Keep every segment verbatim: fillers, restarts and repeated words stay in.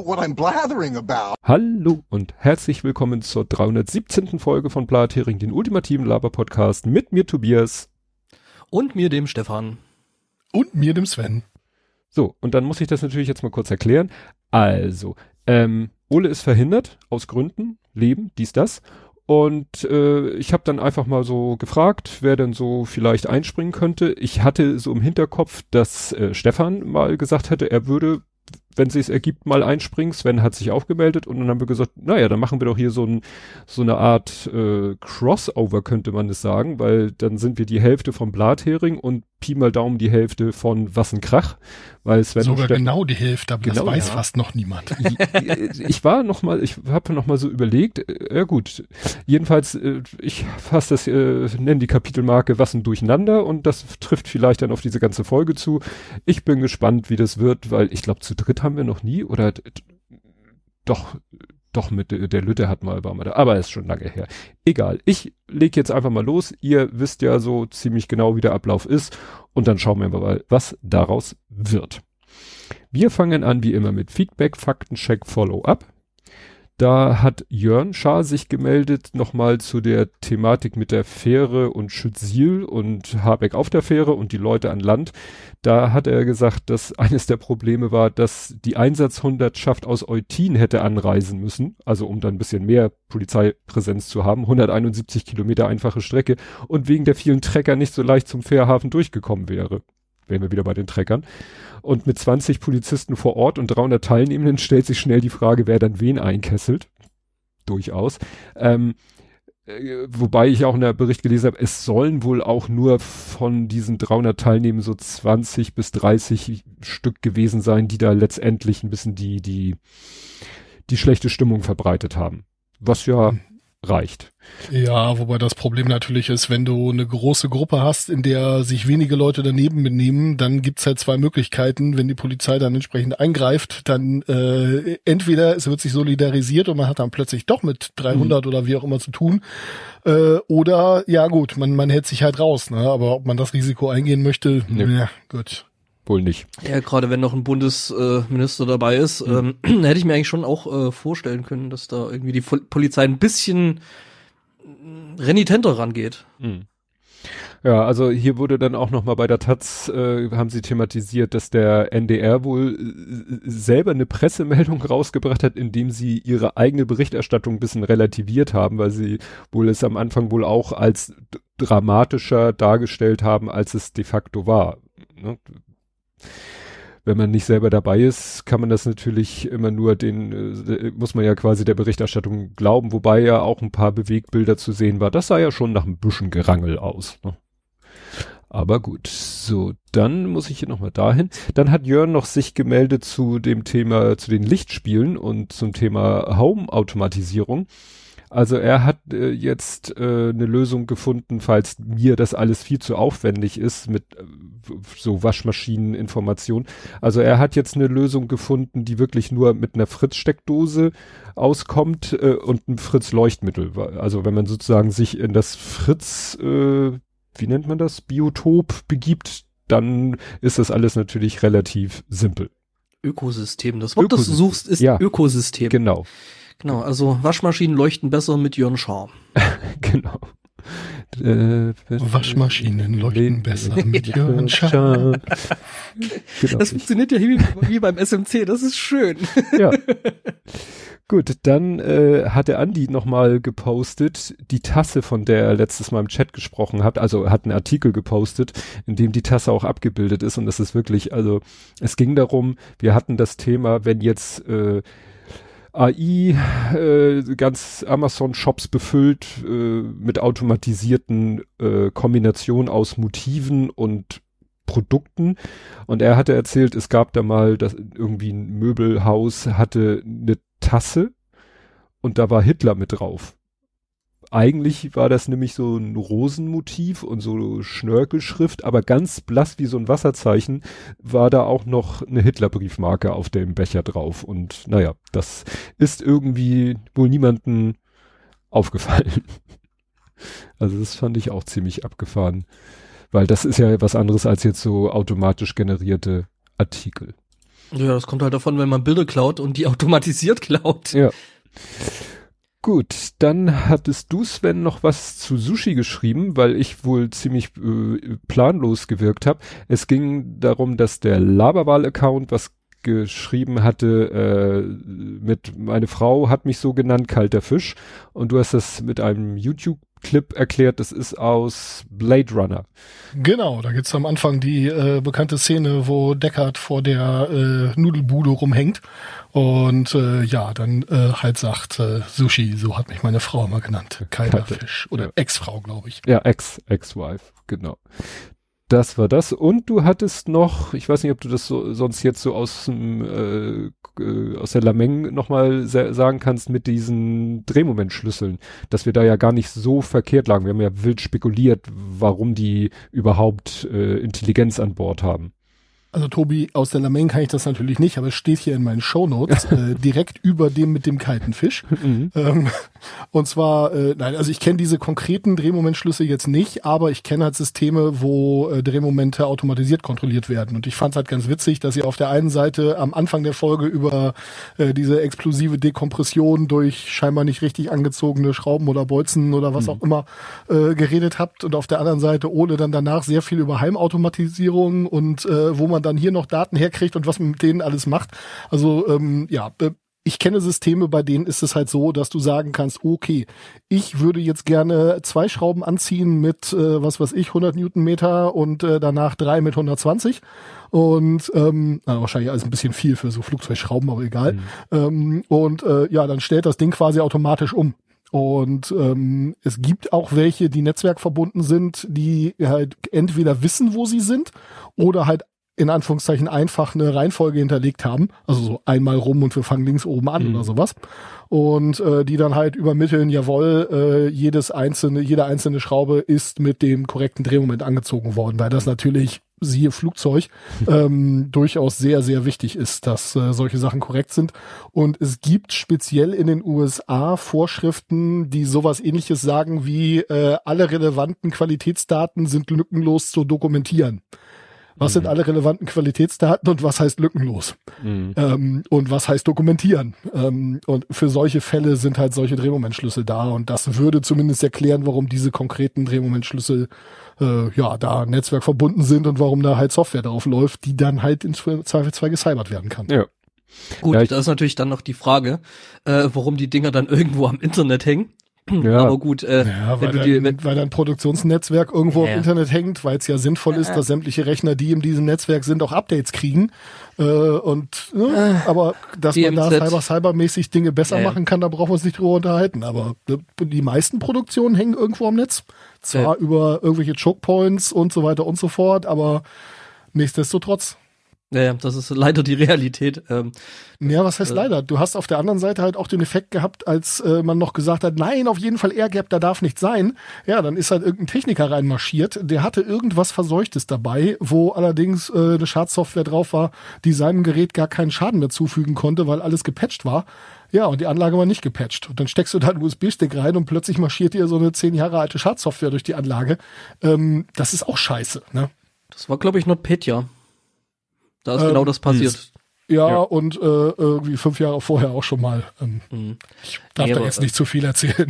what I'm blathering about. Hallo und herzlich willkommen zur dreihundertsiebzehnten Folge von Blathering, den ultimativen Laber-Podcast mit mir Tobias. Und mir dem Stefan. Und mir dem Sven. So, und dann muss ich das natürlich jetzt mal kurz erklären. Also, ähm, Ole ist verhindert, aus Gründen, Leben, dies, das. Und äh, ich habe dann einfach mal so gefragt, wer denn so vielleicht einspringen könnte. Ich hatte so im Hinterkopf, dass äh, Stefan mal gesagt hätte, er würde, wenn sich's ergibt, mal einspringen. Sven hat sich auch gemeldet und dann haben wir gesagt, naja, dann machen wir doch hier so, ein, so eine Art äh, Crossover, könnte man es sagen, weil dann sind wir die Hälfte vom Blathering und Pi mal Daumen die Hälfte von Was ein Krach. Weil Sven Sogar genau die Hälfte, aber genau, das weiß ja. fast noch niemand. Ich, ich war noch mal, ich habe noch mal so überlegt, ja gut, jedenfalls, äh, ich fasse das, äh, nenne die Kapitelmarke Was ein Durcheinander und das trifft vielleicht dann auf diese ganze Folge zu. Ich bin gespannt, wie das wird, weil ich glaube, zu dritt haben wir noch nie oder doch, doch mit der Lütte hat mal, war mal da, aber ist schon lange her. Egal, ich lege jetzt einfach mal los. Ihr wisst ja so ziemlich genau, wie der Ablauf ist und dann schauen wir mal, was daraus wird. Wir fangen an wie immer mit Feedback, Faktencheck, Follow-up. Da hat Jörn Schaar sich gemeldet, nochmal zu der Thematik mit der Fähre und Schütziel und Habeck auf der Fähre und die Leute an Land. Da hat er gesagt, dass eines der Probleme war, dass die Einsatzhundertschaft aus Eutin hätte anreisen müssen, also um dann ein bisschen mehr Polizeipräsenz zu haben, hunderteinundsiebzig Kilometer einfache Strecke und wegen der vielen Trecker nicht so leicht zum Fährhafen durchgekommen wäre. Wären wir wieder bei den Treckern. Und mit zwanzig Polizisten vor Ort und dreihundert Teilnehmenden stellt sich schnell die Frage, wer dann wen einkesselt. Durchaus. Ähm, äh, wobei ich auch in der Bericht gelesen habe, es sollen wohl auch nur von diesen dreihundert Teilnehmenden so zwanzig bis dreißig Stück gewesen sein, die da letztendlich ein bisschen die, die, die schlechte Stimmung verbreitet haben. Was ja reicht. Ja, wobei das Problem natürlich ist, wenn du eine große Gruppe hast, in der sich wenige Leute daneben benehmen, dann gibt's halt zwei Möglichkeiten. Wenn die Polizei dann entsprechend eingreift, dann äh, entweder es wird sich solidarisiert und man hat dann plötzlich doch mit dreihundert mhm. oder wie auch immer zu tun, äh, oder ja gut, man man hält sich halt raus, ne? Aber ob man das Risiko eingehen möchte, nee. ja gut. Wohl nicht. Ja, gerade wenn noch ein Bundesminister äh, dabei ist, mhm. ähm, hätte ich mir eigentlich schon auch äh, vorstellen können, dass da irgendwie die Fol- Polizei ein bisschen renitenter rangeht. Mhm. Ja, also hier wurde dann auch nochmal bei der Taz, äh, haben sie thematisiert, dass der N D R wohl äh, selber eine Pressemeldung rausgebracht hat, indem sie ihre eigene Berichterstattung ein bisschen relativiert haben, weil sie wohl es am Anfang wohl auch als d- dramatischer dargestellt haben, als es de facto war. Ne? Wenn man nicht selber dabei ist, kann man das natürlich immer nur den, äh, muss man ja quasi der Berichterstattung glauben, wobei ja auch ein paar Bewegbilder zu sehen war. Das sah ja schon nach ein bisschen Gerangel aus. Ne? Aber gut, so, dann muss ich hier nochmal dahin. Dann hat Jörn noch sich gemeldet zu dem Thema, zu den Lichtspielen und zum Thema Home-Automatisierung. Also er hat äh, jetzt äh, eine Lösung gefunden, falls mir das alles viel zu aufwendig ist mit äh, so Waschmaschineninformation. Also er hat jetzt eine Lösung gefunden, die wirklich nur mit einer Fritz-Steckdose auskommt äh, und einem Fritz-Leuchtmittel. Also wenn man sozusagen sich in das Fritz, äh, wie nennt man das, Biotop begibt, dann ist das alles natürlich relativ simpel. Ökosystem. Das Wort, Ökosystem. das du suchst, ist Ja, Ökosystem. Genau. Genau, also Waschmaschinen leuchten besser mit Jörn Schaar. Genau. Äh, Waschmaschinen leuchten besser mit Jörn Schaar. Genau. Das funktioniert ja wie, wie beim S M C, das ist schön. Ja. Gut, dann äh, hat der Andi nochmal gepostet, die Tasse, von der er letztes Mal im Chat gesprochen hat, also hat einen Artikel gepostet, in dem die Tasse auch abgebildet ist und das ist wirklich, also es ging darum, wir hatten das Thema, wenn jetzt äh, A I äh, ganz Amazon-Shops befüllt äh, mit automatisierten äh, Kombinationen aus Motiven und Produkten. Und er hatte erzählt, es gab da mal, dass irgendwie ein Möbelhaus hatte eine Tasse und da war Hitler mit drauf. Eigentlich war das nämlich so ein Rosenmotiv und so Schnörkelschrift, aber ganz blass wie so ein Wasserzeichen war da auch noch eine Hitler-Briefmarke auf dem Becher drauf. Und naja, das ist irgendwie wohl niemandem aufgefallen. Also das fand ich auch ziemlich abgefahren, weil das ist ja was anderes als jetzt so automatisch generierte Artikel. Ja, das kommt halt davon, wenn man Bilder klaut und die automatisiert klaut. Ja. Gut, dann hattest du, Sven, noch was zu Sushi geschrieben, weil ich wohl ziemlich äh, planlos gewirkt habe. Es ging darum, dass der Laberwahl-Account was geschrieben hatte äh, mit meine Frau hat mich so genannt, kalter Fisch. Und du hast das mit einem YouTube-Clip erklärt, das ist aus Blade Runner. Genau, da gibt's am Anfang die äh, bekannte Szene, wo Deckard vor der äh, Nudelbude rumhängt und äh, ja, dann äh, halt sagt, äh, Sushi, so hat mich meine Frau immer genannt, kalter Kalte. Fisch oder Ja. Ex-Frau, glaube ich. Ja, Ex, Ex-Wife, genau. Das war das. Und du hattest noch, ich weiß nicht, ob du das so, sonst jetzt so aus dem, äh, äh, aus der Lameng nochmal sa- sagen kannst mit diesen Drehmomentschlüsseln, dass wir da ja gar nicht so verkehrt lagen. Wir haben ja wild spekuliert, warum die überhaupt äh, Intelligenz an Bord haben. Also Tobi, aus der Lameng kann ich das natürlich nicht, aber es steht hier in meinen Shownotes äh, direkt über dem mit dem kalten Fisch. Mhm. Ähm, und zwar, äh, nein, also ich kenne diese konkreten Drehmomentschlüsse jetzt nicht, aber ich kenne halt Systeme, wo äh, Drehmomente automatisiert kontrolliert werden. Und ich fand es halt ganz witzig, dass sie auf der einen Seite am Anfang der Folge über äh, diese explosive Dekompression durch scheinbar nicht richtig angezogene Schrauben oder Bolzen oder was Mhm. auch immer äh, geredet habt und auf der anderen Seite ohne dann danach sehr viel über Heimautomatisierung und äh, wo man dann hier noch Daten herkriegt und was man mit denen alles macht. Also ähm, ja, äh, ich kenne Systeme, bei denen ist es halt so, dass du sagen kannst, okay, ich würde jetzt gerne zwei Schrauben anziehen mit, äh, was weiß ich, hundert Newtonmeter und äh, danach drei mit hundertzwanzig. Und ähm, na, wahrscheinlich alles ein bisschen viel für so Flugzeugschrauben, aber egal. Mhm. Ähm, und äh, ja, dann stellt das Ding quasi automatisch um. Und ähm, es gibt auch welche, die netzwerkverbunden sind, die halt entweder wissen, wo sie sind oder halt in Anführungszeichen einfach eine Reihenfolge hinterlegt haben. Also so einmal rum und wir fangen links oben an Mhm. oder sowas. Und äh, die dann halt übermitteln, jawohl, äh, jedes einzelne, jede einzelne Schraube ist mit dem korrekten Drehmoment angezogen worden, weil das natürlich, siehe Flugzeug, ähm, durchaus sehr, sehr wichtig ist, dass äh, solche Sachen korrekt sind. Und es gibt speziell in den U S A Vorschriften, die sowas Ähnliches sagen wie äh, alle relevanten Qualitätsdaten sind lückenlos zu dokumentieren. Was sind alle relevanten Qualitätsdaten und was heißt lückenlos? Mhm. Ähm, und was heißt dokumentieren? Ähm, und für solche Fälle sind halt solche Drehmomentschlüssel da und das würde zumindest erklären, warum diese konkreten Drehmomentschlüssel äh, ja da netzwerkverbunden sind und warum da halt Software drauf läuft, die dann halt im Zweifelsfall gecybert werden kann. Ja. Gut, Ja, ich- da ist natürlich dann noch die Frage, äh, warum die Dinger dann irgendwo am Internet hängen. Ja. Aber gut, äh, Ja, weil, wenn du die, wenn, dein, weil dein Produktionsnetzwerk irgendwo Ja. im Internet hängt, weil es ja sinnvoll ist, dass sämtliche Rechner, die in diesem Netzwerk sind, auch Updates kriegen. Äh, und ne, aber dass man da D M Z. cyber cybermäßig Dinge besser Ja, ja. machen kann, da brauchen wir uns nicht drüber unterhalten. Aber ne, die meisten Produktionen hängen irgendwo am Netz. Zwar Ja. über irgendwelche Chokepoints und so weiter und so fort, aber nichtsdestotrotz. ja, ja, das ist leider die Realität. Ähm, Ja, was heißt Äh. leider? Du hast auf der anderen Seite halt auch den Effekt gehabt, als äh, man noch gesagt hat, nein, auf jeden Fall Airgap, da darf nicht sein. Ja, dann ist halt irgendein Techniker reinmarschiert, der hatte irgendwas Verseuchtes dabei, wo allerdings äh, eine Schadsoftware drauf war, die seinem Gerät gar keinen Schaden mehr zufügen konnte, weil alles gepatcht war. Ja, und die Anlage war nicht gepatcht. Und dann steckst du da einen U S B-Stick rein und plötzlich marschiert dir so eine zehn Jahre alte Schadsoftware durch die Anlage. Ähm, das ist auch scheiße, ne? das war, glaube ich, NotPetya. Da ist Ähm, genau das passiert. Ja, Ja. und äh, irgendwie fünf Jahre vorher auch schon mal. Ähm, Mhm. ich darf Nee, da aber, jetzt äh, nicht zu viel erzählen.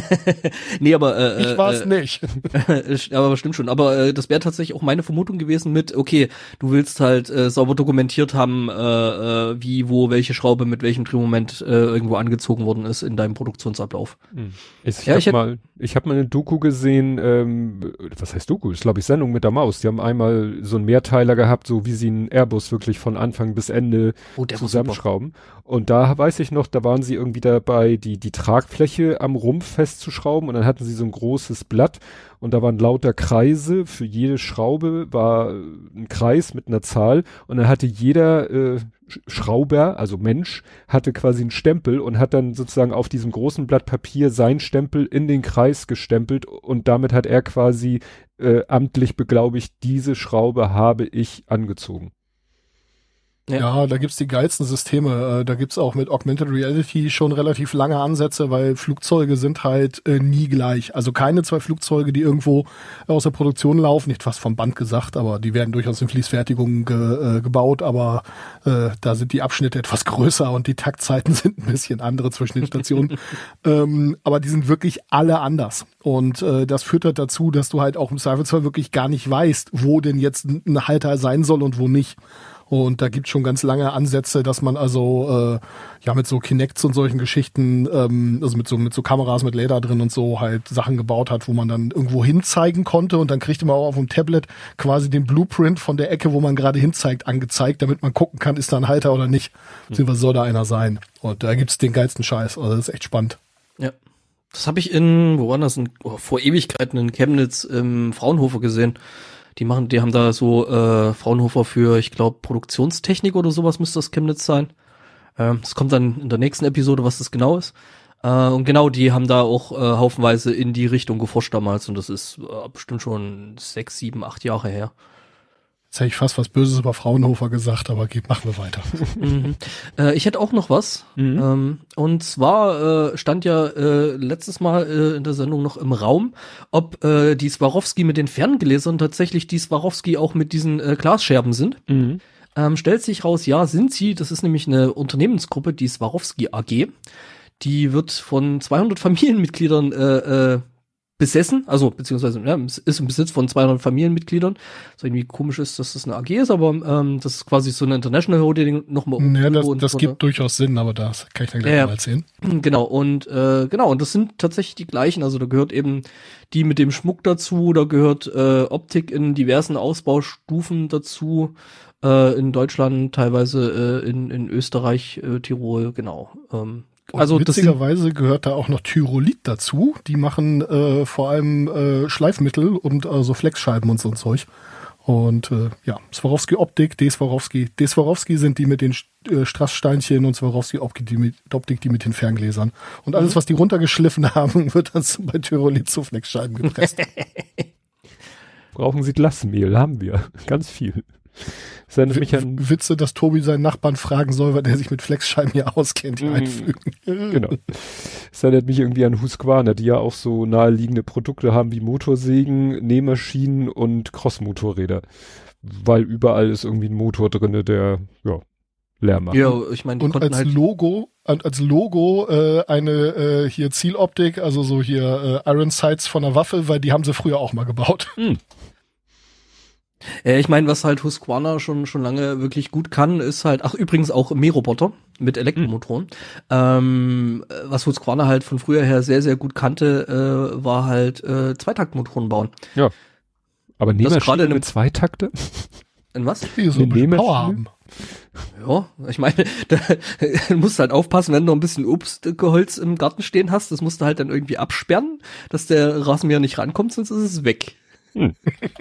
Nee, aber äh, Ich war es äh, nicht. aber stimmt schon. Aber äh, das wäre tatsächlich auch meine Vermutung gewesen mit, okay, du willst halt äh, sauber dokumentiert haben, äh, äh, wie, wo, welche Schraube mit welchem Drehmoment äh, irgendwo angezogen worden ist in deinem Produktionsablauf. Ich, ich Ja, habe ich hätt- mal, ich habe mal eine Doku gesehen, ähm, was heißt Doku? Ist glaube ich Sendung mit der Maus. Die haben einmal so einen Mehrteiler gehabt, so wie sie einen Airbus wirklich von Anfang bis Ende Oh, der war zusammenschrauben. Und da weiß ich noch, da waren sie irgendwie dabei, die die Tragfläche am Rumpf festzuschrauben und dann hatten sie so ein großes Blatt und da waren lauter Kreise. Für jede Schraube war äh, ein Kreis mit einer Zahl und dann hatte jeder äh, Sch- Schrauber, also Mensch, hatte quasi einen Stempel und hat dann sozusagen auf diesem großen Blatt Papier seinen Stempel in den Kreis gestempelt und damit hat er quasi äh, amtlich beglaubigt, diese Schraube habe ich angezogen. Ja. Ja, da gibt's die geilsten Systeme. Äh, Da gibt's auch mit Augmented Reality schon relativ lange Ansätze, weil Flugzeuge sind halt äh, nie gleich. Also keine zwei Flugzeuge, die irgendwo aus der Produktion laufen, nicht fast vom Band gesagt, aber die werden durchaus in Fließfertigung ge, äh, gebaut, aber äh, da sind die Abschnitte etwas größer und die Taktzeiten sind ein bisschen andere zwischen den Stationen. ähm, aber die sind wirklich alle anders. Und äh, das führt halt dazu, dass du halt auch im Zweifelsfall wirklich gar nicht weißt, wo denn jetzt ein Halter sein soll und wo nicht. Und da gibt's schon ganz lange Ansätze, dass man also äh, ja mit so Kinects und solchen Geschichten, ähm, also mit so mit so Kameras mit Laser drin und so halt Sachen gebaut hat, wo man dann irgendwo hinzeigen konnte und dann kriegte man auch auf dem Tablet quasi den Blueprint von der Ecke, wo man gerade hinzeigt, angezeigt, damit man gucken kann, ist da ein Halter oder nicht, beziehungsweise soll da einer sein. Und da gibt's den geilsten Scheiß, also das ist echt spannend. Ja. Das habe ich in, wo war das, in, oh, vor Ewigkeiten in Chemnitz im Fraunhofer gesehen. Die machen, die haben da so äh, Fraunhofer für, ich glaube, Produktionstechnik oder sowas müsste das Chemnitz sein. Ähm, das kommt dann in der nächsten Episode, was das genau ist. Äh, und genau, die haben da auch äh, haufenweise in die Richtung geforscht damals und das ist äh, bestimmt schon sechs, sieben, acht Jahre her. Jetzt hätte ich fast was Böses über Fraunhofer gesagt, aber geht, machen wir weiter. mhm. äh, ich hätte auch noch was. Mhm. Ähm, und zwar äh, stand ja äh, letztes Mal äh, in der Sendung noch im Raum, ob äh, die Swarovski mit den Ferngläsern tatsächlich die Swarovski auch mit diesen äh, Glasscherben sind. Mhm. Ähm, stellt sich raus, ja, sind sie. Das ist nämlich eine Unternehmensgruppe, die Swarovski A G. Die wird von zweihundert Familienmitgliedern äh, äh, besessen, also beziehungsweise ja, ist im Besitz von zweihundert Familienmitgliedern. Was irgendwie komisch ist, dass das eine A G ist, aber ähm, das ist quasi so eine International Holding nochmal. Ja, das, das gibt durchaus Sinn, aber das kann ich dann gleich ja, mal erzählen. Genau, und äh, genau, und das sind tatsächlich die gleichen, also da gehört eben die mit dem Schmuck dazu, da gehört äh, Optik in diversen Ausbaustufen dazu, äh, in Deutschland, teilweise äh, in, in Österreich, äh, Tirol, genau. Ähm, Und also witzigerweise sind, gehört da auch noch Tyrolit dazu. Die machen äh, vor allem äh, Schleifmittel und äh, so Flexscheiben und so ein Zeug. Und äh, ja, Swarovski Optik, D Swarovski. D Swarovski sind die mit den äh, Strasssteinchen und Swarovski Optik die, mit, Optik die mit den Ferngläsern. Und alles, was die runtergeschliffen haben, wird dann bei Tyrolit zu Flexscheiben gepresst. Brauchen Sie Glasmehl, haben wir. Ganz viel. W- mich an Witze, dass Tobi seinen Nachbarn fragen soll, weil der sich mit Flexscheiben hier auskennt, die mm, einfügen. Genau. Das erinnert mich irgendwie an Husqvarna, die ja auch so naheliegende Produkte haben wie Motorsägen, Nähmaschinen und Crossmotorräder. Weil überall ist irgendwie ein Motor drinne, der ja Lärm macht. Ja, ich meine, die und konnten als halt Logo, als Logo äh, eine äh, hier Zieloptik, also so hier äh, Iron Sights von der Waffe, weil die haben sie früher auch mal gebaut. Mm. Ja, ich meine, was halt Husqvarna schon schon lange wirklich gut kann, ist halt, ach übrigens auch Mähroboter mit Elektromotoren. Mhm. Ähm, was Husqvarna halt von früher her sehr, sehr gut kannte, äh, war halt äh, Zweitaktmotoren bauen. Ja. Aber Nähmaschine mit Zweitakte? In was? Die so ein Power haben. Ja, ich meine, da du musst halt aufpassen, wenn du noch ein bisschen Obstgehölz im Garten stehen hast, das musst du halt dann irgendwie absperren, dass der Rasenmäher nicht rankommt, sonst ist es weg. Hm.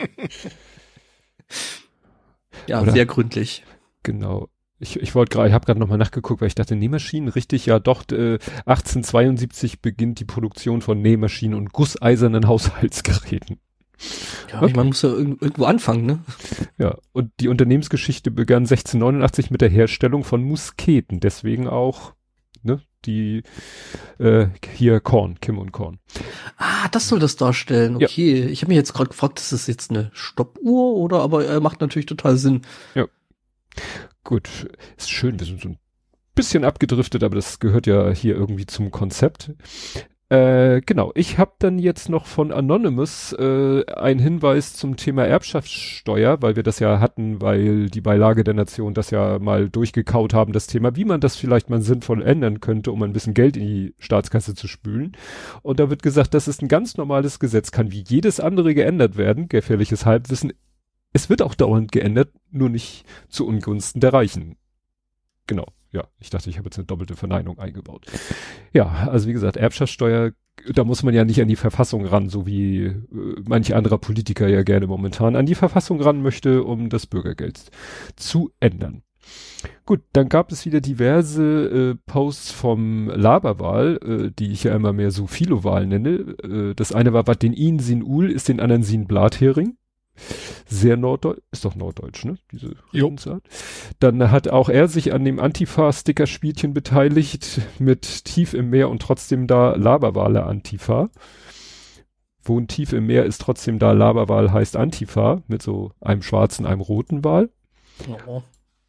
Ja, oder, sehr gründlich. Genau. Ich, ich wollte gerade, ich habe gerade nochmal nachgeguckt, weil ich dachte, Nähmaschinen, richtig, ja doch, äh, achtzehnhundertzweiundsiebzig beginnt die Produktion von Nähmaschinen und gusseisernen Haushaltsgeräten. Ja, okay. Man muss ja irgendwo anfangen, ne? Ja, und die Unternehmensgeschichte begann sechzehnhundertneunundachtzig mit der Herstellung von Musketen, deswegen auch, ne, die äh, hier Korn, Kim und Korn. Ah, das soll das darstellen. Okay, ja. Ich habe mich jetzt gerade gefragt, ist das jetzt eine Stoppuhr oder? Aber er äh, macht natürlich total Sinn. Ja. Gut, ist schön. Wir sind so ein bisschen abgedriftet, aber das gehört ja hier irgendwie zum Konzept. Äh, genau, ich habe dann jetzt noch von Anonymous äh, einen Hinweis zum Thema Erbschaftssteuer, weil wir das ja hatten, weil die Beilage der Nation das ja mal durchgekaut haben, das Thema, wie man das vielleicht mal sinnvoll ändern könnte, um ein bisschen Geld in die Staatskasse zu spülen. Und da wird gesagt, das ist ein ganz normales Gesetz, kann wie jedes andere geändert werden, gefährliches Halbwissen. Es wird auch dauernd geändert, nur nicht zu Ungunsten der Reichen. Genau. Ja, ich dachte, ich habe jetzt eine doppelte Verneinung eingebaut. Ja, also wie gesagt, Erbschaftssteuer, da muss man ja nicht an die Verfassung ran, so wie äh, manch anderer Politiker ja gerne momentan an die Verfassung ran möchte, um das Bürgergeld zu ändern. Gut, dann gab es wieder diverse äh, Posts vom Laberwahl, äh, die ich ja immer mehr so Philowahl nenne. Äh, das eine war, was den ihn sin Ul ist, den anderen sin Blathering. sehr norddeutsch, ist doch norddeutsch, ne? Diese Redensart. Dann hat auch er sich an dem Antifa-Sticker-Spielchen beteiligt mit Tief im Meer und trotzdem da Laberwale Antifa. Wohnt tief im Meer ist trotzdem da Laberwal heißt Antifa mit so einem schwarzen, einem roten Wal. Oh.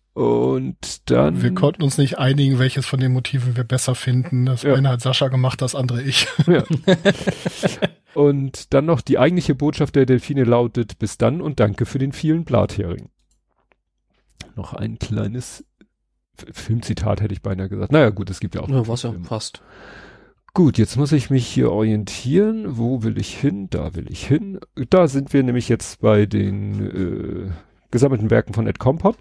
Und dann... Wir konnten uns nicht einigen, welches von den Motiven wir besser finden. Das ja. eine hat Sascha gemacht, das andere ich. Ja. Und dann noch die eigentliche Botschaft der Delfine lautet, bis dann und danke für den vielen Blathering. Noch ein kleines Filmzitat hätte ich beinahe gesagt. Naja gut, es gibt ja auch... Ja, was ja, fast. Gut, jetzt muss ich mich hier orientieren. Wo will ich hin? Da will ich hin. Da sind wir nämlich jetzt bei den äh, gesammelten Werken von Ed Kompott.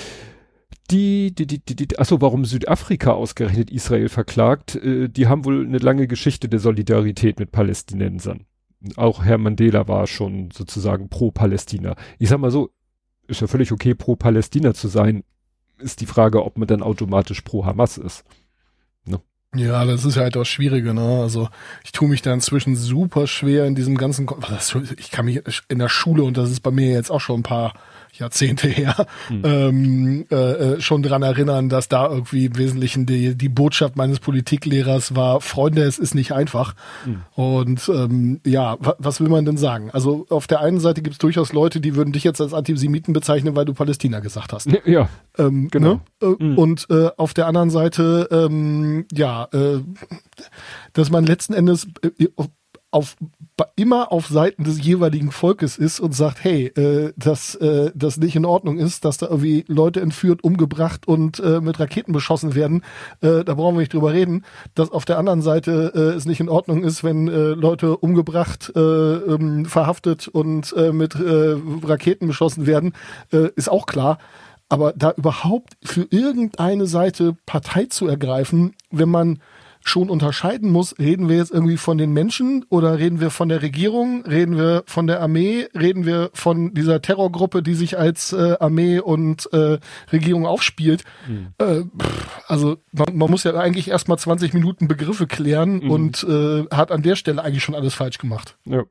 Die, die, die, die, die, achso, warum Südafrika ausgerechnet Israel verklagt, äh, die haben wohl eine lange Geschichte der Solidarität mit Palästinensern. Auch Herr Mandela war schon sozusagen pro Palästina. Ich sag mal so, ist ja völlig okay, pro Palästina zu sein, ist die Frage, ob man dann automatisch pro Hamas ist. Ne? Ja, das ist halt auch Schwierige, ne? Also ich tue mich da inzwischen super schwer in diesem ganzen, ich kann mich in der Schule, und das ist bei mir jetzt auch schon ein paar Jahrzehnte her, hm. ähm, äh, schon dran erinnern, dass da irgendwie im Wesentlichen die, die Botschaft meines Politiklehrers war, Freunde, es ist nicht einfach. Hm. Und ähm, ja, wa- was will man denn sagen? Also auf der einen Seite gibt es durchaus Leute, die würden dich jetzt als Antisemiten bezeichnen, weil du Palästina gesagt hast. Ja, ähm, genau. Ne? Äh, hm. Und äh, auf der anderen Seite, ähm, ja, äh, dass man letzten Endes äh, auf immer auf Seiten des jeweiligen Volkes ist und sagt, hey, äh, dass äh, das nicht in Ordnung ist, dass da irgendwie Leute entführt, umgebracht und äh, mit Raketen beschossen werden, äh, da brauchen wir nicht drüber reden. Dass auf der anderen Seite äh, es nicht in Ordnung ist, wenn äh, Leute umgebracht, äh, ähm, verhaftet und äh, mit äh, Raketen beschossen werden, äh, ist auch klar. Aber da überhaupt für irgendeine Seite Partei zu ergreifen, wenn man schon unterscheiden muss, reden wir jetzt irgendwie von den Menschen oder reden wir von der Regierung, reden wir von der Armee, reden wir von dieser Terrorgruppe, die sich als äh, Armee und äh, Regierung aufspielt. Mhm. Äh, pff, also man, man muss ja eigentlich erstmal zwanzig Minuten Begriffe klären mhm. und äh, hat an der Stelle eigentlich schon alles falsch gemacht. Ja.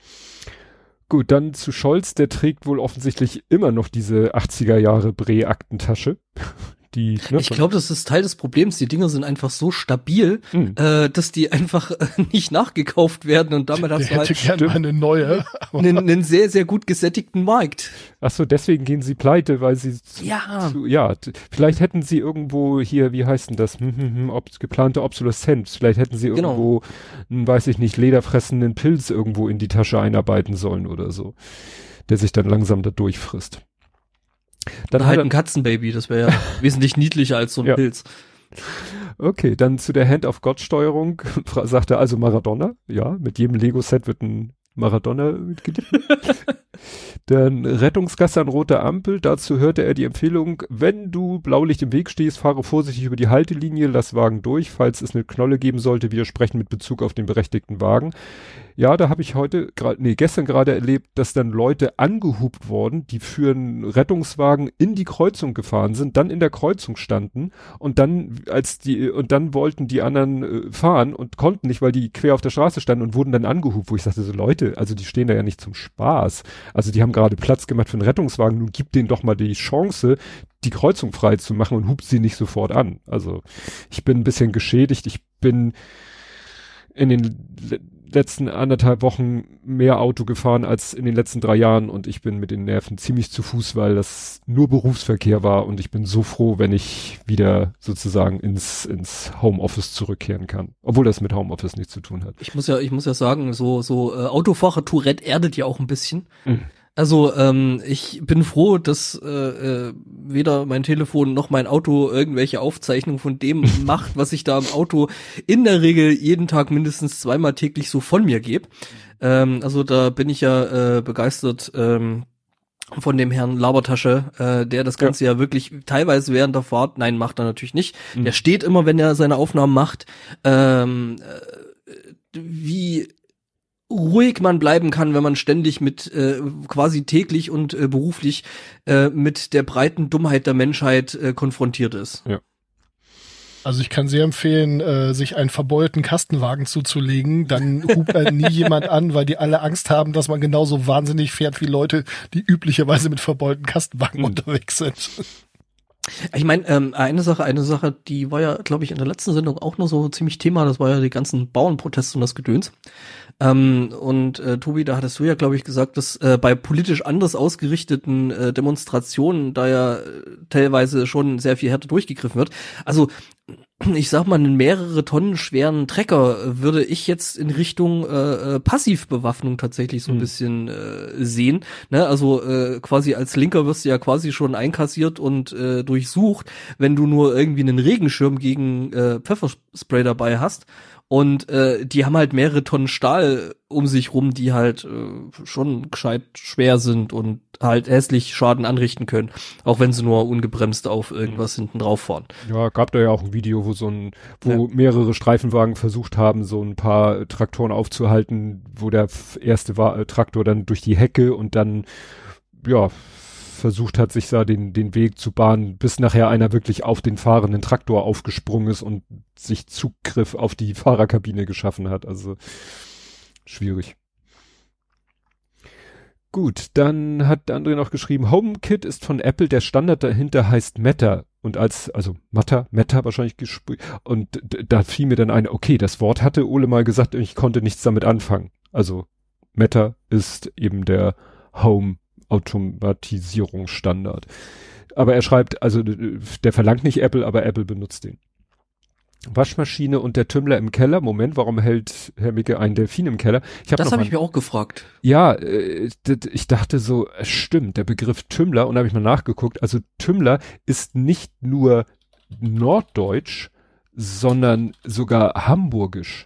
Gut, dann zu Scholz, der trägt wohl offensichtlich immer noch diese achtziger Jahre Bre-Aktentasche. Die, ne, ich glaube, das ist Teil des Problems. Die Dinger sind einfach so stabil, mhm. äh, dass die einfach äh, nicht nachgekauft werden und damit hast du halt gerne mal eine neue, einen, einen sehr, sehr gut gesättigten Markt. Ach so, deswegen gehen sie pleite, weil sie zu, ja, zu, ja, t- vielleicht hätten sie irgendwo hier, wie heißt denn das, hm, hm, hm, ob, geplante Obsoleszenz, vielleicht hätten sie genau. irgendwo, einen, weiß ich nicht, lederfressenden Pilz irgendwo in die Tasche einarbeiten sollen oder so, der sich dann langsam da durchfrisst. Dann halt ein Katzenbaby, das wäre ja wesentlich niedlicher als so ein ja. Pilz. Okay, dann zu der Hand-of-God-Steuerung sagt er also Maradona. Ja, mit jedem Lego-Set wird ein Maradona mitgeliefert. Dann Rettungsgasse an roter Ampel. Dazu hörte er die Empfehlung, wenn du Blaulicht im Weg stehst, fahre vorsichtig über die Haltelinie, lass Wagen durch. Falls es eine Knolle geben sollte, widersprechen mit Bezug auf den berechtigten Wagen. Ja, da habe ich heute, gerade, nee, gestern gerade erlebt, dass dann Leute angehupt wurden, die für einen Rettungswagen in die Kreuzung gefahren sind, dann in der Kreuzung standen und dann als die und dann wollten die anderen äh, fahren und konnten nicht, weil die quer auf der Straße standen und wurden dann angehupt, wo ich sagte so, Leute, also die stehen da ja nicht zum Spaß. Also die haben gerade Platz gemacht für einen Rettungswagen, nun gib denen doch mal die Chance, die Kreuzung frei zu machen und hupt sie nicht sofort an. Also ich bin ein bisschen geschädigt, ich bin in den le- letzten anderthalb Wochen mehr Auto gefahren als in den letzten drei Jahren und ich bin mit den Nerven ziemlich zu Fuß, weil das nur Berufsverkehr war und ich bin so froh, wenn ich wieder sozusagen ins, ins Homeoffice zurückkehren kann. Obwohl das mit Homeoffice nichts zu tun hat. Ich muss ja, ich muss ja sagen, so, so äh, Autofahrer-Tourette erdet ja auch ein bisschen. Mhm. Also ähm, ich bin froh, dass äh, äh, weder mein Telefon noch mein Auto irgendwelche Aufzeichnungen von dem macht, was ich da im Auto in der Regel jeden Tag mindestens zweimal täglich so von mir gebe. Ähm, also da bin ich ja äh, begeistert ähm, von dem Herrn Labertasche, äh, der das Ganze ja. ja wirklich teilweise während der Fahrt, nein, macht er natürlich nicht. Mhm. Der steht immer, wenn er seine Aufnahmen macht, ähm, äh, wie ruhig man bleiben kann, wenn man ständig mit äh, quasi täglich und äh, beruflich äh, mit der breiten Dummheit der Menschheit äh, konfrontiert ist. Ja. Also ich kann sehr empfehlen, äh, sich einen verbeulten Kastenwagen zuzulegen. Dann hupt er nie jemand an, weil die alle Angst haben, dass man genauso wahnsinnig fährt wie Leute, die üblicherweise mit verbeulten Kastenwagen mhm. unterwegs sind. Ich meine, ähm, eine Sache, eine Sache, die war ja, glaube ich, in der letzten Sendung auch noch so ziemlich Thema, das war ja die ganzen Bauernproteste und das Gedöns. Ähm, und äh, Tobi, da hattest du ja, glaube ich, gesagt, dass äh, bei politisch anders ausgerichteten äh, Demonstrationen da ja äh, teilweise schon sehr viel härter durchgegriffen wird. Also ich sag mal, einen mehrere Tonnen schweren Trecker würde ich jetzt in Richtung äh, Passivbewaffnung tatsächlich so ein mhm. bisschen äh, sehen. Ne? Also äh, quasi als Linker wirst du ja quasi schon einkassiert und äh, durchsucht, wenn du nur irgendwie einen Regenschirm gegen äh, Pfefferspray dabei hast. Und äh, die haben halt mehrere Tonnen Stahl um sich rum, die halt äh, schon gescheit schwer sind und halt hässlich Schaden anrichten können, auch wenn sie nur ungebremst auf irgendwas hinten drauf fahren. Ja, gab da ja auch ein Video, wo so ein, wo ja. mehrere Streifenwagen versucht haben, so ein paar Traktoren aufzuhalten, wo der erste war, Traktor dann durch die Hecke und dann, ja, versucht hat, sich da den, den Weg zu bahnen, bis nachher einer wirklich auf den fahrenden Traktor aufgesprungen ist und sich Zugriff auf die Fahrerkabine geschaffen hat. Also schwierig. Gut, dann hat der andere noch geschrieben, HomeKit ist von Apple, der Standard dahinter heißt Meta und als, also Meta, Meta wahrscheinlich gespielt und d- da fiel mir dann ein, okay, das Wort hatte Ole mal gesagt, ich konnte nichts damit anfangen. Also Meta ist eben der Home Automatisierungsstandard. Aber er schreibt, also der verlangt nicht Apple, aber Apple benutzt den. Waschmaschine und der Tümmler im Keller. Moment, warum hält Herr Micke einen Delfin im Keller? Ich hab das habe ich mal, mir auch gefragt. Ja, äh, ich dachte so, es stimmt, der Begriff Tümmler, und da habe ich mal nachgeguckt, also Tümmler ist nicht nur norddeutsch, sondern sogar hamburgisch.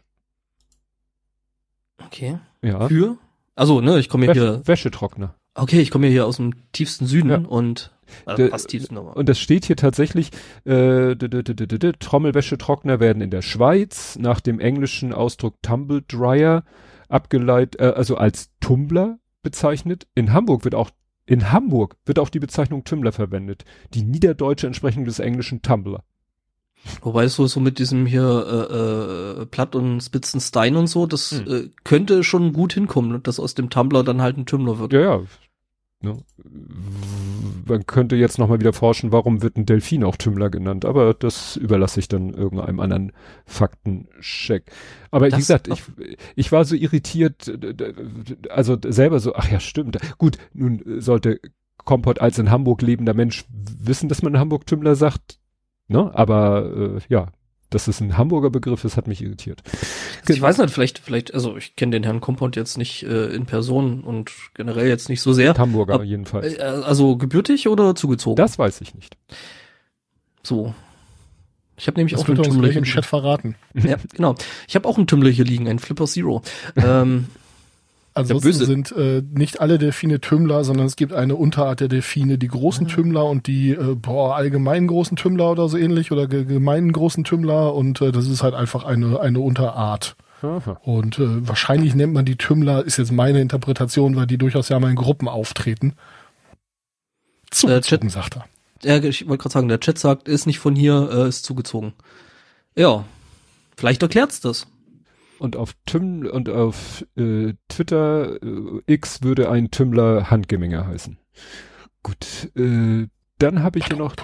Okay. Ja. Für? Also, ne, ich komme ja Wäsche, hier... Wäschetrockner. Okay, ich komme ja hier aus dem tiefsten Süden ja. und also de, fast tiefsten aber. Und das steht hier tatsächlich, äh, de, de, de, de, de, Trommelwäschetrockner werden in der Schweiz nach dem englischen Ausdruck Tumble Dryer abgeleitet, äh, also als Tumbler bezeichnet. In Hamburg wird auch in Hamburg wird auch die Bezeichnung Tümmler verwendet. Die niederdeutsche Entsprechung des englischen Tumbler. Wobei es so, so mit diesem hier äh, äh, Platt und spitzen Stein und so, das hm. äh, könnte schon gut hinkommen, dass aus dem Tumbler dann halt ein Tümmler wird. Ja, ja. Ne? Man könnte jetzt nochmal wieder forschen, warum wird ein Delfin auch Tümmler genannt, aber das überlasse ich dann irgendeinem anderen Faktencheck. Aber das, wie gesagt, ich, ich war so irritiert, also selber so, ach ja, stimmt. Gut, nun sollte Kompott als in Hamburg lebender Mensch wissen, dass man in Hamburg Tümmler sagt, ne? Aber äh, ja, dass es ein Hamburger Begriff ist, hat mich irritiert. Also ich weiß nicht, vielleicht, vielleicht, also ich kenne den Herrn Kompott jetzt nicht äh, in Person und generell jetzt nicht so sehr. Hamburger Ab, jedenfalls. Äh, also gebürtig oder zugezogen? Das weiß ich nicht. So. Ich habe nämlich das auch einen Tümmler im Chat verraten. Ja, genau. Ich habe auch einen Tümmler hier liegen, einen Flipper Zero. ähm, Ansonsten sind äh, nicht alle Delfine Tümmler, sondern es gibt eine Unterart der Delfine, die großen ah. Tümmler und die äh, boah, allgemeinen großen Tümmler oder so ähnlich oder ge- gemeinen großen Tümmler und äh, das ist halt einfach eine eine Unterart. Aha. Und äh, wahrscheinlich nennt man die Tümmler, ist jetzt meine Interpretation, weil die durchaus ja mal in Gruppen auftreten. Zugezogen, äh, sagt er. Ja, ich wollte gerade sagen, der Chat sagt, ist nicht von hier, äh, ist zugezogen. Ja, vielleicht erklärt's das. Und auf Tüm und auf äh, Twitter äh, X würde ein Tümmler Handgemenge heißen. Gut, äh, dann habe ich hier noch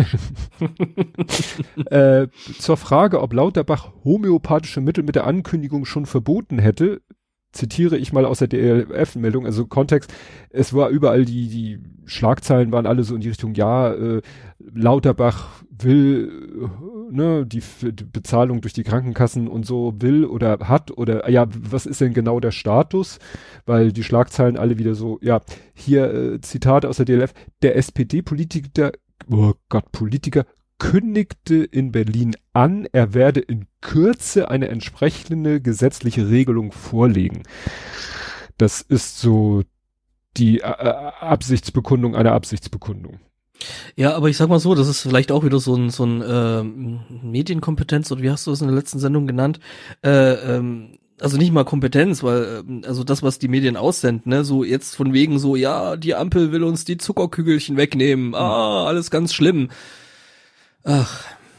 äh, zur Frage, ob Lauterbach homöopathische Mittel mit der Ankündigung schon verboten hätte, zitiere ich mal aus der D L F-Meldung, also Kontext, es war überall die, die Schlagzeilen waren alle so in die Richtung, ja, äh, Lauterbach will, äh, ne, die, die Bezahlung durch die Krankenkassen und so will oder hat oder, ja, was ist denn genau der Status? Weil die Schlagzeilen alle wieder so, ja, hier äh, Zitate aus der D L F, der S P D-Politiker, oh Gott, Politiker, kündigte in Berlin an, er werde in Kürze eine entsprechende gesetzliche Regelung vorlegen. Das ist so die äh, Absichtsbekundung einer Absichtsbekundung. Ja, aber ich sag mal so, das ist vielleicht auch wieder so ein so ein äh, Medienkompetenz oder wie hast du das in der letzten Sendung genannt? Äh, ähm, also nicht mal Kompetenz, weil also das, was die Medien aussenden, ne, so jetzt von wegen so, ja, die Ampel will uns die Zuckerkügelchen wegnehmen, ah, alles ganz schlimm. Ach,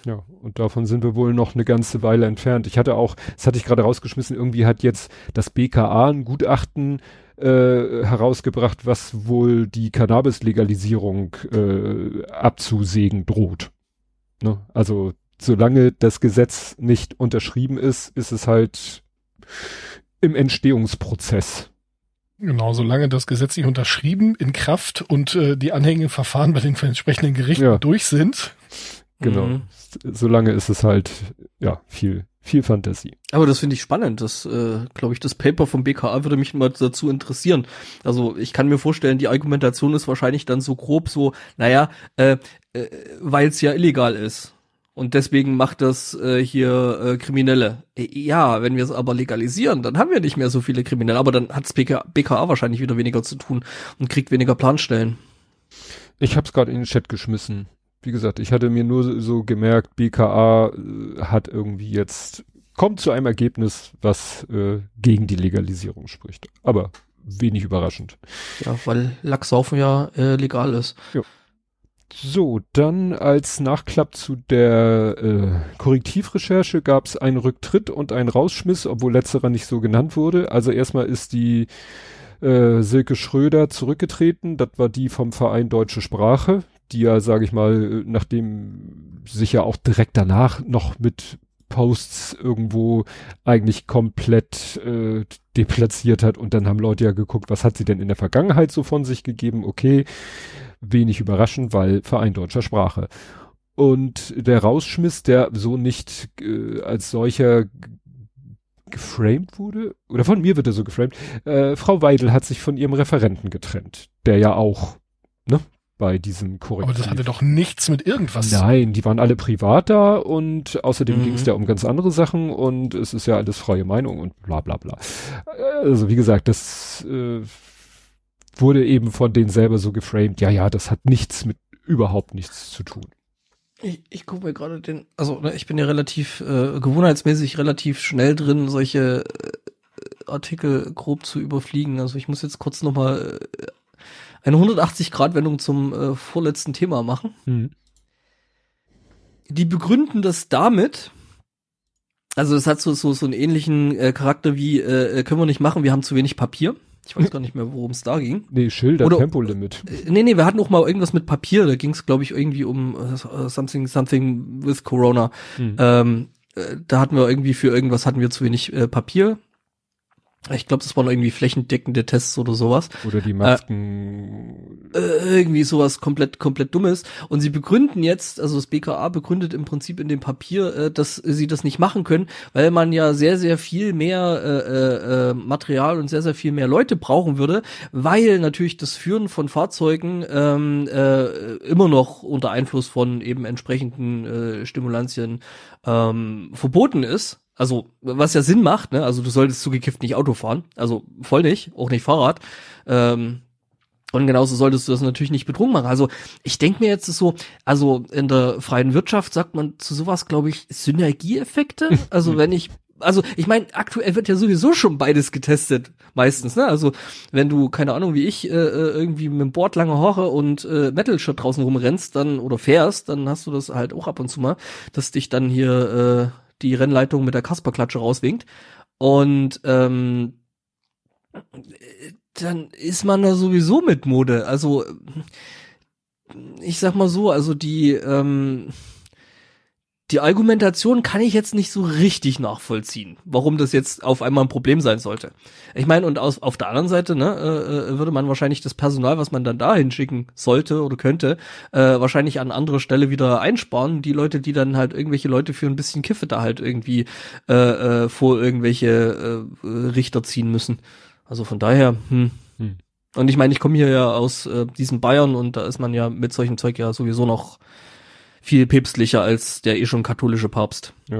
Ja, und davon sind wir wohl noch eine ganze Weile entfernt. Ich hatte auch, das hatte ich gerade rausgeschmissen, irgendwie hat jetzt das B K A ein Gutachten äh, herausgebracht, was wohl die Cannabis-Legalisierung äh, abzusägen droht. Ne? Also solange das Gesetz nicht unterschrieben ist, ist es halt im Entstehungsprozess. Genau, solange das Gesetz nicht unterschrieben, in Kraft und äh, die anhängigen Verfahren bei den entsprechenden Gerichten ja. durch sind. Genau. Mhm. Solange ist es halt, ja, viel, viel Fantasie. Aber das finde ich spannend. Das, äh, glaube ich, das Paper vom B K A würde mich mal dazu interessieren. Also ich kann mir vorstellen, die Argumentation ist wahrscheinlich dann so grob so, naja, äh, äh, weil es ja illegal ist. Und deswegen macht das äh, hier äh, Kriminelle. Äh, ja, wenn wir es aber legalisieren, dann haben wir nicht mehr so viele Kriminelle. Aber dann hat's B K A wahrscheinlich wieder weniger zu tun und kriegt weniger Planstellen. Ich hab's gerade in den Chat geschmissen. Wie gesagt, ich hatte mir nur so, so gemerkt, B K A äh, hat irgendwie jetzt, kommt zu einem Ergebnis, was äh, gegen die Legalisierung spricht. Aber wenig überraschend. Ja, weil Lachsaufen ja äh, legal ist. Ja. So, dann als Nachklapp zu der äh, Korrektivrecherche gab es einen Rücktritt und einen Rausschmiss, obwohl letzterer nicht so genannt wurde. Also erstmal ist die äh, Silke Schröder zurückgetreten. Das war die vom Verein Deutsche Sprache, die ja, sage ich mal, nachdem sich ja auch direkt danach noch mit Posts irgendwo eigentlich komplett äh, deplatziert hat. Und dann haben Leute ja geguckt, was hat sie denn in der Vergangenheit so von sich gegeben? Okay, wenig überraschend, weil Verein Deutscher Sprache. Und der Rausschmiss, der so nicht äh, als solcher geframed wurde, oder von mir wird er so geframed, äh, Frau Weidel hat sich von ihrem Referenten getrennt, der ja auch, ne, bei diesem Korrektiv. Aber das hatte doch nichts mit irgendwas. Nein, die waren alle privat da und außerdem mhm. ging es ja um ganz andere Sachen und es ist ja alles freie Meinung und bla bla bla. Also wie gesagt, das äh, wurde eben von denen selber so geframed, ja, ja, das hat nichts mit, überhaupt nichts zu tun. Ich, ich gucke mir gerade den, also ne, ich bin ja relativ, äh, gewohnheitsmäßig relativ schnell drin, solche äh, Artikel grob zu überfliegen. Also ich muss jetzt kurz nochmal äh, eine hundertachtzig-Grad-Wendung zum äh, vorletzten Thema machen. Mhm. Die begründen das damit, also es hat so, so, so einen ähnlichen äh, Charakter wie, äh, können wir nicht machen, wir haben zu wenig Papier. Ich weiß gar nicht mehr, worum es da ging. Nee, Schilder, Oder, Tempolimit. Äh, nee, nee, wir hatten auch mal irgendwas mit Papier. Da ging es, glaube ich, irgendwie um uh, something, something with Corona. Mhm. Ähm, äh, da hatten wir irgendwie für irgendwas hatten wir zu wenig äh, Papier. Ich glaube, das waren irgendwie flächendeckende Tests oder sowas. Oder die Masken. Äh, äh, irgendwie sowas komplett, komplett Dummes. Und sie begründen jetzt, also das B K A begründet im Prinzip in dem Papier, äh, dass sie das nicht machen können, weil man ja sehr, sehr viel mehr äh, äh, Material und sehr, sehr viel mehr Leute brauchen würde, weil natürlich das Führen von Fahrzeugen ähm, äh, immer noch unter Einfluss von eben entsprechenden äh, Stimulantien ähm, verboten ist. Also, was ja Sinn macht, ne? Also du solltest zugekifft nicht Auto fahren. Also voll nicht, auch nicht Fahrrad. Ähm, und genauso solltest du das natürlich nicht betrunken machen. Also ich denke mir jetzt so, also in der freien Wirtschaft sagt man zu sowas, glaube ich, Synergieeffekte. Also wenn ich, also ich meine, aktuell wird ja sowieso schon beides getestet, meistens, ne? Also wenn du, keine Ahnung, wie ich, äh, irgendwie mit dem Board lange Haare und äh, Metal-Shirt draußen rumrennst, dann oder fährst, dann hast du das halt auch ab und zu mal, dass dich dann hier äh, die Rennleitung mit der Kasperklatsche rauswinkt. Und ähm, dann ist man da sowieso mit Mode. Also ich sag mal so, also die ähm, die Argumentation kann ich jetzt nicht so richtig nachvollziehen, warum das jetzt auf einmal ein Problem sein sollte. Ich meine, und aus, auf der anderen Seite, ne, äh, würde man wahrscheinlich das Personal, was man dann dahin schicken sollte oder könnte, äh, wahrscheinlich an anderer Stelle wieder einsparen. Die Leute, die dann halt irgendwelche Leute für ein bisschen Kiffe da halt irgendwie äh, äh, vor irgendwelche äh, Richter ziehen müssen. Also von daher, hm. hm. Und ich meine, ich komme hier ja aus äh, diesem Bayern und da ist man ja mit solchem Zeug ja sowieso noch viel päpstlicher als der eh schon katholische Papst. Ja.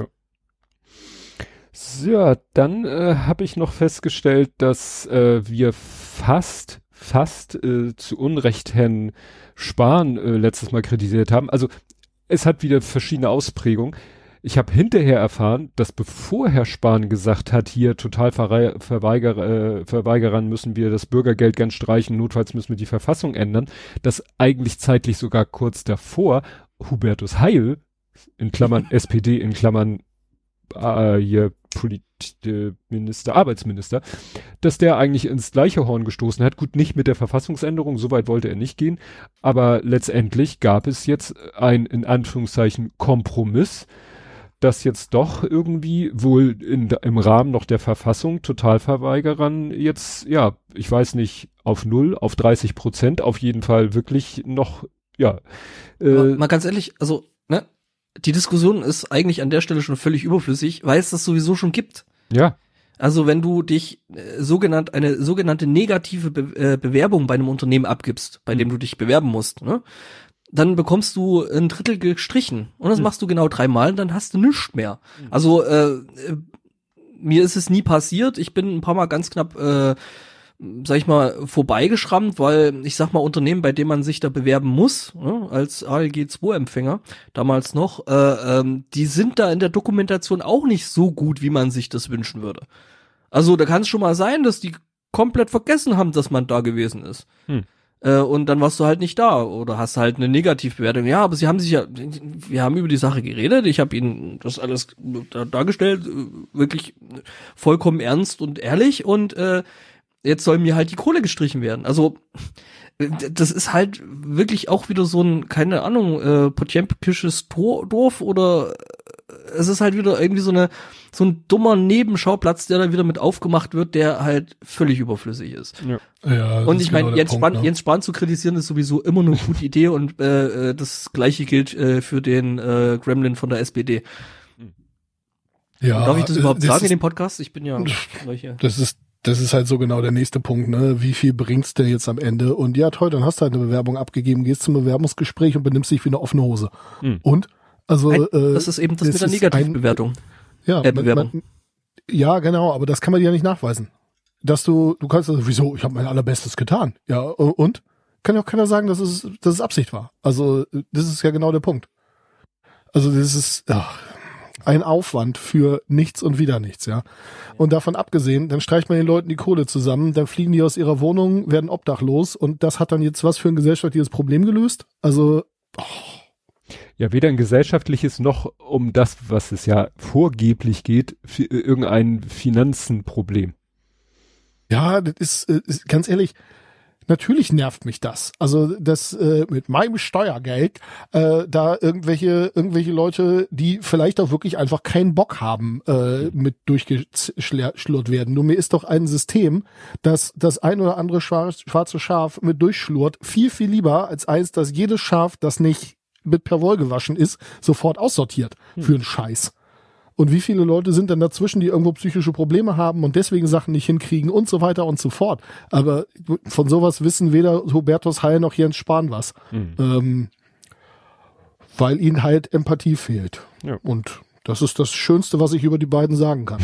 So, dann äh, habe ich noch festgestellt, dass äh, wir fast, fast äh, zu Unrecht Herrn Spahn äh, letztes Mal kritisiert haben. Also es hat wieder verschiedene Ausprägungen. Ich habe hinterher erfahren, dass bevor Herr Spahn gesagt hat, hier total verweiger, äh, verweigerern müssen wir das Bürgergeld ganz streichen, notfalls müssen wir die Verfassung ändern, dass eigentlich zeitlich sogar kurz davor Hubertus Heil in Klammern S P D, in Klammern äh, hier Polit äh, Minister, Arbeitsminister, dass der eigentlich ins gleiche Horn gestoßen hat. Gut, nicht mit der Verfassungsänderung, so weit wollte er nicht gehen, aber letztendlich gab es jetzt ein, in Anführungszeichen, Kompromiss, dass jetzt doch irgendwie wohl in, im Rahmen noch der Verfassung Totalverweigerern jetzt, ja, ich weiß nicht, auf null, auf dreißig Prozent, auf jeden Fall wirklich noch, ja. Äh, mal ganz ehrlich, also, ne, die Diskussion ist eigentlich an der Stelle schon völlig überflüssig, weil es das sowieso schon gibt. Ja. Also wenn du dich äh, sogenannt eine sogenannte negative Be- äh, Bewerbung bei einem Unternehmen abgibst, bei dem du dich bewerben musst, ne, dann bekommst du ein Drittel gestrichen und das mhm. machst du genau dreimal und dann hast du nichts mehr. Mhm. Also äh, äh, mir ist es nie passiert. Ich bin ein paar Mal ganz knapp, äh, sag ich mal, vorbeigeschrammt, weil ich sag mal Unternehmen, bei denen man sich da bewerben muss, ne, als A L G zwei Empfänger damals noch, äh, ähm, die sind da in der Dokumentation auch nicht so gut, wie man sich das wünschen würde. Also da kann es schon mal sein, dass die komplett vergessen haben, dass man da gewesen ist. Hm. Äh, und dann warst du halt nicht da oder hast halt eine Negativbewertung. Ja, aber sie haben sich ja, wir haben über die Sache geredet, ich habe ihnen das alles da, dargestellt, wirklich vollkommen ernst und ehrlich und äh, jetzt soll mir halt die Kohle gestrichen werden. Also das ist halt wirklich auch wieder so ein, keine Ahnung, äh, potjempkisches Dorf oder es ist halt wieder irgendwie so eine so ein dummer Nebenschauplatz, der da wieder mit aufgemacht wird, der halt völlig überflüssig ist. Ja. Ja, und ich meine, genau Jens, Punkt, Spahn, ne? Jens Spahn zu kritisieren ist sowieso immer eine gute Idee und äh, das Gleiche gilt äh, für den äh, Gremlin von der S P D. Ja, darf ich das überhaupt das sagen ist, in dem Podcast? Ich bin ja welche. Das ist Das ist halt so genau der nächste Punkt, ne? Wie viel bringt's denn jetzt am Ende? Und ja, toll, dann hast du halt eine Bewerbung abgegeben, gehst zum Bewerbungsgespräch und benimmst dich wie eine offene Hose. Hm. Und? Also, ein, äh, das ist eben das, das mit der Negativbewertung. Ja, äh, Bewerbung. Man, ja, genau, aber das kann man dir ja nicht nachweisen. Dass du, du kannst also, wieso, ich habe mein allerbestes getan. Ja, und? Kann ja auch keiner sagen, dass es, dass es Absicht war. Also, das ist ja genau der Punkt. Also, das ist, ach, ein Aufwand für nichts und wieder nichts, ja. Und davon abgesehen, dann streicht man den Leuten die Kohle zusammen, dann fliegen die aus ihrer Wohnung, werden obdachlos und das hat dann jetzt was für ein gesellschaftliches Problem gelöst? Also, oh. Ja, weder ein gesellschaftliches noch um das, was es ja vorgeblich geht, für irgendein Finanzenproblem. Ja, das ist, ist ganz ehrlich, natürlich nervt mich das. Also das äh, mit meinem Steuergeld äh, da irgendwelche irgendwelche Leute, die vielleicht auch wirklich einfach keinen Bock haben, äh, mit durchgeschlurrt werden. Nur mir ist doch ein System, das das ein oder andere schwarz, schwarze Schaf mit durchschlurrt, viel, viel lieber als eins, dass jedes Schaf, das nicht mit Perwoll gewaschen ist, sofort aussortiert hm. für einen Scheiß. Und wie viele Leute sind denn dazwischen, die irgendwo psychische Probleme haben und deswegen Sachen nicht hinkriegen und so weiter und so fort. Aber von sowas wissen weder Hubertus Heil noch Jens Spahn was. Mhm. Ähm, weil ihnen halt Empathie fehlt. Ja. Und das ist das Schönste, was ich über die beiden sagen kann.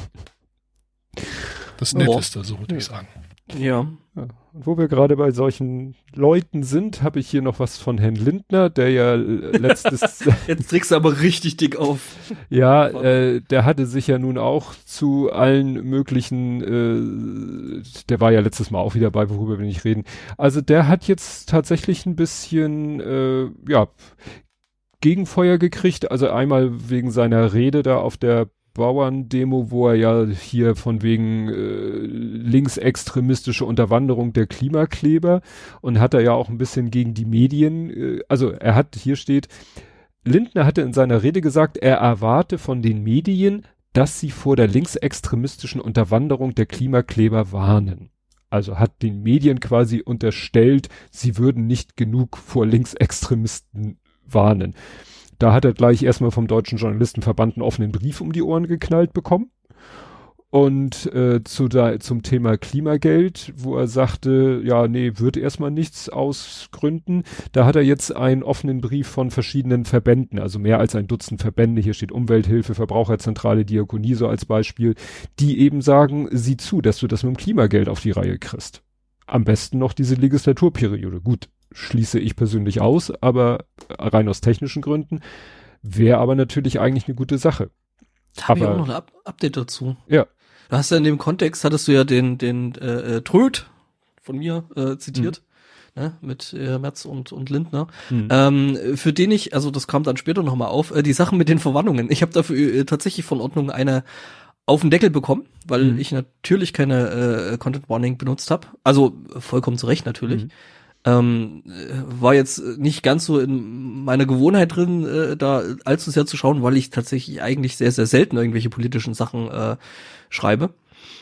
Das Netteste, so würde ich sagen. Ja. Ja. Und wo wir gerade bei solchen Leuten sind, habe ich hier noch was von Herrn Lindner, der ja letztes... Jetzt trägst du aber richtig dick auf. Ja, äh, der hatte sich ja nun auch zu allen möglichen, äh, der war ja letztes Mal auch wieder bei, worüber wir nicht reden. Also der hat jetzt tatsächlich ein bisschen, äh, ja, Gegenfeuer gekriegt, also einmal wegen seiner Rede da auf der Bauerndemo, wo er ja hier von wegen äh, linksextremistische Unterwanderung der Klimakleber und hat er ja auch ein bisschen gegen die Medien, äh, also er hat, hier steht, Lindner hatte in seiner Rede gesagt, er erwarte von den Medien, dass sie vor der linksextremistischen Unterwanderung der Klimakleber warnen. Also hat den Medien quasi unterstellt, sie würden nicht genug vor Linksextremisten warnen. Da hat er gleich erstmal vom Deutschen Journalistenverband einen offenen Brief um die Ohren geknallt bekommen. Und äh, zu da, zum Thema Klimageld, wo er sagte, ja, nee, wird erstmal nichts aus Gründen. Da hat er jetzt einen offenen Brief von verschiedenen Verbänden, also mehr als ein Dutzend Verbände. Hier steht Umwelthilfe, Verbraucherzentrale, Diakonie so als Beispiel, die eben sagen, sieh zu, dass du das mit dem Klimageld auf die Reihe kriegst. Am besten noch diese Legislaturperiode. Gut. Schließe ich persönlich aus, aber rein aus technischen Gründen wäre aber natürlich eigentlich eine gute Sache. Da habe ich auch noch ein Up- Update dazu. Ja. Du hast ja in dem Kontext, hattest du ja den den äh, Tröd von mir äh, zitiert, ne, mit äh, Merz und und Lindner, Mhm. ähm, für den ich, also das kam dann später nochmal auf, äh, die Sachen mit den Verwarnungen. Ich habe dafür äh, tatsächlich von Ordnung eine auf den Deckel bekommen, weil Mhm. ich natürlich keine äh, Content Warning benutzt habe. Also vollkommen zu Recht natürlich. Mhm. Ähm, äh, war jetzt nicht ganz so in meiner Gewohnheit drin, äh, da allzu sehr zu schauen, weil ich tatsächlich eigentlich sehr, sehr selten irgendwelche politischen Sachen äh, schreibe.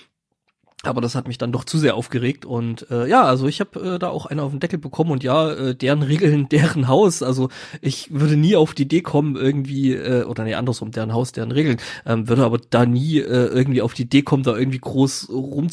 Aber das hat mich dann doch zu sehr aufgeregt und äh, ja, also ich habe äh, da auch eine auf den Deckel bekommen und ja, äh, deren Regeln, deren Haus, also ich würde nie auf die Idee kommen irgendwie, äh, oder nee, andersrum, deren Haus, deren Regeln, ähm, würde aber da nie äh, irgendwie auf die Idee kommen, da irgendwie groß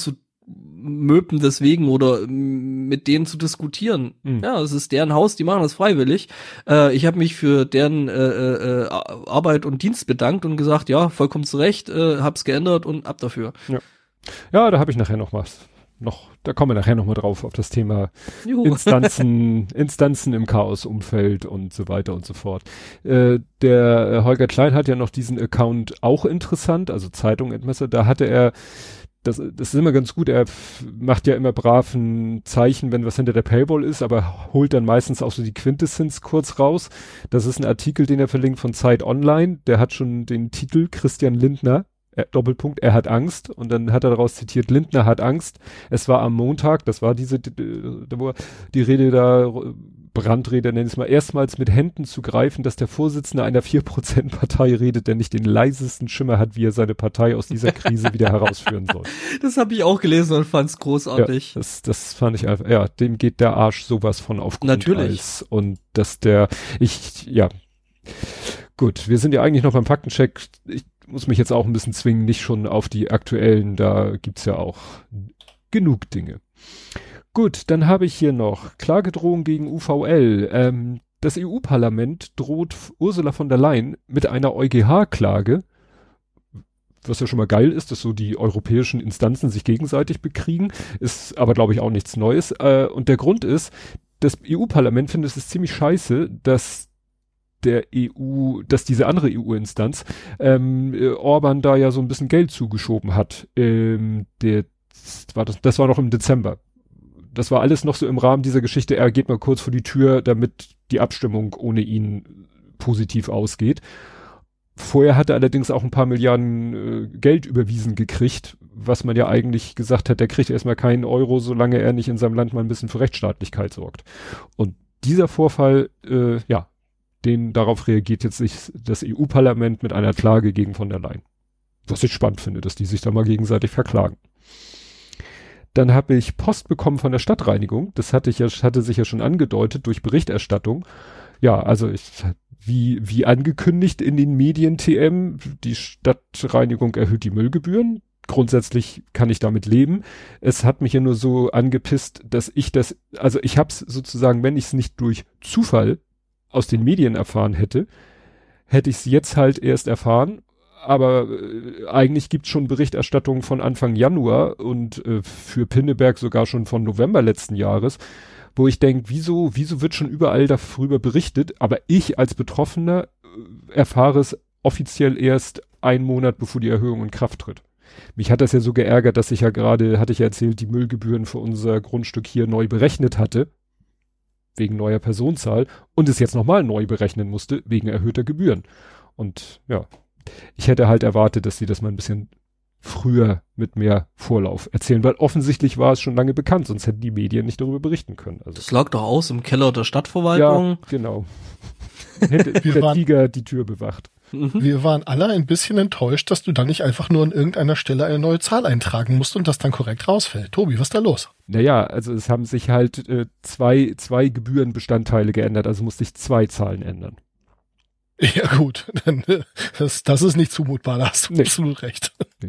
rumzumöpen deswegen oder m, mit denen zu diskutieren. Mhm. Ja, es ist deren Haus, die machen das freiwillig. Äh, ich habe mich für deren äh, äh, Arbeit und Dienst bedankt und gesagt, ja, vollkommen zu Recht, äh, hab's geändert und ab dafür. Ja. Ja, da habe ich nachher noch was. Noch, da kommen wir nachher noch mal drauf auf das Thema Juhu. Instanzen, Instanzen im Chaos-Umfeld und so weiter und so fort. Äh, der äh, Holger Klein hat ja noch diesen Account auch interessant, also Zeitung Endmesser, da hatte er, das, das ist immer ganz gut, er f- macht ja immer brav ein Zeichen, wenn was hinter der Paywall ist, aber holt dann meistens auch so die Quintessenz kurz raus. Das ist ein Artikel, den er verlinkt von Zeit Online, der hat schon den Titel Christian Lindner. Er, Doppelpunkt, er hat Angst und dann hat er daraus zitiert, Lindner hat Angst. Es war am Montag, das war diese, da wo er die Rede da, Brandrede nenne ich es mal, erstmals mit Händen zu greifen, dass der Vorsitzende einer vier Prozent Partei redet, der nicht den leisesten Schimmer hat, wie er seine Partei aus dieser Krise wieder herausführen soll. Das habe ich auch gelesen und fand's großartig. Ja, das, das fand ich einfach, ja, dem geht der Arsch sowas von auf Grundeis. Natürlich. Und dass der, ich, ja, gut, wir sind ja eigentlich noch beim Faktencheck. Ich muss mich jetzt auch ein bisschen zwingen, nicht schon auf die aktuellen, da gibt's ja auch genug Dinge. Gut, dann habe ich hier noch Klagedrohung gegen U V L. Ähm, das E U-Parlament droht Ursula von der Leyen mit einer EuGH-Klage, was ja schon mal geil ist, dass so die europäischen Instanzen sich gegenseitig bekriegen, ist aber, glaube ich, auch nichts Neues. Äh, und der Grund ist, das E U-Parlament findet es ziemlich scheiße, dass der E U, dass diese andere E U-Instanz ähm, äh, Orban da ja so ein bisschen Geld zugeschoben hat. Ähm, der, war das, das war noch im Dezember. Das war alles noch so im Rahmen dieser Geschichte, er geht mal kurz vor die Tür, damit die Abstimmung ohne ihn positiv ausgeht. Vorher hat er allerdings auch ein paar Milliarden äh, Geld überwiesen gekriegt, was man ja eigentlich gesagt hat, der kriegt erstmal keinen Euro, solange er nicht in seinem Land mal ein bisschen für Rechtsstaatlichkeit sorgt. Und dieser Vorfall, äh, ja, den, darauf reagiert jetzt sich das E U-Parlament mit einer Klage gegen von der Leyen. Was ich spannend finde, dass die sich da mal gegenseitig verklagen. Dann habe ich Post bekommen von der Stadtreinigung. Das hatte ich ja, hatte sich ja schon angedeutet durch Berichterstattung. Ja, also ich, wie, wie angekündigt in den Medien T M, die Stadtreinigung erhöht die Müllgebühren. Grundsätzlich kann ich damit leben. Es hat mich ja nur so angepisst, dass ich das, also ich habe es sozusagen, wenn ich es nicht durch Zufall aus den Medien erfahren hätte, hätte ich es jetzt halt erst erfahren, aber äh, eigentlich gibt es schon Berichterstattung von Anfang Januar und äh, für Pinneberg sogar schon von November letzten Jahres, wo ich denke, wieso, wieso wird schon überall darüber berichtet, aber ich als Betroffener äh, erfahre es offiziell erst einen Monat, bevor die Erhöhung in Kraft tritt. Mich hat das ja so geärgert, dass ich ja gerade, hatte ich ja erzählt, die Müllgebühren für unser Grundstück hier neu berechnet hatte, wegen neuer Personenzahl, und es jetzt nochmal neu berechnen musste, wegen erhöhter Gebühren. Und ja, ich hätte halt erwartet, dass sie das mal ein bisschen früher mit mehr Vorlauf erzählen, weil offensichtlich war es schon lange bekannt, sonst hätten die Medien nicht darüber berichten können. Also, Das lag doch aus im Keller der Stadtverwaltung. ja, genau. Hätte Wir der waren- Tiger die Tür bewacht. Mhm. Wir waren alle ein bisschen enttäuscht, dass du dann nicht einfach nur an irgendeiner Stelle eine neue Zahl eintragen musst und das dann korrekt rausfällt. Tobi, was ist da los? Naja, also es haben sich halt äh, zwei, zwei Gebührenbestandteile geändert, also musste ich zwei Zahlen ändern. Ja gut, dann, äh, das, das ist nicht zumutbar, da hast du Nee. absolut recht.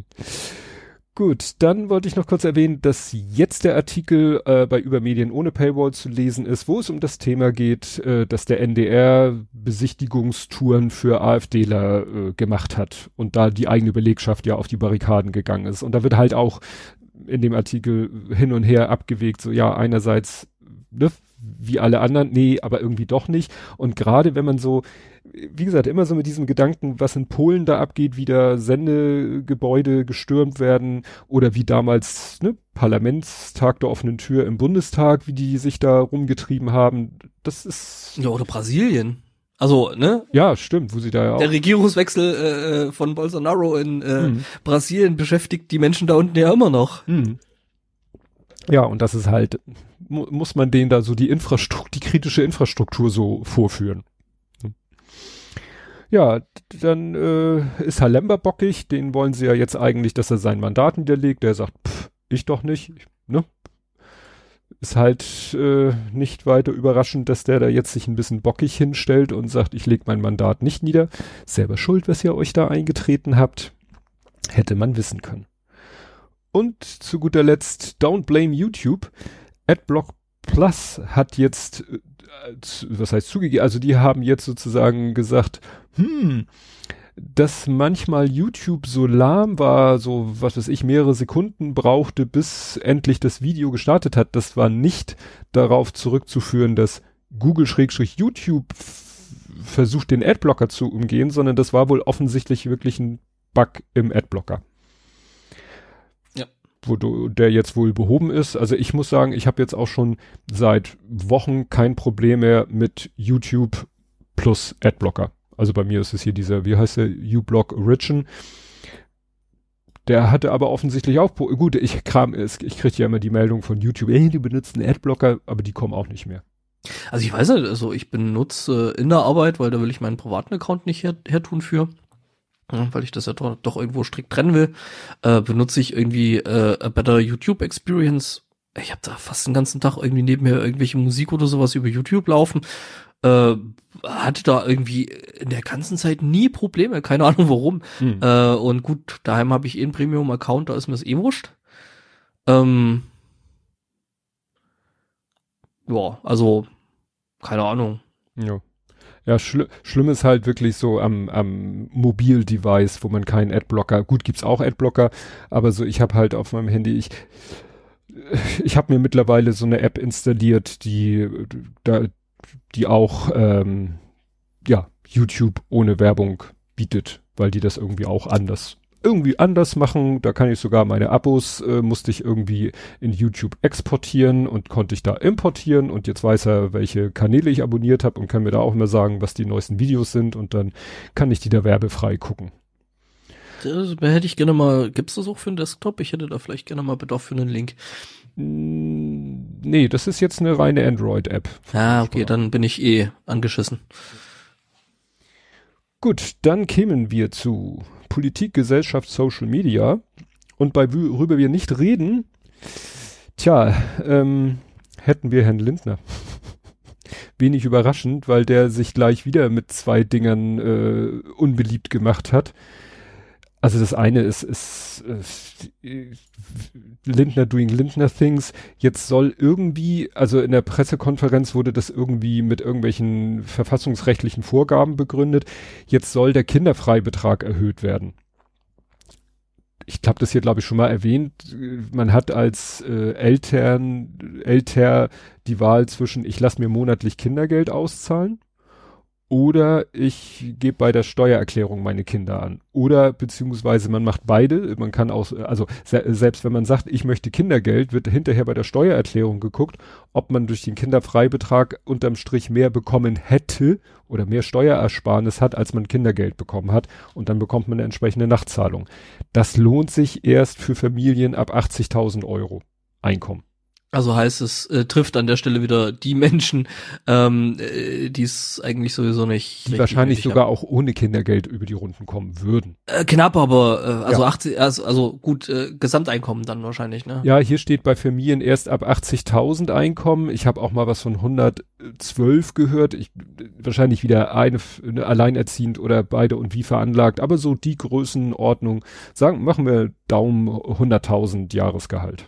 Gut, dann wollte ich noch kurz erwähnen, dass jetzt der Artikel äh, bei Übermedien ohne Paywall zu lesen ist, wo es um das Thema geht, äh, dass der N D R Besichtigungstouren für AfDler äh, gemacht hat und da die eigene Belegschaft ja auf die Barrikaden gegangen ist. Und da wird halt auch in dem Artikel hin und her abgewegt, so ja, einerseits, ne, wie alle anderen, nee, aber irgendwie doch nicht. Und gerade wenn man so, wie gesagt, immer so mit diesem Gedanken, was in Polen da abgeht, wie da Sendegebäude gestürmt werden oder wie damals, ne, Parlamentstag der offenen Tür im Bundestag, wie die sich da rumgetrieben haben, das ist... Ja, oder Brasilien. Also, ne? Ja, stimmt, wo sie da ja auch... Der Regierungswechsel äh, von Bolsonaro in äh, mhm. Brasilien beschäftigt die Menschen da unten ja immer noch. Mhm. Ja, und das ist halt, mu- muss man denen da so die Infrastruktur, die kritische Infrastruktur so vorführen. Ja, dann äh, ist Halember bockig, den wollen sie ja jetzt eigentlich, dass er sein Mandat niederlegt. Der sagt, pff, ich doch nicht, ne? Ist halt äh, nicht weiter überraschend, dass der da jetzt sich ein bisschen bockig hinstellt und sagt, ich leg mein Mandat nicht nieder. Selber schuld, was ihr euch da eingetreten habt. Hätte man wissen können. Und zu guter Letzt, Don't Blame YouTube. Adblock Plus hat jetzt, äh, was heißt zugegeben, also die haben jetzt sozusagen gesagt, hm, dass manchmal YouTube so lahm war, so was weiß ich, mehrere Sekunden brauchte, bis endlich das Video gestartet hat. Das war nicht darauf zurückzuführen, dass Google-YouTube versucht, den Adblocker zu umgehen, sondern das war wohl offensichtlich wirklich ein Bug im Adblocker. Wo du, der jetzt wohl behoben ist. Also ich muss sagen, ich habe jetzt auch schon seit Wochen kein Problem mehr mit YouTube plus Adblocker. Also bei mir ist es hier dieser, wie heißt der, uBlock Origin. Der hatte aber offensichtlich auch, gut, ich kram, ich kriege ja immer die Meldung von YouTube, ey, die benutzen Adblocker, aber die kommen auch nicht mehr. Also ich weiß nicht, also ich benutze äh, in der Arbeit, weil da will ich meinen privaten Account nicht her, her tun für. Ja, weil ich das ja doch, doch irgendwo strikt trennen will, äh, benutze ich irgendwie äh, a Better YouTube Experience. Ich habe da fast den ganzen Tag irgendwie nebenher irgendwelche Musik oder sowas über YouTube laufen. Äh, hatte da irgendwie in der ganzen Zeit nie Probleme, keine Ahnung warum. Hm. Äh, und gut, daheim habe ich eh einen Premium-Account, da ist mir das eh wurscht. Ähm, ja, also keine Ahnung. Ja. Ja, schl- schlimm ist halt wirklich so am, am Mobil-Device, wo man keinen Adblocker, gut, gibt's auch Adblocker, aber so, ich habe halt auf meinem Handy, ich, ich habe mir mittlerweile so eine App installiert, die, da, die auch, ähm, ja, YouTube ohne Werbung bietet, weil die das irgendwie auch anders irgendwie anders machen. Da kann ich sogar meine Abos, äh, musste ich irgendwie in YouTube exportieren und konnte ich da importieren und jetzt weiß er, welche Kanäle ich abonniert habe und kann mir da auch immer sagen, was die neuesten Videos sind und dann kann ich die da werbefrei gucken. Das hätte ich gerne mal, gibt's das auch für einen Desktop? Ich hätte da vielleicht gerne mal Bedarf für einen Link. Nee, das ist jetzt eine reine Android-App. Ah, okay, dann bin ich eh angeschissen. Gut, dann kämen wir zu Politik, Gesellschaft, Social Media. Und bei worüber wir nicht reden, tja, ähm, hätten wir Herrn Lindner. Wenig überraschend, weil der sich gleich wieder mit zwei Dingern äh, unbeliebt gemacht hat. Also das eine ist, ist äh, Lindner doing Lindner things. Jetzt soll irgendwie, also in der Pressekonferenz wurde das irgendwie mit irgendwelchen verfassungsrechtlichen Vorgaben begründet. Jetzt soll der Kinderfreibetrag erhöht werden. Ich habe das hier, glaube ich, schon mal erwähnt. Man hat als äh, Eltern, Eltern die Wahl zwischen, ich lasse mir monatlich Kindergeld auszahlen oder ich gebe bei der Steuererklärung meine Kinder an. Oder beziehungsweise man macht beide. Man kann auch, also se selbst wenn man sagt, ich möchte Kindergeld, wird hinterher bei der Steuererklärung geguckt, ob man durch den Kinderfreibetrag unterm Strich mehr bekommen hätte oder mehr Steuerersparnis hat, als man Kindergeld bekommen hat. Und dann bekommt man eine entsprechende Nachzahlung. Das lohnt sich erst für Familien ab achtzigtausend Euro Einkommen. Also heißt es, äh, trifft an der Stelle wieder die Menschen, ähm, äh, die es eigentlich sowieso nicht. Die wahrscheinlich sogar haben. Auch ohne Kindergeld über die Runden kommen würden. Äh, knapp, aber äh, also ja. achtzig, also, also gut, äh, Gesamteinkommen dann wahrscheinlich, ne? Ja, hier steht bei Familien erst ab achtzigtausend Einkommen. Ich habe auch mal was von hundertzwölf gehört. Ich, wahrscheinlich wieder eine, eine alleinerziehend oder beide und wie veranlagt. Aber so die Größenordnung, sagen, machen wir Daumen hunderttausend Jahresgehalt.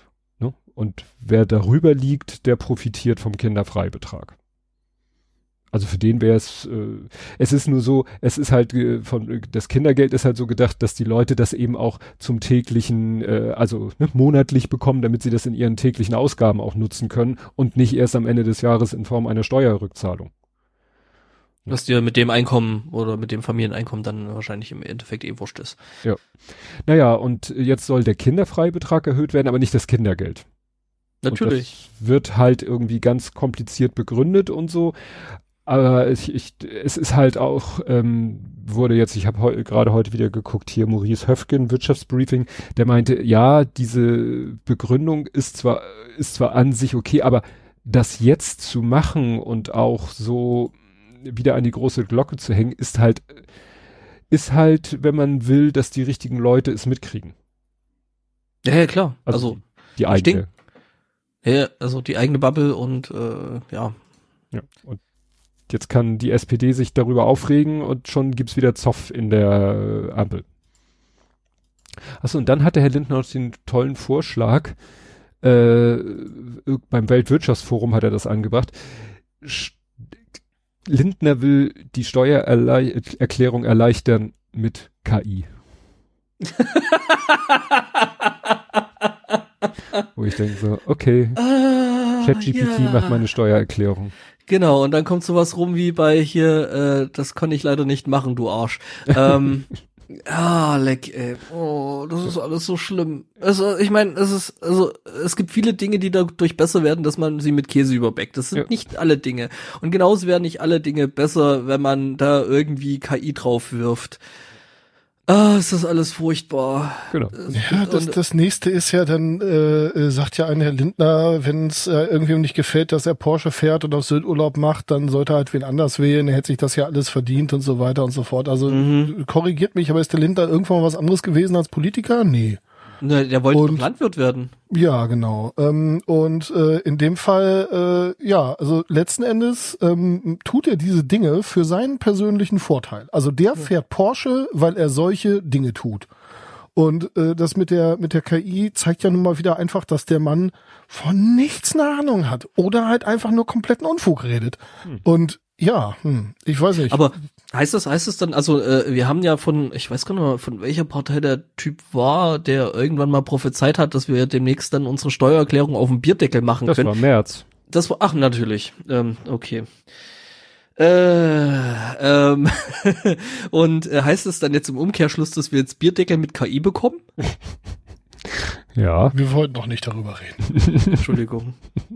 Und wer darüber liegt, der profitiert vom Kinderfreibetrag. Also für den wäre es, äh, es ist nur so, es ist halt äh, von das Kindergeld ist halt so gedacht, dass die Leute das eben auch zum täglichen, äh, also ne, monatlich bekommen, damit sie das in ihren täglichen Ausgaben auch nutzen können und nicht erst am Ende des Jahres in Form einer Steuerrückzahlung. Was dir mit dem Einkommen oder mit dem Familieneinkommen dann wahrscheinlich im Endeffekt eh wurscht ist. Ja. Naja, und jetzt soll der Kinderfreibetrag erhöht werden, aber nicht das Kindergeld. Natürlich. Und das wird halt irgendwie ganz kompliziert begründet und so. Aber ich, ich, es ist halt auch, ähm, wurde jetzt, ich habe heu, gerade heute wieder geguckt, hier Maurice Höfgen, Wirtschaftsbriefing, der meinte, ja, diese Begründung ist zwar, ist zwar an sich okay, aber das jetzt zu machen und auch so wieder an die große Glocke zu hängen, ist halt, ist halt, wenn man will, dass die richtigen Leute es mitkriegen. Ja, ja klar. Also, Also die eigene. Ja, also die eigene Bubble und äh, ja. Ja, und jetzt kann die S P D sich darüber aufregen und schon gibt's wieder Zoff in der Ampel. Achso, und dann hatte Herr Lindner noch den tollen Vorschlag, äh, beim Weltwirtschaftsforum hat er das angebracht. Sch- Lindner will die Steuererklärung erleichtern mit K I. Wo ich denke so, okay, ah, ChatGPT ja. macht meine Steuererklärung. Genau, und dann kommt sowas rum wie bei hier, äh, das kann ich leider nicht machen, du Arsch. ähm, ah, leck, ey. Oh, das ist alles so schlimm. Also, ich meine, es ist, also, es gibt viele Dinge, die dadurch besser werden, dass man sie mit Käse überbäckt. Das sind Ja. nicht alle Dinge. Und genauso werden nicht alle Dinge besser, wenn man da irgendwie K I drauf wirft. Ah, ist das alles furchtbar. Genau. Ja, das, das nächste ist ja dann, äh, sagt ja ein Herr Lindner, wenn es äh, irgendwem nicht gefällt, dass er Porsche fährt und auf Sylt Urlaub macht, dann sollte er halt wen anders wählen, er hätte sich das ja alles verdient und so weiter und so fort. Also Mhm. korrigiert mich, aber ist der Lindner irgendwann mal was anderes gewesen als Politiker? Nee. Ne, der wollte Und- doch Landwirt werden. Ja, genau. Ähm, und äh, in dem Fall, äh, ja, also letzten Endes ähm, tut er diese Dinge für seinen persönlichen Vorteil. Also der fährt Porsche, weil er solche Dinge tut. Und äh, das mit der mit der K I zeigt ja nun mal wieder einfach, dass der Mann von nichts eine Ahnung hat oder halt einfach nur kompletten Unfug redet. Hm. Und ja, hm, ich weiß nicht. Aber heißt das, heißt das dann, also äh, wir haben ja von, ich weiß gar nicht mal, von welcher Partei der Typ war, der irgendwann mal prophezeit hat, dass wir demnächst dann unsere Steuererklärung auf dem Bierdeckel machen Das können. war März. Das war, ach natürlich, ähm, okay. Äh, ähm, und äh, heißt es dann jetzt im Umkehrschluss, dass wir jetzt Bierdeckel mit K I bekommen? Ja. Wir wollten noch nicht darüber reden. Entschuldigung.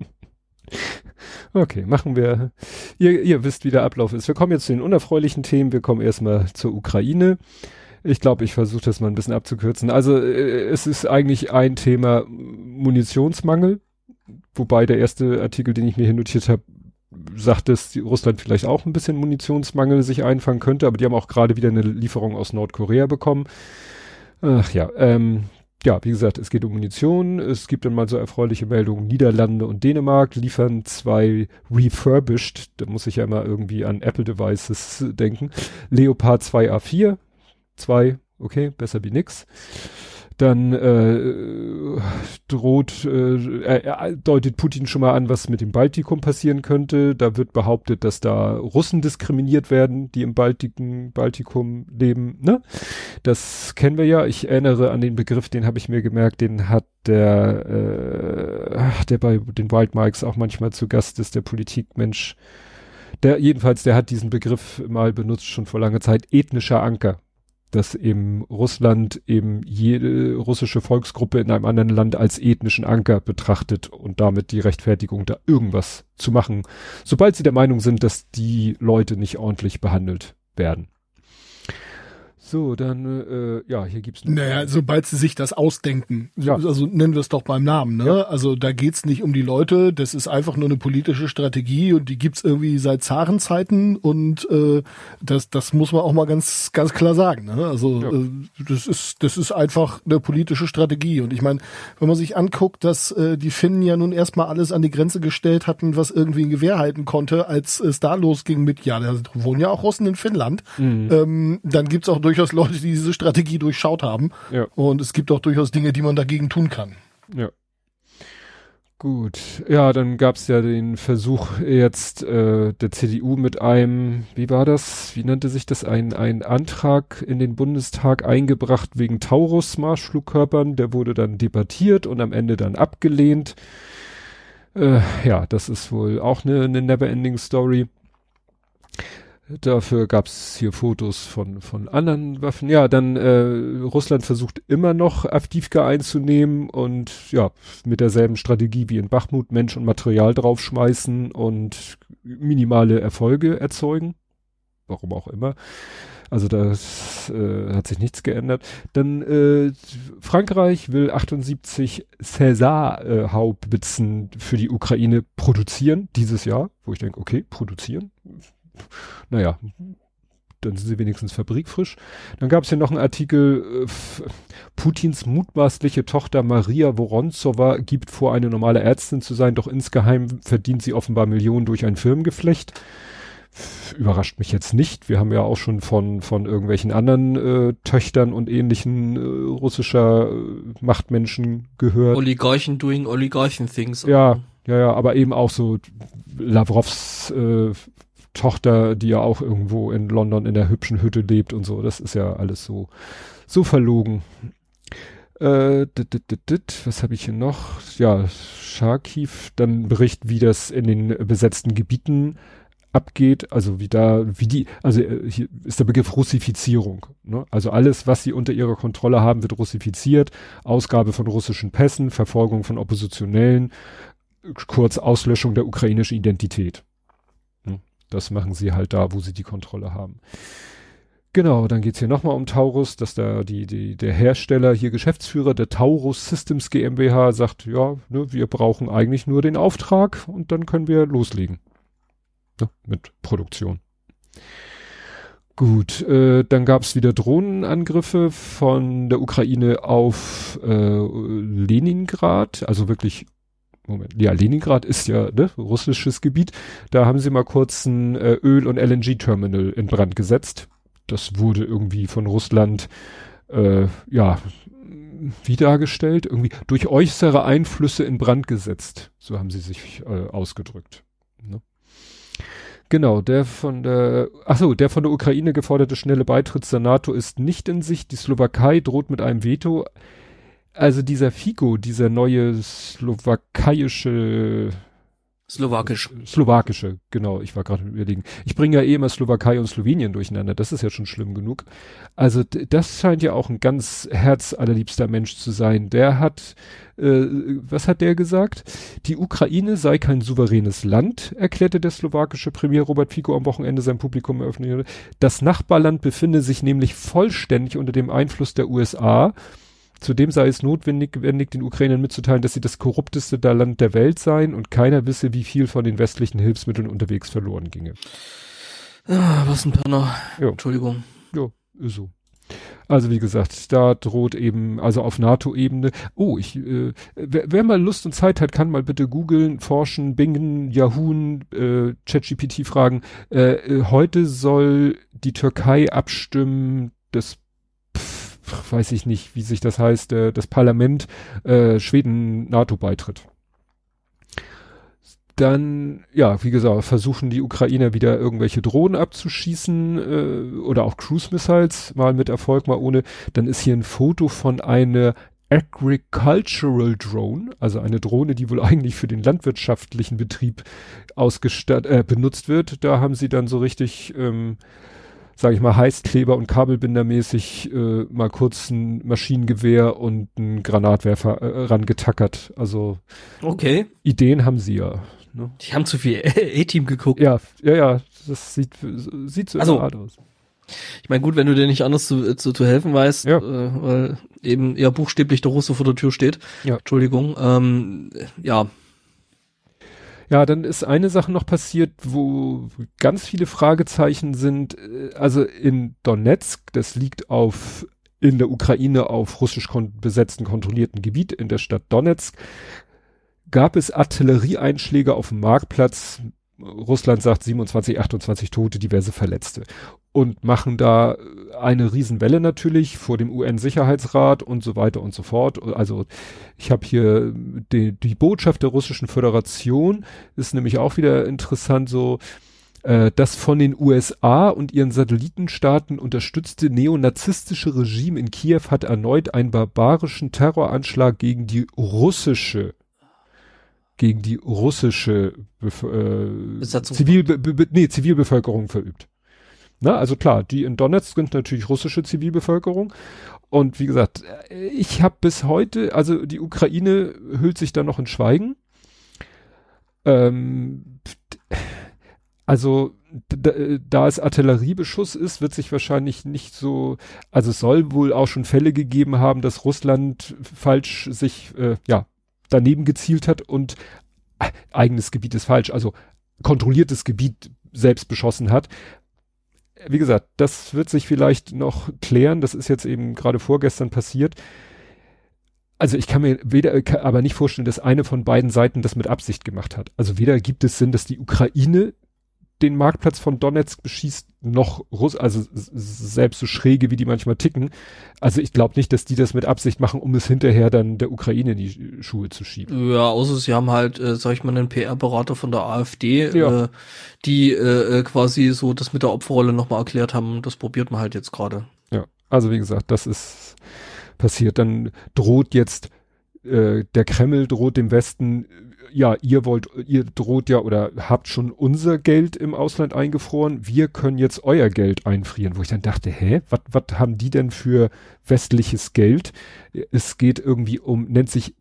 Okay, machen wir. Ihr, ihr wisst, wie der Ablauf ist. Wir kommen jetzt zu den unerfreulichen Themen. Wir kommen erstmal zur Ukraine. Ich glaube, ich versuche das mal ein bisschen abzukürzen. Also äh, es ist eigentlich ein Thema Munitionsmangel, wobei der erste Artikel, den ich mir hier notiert habe, sagt, dass die Russland vielleicht auch ein bisschen Munitionsmangel sich einfangen könnte, aber die haben auch gerade wieder eine Lieferung aus Nordkorea bekommen. Ach ja, ähm, ja, wie gesagt, es geht um Munition. Es gibt dann mal so erfreuliche Meldungen. Niederlande und Dänemark liefern zwei refurbished, da muss ich ja immer irgendwie an Apple Devices denken, Leopard zwei A vier. Zwei, okay, besser wie nix. Dann äh, droht, äh, äh, deutet Putin schon mal an, was mit dem Baltikum passieren könnte. Da wird behauptet, dass da Russen diskriminiert werden, die im Baltiken, Baltikum leben. Ne? Das kennen wir ja. Ich erinnere an den Begriff, den habe ich mir gemerkt, den hat der, äh, der bei den Wild Mikes auch manchmal zu Gast ist, der Politikmensch. Der jedenfalls, der hat diesen Begriff mal benutzt, schon vor langer Zeit, ethnischer Anker. Dass eben Russland eben jede russische Volksgruppe in einem anderen Land als ethnischen Anker betrachtet und damit die Rechtfertigung, da irgendwas zu machen, sobald sie der Meinung sind, dass die Leute nicht ordentlich behandelt werden. So, dann, äh, ja, hier gibt's noch. Naja, sobald sie sich das ausdenken, Ja. also nennen wir es doch beim Namen, ne? Ja. Also da geht's nicht um die Leute, das ist einfach nur eine politische Strategie und die gibt's irgendwie seit Zarenzeiten und äh, das das muss man auch mal ganz ganz klar sagen, ne? Also Ja. äh, das ist das ist einfach eine politische Strategie und ich meine, wenn man sich anguckt, dass äh, die Finnen ja nun erstmal alles an die Grenze gestellt hatten, was irgendwie ein Gewehr halten konnte, als es da losging mit, ja, da wohnen ja auch Russen in Finnland, Mhm. ähm, dann gibt's auch durchaus Leute, die diese Strategie durchschaut haben. Ja. Und es gibt auch durchaus Dinge, die man dagegen tun kann. Ja. Gut, ja, dann gab's ja den Versuch jetzt äh, der C D U mit einem, wie war das, wie nannte sich das, ein, ein Antrag in den Bundestag eingebracht wegen Taurus-Marschflugkörpern, der wurde dann debattiert und am Ende dann abgelehnt. Äh, ja, das ist wohl auch eine, eine never-ending Story. Dafür gab's hier Fotos von von anderen Waffen. Ja, dann äh, Russland versucht immer noch Avdivka einzunehmen und ja, mit derselben Strategie wie in Bachmut Mensch und Material draufschmeißen und minimale Erfolge erzeugen. Warum auch immer. Also das äh, hat sich nichts geändert. Dann äh, Frankreich will achtundsiebzig Cäsar-Haubitzen äh, für die Ukraine produzieren dieses Jahr, wo ich denke, okay, produzieren. Naja, dann sind sie wenigstens fabrikfrisch. Dann gab es hier noch einen Artikel, äh, Putins mutmaßliche Tochter Maria Woronzowa gibt vor, eine normale Ärztin zu sein, doch insgeheim verdient sie offenbar Millionen durch ein Firmengeflecht. Überrascht mich jetzt nicht. Wir haben ja auch schon von von irgendwelchen anderen äh, Töchtern und ähnlichen äh, russischer äh, Machtmenschen gehört. Oligarchen doing Oligarchen things. Ja, ja, ja, aber eben auch so Lavrovs äh, Tochter, die ja auch irgendwo in London in der hübschen Hütte lebt und so. Das ist ja alles so so verlogen. Äh, dit, dit, dit, dit. Was habe ich hier noch? Ja, Charkiw, dann Bericht, wie das in den besetzten Gebieten abgeht, also wie da, wie die, also hier ist der Begriff Russifizierung, ne? Also alles, was sie unter ihrer Kontrolle haben, wird russifiziert, Ausgabe von russischen Pässen, Verfolgung von Oppositionellen, kurz Auslöschung der ukrainischen Identität. Ne? Das machen sie halt da, wo sie die Kontrolle haben. Genau, dann geht's hier nochmal um Taurus, dass da die, die, der Hersteller, hier Geschäftsführer der Taurus Systems GmbH sagt, ja, ne, wir brauchen eigentlich nur den Auftrag und dann können wir loslegen. Ne, mit Produktion. Gut, äh, dann gab es wieder Drohnenangriffe von der Ukraine auf äh, Leningrad, also wirklich, Moment, ja, Leningrad ist ja ne, russisches Gebiet. Da haben sie mal kurz ein äh, Öl- und L N G-Terminal in Brand gesetzt. Das wurde irgendwie von Russland, äh, ja, wie dargestellt, irgendwie durch äußere Einflüsse in Brand gesetzt. So haben sie sich äh, ausgedrückt. Ne? Genau, der von der, ach so, der von der Ukraine geforderte schnelle Beitritt zur NATO ist nicht in Sicht. Die Slowakei droht mit einem Veto. Also dieser Fico, dieser neue slowakische Slowakisch. Slowakische, genau, ich war gerade überlegen. Ich bringe ja eh immer Slowakei und Slowenien durcheinander, das ist ja schon schlimm genug. Also das scheint ja auch ein ganz herzallerliebster Mensch zu sein. Der hat, äh, was hat der gesagt? Die Ukraine sei kein souveränes Land, erklärte der slowakische Premier Robert Fico am Wochenende sein Publikum eröffnet. Das Nachbarland befinde sich nämlich vollständig unter dem Einfluss der U S A. Zudem sei es notwendig, den Ukrainern mitzuteilen, dass sie das korrupteste Land der Welt seien und keiner wisse, wie viel von den westlichen Hilfsmitteln unterwegs verloren ginge. Ah, was ein Penner. Jo. Entschuldigung. Ja, ist so. Also wie gesagt, da droht eben, also auf NATO-Ebene, oh, ich, äh, wer, wer mal Lust und Zeit hat, kann mal bitte googeln, forschen, bingen, Yahoo, äh, ChatGPT fragen. Äh, heute soll die Türkei abstimmen, das weiß ich nicht, wie sich das heißt, äh, das Parlament äh, Schweden NATO-Beitritt. Dann, ja, wie gesagt, versuchen die Ukrainer wieder irgendwelche Drohnen abzuschießen äh, oder auch Cruise-Missiles, mal mit Erfolg, mal ohne. Dann ist hier ein Foto von einer Agricultural Drone, also eine Drohne, die wohl eigentlich für den landwirtschaftlichen Betrieb ausgestattet, äh, benutzt wird. Da haben sie dann so richtig ähm, sage ich mal, Heißkleber und Kabelbindermäßig äh, mal kurz ein Maschinengewehr und ein Granatwerfer äh, rangetackert. Also okay. Ideen haben sie ja. Ne? Die haben zu viel A-Team geguckt. Ja, ja, ja, das sieht, sieht so also, hart aus. Ich meine, gut, wenn du dir nicht anders zu, zu, zu helfen weißt, ja. äh, weil eben eher buchstäblich der Russe vor der Tür steht. Ja. Entschuldigung. Ähm, ja. Ja, dann ist eine Sache noch passiert, wo ganz viele Fragezeichen sind. Also in Donetsk, das liegt auf in der Ukraine auf russisch kon- besetzten, kontrollierten Gebiet in der Stadt Donetsk, gab es Artillerieeinschläge auf dem Marktplatz Russland sagt siebenundzwanzig, achtundzwanzig Tote, diverse Verletzte. Und machen da eine Riesenwelle natürlich vor dem U N-Sicherheitsrat und so weiter und so fort. Also ich habe hier die, die Botschaft der Russischen Föderation, ist nämlich auch wieder interessant so, äh, das von den U S A und ihren Satellitenstaaten unterstützte neonazistische Regime in Kiew hat erneut einen barbarischen Terroranschlag gegen die russische gegen die russische Bef äh, Zivil be be nee, Zivilbevölkerung verübt. Na, also klar, die in Donetsk sind natürlich russische Zivilbevölkerung. Und wie gesagt, ich habe bis heute, also die Ukraine hüllt sich da noch in Schweigen. Ähm, also da, da es Artilleriebeschuss ist, wird sich wahrscheinlich nicht so, also es soll wohl auch schon Fälle gegeben haben, dass Russland falsch sich, äh, ja, daneben gezielt hat und äh, eigenes Gebiet ist falsch, also kontrolliertes Gebiet selbst beschossen hat. Wie gesagt, das wird sich vielleicht noch klären. Das ist jetzt eben gerade vorgestern passiert. Also ich kann mir weder, kann aber nicht vorstellen, dass eine von beiden Seiten das mit Absicht gemacht hat. Also weder gibt es Sinn, dass die Ukraine den Marktplatz von Donetsk beschießt, noch Russ, also selbst so schräge, wie die manchmal ticken. Also ich glaube nicht, dass die das mit Absicht machen, um es hinterher dann der Ukraine in die Schuhe zu schieben. Ja, außer sie haben halt, äh, sag ich mal, einen P R-Berater von der AfD, ja. äh, die äh, quasi so das mit der Opferrolle nochmal erklärt haben. Das probiert man halt jetzt gerade. Ja, also wie gesagt, das ist passiert. Dann droht jetzt äh, der Kreml droht dem Westen, ja, ihr wollt, ihr droht ja oder habt schon unser Geld im Ausland eingefroren, wir können jetzt euer Geld einfrieren, wo ich dann dachte, hä, was haben die denn für westliches Geld? Es geht irgendwie um, nennt sich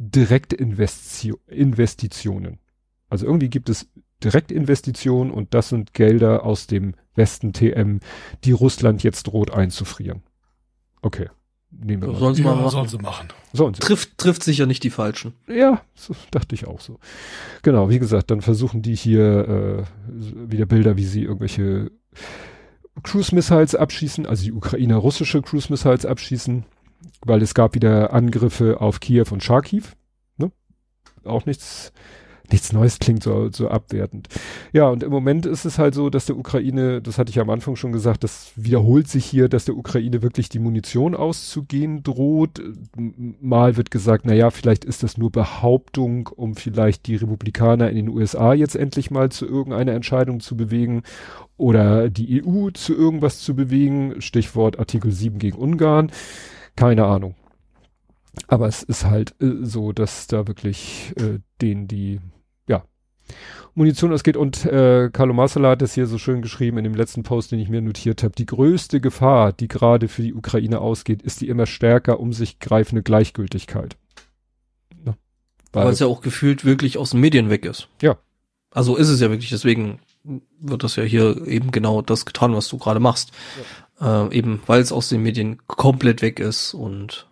Direktinvestitionen. Also irgendwie gibt es Direktinvestitionen und das sind Gelder aus dem Westen T M, die Russland jetzt droht einzufrieren. Okay. Nehmen wir mal. Sollen sie ja, mal machen. Sollen sie machen. Sollen sie. Trifft, trifft sicher nicht die Falschen. Ja, so dachte ich auch so. Genau, wie gesagt, dann versuchen die hier äh, wieder Bilder, wie sie irgendwelche Cruise-Missiles abschießen, also die Ukrainer russische Cruise-Missiles abschießen, weil es gab wieder Angriffe auf Kiew und Charkiw. Ne? Auch nichts, nichts Neues, klingt so, so abwertend. Ja, und im Moment ist es halt so, dass der Ukraine, das hatte ich am Anfang schon gesagt, das wiederholt sich hier, dass der Ukraine wirklich die Munition auszugehen droht. Mal wird gesagt, na ja, vielleicht ist das nur Behauptung, um vielleicht die Republikaner in den U S A jetzt endlich mal zu irgendeiner Entscheidung zu bewegen oder die E U zu irgendwas zu bewegen. Stichwort Artikel sieben gegen Ungarn. Keine Ahnung. Aber es ist halt äh, so, dass da wirklich äh, denen die ja Munition ausgeht. Und äh, Carlo Marsala hat es hier so schön geschrieben in dem letzten Post, den ich mir notiert habe. Die größte Gefahr, die gerade für die Ukraine ausgeht, ist die immer stärker um sich greifende Gleichgültigkeit. Ja. Weil es ja auch gefühlt wirklich aus den Medien weg ist. Ja. Also ist es ja wirklich, deswegen wird das ja hier eben genau das getan, was du gerade machst. Ja. Äh, eben, weil es aus den Medien komplett weg ist und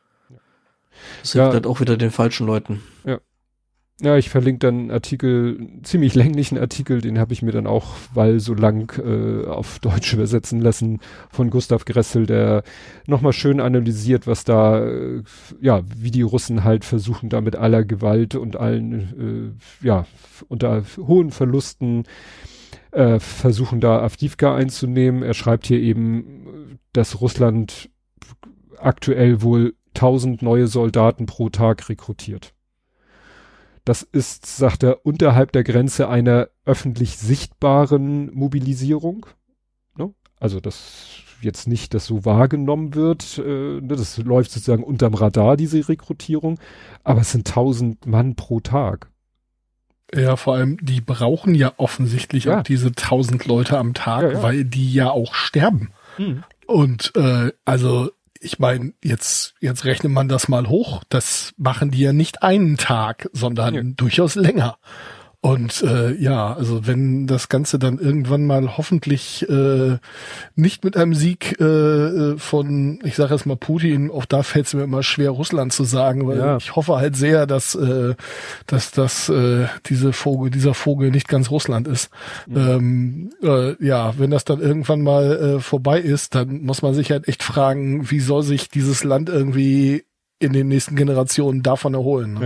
das hilft ja. halt auch wieder den falschen Leuten. Ja. Ja, ich verlinke dann einen Artikel, einen ziemlich länglichen Artikel, den habe ich mir dann auch, weil so lang äh, auf Deutsch übersetzen lassen, von Gustav Gressel, der nochmal schön analysiert, was da, äh, ja, wie die Russen halt versuchen, da mit aller Gewalt und allen, äh, ja, unter hohen Verlusten äh, versuchen, da Avdivka einzunehmen. Er schreibt hier eben, dass Russland aktuell wohl tausend neue Soldaten pro Tag rekrutiert. Das ist, sagt er, unterhalb der Grenze einer öffentlich sichtbaren Mobilisierung. Ne? Also, dass jetzt nicht das so wahrgenommen wird. Äh, das läuft sozusagen unterm Radar, diese Rekrutierung. Aber es sind tausend Mann pro Tag. Ja, vor allem, die brauchen ja offensichtlich ja. auch diese tausend Leute am Tag, ja, ja. weil die ja auch sterben. Hm. Und äh, also ich meine, jetzt jetzt rechnet man das mal hoch. Das machen die ja nicht einen Tag, sondern ja. durchaus länger. Und äh, ja, also wenn das Ganze dann irgendwann mal hoffentlich äh, nicht mit einem Sieg äh, von, ich sage jetzt mal Putin, auch da fällt es mir immer schwer, Russland zu sagen, weil ja. ich hoffe halt sehr, dass äh, dass dass äh, diese Vogel, dieser Vogel nicht ganz Russland ist. Mhm. Ähm, äh, ja, wenn das dann irgendwann mal äh, vorbei ist, dann muss man sich halt echt fragen, wie soll sich dieses Land irgendwie in den nächsten Generationen davon erholen. Ne? Ja.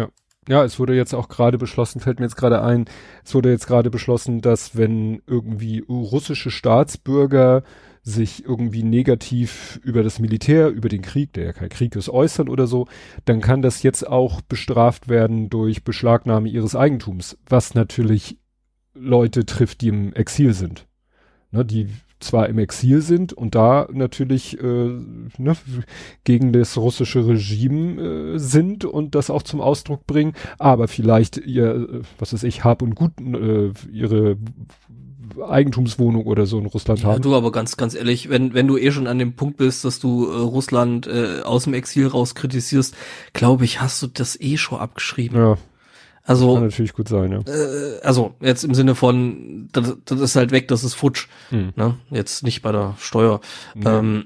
Ja, es wurde jetzt auch gerade beschlossen, fällt mir jetzt gerade ein, es wurde jetzt gerade beschlossen, dass wenn irgendwie russische Staatsbürger sich irgendwie negativ über das Militär, über den Krieg, der ja kein Krieg ist, äußern oder so, dann kann das jetzt auch bestraft werden durch Beschlagnahme ihres Eigentums, was natürlich Leute trifft, die im Exil sind. Ne, die zwar im Exil sind und da natürlich äh, ne, gegen das russische Regime äh, sind und das auch zum Ausdruck bringen, aber vielleicht ihr, was weiß ich, Hab und Gut, äh, ihre Eigentumswohnung oder so in Russland Ja, haben. du, aber ganz, ganz ehrlich, wenn, wenn du eh schon an dem Punkt bist, dass du äh, Russland äh, aus dem Exil raus kritisierst, glaube ich, hast du das eh schon abgeschrieben. Ja, also kann natürlich gut sein, ja. Äh, also jetzt im Sinne von, das, das ist halt weg, das ist futsch. Hm. Ne? Jetzt nicht bei der Steuer. Nee. Ähm,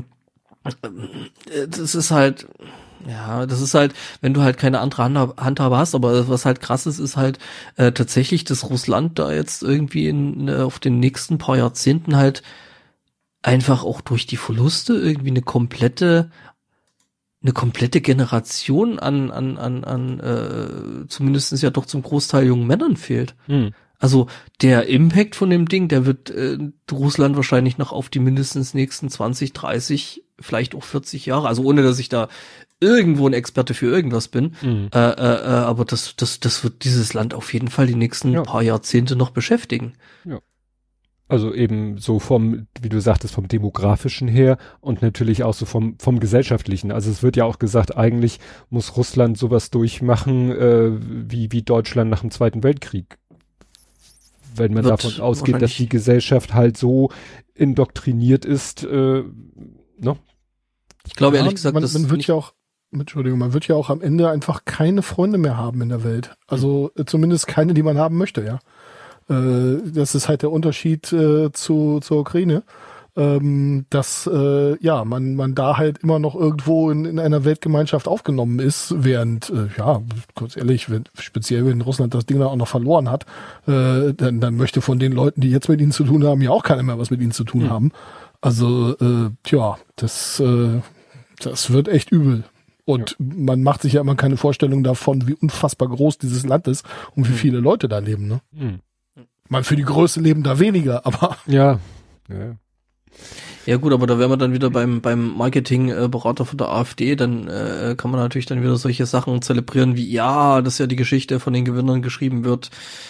das ist halt, ja, das ist halt, wenn du halt keine andere Handhab Handhabe hast, aber was halt krass ist, ist halt äh, tatsächlich, dass Russland da jetzt irgendwie in, äh, auf den nächsten paar Jahrzehnten halt einfach auch durch die Verluste irgendwie eine komplette eine komplette Generation an an an an äh, zumindestens ja doch zum Großteil jungen Männern fehlt. Hm. Also der Impact von dem Ding, der wird äh, Russland wahrscheinlich noch auf die mindestens nächsten zwanzig, dreißig, vielleicht auch vierzig Jahre, also ohne dass ich da irgendwo ein Experte für irgendwas bin, Mhm. äh, äh, äh, aber das das das wird dieses Land auf jeden Fall die nächsten Ja. paar Jahrzehnte noch beschäftigen. Also eben so vom, wie du sagtest, vom demografischen her und natürlich auch so vom vom gesellschaftlichen. Also es wird ja auch gesagt, eigentlich muss Russland sowas durchmachen äh, wie wie Deutschland nach dem Zweiten Weltkrieg. Wenn man Wird davon ausgeht, dass wahrscheinlich- die Gesellschaft halt so indoktriniert ist, äh, ne? Ich glaube Ja, ehrlich gesagt, man, das man wird nicht, ja auch, Entschuldigung, man wird ja auch am Ende einfach keine Freunde mehr haben in der Welt. Also äh, zumindest keine, die man haben möchte, ja. Äh, das ist halt der Unterschied äh, zu zur Ukraine, ähm, dass äh, ja man man da halt immer noch irgendwo in, in einer Weltgemeinschaft aufgenommen ist, während äh, ja kurz ehrlich, wenn, speziell wenn Russland das Ding dann auch noch verloren hat, äh, dann dann möchte von den Leuten, die jetzt mit ihnen zu tun haben, ja auch keiner mehr was mit ihnen zu tun Mhm. haben. Also äh, tja, das äh, das wird echt übel. Und man macht sich ja immer keine Vorstellung davon, wie unfassbar groß dieses Land ist und wie Mhm. viele Leute da leben. Ne? Mhm. Man, für die Größe leben da weniger, aber Ja. Ja. Ja gut, aber da wären wir dann wieder beim beim Marketingberater von der AfD, dann äh, kann man natürlich dann wieder solche Sachen zelebrieren wie, ja, dass ja die Geschichte von den Gewinnern geschrieben wird.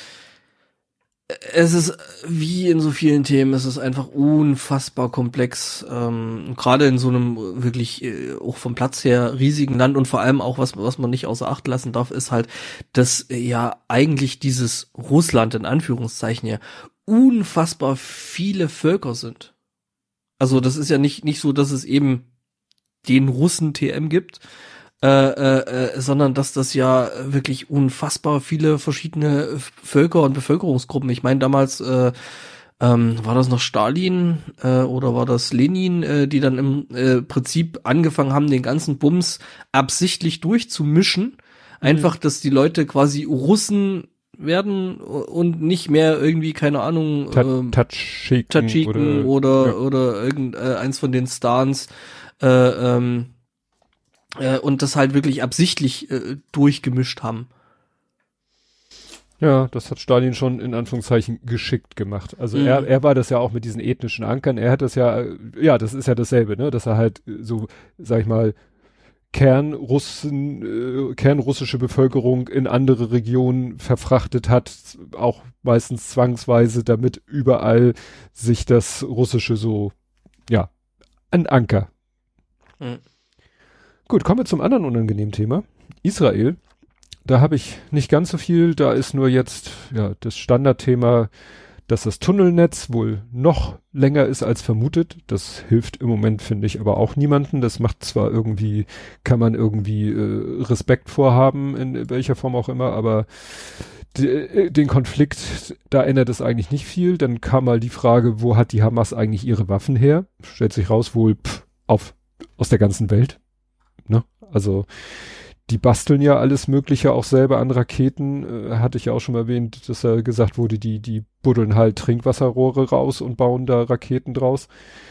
Es ist wie in so vielen Themen, es ist einfach unfassbar komplex, ähm, gerade in so einem wirklich äh, auch vom Platz her riesigen Land und vor allem auch, was, was man nicht außer Acht lassen darf, ist halt, dass äh, ja eigentlich dieses Russland in Anführungszeichen ja unfassbar viele Völker sind. Also das ist ja nicht nicht so, dass es eben den Russen T M gibt, äh, äh, äh, sondern dass das ja wirklich unfassbar viele verschiedene Völker und Bevölkerungsgruppen. Ich meine damals äh, ähm, war das noch Stalin äh, oder war das Lenin, äh, die dann im äh, Prinzip angefangen haben, den ganzen Bums absichtlich durchzumischen, einfach, dass die Leute quasi Russen werden und nicht mehr irgendwie, keine Ahnung, Ta ähm, Tadschiken Tadschiken oder, oder oder irgend äh, eins von den Stans äh, ähm, äh, und das halt wirklich absichtlich äh, durchgemischt haben. ja, das hat Stalin schon in Anführungszeichen geschickt gemacht. Also Mhm. er, er war das ja auch mit diesen ethnischen Ankern. Er hat das ja, äh, ja, das ist ja dasselbe, ne, dass er halt äh, so, sag ich mal, Kernrussen, äh, kernrussische Bevölkerung in andere Regionen verfrachtet hat, auch meistens zwangsweise, damit überall sich das Russische so, ja, ein Anker. Mhm. Gut, kommen wir zum anderen unangenehmen Thema. Israel. Da habe ich nicht ganz so viel. Da ist nur jetzt, ja, das Standardthema, dass das Tunnelnetz wohl noch länger ist als vermutet. Das hilft im Moment, finde ich, aber auch niemanden. Das macht zwar irgendwie, kann man irgendwie äh, Respekt vorhaben, in welcher Form auch immer, aber die, den Konflikt, da ändert es eigentlich nicht viel. Dann kam mal die Frage, wo hat die Hamas eigentlich ihre Waffen her? Stellt sich raus, wohl pff, auf, aus der ganzen Welt. Ne? Also die basteln ja alles Mögliche auch selber an Raketen. Äh, hatte ich ja auch schon mal erwähnt, dass da gesagt wurde, die, die buddeln halt Trinkwasserrohre raus und bauen da Raketen draus.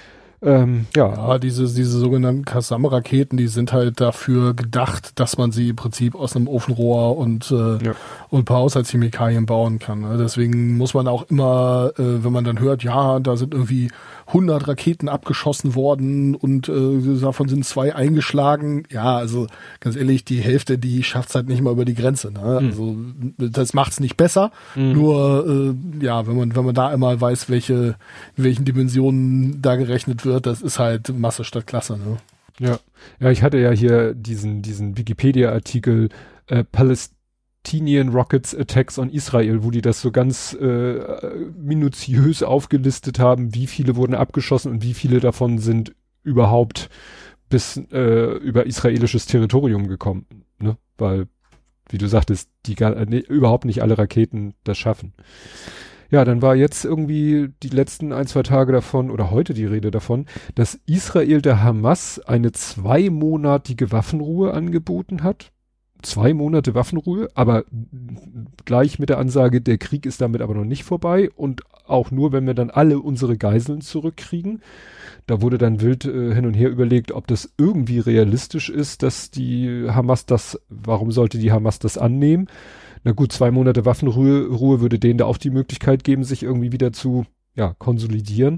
Ähm, ja. ja, diese, diese sogenannten Qassam-Raketen, die sind halt dafür gedacht, dass man sie im Prinzip aus einem Ofenrohr und, äh, ja. und ein paar Haushaltschemikalien bauen kann. Ne? Deswegen muss man auch immer, äh, wenn man dann hört, ja, da sind irgendwie hundert Raketen abgeschossen worden und äh, davon sind zwei eingeschlagen. Ja, also ganz ehrlich, die Hälfte, die schafft's halt nicht mal über die Grenze. Ne? Mhm. Also das macht's nicht besser. Mhm. Nur, äh, ja, wenn man wenn man da immer weiß, welche in welchen Dimensionen da gerechnet wird, das ist halt Masse statt Klasse, ne? Ja, ja, ich hatte ja hier diesen diesen Wikipedia-Artikel äh, Palestinian Rockets Attacks on Israel, wo die das so ganz äh, minutiös aufgelistet haben, wie viele wurden abgeschossen und wie viele davon sind überhaupt bis äh, über israelisches Territorium gekommen, ne? Weil, wie du sagtest, die gar, ne, überhaupt nicht alle Raketen das schaffen. Ja, dann war jetzt irgendwie die letzten ein, zwei Tage davon oder heute die Rede davon, dass Israel der Hamas eine zweimonatige Waffenruhe angeboten hat. Zwei Monate Waffenruhe, aber gleich mit der Ansage, der Krieg ist damit aber noch nicht vorbei und auch nur, wenn wir dann alle unsere Geiseln zurückkriegen. Da wurde dann wild äh, hin und her überlegt, ob das irgendwie realistisch ist, dass die Hamas das, warum sollte die Hamas das annehmen? Na gut, zwei Monate Waffenruhe Ruhe würde denen da auch die Möglichkeit geben, sich irgendwie wieder zu, ja, konsolidieren.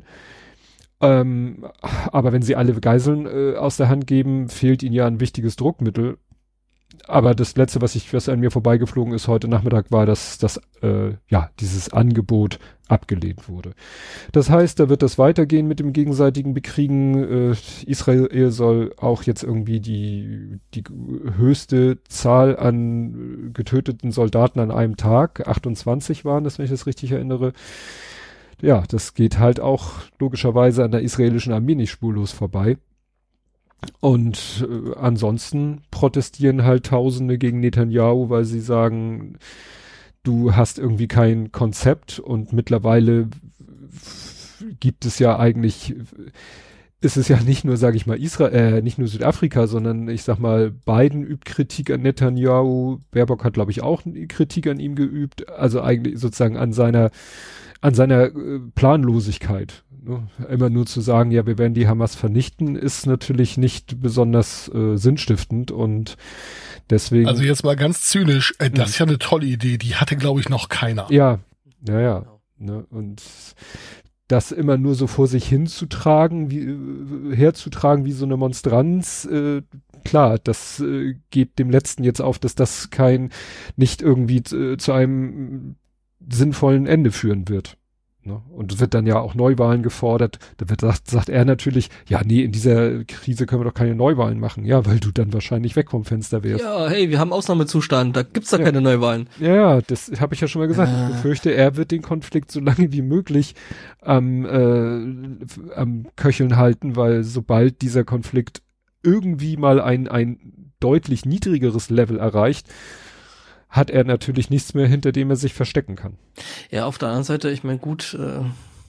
Ähm, aber wenn sie alle Geiseln äh, aus der Hand geben, fehlt ihnen ja ein wichtiges Druckmittel. Aber das letzte, was ich, was an mir vorbeigeflogen ist heute Nachmittag, war, dass das, äh, ja, dieses Angebot abgelehnt wurde. Das heißt, da wird das weitergehen mit dem gegenseitigen Bekriegen. Äh, Israel soll auch jetzt irgendwie die, die höchste Zahl an getöteten Soldaten an einem Tag, achtundzwanzig waren das, wenn ich das richtig erinnere. Ja, das geht halt auch logischerweise an der israelischen Armee nicht spurlos vorbei. Und äh, ansonsten protestieren halt Tausende gegen Netanyahu, weil sie sagen, du hast irgendwie kein Konzept und mittlerweile gibt es ja eigentlich, ist es ja nicht nur, sage ich mal, Israel, äh, nicht nur Südafrika, sondern ich sag mal, Biden übt Kritik an Netanyahu, Baerbock hat, glaube ich, auch Kritik an ihm geübt, also eigentlich sozusagen an seiner, an seiner äh, Planlosigkeit. Immer nur zu sagen, ja, wir werden die Hamas vernichten, ist natürlich nicht besonders äh, sinnstiftend und deswegen. Also jetzt mal ganz zynisch, äh, das ist ja eine tolle Idee, die hatte, glaube ich, noch keiner. Ja, ja, ja. Ne, und das immer nur so vor sich hinzutragen, wie, äh, herzutragen wie so eine Monstranz, äh, klar, das äh, geht dem Letzten jetzt auf, dass das kein, nicht irgendwie äh, zu einem sinnvollen Ende führen wird. Und es wird dann ja auch Neuwahlen gefordert. Da wird sagt, sagt er natürlich, ja, nee, in dieser Krise können wir doch keine Neuwahlen machen. Ja, weil du dann wahrscheinlich weg vom Fenster wärst. Ja, hey, wir haben Ausnahmezustand, da gibt's da ja keine Neuwahlen. Ja, ja, das habe ich ja schon mal gesagt. Äh. Ich befürchte, er wird den Konflikt so lange wie möglich am, äh, am Köcheln halten, weil sobald dieser Konflikt irgendwie mal ein, ein deutlich niedrigeres Level erreicht, hat er natürlich nichts mehr, hinter dem er sich verstecken kann. Ja, auf der anderen Seite, ich meine, gut, äh,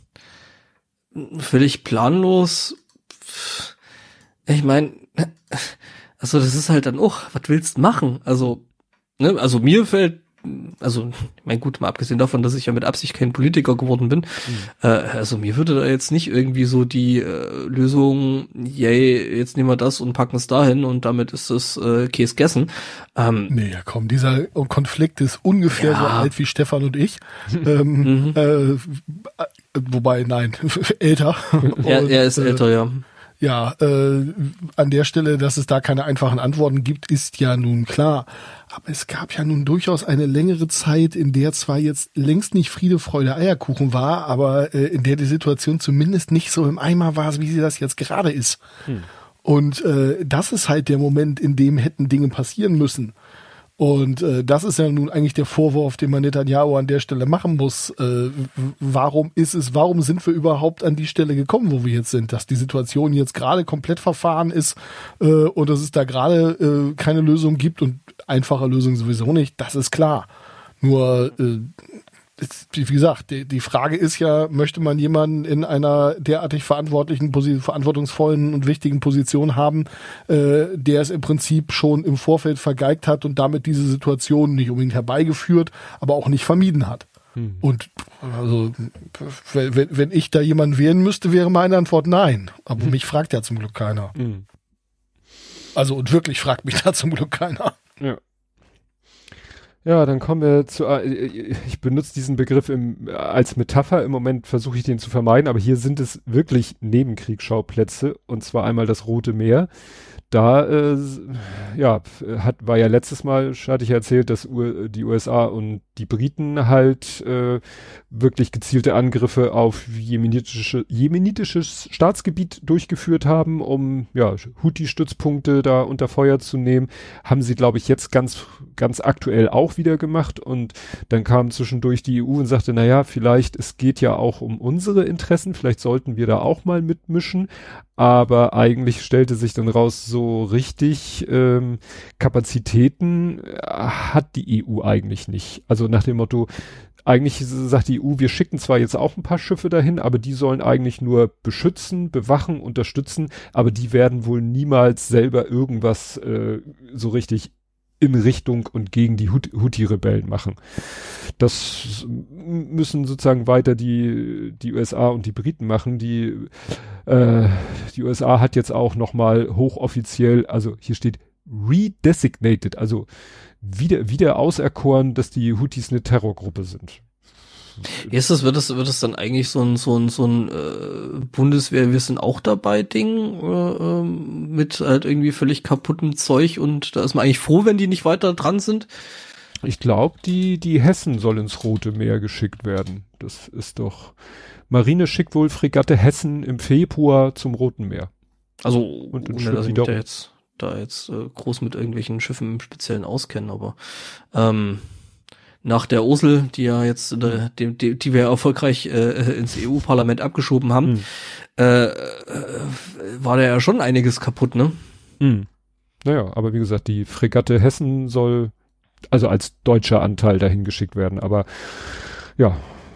völlig planlos. Ich meine, also das ist halt dann auch, was willst du machen? Also, ne, also mir fällt, also, ich meine, gut, mal abgesehen davon, dass ich ja mit Absicht kein Politiker geworden bin, mhm. äh, also mir würde da jetzt nicht irgendwie so die äh, Lösung, yay, jetzt nehmen wir das und packen es dahin und damit ist das äh, Käse gegessen. Ähm, nee, ja komm, dieser Konflikt ist ungefähr ja. so alt wie Stefan und ich. ähm, mhm. äh, wobei, nein, älter. Ja, und, er ist äh, älter, ja. Ja, äh, an der Stelle, dass es da keine einfachen Antworten gibt, ist ja nun klar. Aber es gab ja nun durchaus eine längere Zeit, in der zwar jetzt längst nicht Friede, Freude, Eierkuchen war, aber äh, in der die Situation zumindest nicht so im Eimer war, wie sie das jetzt gerade ist. Hm. Und äh, das ist halt der Moment, in dem hätten Dinge passieren müssen. Und äh, das ist ja nun eigentlich der Vorwurf, den man Netanyahu an der Stelle machen muss. Äh, warum ist es, warum sind wir überhaupt an die Stelle gekommen, wo wir jetzt sind? Dass die Situation jetzt gerade komplett verfahren ist äh, und dass es da gerade äh, keine Lösung gibt und einfache Lösung sowieso nicht, das ist klar. Nur, äh, wie gesagt, die, die Frage ist ja, möchte man jemanden in einer derartig verantwortlichen, verantwortungsvollen und wichtigen Position haben, äh, der es im Prinzip schon im Vorfeld vergeigt hat und damit diese Situation nicht unbedingt herbeigeführt, aber auch nicht vermieden hat. Hm. Und also wenn, wenn ich da jemanden wählen müsste, wäre meine Antwort nein. Aber hm. mich fragt ja zum Glück keiner. Hm. Also und wirklich fragt mich da zum Glück keiner. Ja. Ja, dann kommen wir zu, ich benutze diesen Begriff im, als Metapher, im Moment versuche ich den zu vermeiden, aber hier sind es wirklich Nebenkriegsschauplätze, und zwar einmal das Rote Meer. Da, äh, ja, hat, war ja letztes Mal, hatte ich ja erzählt, dass U- die U S A und die Briten halt äh, wirklich gezielte Angriffe auf jemenitische, jemenitisches Staatsgebiet durchgeführt haben, um, ja, Houthi-Stützpunkte da unter Feuer zu nehmen. Haben sie, glaube ich, jetzt ganz, ganz aktuell auch wieder gemacht, und dann kam zwischendurch die E U und sagte, na ja, vielleicht, es geht ja auch um unsere Interessen, vielleicht sollten wir da auch mal mitmischen. Aber eigentlich stellte sich dann raus, so richtig ähm, Kapazitäten hat die E U eigentlich nicht. Also nach dem Motto, eigentlich sagt die E U, wir schicken zwar jetzt auch ein paar Schiffe dahin, aber die sollen eigentlich nur beschützen, bewachen, unterstützen, aber die werden wohl niemals selber irgendwas äh, so richtig in Richtung und gegen die Houthi-Rebellen machen. Das müssen sozusagen weiter die, die U S A und die Briten machen. Die, äh, die U S A hat jetzt auch nochmal hochoffiziell, also hier steht redesignated, also wieder, wieder auserkoren, dass die Houthis eine Terrorgruppe sind. Ist das, wird das, wird das dann eigentlich so ein, so ein, so ein äh, Bundeswehr, wir sind auch dabei Ding, äh, äh, mit halt irgendwie völlig kaputtem Zeug, und da ist man eigentlich froh, wenn die nicht weiter dran sind? Ich glaube, die, die Hessen soll ins Rote Meer geschickt werden. Das ist doch, Marine schickt wohl Fregatte Hessen im Februar zum Roten Meer. Also, und ohne, dass ich mich da jetzt, da jetzt äh, groß mit irgendwelchen Schiffen im Speziellen auskennen, aber, ähm, nach der Ursel, die ja jetzt, äh, die, die, die wir erfolgreich äh, ins E U-Parlament abgeschoben haben, mhm. äh, äh, war da ja schon einiges kaputt, ne? Mhm. Naja, aber wie gesagt, die Fregatte Hessen soll also als deutscher Anteil dahin geschickt werden, aber ja,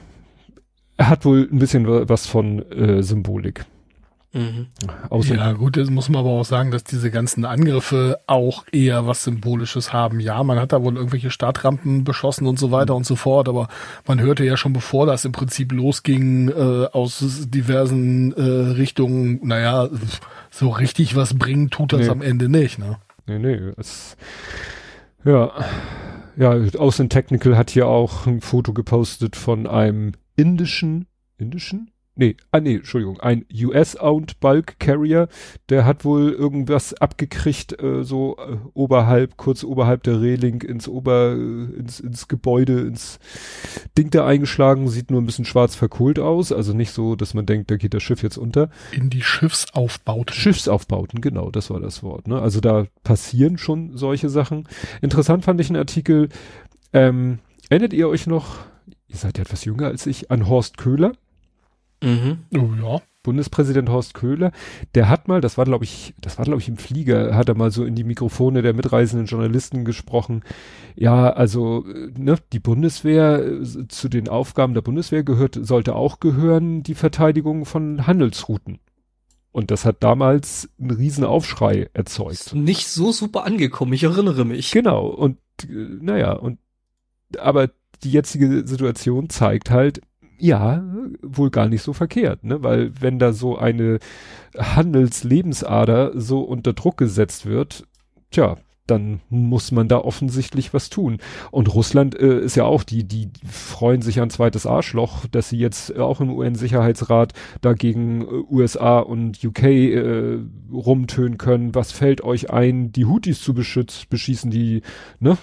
er hat wohl ein bisschen was von äh, Symbolik. Mhm. Ja gut, das muss man aber auch sagen, dass diese ganzen Angriffe auch eher was Symbolisches haben. Ja, man hat da wohl irgendwelche Startrampen beschossen und so weiter mhm. und so fort, aber man hörte ja schon, bevor das im Prinzip losging, äh, aus diversen äh, Richtungen, naja, so richtig was bringen tut das nee. am Ende nicht, ne? Nee, nee, es, ja, ja, Austin Technical hat hier auch ein Foto gepostet von einem indischen, indischen? Nee, ah nee, Entschuldigung, ein U S-owned Bulk Carrier, der hat wohl irgendwas abgekriegt, äh, so äh, oberhalb, kurz oberhalb der Reling ins Ober, äh, ins, ins Gebäude, ins Ding da eingeschlagen, sieht nur ein bisschen schwarz verkohlt aus, also nicht so, dass man denkt, da geht das Schiff jetzt unter. In die Schiffsaufbauten. Schiffsaufbauten, genau, das war das Wort, ne, also da passieren schon solche Sachen. Interessant fand ich einen Artikel, ähm, erinnert ihr euch noch, ihr seid ja etwas jünger als ich, an Horst Köhler? Mhm. Oh ja. Bundespräsident Horst Köhler, der hat mal, das war glaube ich, das war glaube ich im Flieger, hat er mal so in die Mikrofone der mitreisenden Journalisten gesprochen. Ja, also ne, die Bundeswehr, zu den Aufgaben der Bundeswehr gehört, sollte auch gehören die Verteidigung von Handelsrouten. Und das hat damals einen riesen Aufschrei erzeugt. Ist nicht so super angekommen, ich erinnere mich. Genau, und naja, und aber die jetzige Situation zeigt halt, ja, wohl gar nicht so verkehrt, ne, weil wenn da so eine Handelslebensader so unter Druck gesetzt wird, tja, dann muss man da offensichtlich was tun. Und Russland äh, ist ja auch, die, die freuen sich an zweites Arschloch, dass sie jetzt auch im U N-Sicherheitsrat dagegen äh, U S A und U K äh, rumtönen können. Was fällt euch ein, die Houthis zu beschützen, beschießen, die ne,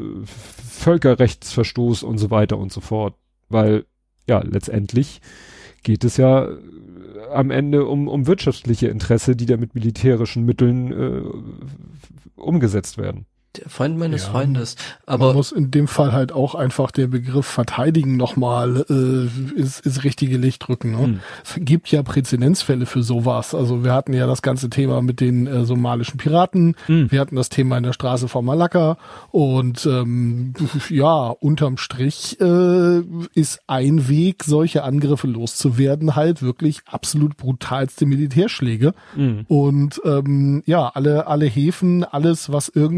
Völkerrechtsverstoß und so weiter und so fort. Weil ja, letztendlich geht es ja äh, am Ende um, um wirtschaftliche Interesse, die da mit militärischen Mitteln äh, umgesetzt werden. Der Feind meines ja. Feindes. Aber man muss in dem Fall halt auch einfach den Begriff verteidigen nochmal äh, ins, ins richtige Licht rücken. Ne? Hm. Es gibt ja Präzedenzfälle für sowas. Also wir hatten ja das ganze Thema mit den äh, somalischen Piraten. Hm. Wir hatten das Thema in der Straße von Malakka. Und ähm, ja, unterm Strich äh, ist ein Weg, solche Angriffe loszuwerden, halt wirklich absolut brutalste Militärschläge. Hm. Und ähm, ja, alle alle Häfen, alles, was irgendwo an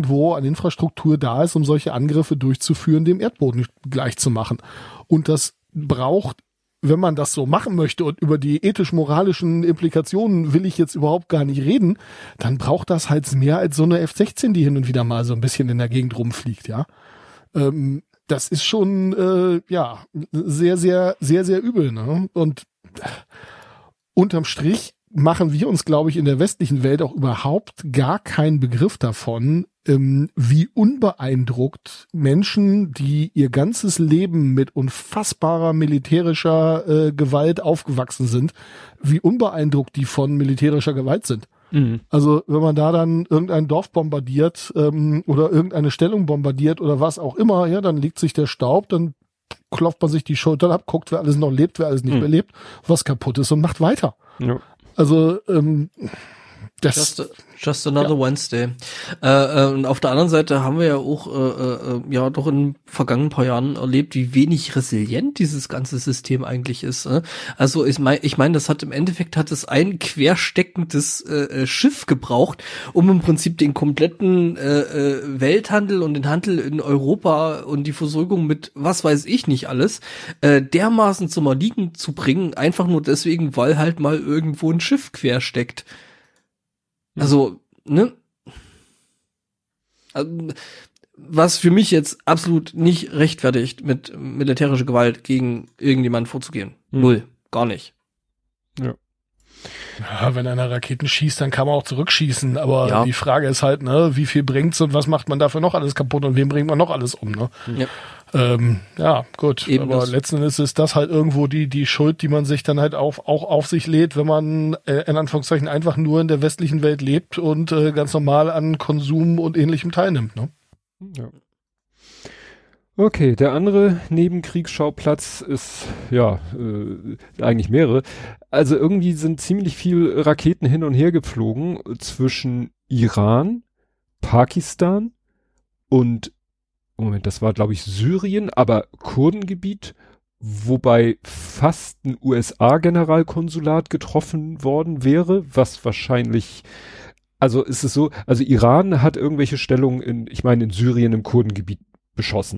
an Infrastruktur da ist, um solche Angriffe durchzuführen, dem Erdboden gleich zu machen. Und das braucht, wenn man das so machen möchte und über die ethisch-moralischen Implikationen will ich jetzt überhaupt gar nicht reden, dann braucht das halt mehr als so eine F sechzehn, die hin und wieder mal so ein bisschen in der Gegend rumfliegt, ja. Ähm, das ist schon, äh, ja, sehr, sehr, sehr, sehr übel, ne? Und unterm Strich machen wir uns, glaube ich, in der westlichen Welt auch überhaupt gar keinen Begriff davon, ähm, wie unbeeindruckt Menschen, die ihr ganzes Leben mit unfassbarer militärischer äh, Gewalt aufgewachsen sind, wie unbeeindruckt die von militärischer Gewalt sind. Mhm. Also wenn man da dann irgendein Dorf bombardiert ähm, oder irgendeine Stellung bombardiert oder was auch immer, ja, dann legt sich der Staub, dann klopft man sich die Schultern ab, guckt, wer alles noch lebt, wer alles nicht mhm. mehr lebt, was kaputt ist und macht weiter. Ja. Also ähm, das just, just another ja. Wednesday. Äh, äh, und auf der anderen Seite haben wir ja auch äh, äh, ja doch in den vergangenen paar Jahren erlebt, wie wenig resilient dieses ganze System eigentlich ist. Äh? Also ich meine, ich meine, das hat im Endeffekt hat es ein quersteckendes äh, Schiff gebraucht, um im Prinzip den kompletten äh, äh, Welthandel und den Handel in Europa und die Versorgung mit was weiß ich nicht alles äh, dermaßen zum Erliegen zu bringen, einfach nur deswegen, weil halt mal irgendwo ein Schiff quersteckt. Also, ne? Also, was für mich jetzt absolut nicht rechtfertigt, mit militärischer Gewalt gegen irgendjemanden vorzugehen. Mhm. Null. Gar nicht. Ja. Ja, wenn einer Raketen schießt, dann kann man auch zurückschießen, aber ja. Die Frage ist halt, ne, wie viel bringt's und was macht man dafür noch alles kaputt und wem bringt man noch alles um, ne? Ja. Ähm, ja, gut, eben aber das. Letzten Endes ist das halt irgendwo die die Schuld, die man sich dann halt auf, auch auf sich lädt, wenn man äh, in Anführungszeichen einfach nur in der westlichen Welt lebt und äh, ganz normal an Konsum und Ähnlichem teilnimmt, ne? Ja. Okay, der andere Nebenkriegsschauplatz ist, ja, äh, eigentlich mehrere. Also irgendwie sind ziemlich viel Raketen hin und her geflogen zwischen Iran, Pakistan und, Moment, das war glaube ich Syrien, aber Kurdengebiet, wobei fast ein U S A-Generalkonsulat getroffen worden wäre, was wahrscheinlich, also ist es so, also Iran hat irgendwelche Stellungen in, ich meine in Syrien im Kurdengebiet beschossen.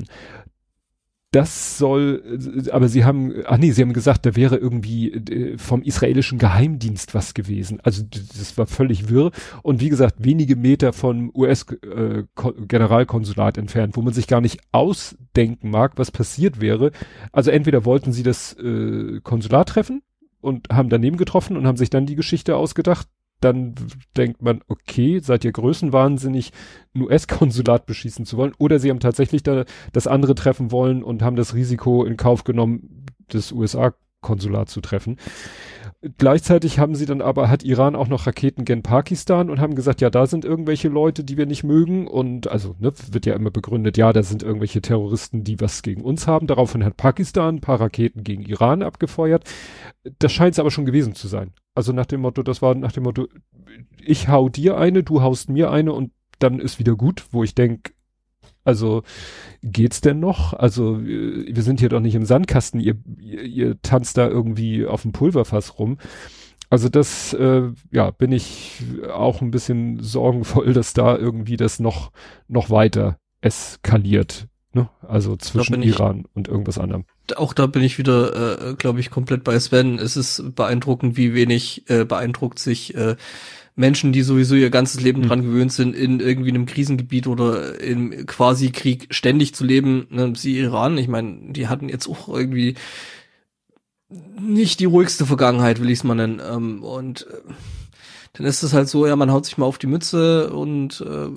Das soll, aber sie haben, ach nee, sie haben gesagt, da wäre irgendwie vom israelischen Geheimdienst was gewesen. Also das war völlig wirr. Und wie gesagt, wenige Meter vom U S-Generalkonsulat entfernt, wo man sich gar nicht ausdenken mag, was passiert wäre. Also entweder wollten sie das äh, Konsulat treffen und haben daneben getroffen und haben sich dann die Geschichte ausgedacht. Dann denkt man, okay, seid ihr größenwahnsinnig, ein U S-Konsulat beschießen zu wollen? Oder sie haben tatsächlich da das andere treffen wollen und haben das Risiko in Kauf genommen, das U S A-Konsulat zu treffen. Gleichzeitig haben sie dann aber, hat Iran auch noch Raketen gen Pakistan und haben gesagt, ja, da sind irgendwelche Leute, die wir nicht mögen. Und also, ne, wird ja immer begründet, ja, da sind irgendwelche Terroristen, die was gegen uns haben. Daraufhin hat Pakistan ein paar Raketen gegen Iran abgefeuert. Das scheint es aber schon gewesen zu sein. Also nach dem Motto, das war nach dem Motto, ich hau dir eine, du haust mir eine und dann ist wieder gut, wo ich denke, also geht's denn noch? Also wir sind hier doch nicht im Sandkasten, ihr, ihr, ihr tanzt da irgendwie auf dem Pulverfass rum. Also das, äh, ja, bin ich auch ein bisschen sorgenvoll, dass da irgendwie das noch, noch weiter eskaliert. Ne? Also zwischen Iran ich, und irgendwas anderem. Auch da bin ich wieder, äh, glaube ich, komplett bei Sven. Es ist beeindruckend, wie wenig äh, beeindruckt sich äh, Menschen, die sowieso ihr ganzes Leben mhm. dran gewöhnt sind, in irgendwie einem Krisengebiet oder im Quasi-Krieg ständig zu leben. Ne? Sie Iran, ich meine, die hatten jetzt auch irgendwie nicht die ruhigste Vergangenheit, will ich es mal nennen. Ähm, und äh, dann ist es halt so, ja, man haut sich mal auf die Mütze und äh,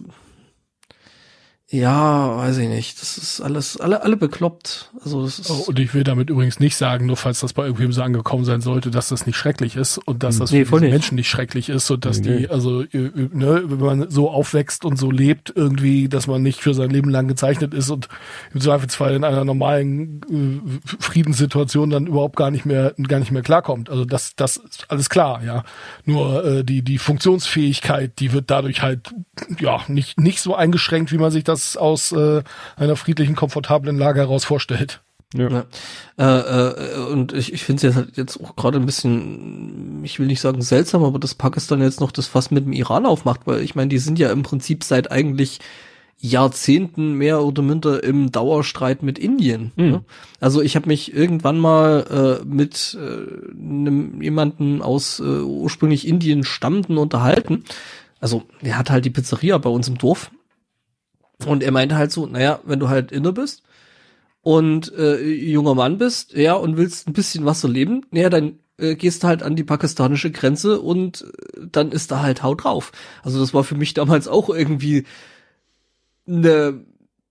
ja, weiß ich nicht. Das ist alles, alle, alle bekloppt. Also das ist. Oh, und ich will damit übrigens nicht sagen, nur falls das bei irgendwem so angekommen sein sollte, dass das nicht schrecklich ist und dass das nee, für die nicht. Menschen nicht schrecklich ist und dass nee, die, also ne, wenn man so aufwächst und so lebt, irgendwie, dass man nicht für sein Leben lang gezeichnet ist und im Zweifelsfall in einer normalen äh, Friedenssituation dann überhaupt gar nicht mehr, gar nicht mehr klarkommt. Also das, das ist alles klar, ja. Nur äh, die die Funktionsfähigkeit, die wird dadurch halt ja nicht nicht so eingeschränkt, wie man sich das aus äh, einer friedlichen, komfortablen Lage heraus vorstellt. Ja. Ja. Äh, äh, und ich, ich finde es jetzt halt jetzt auch gerade ein bisschen, ich will nicht sagen seltsam, aber dass Pakistan jetzt noch das Fass mit dem Iran aufmacht, weil ich meine, die sind ja im Prinzip seit eigentlich Jahrzehnten mehr oder minder im Dauerstreit mit Indien. Mhm. Ne? Also ich habe mich irgendwann mal äh, mit äh, einem, jemanden aus äh, ursprünglich Indien stammenden unterhalten. Also der hat halt die Pizzeria bei uns im Dorf. Und er meinte halt so, naja, wenn du halt Inder bist und äh, junger Mann bist, ja, und willst ein bisschen was erleben, naja, dann äh, gehst halt an die pakistanische Grenze und äh, dann ist da halt Haut drauf. Also das war für mich damals auch irgendwie eine,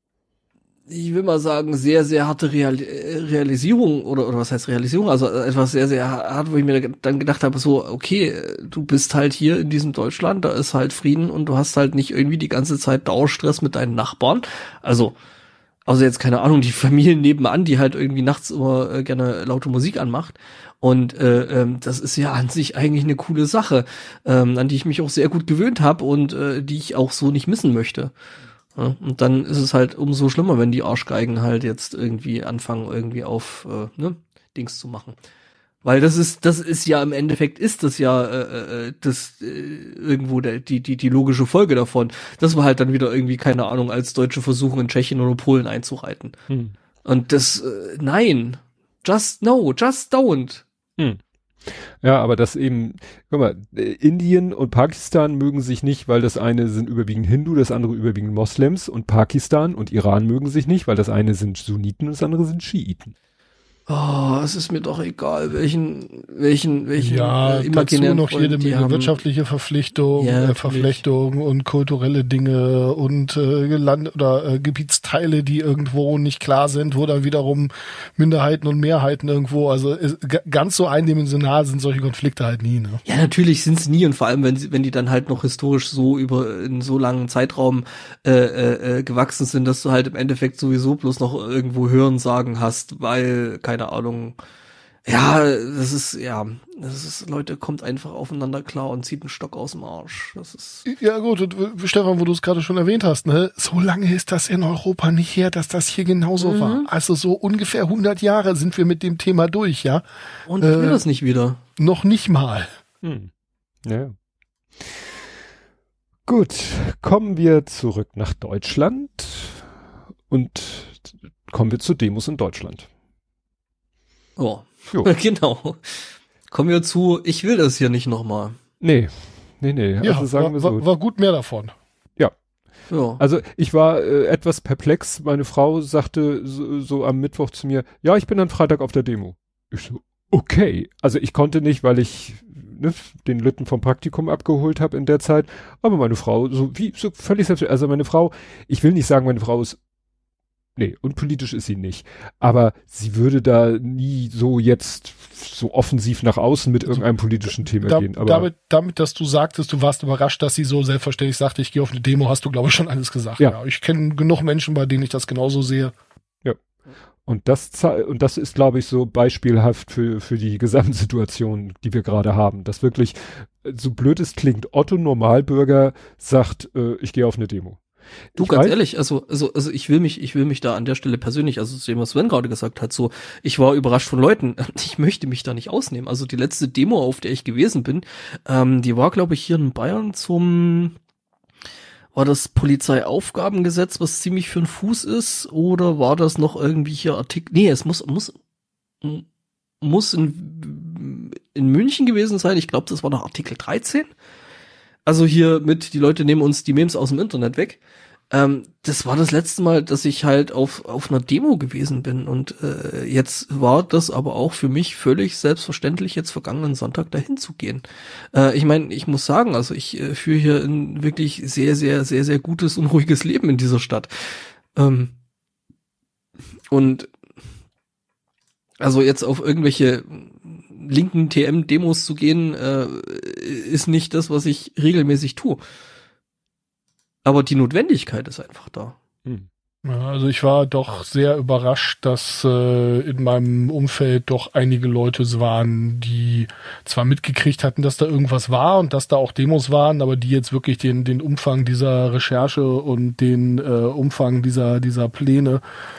ich will mal sagen, sehr, sehr harte Real Realisierung oder, oder was heißt Realisierung? Also etwas sehr, sehr hart, wo ich mir dann gedacht habe, so, okay, du bist halt hier in diesem Deutschland, da ist halt Frieden und du hast halt nicht irgendwie die ganze Zeit Dauerstress mit deinen Nachbarn. Also, also jetzt keine Ahnung, die Familien nebenan, die halt irgendwie nachts immer äh, gerne laute Musik anmacht. Und äh, ähm, das ist ja an sich eigentlich eine coole Sache, ähm, an die ich mich auch sehr gut gewöhnt habe und äh, die ich auch so nicht missen möchte. Ja, und dann ist es halt umso schlimmer, wenn die Arschgeigen halt jetzt irgendwie anfangen, irgendwie auf äh, ne, Dings zu machen. Weil das ist, das ist ja im Endeffekt ist das ja äh, äh, das äh, irgendwo der, die die die logische Folge davon, dass wir halt dann wieder irgendwie keine Ahnung als Deutsche versuchen in Tschechien oder Polen einzureiten. Hm. Und das äh, nein, just no, just don't. Hm. Ja, aber das eben, guck mal, Indien und Pakistan mögen sich nicht, weil das eine sind überwiegend Hindu, das andere überwiegend Moslems, und Pakistan und Iran mögen sich nicht, weil das eine sind Sunniten und das andere sind Schiiten. Oh, es ist mir doch egal, welchen, welchen, welchen ja, äh, imaginären dazu noch Freund jede Menge haben. wirtschaftliche Verpflichtung, Ja, äh, Verflechtung und kulturelle Dinge und äh, Land- oder äh, Gebietsteile, die irgendwo nicht klar sind, wo dann wiederum Minderheiten und Mehrheiten irgendwo, also ist, g- ganz so eindimensional sind solche Konflikte halt nie, ne? Ja, natürlich sind es nie und vor allem, wenn sie, wenn die dann halt noch historisch so über in so langen Zeitraum äh, äh, gewachsen sind, dass du halt im Endeffekt sowieso bloß noch irgendwo Hörensagen hast, weil, keine Ahnung, ja, das ist, ja, das ist, Leute, kommt einfach aufeinander klar und zieht einen Stock aus dem Arsch. Das ist. Ja gut, und Stefan, wo du es gerade schon erwähnt hast, ne, so lange ist das in Europa nicht her, dass das hier genauso Mhm. war. Also so ungefähr hundert Jahre sind wir mit dem Thema durch, ja. Und ich will Äh, das nicht wieder. Noch nicht mal. Hm. Ja. Gut, kommen wir zurück nach Deutschland und kommen wir zu Demos in Deutschland. Oh. Jo. Genau. Kommen wir zu, ich will das hier nicht nochmal. Nee, nee, nee, Ja, also sagen war, wir so. war, war gut mehr davon. Ja. Also ich war äh, etwas perplex. Meine Frau sagte so, so am Mittwoch zu mir, ja, ich bin am Freitag auf der Demo. Ich so, okay. Also ich konnte nicht, weil ich ne, den Lütten vom Praktikum abgeholt habe in der Zeit. Aber meine Frau, so wie so völlig selbst. Also meine Frau, ich will nicht sagen, meine Frau ist, nee, unpolitisch ist sie nicht. Aber sie würde da nie so jetzt so offensiv nach außen mit irgendeinem politischen Thema Da, gehen. Aber damit, damit, dass du sagtest, du warst überrascht, dass sie so selbstverständlich sagte, ich gehe auf eine Demo, hast du, glaube ich, schon alles gesagt. Ja. Ja, ich kenne genug Menschen, bei denen ich das genauso sehe. Und das zei- und das ist, glaube ich, so beispielhaft für für die Gesamtsituation, die wir gerade haben. Dass wirklich, äh, so blöd es klingt, Otto Normalbürger sagt, äh, ich gehe auf eine Demo. Du, Ich ganz weiß- ehrlich, also, also, also ich will mich, ich will mich da an der Stelle persönlich, also zu dem, was Sven gerade gesagt hat, so, ich war überrascht von Leuten. Ich möchte mich da nicht ausnehmen. Also die letzte Demo, auf der ich gewesen bin, ähm, die war, glaube ich, hier in Bayern zum, war das Polizeiaufgabengesetz, was ziemlich für den Fuß ist, oder war das noch irgendwie hier Artikel, nee, es muss, muss, muss in, in München gewesen sein. Ich glaube, das war noch Artikel dreizehn. Also hier mit, die Leute nehmen uns die Memes aus dem Internet weg. Ähm, das war das letzte Mal, dass ich halt auf auf einer Demo gewesen bin. Und äh, jetzt war das aber auch für mich völlig selbstverständlich, jetzt vergangenen Sonntag dahin zu gehen. Äh, ich meine, ich muss sagen, also ich äh, führe hier ein wirklich sehr, sehr, sehr, sehr gutes und ruhiges Leben in dieser Stadt. Ähm, und also jetzt auf irgendwelche linken T M-Demos zu gehen, äh, ist nicht das, was ich regelmäßig tue. Aber die Notwendigkeit ist einfach da. Hm. Ja, also ich war doch sehr überrascht, dass äh, in meinem Umfeld doch einige Leute waren, die zwar mitgekriegt hatten, dass da irgendwas war und dass da auch Demos waren, aber die jetzt wirklich den den Umfang dieser Recherche und den äh, Umfang dieser dieser Pläne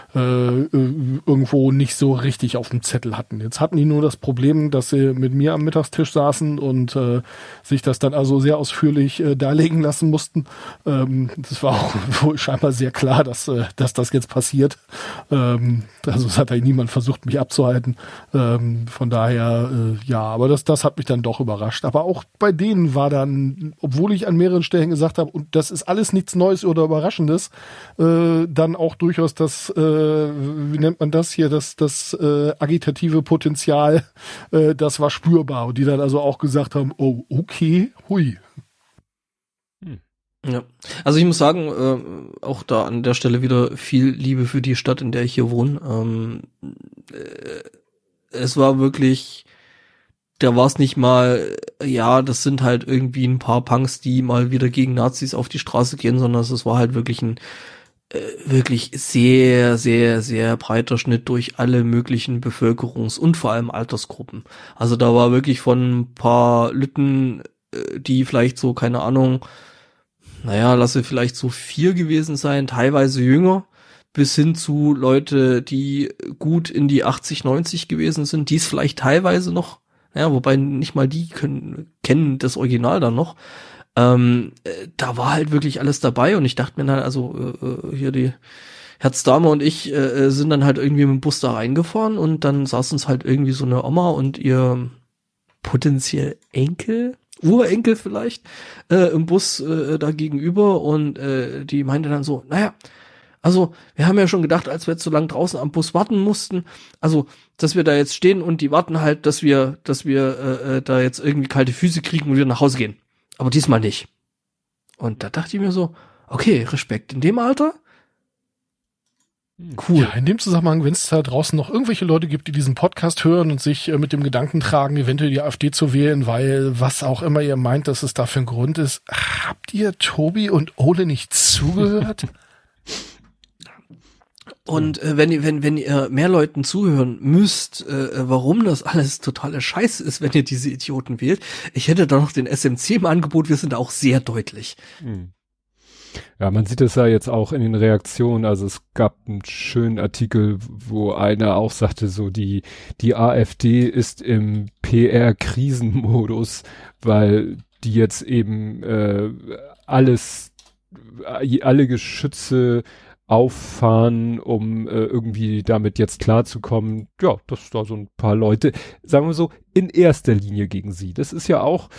äh, irgendwo nicht so richtig auf dem Zettel hatten. Jetzt hatten die nur das Problem, dass sie mit mir am Mittagstisch saßen und äh, sich das dann also sehr ausführlich äh, darlegen lassen mussten. Ähm, das war auch wohl scheinbar sehr klar, dass, äh, dass das jetzt passiert. Ähm, also es hat eigentlich niemand versucht, mich abzuhalten. Ähm, von daher, äh, ja, aber das, das hat mich dann doch überrascht. Aber auch bei denen war dann, obwohl ich an mehreren Stellen gesagt habe, und das ist alles nichts Neues oder Überraschendes, äh, dann auch durchaus das, äh, wie nennt man das hier, das, das äh, agitative Potenzial, äh, das war spürbar. Und die dann also auch gesagt haben, oh, okay, hui. Hm. Ja, also ich muss sagen, äh, auch da an der Stelle wieder viel Liebe für die Stadt, in der ich hier wohne. Ähm, äh, es war wirklich, da war es nicht mal, ja, das sind halt irgendwie ein paar Punks, die mal wieder gegen Nazis auf die Straße gehen, sondern es war halt wirklich ein äh, wirklich sehr, sehr, sehr breiter Schnitt durch alle möglichen Bevölkerungs- und vor allem Altersgruppen. Also da war wirklich von ein paar Lütten, äh, die vielleicht so, keine Ahnung, naja, lasse vielleicht so vier gewesen sein, teilweise jünger, bis hin zu Leute, die gut in die achtzig, neunzig gewesen sind, die es vielleicht teilweise noch, ja, wobei nicht mal die können, kennen das Original dann noch. Ähm, äh, da war halt wirklich alles dabei und ich dachte mir halt, also äh, hier die Herzdame und ich äh, sind dann halt irgendwie mit dem Bus da reingefahren und dann saß uns halt irgendwie so eine Oma und ihr potenziell Enkel, Urenkel vielleicht, äh, im Bus äh, da gegenüber und äh, die meinte dann so, naja, also wir haben ja schon gedacht, als wir jetzt so lange draußen am Bus warten mussten, also dass wir da jetzt stehen und die warten halt, dass wir, dass wir äh, da jetzt irgendwie kalte Füße kriegen und wieder nach Hause gehen. Aber diesmal nicht. Und da dachte ich mir so, okay, Respekt in dem Alter. Cool. Ja, in dem Zusammenhang, wenn es da draußen noch irgendwelche Leute gibt, die diesen Podcast hören und sich äh, mit dem Gedanken tragen, eventuell die AfD zu wählen, weil was auch immer ihr meint, dass es dafür ein Grund ist, habt ihr Tobi und Ole nicht zugehört? Und äh, wenn ihr, wenn, wenn ihr mehr Leuten zuhören müsst, äh, warum das alles totale Scheiße ist, wenn ihr diese Idioten wählt, ich hätte da noch den S M C im Angebot, wir sind auch sehr deutlich. Hm. Ja, man sieht es ja jetzt auch in den Reaktionen, also es gab einen schönen Artikel, wo einer auch sagte, so die, die AfD ist im P R-Krisenmodus, weil die jetzt eben äh, alles, alle Geschütze auffahren, um äh, irgendwie damit jetzt klarzukommen, ja, dass da so ein paar Leute, sagen wir so, in erster Linie gegen sie. Das ist ja auch,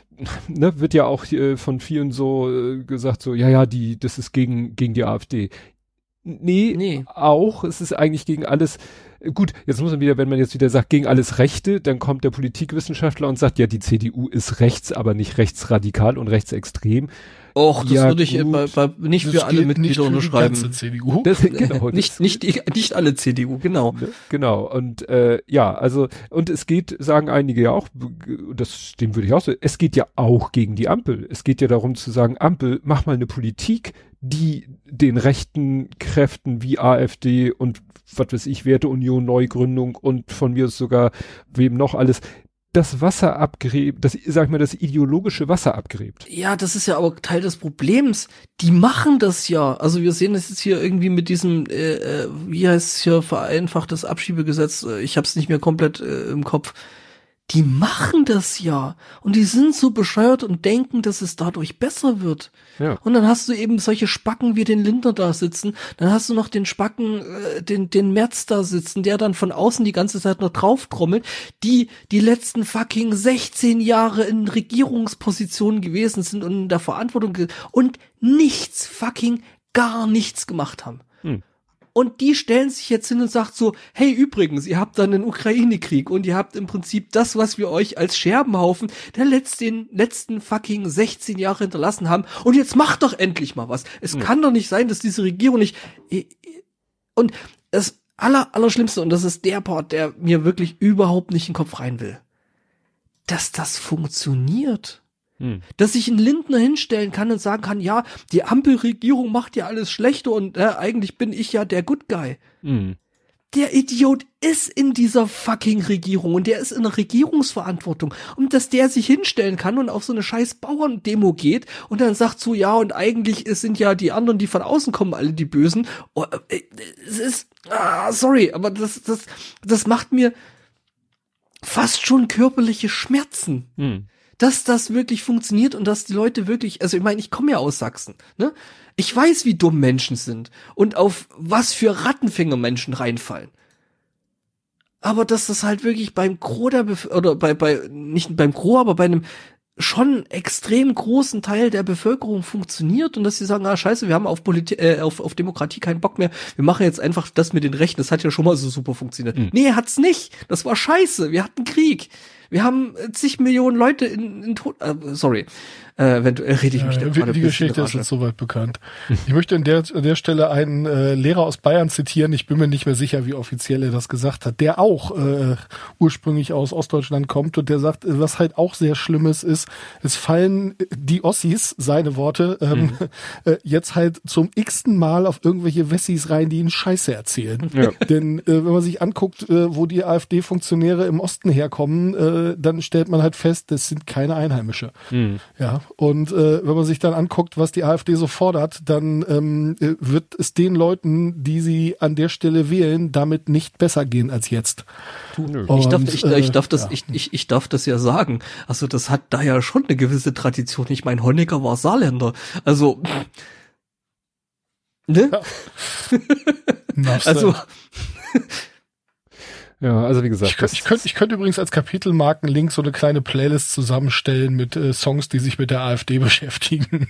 ne, wird ja auch äh, von vielen so äh, gesagt, so, ja, ja, die, das ist gegen, gegen die AfD. Nee, nee, auch, es ist eigentlich gegen alles, gut, jetzt muss man wieder, wenn man jetzt wieder sagt, gegen alles Rechte, dann kommt der Politikwissenschaftler und sagt, ja, die C D U ist rechts, aber nicht rechtsradikal und rechtsextrem. Och, das ja, würde ich bei, bei, nicht das für alle Mitglieder unterschreiben. Die C D U. Das, genau, nicht, nicht, die, nicht alle C D U, genau. Ne? Genau, und äh, ja, also, und es geht, sagen einige ja auch, das, dem würde ich auch so, es geht ja auch gegen die Ampel. Es geht ja darum zu sagen, Ampel, mach mal eine Politik, die den rechten Kräften wie AfD und was weiß ich, Werteunion, Neugründung und von mir ist sogar wem noch alles, das Wasser abgräbt, das, sag ich mal, das ideologische Wasser abgräbt. Ja, das ist ja aber Teil des Problems. Die machen das ja. Also wir sehen das jetzt hier irgendwie mit diesem, äh, wie heißt es hier, vereinfachtes Abschiebegesetz. Ich hab's nicht mehr komplett äh, im Kopf. Die machen das ja. Und die sind so bescheuert und denken, dass es dadurch besser wird. Ja. Und dann hast du eben solche Spacken wie den Lindner da sitzen. Dann hast du noch den Spacken, äh, den, den Merz da sitzen, der dann von außen die ganze Zeit noch drauf trommelt, die die letzten fucking sechzehn Jahre in Regierungspositionen gewesen sind und in der Verantwortung ge- und nichts, fucking gar nichts gemacht haben. Hm. Und die stellen sich jetzt hin und sagt so, hey, übrigens, ihr habt dann einen Ukraine-Krieg und ihr habt im Prinzip das, was wir euch als Scherbenhaufen der letzten, letzten fucking sechzehn Jahre hinterlassen haben. Und jetzt macht doch endlich mal was. Es mhm. kann doch nicht sein, dass diese Regierung nicht... Und das aller, Allerschlimmste, und das ist der Part, der mir wirklich überhaupt nicht in den Kopf rein will, dass das funktioniert. Hm. Dass sich ein Lindner hinstellen kann und sagen kann, ja, die Ampelregierung macht ja alles schlechter und äh, eigentlich bin ich ja der Good Guy. Hm. der Idiot ist in dieser fucking Regierung und der ist in der Regierungsverantwortung. Und dass der sich hinstellen kann und auf so eine scheiß Bauerndemo geht und dann sagt so, ja, und eigentlich sind ja die anderen, die von außen kommen, alle die Bösen. Oh, es ist, ah, sorry, aber das, das, das macht mir fast schon körperliche Schmerzen. Hm. Dass das wirklich funktioniert und dass die Leute wirklich, also ich meine, ich komme ja aus Sachsen, ne? Ich weiß, wie dumm Menschen sind und auf was für Rattenfinger Menschen reinfallen. Aber dass das halt wirklich beim Gros der Bef- oder bei, bei, nicht beim Gros, aber bei einem schon extrem großen Teil der Bevölkerung funktioniert und dass sie sagen, ah, scheiße, wir haben auf Politik, äh, auf, auf Demokratie keinen Bock mehr, wir machen jetzt einfach das mit den Rechten, das hat ja schon mal so super funktioniert. Mhm. Nee, hat's nicht. Das war scheiße. Wir hatten Krieg. Wir haben zig Millionen Leute in, in Tod, äh, sorry, äh, eventuell rede ich mich ja, da gerade Die Geschichte ist jetzt soweit bekannt. Ich möchte an der, an der Stelle einen äh, Lehrer aus Bayern zitieren, ich bin mir nicht mehr sicher, wie offiziell er das gesagt hat, der auch äh, ursprünglich aus Ostdeutschland kommt und der sagt, was halt auch sehr Schlimmes ist, es fallen die Ossis, seine Worte, ähm, mhm. äh, jetzt halt zum x-ten Mal auf irgendwelche Wessis rein, die ihnen Scheiße erzählen. Ja. Denn äh, wenn man sich anguckt, äh, wo die AfD-Funktionäre im Osten herkommen, äh, dann stellt man halt fest, das sind keine Einheimische. Mhm. Ja, und äh, wenn man sich dann anguckt, was die AfD so fordert, dann ähm, wird es den Leuten, die sie an der Stelle wählen, damit nicht besser gehen als jetzt. Du, und, ich, darf, ich, äh, ich, darf das, ja. ich, ich, ich darf das ja sagen. Also das hat da ja schon eine gewisse Tradition. Ich meine, Honecker war Saarländer. Also ne? Ja. Also ja, also wie gesagt. Ich könnte, ich könnte, ich könnte übrigens als Kapitelmarkenlink so eine kleine Playlist zusammenstellen mit äh, Songs, die sich mit der AfD beschäftigen.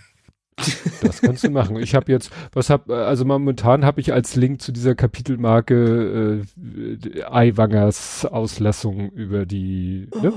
Das kannst du machen. Ich habe jetzt, was hab, also momentan habe ich als Link zu dieser Kapitelmarke äh, Aiwangers Auslassung über die ne?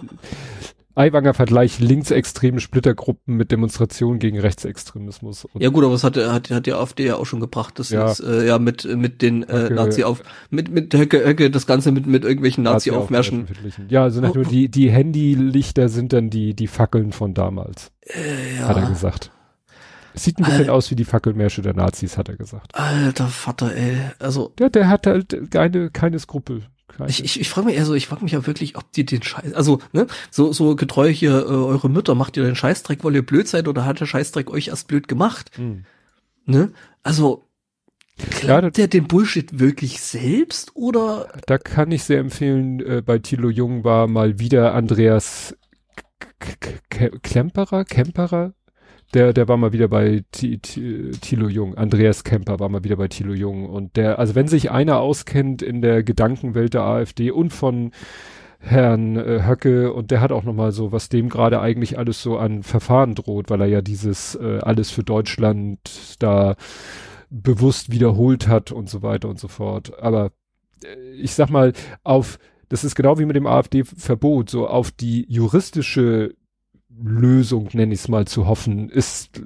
Aiwanger Vergleich linksextreme Splittergruppen mit Demonstrationen gegen Rechtsextremismus. Und ja gut, aber das hat, hat, hat die AfD ja auch schon gebracht, das ja. ist äh, ja mit mit den äh, Höcke, Nazi auf mit mit Höcke, Höcke das Ganze mit mit irgendwelchen Nazi Aufmärschen. Ja, also nicht nur die die Handylichter sind dann die die Fackeln von damals. Äh, ja. Hat er gesagt. Es sieht ein bisschen Al- aus wie die Fackelmärsche der Nazis, hat er gesagt. Alter Vater, ey. Also der der hat halt keine keine Skrupel. Ich, ich, ich frage mich, also ich frage mich ja wirklich, ob die den Scheiß, also ne, so so getreu hier äh, eure Mütter, macht ihr den Scheißdreck, weil ihr blöd seid oder hat der Scheißdreck euch erst blöd gemacht? Hm. Ne? Also glaubt ja, der den Bullshit wirklich selbst oder? Da kann ich sehr empfehlen, äh, bei Thilo Jung war mal wieder Andreas K- K- Klemperer, Kemperer, Der, der war mal wieder bei T- T- Thilo Jung. Andreas Kemper war mal wieder bei Thilo Jung. Und der, also wenn sich einer auskennt in der Gedankenwelt der AfD und von Herrn äh, Höcke, und der hat auch nochmal so, was dem gerade eigentlich alles so an Verfahren droht, weil er ja dieses äh, alles für Deutschland da bewusst wiederholt hat und so weiter und so fort. Aber äh, ich sag mal, auf, das ist genau wie mit dem AfD-Verbot, so auf die juristische Lösung, nenne ich es mal, zu hoffen, ist,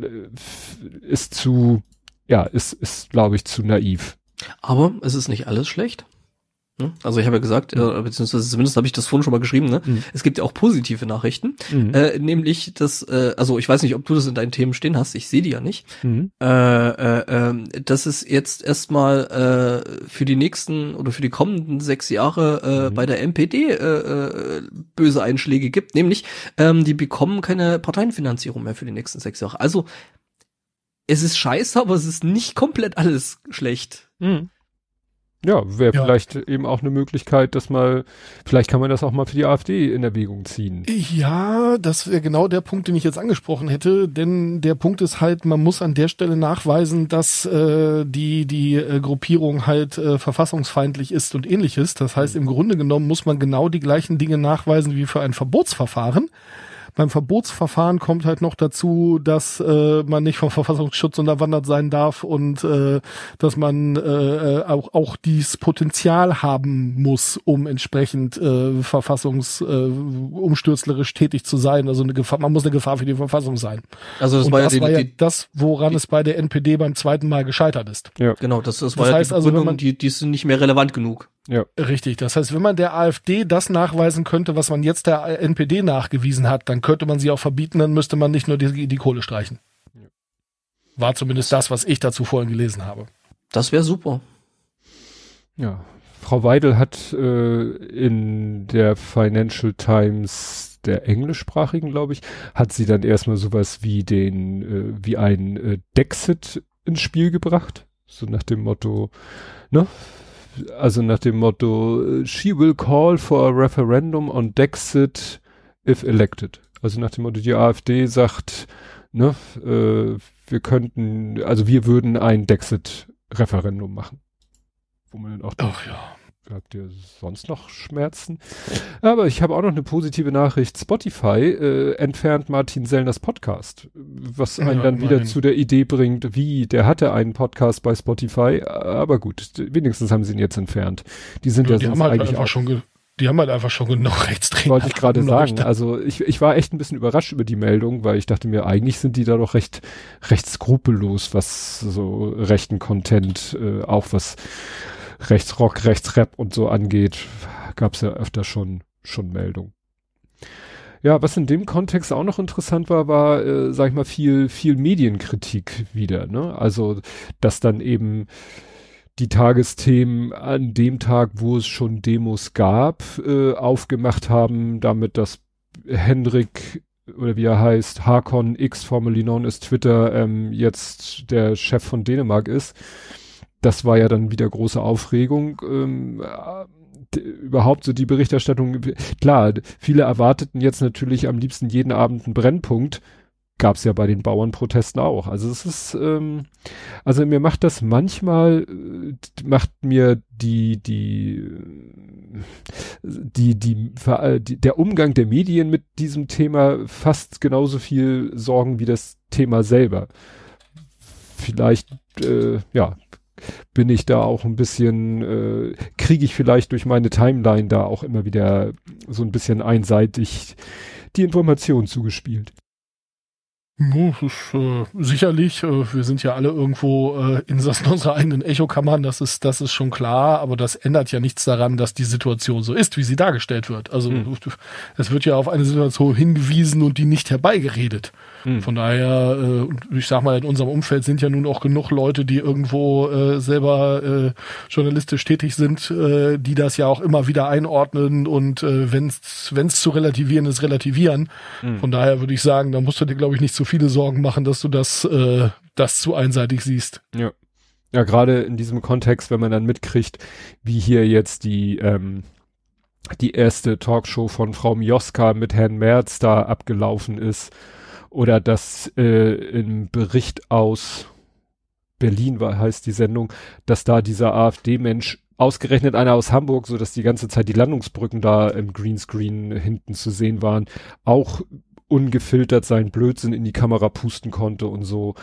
ist zu, ja, ist, ist, glaube ich, zu naiv. Aber es ist nicht alles schlecht. Also ich habe ja gesagt, mhm. äh, beziehungsweise zumindest habe ich das vorhin schon mal geschrieben, ne? Mhm. Es gibt ja auch positive Nachrichten, mhm. äh, nämlich, dass, äh, also ich weiß nicht, ob du das in deinen Themen stehen hast, ich sehe die ja nicht, mhm. äh, äh, äh, dass es jetzt erstmal äh, für die nächsten oder für die kommenden sechs Jahre äh, mhm. bei der N P D äh, äh, böse Einschläge gibt, nämlich ähm, die bekommen keine Parteienfinanzierung mehr für die nächsten sechs Jahre. Also es ist scheiße, aber es ist nicht komplett alles schlecht. Mhm. Ja, wäre ja. vielleicht eben auch eine Möglichkeit, dass mal, vielleicht kann man das auch mal für die AfD in Erwägung ziehen. Ja, das wäre genau der Punkt, den ich jetzt angesprochen hätte, denn der Punkt ist halt, man muss an der Stelle nachweisen, dass äh, die die äh, Gruppierung halt äh, verfassungsfeindlich ist und ähnliches. Das heißt, im Grunde genommen muss man genau die gleichen Dinge nachweisen wie für ein Verbotsverfahren. Beim Verbotsverfahren kommt halt noch dazu, dass äh, man nicht vom Verfassungsschutz unterwandert sein darf und äh, dass man äh, auch auch dieses Potenzial haben muss, um entsprechend äh, verfassungsumstürzlerisch äh, tätig zu sein. Also eine Gefahr, man muss eine Gefahr für die Verfassung sein. Also das und war das ja, die, war ja die, das, woran die, es bei der N P D beim zweiten Mal gescheitert ist. Ja, genau. Das, das, das war heißt ja die also, wenn man, die, die sind nicht mehr relevant genug. Ja, richtig. Das heißt, wenn man der AfD das nachweisen könnte, was man jetzt der N P D nachgewiesen hat, dann könnte man sie auch verbieten, dann müsste man nicht nur die, die Kohle streichen. Ja. War zumindest das, was ich dazu vorhin gelesen habe. Das wäre super. Ja, Frau Weidel hat äh, in der Financial Times, der englischsprachigen, glaube ich, hat sie dann erstmal sowas wie den, äh, wie ein äh, Dexit ins Spiel gebracht. So nach dem Motto, ne? Also nach dem Motto, she will call for a referendum on Dexit if elected. Also nach dem Motto, die AfD sagt, ne, äh, wir könnten, also wir würden ein Dexit-Referendum machen. Wo man dann auch denkt, ach ja. habt ihr sonst noch Schmerzen? Aber ich habe auch noch eine positive Nachricht. Spotify äh, entfernt Martin Sellners Podcast, was einen ja, dann wieder mein. zu der Idee bringt, wie, der hatte einen Podcast bei Spotify, aber gut, wenigstens haben sie ihn jetzt entfernt. Die sind ja, ja die sonst haben halt eigentlich einfach auch schon ge- die haben halt einfach schon genug Rechtsträger. wollte ich gerade sagen. Leuchter. Also ich, ich war echt ein bisschen überrascht über die Meldung, weil ich dachte mir, eigentlich sind die da doch recht, recht skrupellos, was so rechten Content, äh, auch was Rechtsrock, Rechtsrap und so angeht, gab es ja öfter schon, schon Meldungen. Ja, was in dem Kontext auch noch interessant war, war, äh, sag ich mal, viel, viel Medienkritik wieder, ne? Also, dass dann eben die Tagesthemen an dem Tag, wo es schon Demos gab, äh, aufgemacht haben, damit dass Hendrik, oder wie er heißt, Hakon X, formerly known as Twitter, ähm, jetzt der Chef von Dänemark ist. Das war ja dann wieder große Aufregung. Ähm, d- überhaupt so die Berichterstattung. Klar, viele erwarteten jetzt natürlich am liebsten jeden Abend einen Brennpunkt. Gab es ja bei den Bauernprotesten auch. Also es ist, ähm, also mir macht das manchmal, äh, macht mir die, die, die, die, die, der Umgang der Medien mit diesem Thema fast genauso viel Sorgen wie das Thema selber. Vielleicht, äh, ja, bin ich da auch ein bisschen, äh, kriege ich vielleicht durch meine Timeline da auch immer wieder so ein bisschen einseitig die Information zugespielt. Ja, das ist, äh, sicherlich, äh, wir sind ja alle irgendwo äh, Insassen unserer eigenen Echokammern, das ist, das ist schon klar, aber das ändert ja nichts daran, dass die Situation so ist, wie sie dargestellt wird. Also Hm. es wird ja auf eine Situation hingewiesen und die nicht herbeigeredet. Hm. Von daher, äh, ich sag mal, in unserem Umfeld sind ja nun auch genug Leute, die irgendwo äh, selber äh, journalistisch tätig sind, äh, die das ja auch immer wieder einordnen und äh, wenn es zu relativieren ist, relativieren. Hm. Von daher würde ich sagen, da musst du dir, glaube ich, nicht so viele Sorgen machen, dass du das, äh, das zu einseitig siehst. Ja. Ja, gerade in diesem Kontext, wenn man dann mitkriegt, wie hier jetzt die, ähm, die erste Talkshow von Frau Mioska mit Herrn Merz da abgelaufen ist. Oder dass äh, im Bericht aus Berlin war, heißt die Sendung, dass da dieser AfD-Mensch, ausgerechnet einer aus Hamburg, so dass die ganze Zeit die Landungsbrücken da im Greenscreen hinten zu sehen waren, auch ungefiltert seinen Blödsinn in die Kamera pusten konnte und so.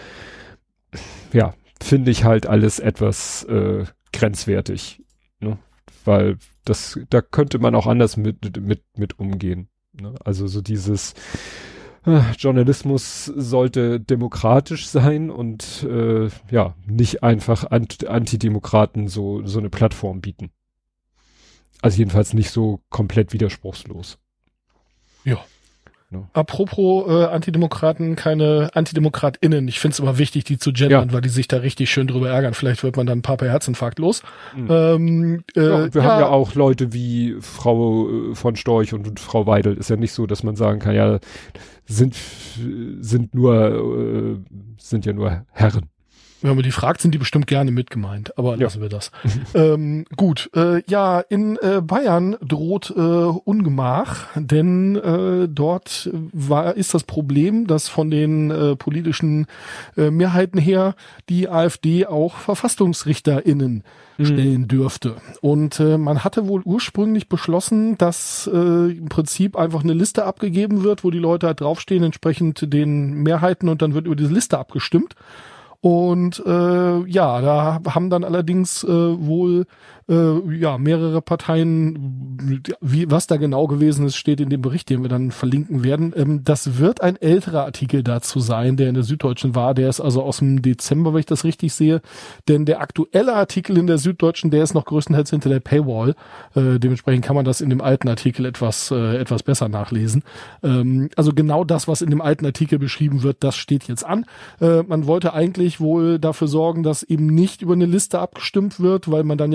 Ja, finde ich halt alles etwas äh, grenzwertig, ne? Weil das, da könnte man auch anders mit, mit, mit umgehen, ne? Also so dieses Journalismus sollte demokratisch sein und äh, ja, nicht einfach Ant- Antidemokraten so, so eine Plattform bieten. Also jedenfalls nicht so komplett widerspruchslos. Ja. No. Apropos äh, Antidemokraten, keine AntidemokratInnen. Ich finde es immer wichtig, die zu gendern, Ja. weil die sich da richtig schön drüber ärgern. Vielleicht wird man dann ein paar per Herzinfarkt los. Mhm. Ähm, äh, Ja, und wir ja, haben ja auch Leute wie Frau äh, von Storch und, und Frau Weidel. Ist ja nicht so, dass man sagen kann, ja, sind, sind nur, äh, sind ja nur Herren. Wenn man die fragt, sind die bestimmt gerne mitgemeint, aber Ja. lassen wir das. ähm, gut, äh, ja, in äh, Bayern droht äh, Ungemach, denn äh, dort war ist das Problem, dass von den äh, politischen äh, Mehrheiten her die AfD auch VerfassungsrichterInnen Mhm. stellen dürfte. Und äh, man hatte wohl ursprünglich beschlossen, dass äh, im Prinzip einfach eine Liste abgegeben wird, wo die Leute halt draufstehen, entsprechend den Mehrheiten, und dann wird über diese Liste abgestimmt. Und äh, ja, da haben dann allerdings äh, wohl äh, ja mehrere Parteien, wie was da genau gewesen ist, steht in dem Bericht, den wir dann verlinken werden. Ähm, das wird ein älterer Artikel dazu sein, der in der Süddeutschen war. Der ist also aus dem Dezember, wenn ich das richtig sehe. Denn der aktuelle Artikel in der Süddeutschen, der ist noch größtenteils hinter der Paywall. Äh, dementsprechend kann man das in dem alten Artikel etwas äh, etwas besser nachlesen. Ähm, also genau das, was in dem alten Artikel beschrieben wird, das steht jetzt an. Äh, man wollte eigentlich wohl dafür sorgen, dass eben nicht über eine Liste abgestimmt wird, weil man dann ja auch seine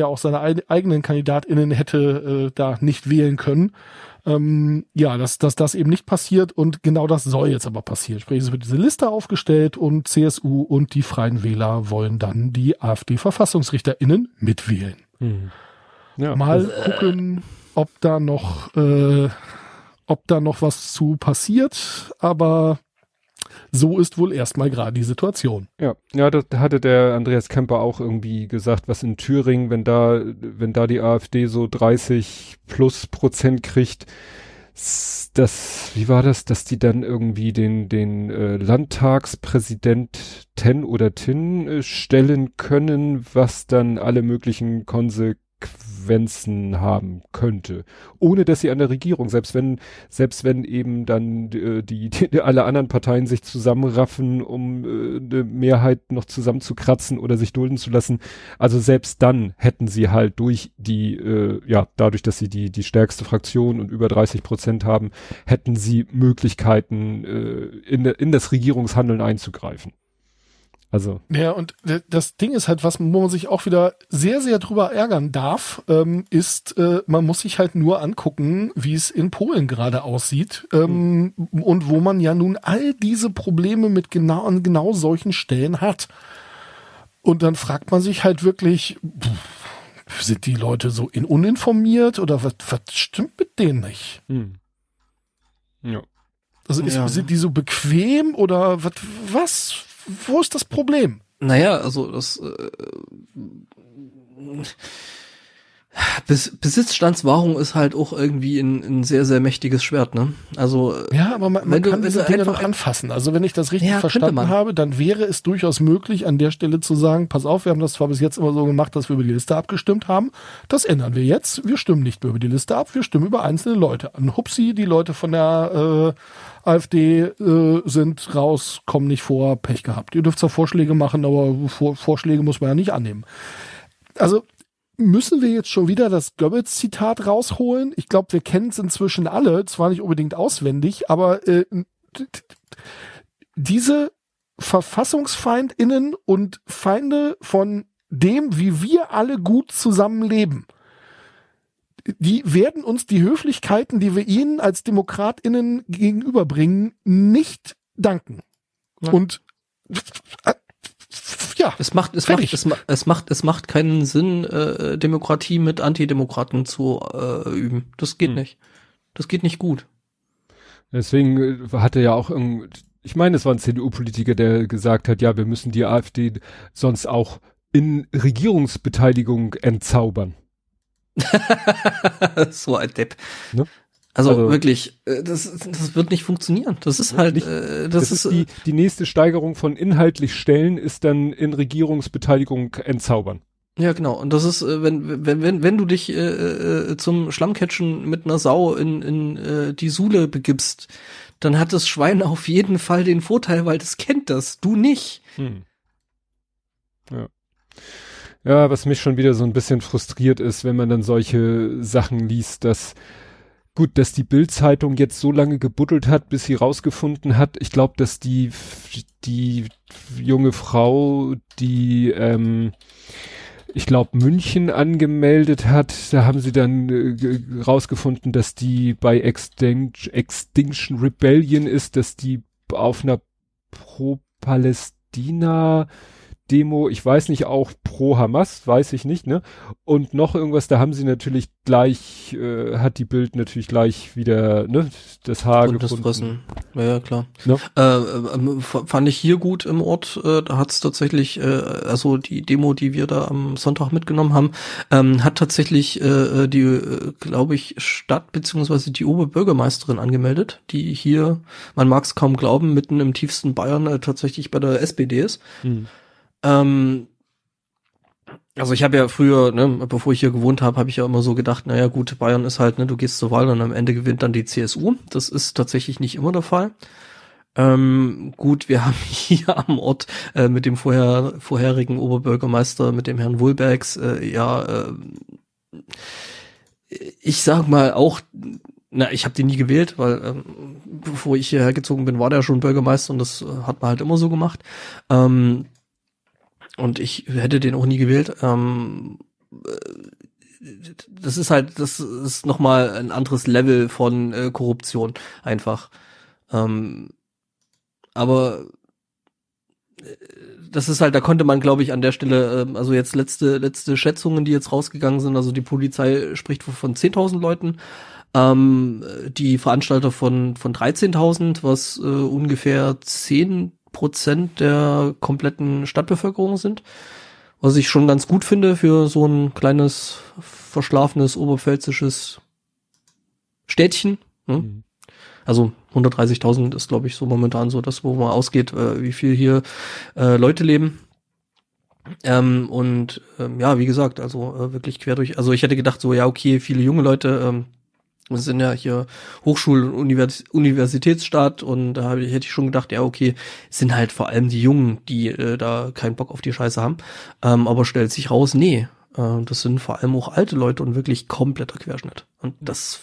eigenen KandidatInnen hätte äh, da nicht wählen können. Ähm, ja, dass, dass das eben nicht passiert und genau das soll jetzt aber passieren. Sprich, es wird diese Liste aufgestellt und C S U und die Freien Wähler wollen dann die AfD-VerfassungsrichterInnen mitwählen. Hm. Ja. Mal gucken, ob da noch, äh, ob da noch was zu passiert, aber so ist wohl erstmal gerade die Situation. Ja, ja, das hatte der Andreas Kemper auch irgendwie gesagt, was in Thüringen, wenn da, wenn da die AfD so dreißig plus Prozent kriegt, das, wie war das, dass die dann irgendwie den, den äh, Landtagspräsidenten oder Tin äh, stellen können, was dann alle möglichen Konsequenzen haben könnte. Ohne dass sie an der Regierung, selbst wenn, selbst wenn eben dann äh, die, die, alle anderen Parteien sich zusammenraffen, um äh, eine Mehrheit noch zusammenzukratzen oder sich dulden zu lassen. Also selbst dann hätten sie halt durch die, äh, ja, dadurch, dass sie die, die stärkste Fraktion und über dreißig Prozent haben, hätten sie Möglichkeiten, äh, in, in das Regierungshandeln einzugreifen. Also. Ja, und das Ding ist halt, was wo man sich auch wieder sehr, sehr drüber ärgern darf, ähm, ist, äh, man muss sich halt nur angucken, wie es in Polen gerade aussieht, ähm, mhm. und wo man ja nun all diese Probleme mit genau an genau solchen Stellen hat. Und dann fragt man sich halt wirklich, pff, sind die Leute so in uninformiert oder was, was stimmt mit denen nicht? Mhm. Ja. Also ist, Ja. sind die so bequem oder was, was? Wo ist das Problem? Naja, also das äh, Bes- Besitzstandswahrung ist halt auch irgendwie ein, ein sehr, sehr mächtiges Schwert, ne? Also ja, aber man, man wenn du- kann wenn diese du Dinge einfach doch ein- anfassen. Also wenn ich das richtig Ja, könnte verstanden man. habe, dann wäre es durchaus möglich, an der Stelle zu sagen, pass auf, wir haben das zwar bis jetzt immer so gemacht, dass wir über die Liste abgestimmt haben. Das ändern wir jetzt. Wir stimmen nicht mehr über die Liste ab, wir stimmen über einzelne Leute an. Hupsi, die Leute von der äh, AfD äh, sind raus, kommen nicht vor, Pech gehabt. Ihr dürft zwar Vorschläge machen, aber Vor- Vorschläge muss man ja nicht annehmen. Also müssen wir jetzt schon wieder das Goebbels-Zitat rausholen? Ich glaube, wir kennen es inzwischen alle, zwar nicht unbedingt auswendig, aber äh, diese VerfassungsfeindInnen und Feinde von dem, wie wir alle gut zusammenleben, die werden uns die Höflichkeiten, die wir ihnen als DemokratInnen gegenüberbringen, nicht danken. Ja. Und äh, ja, es macht, es fertig. macht, es, ma- es macht, es macht keinen Sinn, äh, Demokratie mit Antidemokraten zu äh, üben. Das geht Hm. nicht. Das geht nicht gut. Deswegen äh, hatte ja auch, irgend- ich meine, es war ein C D U-Politiker, der gesagt hat, ja, wir müssen die AfD sonst auch in Regierungsbeteiligung entzaubern. So ein Depp. Ne? Also, Also- wirklich, äh, das, das wird nicht funktionieren. Das ist halt, Nicht- äh, das, Das, ist die, die nächste Steigerung von inhaltlich Stellen, ist dann in Regierungsbeteiligung entzaubern. Ja, genau. Und das ist, äh, wenn, wenn, wenn, wenn du dich äh, äh, zum Schlammcatchen mit einer Sau in, in äh, die Sule begibst, dann hat das Schwein auf jeden Fall den Vorteil, weil das kennt das, du nicht. Hm. Ja. Ja, was mich schon wieder so ein bisschen frustriert ist, wenn man dann solche Sachen liest, dass gut, dass die Bild-Zeitung jetzt so lange gebuddelt hat, bis sie rausgefunden hat. Ich glaube, dass die die junge Frau, die ähm, ich glaube München angemeldet hat, da haben sie dann äh, rausgefunden, dass die bei Extinct, Extinction Rebellion ist, dass die auf einer Pro-Palästina Demo, ich weiß nicht, auch pro Hamas, weiß ich nicht, ne? Und noch irgendwas, da haben sie natürlich gleich, äh, hat die Bild natürlich gleich wieder, ne, das Haar Und das gefunden. Fressen. Ja, ja, klar. Ne? Äh, äh, f- fand ich hier gut im Ort, äh, da hat's tatsächlich, äh, also die Demo, die wir da am Sonntag mitgenommen haben, ähm, hat tatsächlich äh, die, äh, glaube ich, Stadt beziehungsweise die Oberbürgermeisterin angemeldet, die hier, man mag es kaum glauben, mitten im tiefsten Bayern äh, tatsächlich bei der S P D ist. Hm. Ähm, also ich habe ja früher, ne, bevor ich hier gewohnt habe, habe ich ja immer so gedacht, naja gut, Bayern ist halt, ne, du gehst zur Wahl und am Ende gewinnt dann die C S U. Das ist tatsächlich nicht immer der Fall. Ähm, gut, wir haben hier am Ort äh, mit dem vorher, vorherigen Oberbürgermeister, mit dem Herrn Wulbergs, äh, ja, äh, ich sag mal auch, na, ich habe den nie gewählt, weil ähm, bevor ich hierher gezogen bin, war der schon Bürgermeister und das äh, hat man halt immer so gemacht. Ähm, Und ich hätte den auch nie gewählt. Ähm, das ist halt, das ist nochmal ein anderes Level von äh, Korruption einfach. Ähm, aber das ist halt, da konnte man, glaube ich, an der Stelle, ähm, also jetzt letzte letzte Schätzungen, die jetzt rausgegangen sind, also die Polizei spricht von zehntausend Leuten, ähm, die Veranstalter von von dreizehntausend, was äh, ungefähr zehn Prozent der kompletten Stadtbevölkerung sind, was ich schon ganz gut finde für so ein kleines, verschlafenes, oberpfälzisches Städtchen. Ne? Mhm. Also hundertdreißigtausend ist, glaube ich, so momentan so das, wo man ausgeht, äh, wie viel hier äh, Leute leben. Ähm, und ähm, ja, wie gesagt, also äh, wirklich quer durch. Also ich hätte gedacht, so ja, okay, viele junge Leute, ähm, wir sind ja hier Hochschul- und Univers- Universitätsstaat und da hab ich, hätte ich schon gedacht, ja, okay, sind halt vor allem die Jungen, die äh, da keinen Bock auf die Scheiße haben. Ähm, aber stellt sich raus, nee, äh, das sind vor allem auch alte Leute und wirklich kompletter Querschnitt. Und das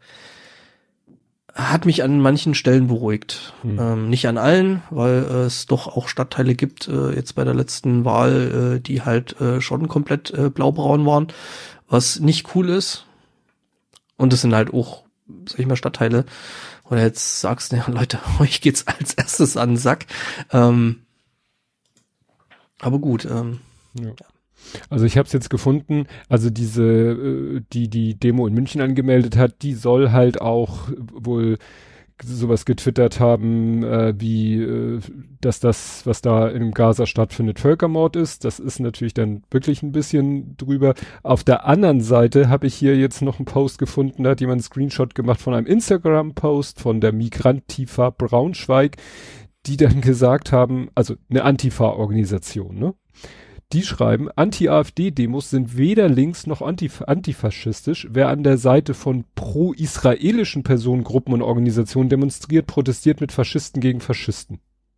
hat mich an manchen Stellen beruhigt. Hm. Ähm, nicht an allen, weil äh, es doch auch Stadtteile gibt, äh, jetzt bei der letzten Wahl, äh, die halt äh, schon komplett äh, blaubraun waren, was nicht cool ist. Und das sind halt auch, sag ich mal, Stadtteile, wo du jetzt sagst, ja Leute, euch geht's als erstes an den Sack. Ähm, aber gut. Ähm, ja. Ja. Also ich habe es jetzt gefunden, also diese, die die Demo in München angemeldet hat, die soll halt auch wohl sowas getwittert haben, äh, wie, äh, dass das, was da im Gaza stattfindet, Völkermord ist. Das ist natürlich dann wirklich ein bisschen drüber. Auf der anderen Seite habe ich hier jetzt noch einen Post gefunden, da hat jemand einen Screenshot gemacht von einem Instagram-Post von der Migrantifa Braunschweig, die dann gesagt haben, also eine Antifa-Organisation, ne? Die schreiben, Anti-AfD-Demos sind weder links noch antif- antifaschistisch. Wer an der Seite von pro-israelischen Personen, Gruppen und Organisationen demonstriert, protestiert mit Faschisten gegen Faschisten.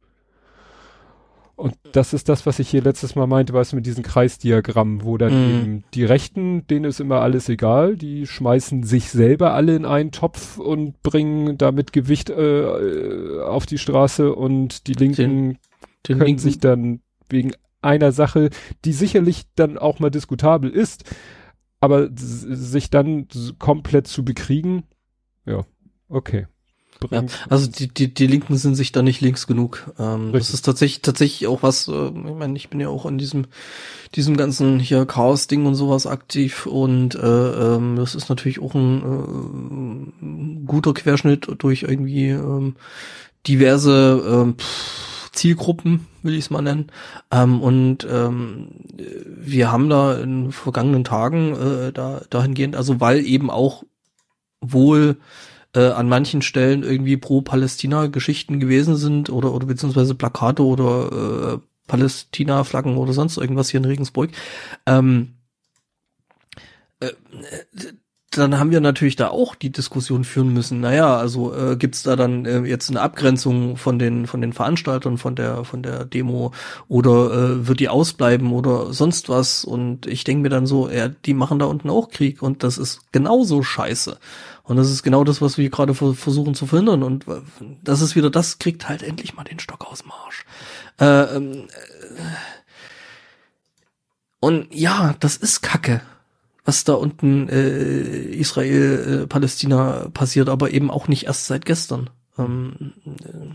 Und das ist das, was ich hier letztes Mal meinte, weißt du, mit diesen Kreisdiagrammen, wo dann mm. eben die Rechten, denen ist immer alles egal, die schmeißen sich selber alle in einen Topf und bringen damit Gewicht äh, auf die Straße und die Linken den, den können Linken. sich dann wegen einer Sache, die sicherlich dann auch mal diskutabel ist, aber s- sich dann s- komplett zu bekriegen, ja, okay. Ja, also die, die, die Linken sind sich da nicht links genug. Ähm, das ist tatsächlich, tatsächlich auch was, äh, ich meine, ich bin ja auch in diesem, diesem ganzen hier Chaos-Ding und sowas aktiv und äh, ähm, das ist natürlich auch ein äh, guter Querschnitt durch irgendwie ähm, diverse ähm, pff, Zielgruppen, will ich es mal nennen. Ähm, und ähm, wir haben da in vergangenen Tagen äh, da dahingehend, also weil eben auch wohl äh, an manchen Stellen irgendwie pro-Palästina-Geschichten gewesen sind oder oder beziehungsweise Plakate oder äh, Palästina-Flaggen oder sonst irgendwas hier in Regensburg. Ähm, äh, dann haben wir natürlich da auch die Diskussion führen müssen. Naja, also äh, gibt's da dann äh, jetzt eine Abgrenzung von den von den Veranstaltern von der von der Demo oder äh, wird die ausbleiben oder sonst was? Und ich denke mir dann so, ja, die machen da unten auch Krieg und das ist genauso scheiße. Und das ist genau das, was wir gerade versuchen zu verhindern. Und das ist wieder, das kriegt halt endlich mal den Stock aus dem Arsch. Äh, ähm, und ja, das ist Kacke, was da unten äh, Israel, äh, Palästina passiert, aber eben auch nicht erst seit gestern. Ähm, äh,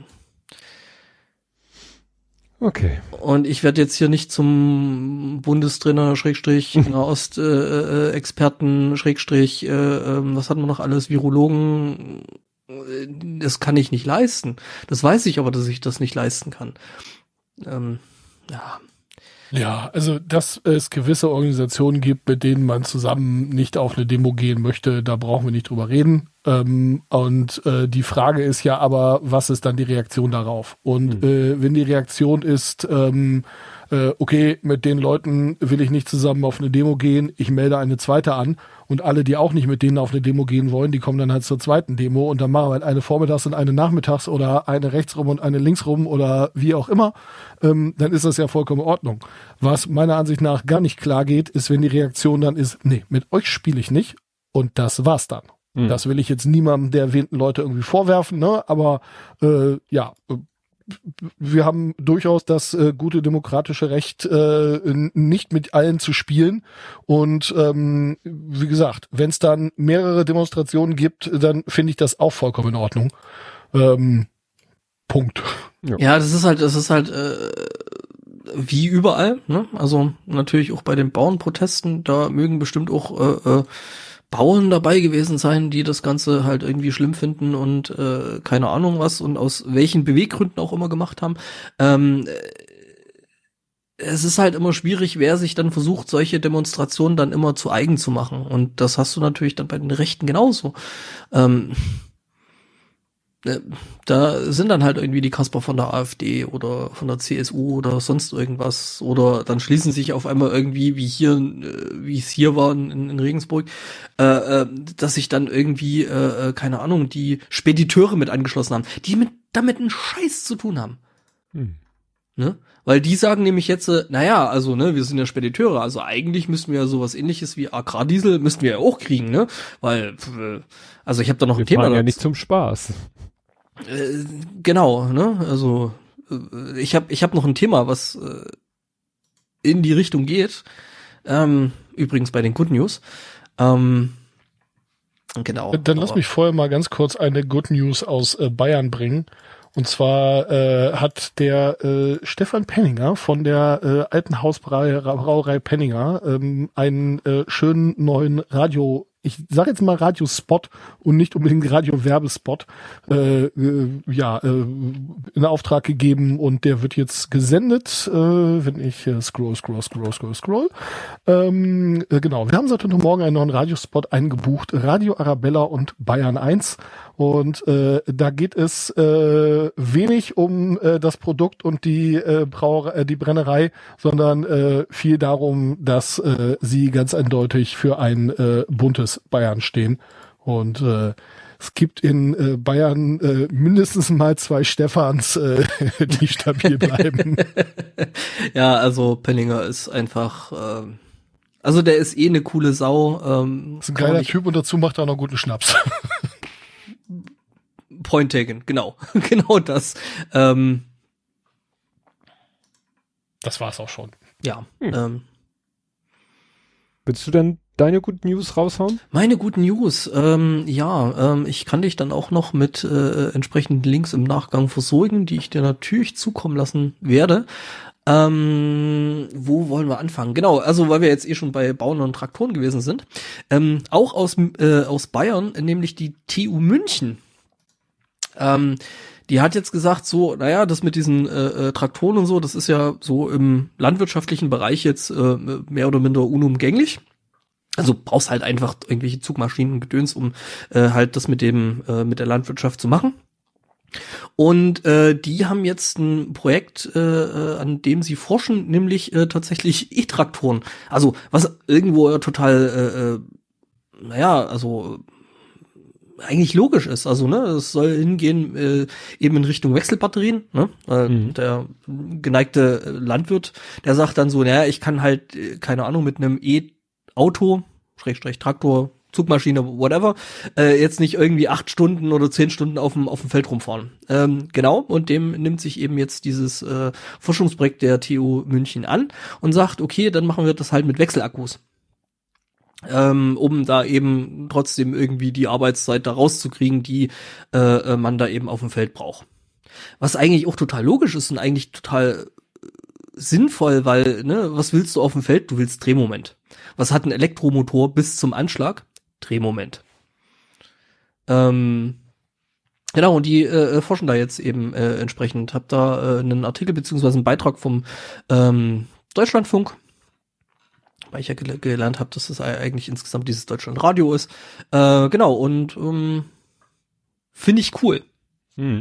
okay. Und ich werde jetzt hier nicht zum Bundestrainer Schrägstrich Nahost äh, äh, Experten Schrägstrich äh, äh, was hatten wir noch alles, Virologen, das kann ich nicht leisten. Das weiß ich aber, dass ich das nicht leisten kann. Ähm, ja. Ja, also dass es gewisse Organisationen gibt, mit denen man zusammen nicht auf eine Demo gehen möchte, da brauchen wir nicht drüber reden. Ähm, und äh, die Frage ist ja aber, was ist dann die Reaktion darauf? Und mhm. äh, wenn die Reaktion ist, ähm, äh, okay, mit den Leuten will ich nicht zusammen auf eine Demo gehen, ich melde eine zweite an und alle, die auch nicht mit denen auf eine Demo gehen wollen, die kommen dann halt zur zweiten Demo und dann machen wir halt eine vormittags und eine nachmittags oder eine rechtsrum und eine linksrum oder wie auch immer, ähm, dann ist das ja vollkommen in Ordnung. Was meiner Ansicht nach gar nicht klar geht, ist, wenn die Reaktion dann ist, nee, mit euch spiele ich nicht und das war's dann. Mhm. Das will ich jetzt niemandem der erwähnten Leute irgendwie vorwerfen, ne? Aber äh, ja, wir haben durchaus das äh, gute demokratische Recht, äh, nicht mit allen zu spielen. Und ähm, wie gesagt, wenn es dann mehrere Demonstrationen gibt, dann finde ich das auch vollkommen in Ordnung. Ähm, Punkt. Ja. ja, das ist halt, das ist halt äh, wie überall, ne? Also natürlich auch bei den Bauernprotesten, da mögen bestimmt auch äh, äh, Bauern dabei gewesen sein, die das Ganze halt irgendwie schlimm finden und äh, keine Ahnung was und aus welchen Beweggründen auch immer gemacht haben. Ähm, es ist halt immer schwierig, wer sich dann versucht, solche Demonstrationen dann immer zu eigen zu machen. Und das hast du natürlich dann bei den Rechten genauso. Ähm, Da sind dann halt irgendwie die Kasper von der AfD oder von der C S U oder sonst irgendwas. Oder dann schließen sich auf einmal irgendwie, wie hier, wie es hier war in, in Regensburg, äh, dass sich dann irgendwie, äh, keine Ahnung, die Spediteure mit angeschlossen haben, die mit damit einen Scheiß zu tun haben. Hm. Ne? Weil die sagen nämlich jetzt, naja, also, ne, wir sind ja Spediteure, also eigentlich müssten wir ja sowas ähnliches wie Agrardiesel, müssten wir ja auch kriegen, ne? Weil, also ich habe da noch wir ein Thema. Wir fahren ja nicht zum Spaß. Äh, genau, ne? Also äh, ich habe ich hab noch ein Thema, was äh, in die Richtung geht. Ähm, übrigens bei den Good News. Ähm, genau. Dann lass mich vorher mal ganz kurz eine Good News aus äh, Bayern bringen. Und zwar äh, hat der äh, Stefan Penninger von der äh, alten Hausbrauerei Penninger ähm, einen äh, schönen neuen Radio, ich sage jetzt mal Radiospot und nicht unbedingt Radio-Werbespot, äh, äh, ja, äh, in Auftrag gegeben und der wird jetzt gesendet, äh, wenn ich äh, scroll, scroll, scroll, scroll, scroll. Ähm, äh, genau, wir haben seit heute Morgen einen neuen Radiospot eingebucht, Radio Arabella und Bayern eins. Und äh, da geht es äh, wenig um äh, das Produkt und die äh, Brauerei, äh, die Brennerei, sondern äh, viel darum, dass äh, sie ganz eindeutig für ein äh, buntes Bayern stehen. Und äh, es gibt in äh, Bayern äh, mindestens mal zwei Stefans, äh, die stabil bleiben. Ja, also Penninger ist einfach, äh, also der ist eh eine coole Sau. Ähm, ist ein geiler Typ und dazu macht er noch guten Schnaps. Point taken, genau. Genau das. Ähm, das war's auch schon. Ja. Hm. Ähm, Willst du dann deine Good News raushauen? Meine guten News, ähm, ja, ähm, ich kann dich dann auch noch mit äh, entsprechenden Links im Nachgang versorgen, die ich dir natürlich zukommen lassen werde. Ähm, wo wollen wir anfangen? Genau, also weil wir jetzt eh schon bei Bauern und Traktoren gewesen sind. Ähm, auch aus, äh, aus Bayern, nämlich die T U München. Ähm, die hat jetzt gesagt, so, naja, das mit diesen äh, Traktoren und so, das ist ja so im landwirtschaftlichen Bereich jetzt äh, mehr oder minder unumgänglich. Also brauchst halt einfach irgendwelche Zugmaschinen und Gedöns, um äh, halt das mit dem äh, mit der Landwirtschaft zu machen. Und äh, die haben jetzt ein Projekt, äh, an dem sie forschen, nämlich äh, tatsächlich E-Traktoren. Also was irgendwo total, äh, äh, naja, also eigentlich logisch ist. Also, ne, es soll hingehen äh, eben in Richtung Wechselbatterien, ne? Äh, mhm. Der geneigte Landwirt, der sagt dann so, naja, ich kann halt, äh, keine Ahnung, mit einem E-Auto, Schrägstrich Traktor, Zugmaschine, whatever, äh, jetzt nicht irgendwie acht Stunden oder zehn Stunden auf dem auf dem Feld rumfahren. Ähm, genau, und dem nimmt sich eben jetzt dieses äh, Forschungsprojekt der T U München an und sagt, okay, dann machen wir das halt mit Wechselakkus. Ähm, um da eben trotzdem irgendwie die Arbeitszeit da rauszukriegen, die äh, man da eben auf dem Feld braucht. Was eigentlich auch total logisch ist und eigentlich total sinnvoll, weil, ne, was willst du auf dem Feld? Du willst Drehmoment. Was hat ein Elektromotor bis zum Anschlag? Drehmoment. Ähm, genau, und die äh, forschen da jetzt eben äh, entsprechend. Hab da äh, einen Artikel beziehungsweise einen Beitrag vom ähm, Deutschlandfunk, weil ich ja gel- gelernt habe, dass das eigentlich insgesamt dieses Deutschlandradio ist. Äh, genau, und ähm, finde ich cool. Hm.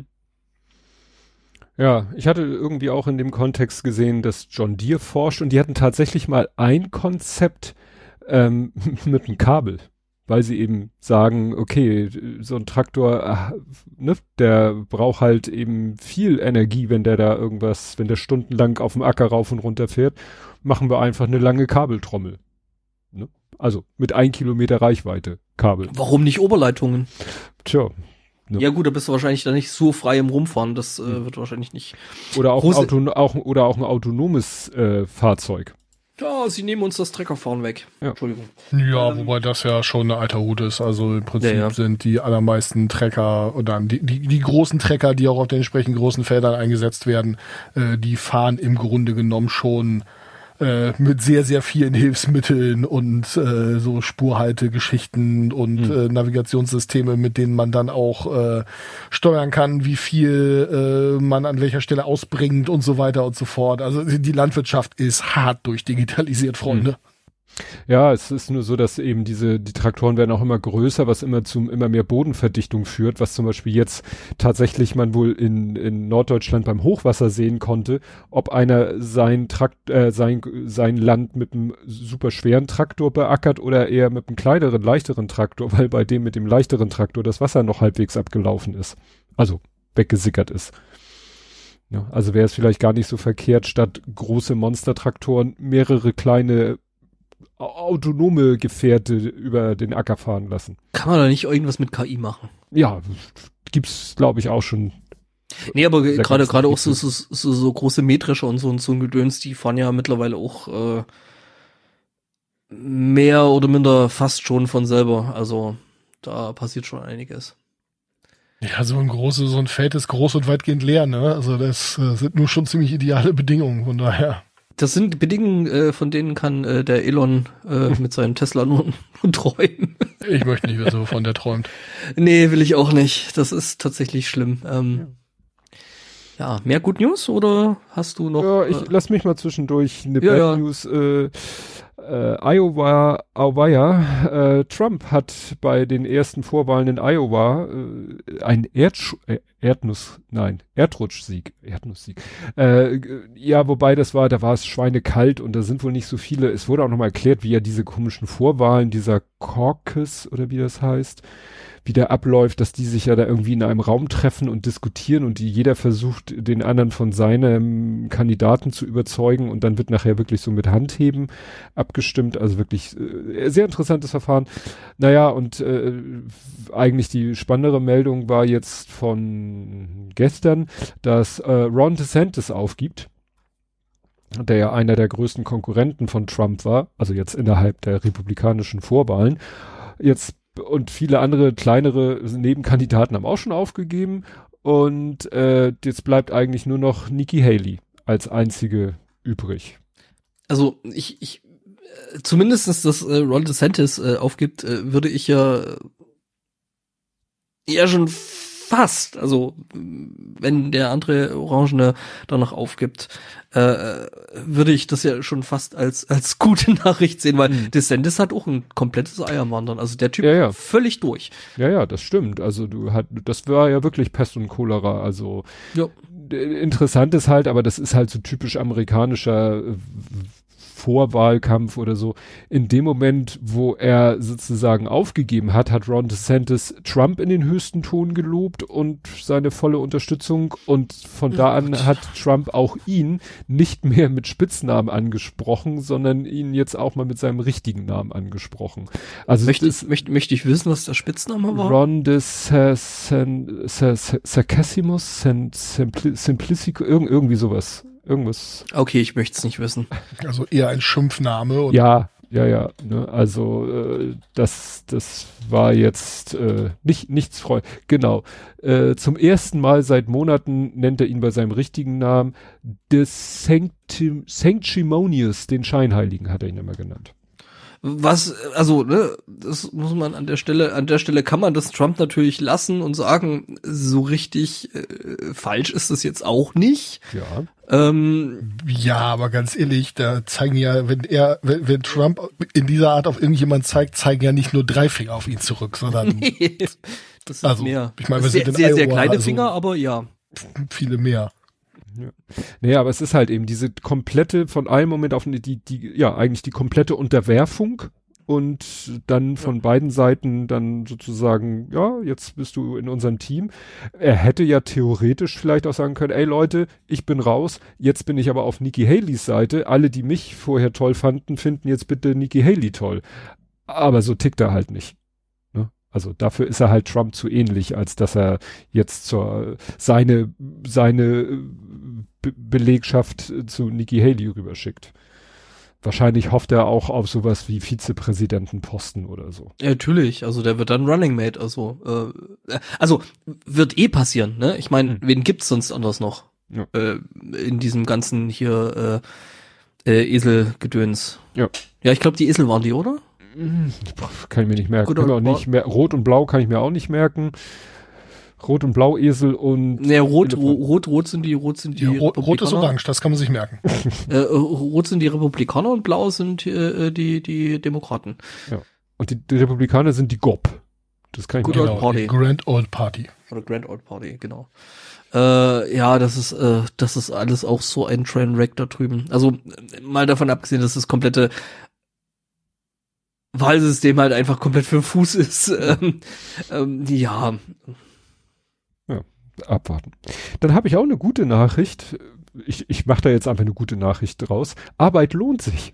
Ja, ich hatte irgendwie auch in dem Kontext gesehen, dass John Deere forscht und die hatten tatsächlich mal ein Konzept ähm, mit einem Kabel, weil sie eben sagen, okay, so ein Traktor, ach, ne, der braucht halt eben viel Energie, wenn der da irgendwas, wenn der stundenlang auf dem Acker rauf und runter fährt, machen wir einfach eine lange Kabeltrommel. Ne? Also mit ein Kilometer Reichweite Kabel. Warum nicht Oberleitungen? Tja, Ne? Ja gut, da bist du wahrscheinlich da nicht so frei im Rumfahren, das äh, wird wahrscheinlich nicht. Oder auch, Große- Auto, auch, oder auch ein autonomes äh, Fahrzeug. Ja, sie nehmen uns das Treckerfahren weg. Ja. Entschuldigung. Ja, Ähm, wobei das ja schon eine alte Hut ist. Also im Prinzip Ja, ja. sind die allermeisten Trecker oder die, die, die großen Trecker, die auch auf den entsprechenden großen Feldern eingesetzt werden, äh, die fahren im Grunde genommen schon äh, mit sehr, sehr vielen Hilfsmitteln und äh, so Spurhaltegeschichten und Mhm. äh, Navigationssysteme, mit denen man dann auch äh, steuern kann, wie viel äh, man an welcher Stelle ausbringt und so weiter und so fort. Also die Landwirtschaft ist hart durchdigitalisiert, Freunde. Mhm. Ja, es ist nur so, dass eben diese, die Traktoren werden auch immer größer, was immer zu immer mehr Bodenverdichtung führt, was zum Beispiel jetzt tatsächlich man wohl in, in Norddeutschland beim Hochwasser sehen konnte, ob einer sein Trakt, äh, sein, sein Land mit einem super schweren Traktor beackert oder eher mit einem kleineren, leichteren Traktor, weil bei dem mit dem leichteren Traktor das Wasser noch halbwegs abgelaufen ist. Also weggesickert ist. Ja, also wäre es vielleicht gar nicht so verkehrt, statt große Monstertraktoren mehrere kleine autonome Gefährte über den Acker fahren lassen. Kann man da nicht irgendwas mit K I machen? Ja, gibt's glaube ich auch schon. Nee, aber Sehr gerade ganz gerade auch so, wichtig. so, so, so große metrische und so und so ein Gedöns, die fahren ja mittlerweile auch äh, mehr oder minder fast schon von selber. Also da passiert schon einiges. Ja, so ein großes, so ein Feld ist groß und weitgehend leer, ne? Also das äh, sind nur schon ziemlich ideale Bedingungen, von daher. Das sind Bedingungen, äh, von denen kann äh, der Elon äh, mit seinem Tesla nur, nur träumen. Ich möchte nicht wissen, wovon der träumt. Nee, will ich auch nicht. Das ist tatsächlich schlimm. Ähm, ja. ja, mehr Good News oder hast du noch? Ja, ich äh, lass mich mal zwischendurch eine Ja, Bad ja. News. Äh, äh, Iowa, Iowa, äh, Trump hat bei den ersten Vorwahlen in Iowa äh, einen Erdsch äh, Erdnuss, nein, Erdrutschsieg, Erdnusssieg. Äh, ja, wobei das war, da war es schweinekalt und da sind wohl nicht so viele. Es wurde auch nochmal erklärt, wie ja diese komischen Vorwahlen, dieser Caucus oder wie das heißt, wie der abläuft, dass die sich ja da irgendwie in einem Raum treffen und diskutieren und die jeder versucht, den anderen von seinem Kandidaten zu überzeugen und dann wird nachher wirklich so mit Handheben abgestimmt. Also wirklich äh, sehr interessantes Verfahren. Naja, und äh, eigentlich die spannendere Meldung war jetzt von gestern, dass äh, Ron DeSantis aufgibt, der ja einer der größten Konkurrenten von Trump war, also jetzt innerhalb der republikanischen Vorwahlen. Jetzt und viele andere kleinere Nebenkandidaten haben auch schon aufgegeben und äh, jetzt bleibt eigentlich nur noch Nikki Haley als einzige übrig. Also ich, ich äh, zumindestens, dass äh, Ron DeSantis äh, aufgibt, äh, würde ich ja äh, eher schon fast, also wenn der andere Orangene da noch aufgibt, äh, würde ich das ja schon fast als als gute Nachricht sehen, weil Mhm. DeSantis hat auch ein komplettes Eierwandern, also der Typ Ja, ja. völlig durch. Ja, ja, das stimmt. Also du hat, das war ja wirklich Pest und Cholera. Also Ja. d- interessant ist halt, aber das ist halt so typisch amerikanischer äh, Vorwahlkampf oder so. In dem Moment, wo er sozusagen aufgegeben hat, hat Ron DeSantis Trump in den höchsten Ton gelobt und seine volle Unterstützung und von da an hat Trump auch ihn nicht mehr mit Spitznamen angesprochen, sondern ihn jetzt auch mal mit seinem richtigen Namen angesprochen. Also Möchte das ich, möchte, möchte ich wissen, was der Spitzname war? Ron DeSantis, Simplicico, irgend, irgendwie sowas. Irgendwas. Okay, ich möchte es nicht wissen. Also eher ein Schimpfname. Und Ja, ja, ja. Ne, also äh, das, das war jetzt äh, nicht nichts freu. Genau. Äh, zum ersten Mal seit Monaten nennt er ihn bei seinem richtigen Namen. Des Sanctim, Sanctimonious, den Scheinheiligen, hat er ihn immer genannt. Was, also, ne, das muss man an der Stelle, an der Stelle kann man das Trump natürlich lassen und sagen, so richtig äh, falsch ist das jetzt auch nicht. Ja. Ähm, ja, aber ganz ehrlich, da zeigen ja, wenn er, wenn, wenn Trump in dieser Art auf irgendjemand zeigt, zeigen ja nicht nur drei Finger auf ihn zurück, sondern das sind Also, mehr. ich meine, wir sehr, sind in sehr, sehr Iowa, kleine also- Finger, aber ja. viele mehr. Ja. Naja, aber es ist halt eben diese komplette, von einem Moment auf die, die, die, ja, eigentlich die komplette Unterwerfung und dann von beiden Seiten dann sozusagen, ja, jetzt bist du in unserem Team. Er hätte ja theoretisch vielleicht auch sagen können, ey Leute, ich bin raus, jetzt bin ich aber auf Nikki Haleys Seite. Alle, die mich vorher toll fanden, finden jetzt bitte Nikki Haley toll. Aber so tickt er halt nicht. Ne? Also dafür ist er halt Trump zu ähnlich, als dass er jetzt zur seine seine Be- Belegschaft zu Nikki Haley rüberschickt. Wahrscheinlich hofft er auch auf sowas wie Vizepräsidentenposten oder so. Ja, natürlich, also der wird dann Running Mate, also äh, also wird eh passieren, ne? Ich meine, hm. wen gibt's sonst anders noch? Ja. Äh, in diesem ganzen hier äh, äh, Eselgedöns. Ja. Ja, ich glaube, die Esel waren die, oder? Kann ich mir nicht merken. Gut, Kann mir auch nicht mehr, Rot und Blau kann ich mir auch nicht merken. Rot und Blau Esel und ne, rot, ro, rot, rot sind die, rot sind die ja, rot, rot ist orange, das kann man sich merken. äh, rot sind die Republikaner und blau sind äh, die die Demokraten. Ja. Und die, die Republikaner sind die G O P. Das kann ich Good mir Old genau. Party. Grand Old Party. Oder Grand Old Party, genau. Äh, ja, das ist äh, das ist alles auch so ein Trainwreck da drüben. Also mal davon abgesehen, dass das komplette Wahlsystem halt einfach komplett für den Fuß ist. Ähm, ähm, ja. Ja, abwarten. Dann habe ich auch eine gute Nachricht. Ich, ich mache da jetzt einfach eine gute Nachricht draus. Arbeit lohnt sich.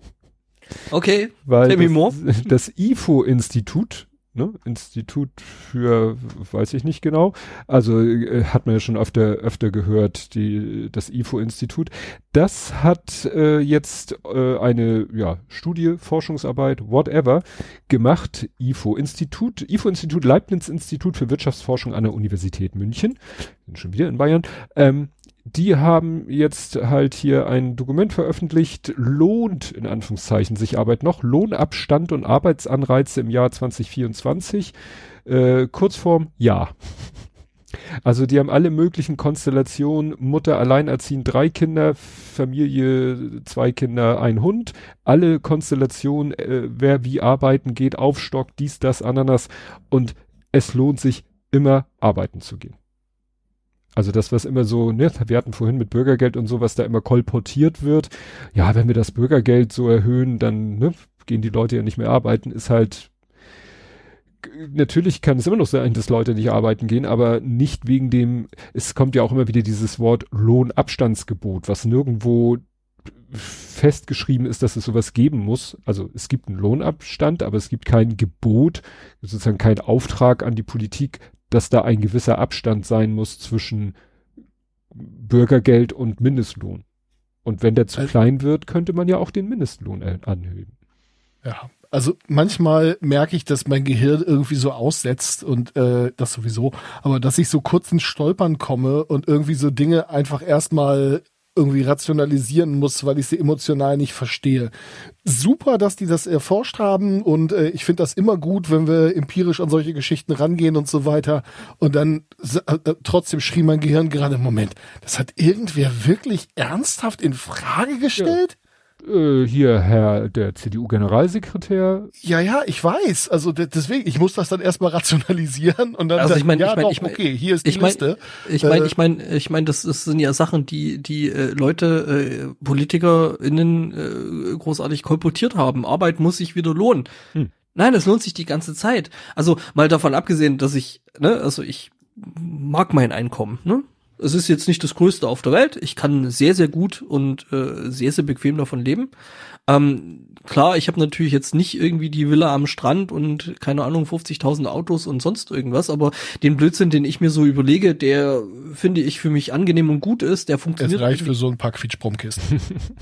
Okay, weil tell me more. Das, das I F O-Institut, ne, Institut für, weiß ich nicht genau, also äh, hat man ja schon öfter, öfter gehört, die, das I F O-Institut, das hat äh, jetzt äh, eine ja, Studie, Forschungsarbeit, whatever, gemacht, I F O-Institut, I F O-Institut, Leibniz-Institut für Wirtschaftsforschung an der Universität München, sind schon wieder in Bayern, ähm, die haben jetzt halt hier ein Dokument veröffentlicht, lohnt, in Anführungszeichen, sich Arbeit noch, Lohnabstand und Arbeitsanreize im Jahr zwanzig vierundzwanzig, äh, Kurzform, ja. Also die haben alle möglichen Konstellationen, Mutter alleinerziehend, drei Kinder, Familie, zwei Kinder, ein Hund, alle Konstellationen, äh, wer wie arbeiten geht, Aufstock, dies, das, Ananas, und es lohnt sich immer arbeiten zu gehen. Also das, was immer so, ne, wir hatten vorhin mit Bürgergeld und so, was da immer kolportiert wird. Ja, wenn wir das Bürgergeld so erhöhen, dann ne, gehen die Leute ja nicht mehr arbeiten, ist halt, natürlich kann es immer noch sein, dass Leute nicht arbeiten gehen, aber nicht wegen dem, es kommt ja auch immer wieder dieses Wort Lohnabstandsgebot, was nirgendwo festgeschrieben ist, dass es sowas geben muss. Also es gibt einen Lohnabstand, aber es gibt kein Gebot, sozusagen kein Auftrag an die Politik, dass da ein gewisser Abstand sein muss zwischen Bürgergeld und Mindestlohn. Und wenn der zu also, klein wird, könnte man ja auch den Mindestlohn anheben. Ja, also manchmal merke ich, dass mein Gehirn irgendwie so aussetzt und äh, das sowieso, aber dass ich so kurz ins Stolpern komme und irgendwie so Dinge einfach erstmal irgendwie rationalisieren muss, weil ich sie emotional nicht verstehe. Super, dass die das erforscht haben und äh, ich finde das immer gut, wenn wir empirisch an solche Geschichten rangehen und so weiter. Und dann äh, trotzdem schrie mein Gehirn gerade, Moment, das hat irgendwer wirklich ernsthaft in Frage gestellt? Ja. Äh, hier, Herr, der C D U-Generalsekretär. Ja, ja, ich weiß. Also de- deswegen, ich muss das dann erstmal rationalisieren und dann also sagen, ich mein, ja, ich mein, doch, ich mein, okay, hier ist die ich mein, Liste. Ich meine, ich meine, ich meine, das, das sind ja Sachen, die die äh, Leute, äh, PolitikerInnen äh, großartig kolportiert haben. Arbeit muss sich wieder lohnen. Hm. Nein, das lohnt sich die ganze Zeit. Also mal davon abgesehen, dass ich, ne, also ich mag mein Einkommen, ne? Es ist jetzt nicht das Größte auf der Welt. Ich kann sehr, sehr gut und äh, sehr, sehr bequem davon leben. Ähm, klar, ich habe natürlich jetzt nicht irgendwie die Villa am Strand und keine Ahnung, fünfzigtausend Autos und sonst irgendwas, aber den Blödsinn, den ich mir so überlege, der finde ich für mich angenehm und gut ist, der funktioniert. Es reicht für so ein paar Quietschbrummkisten.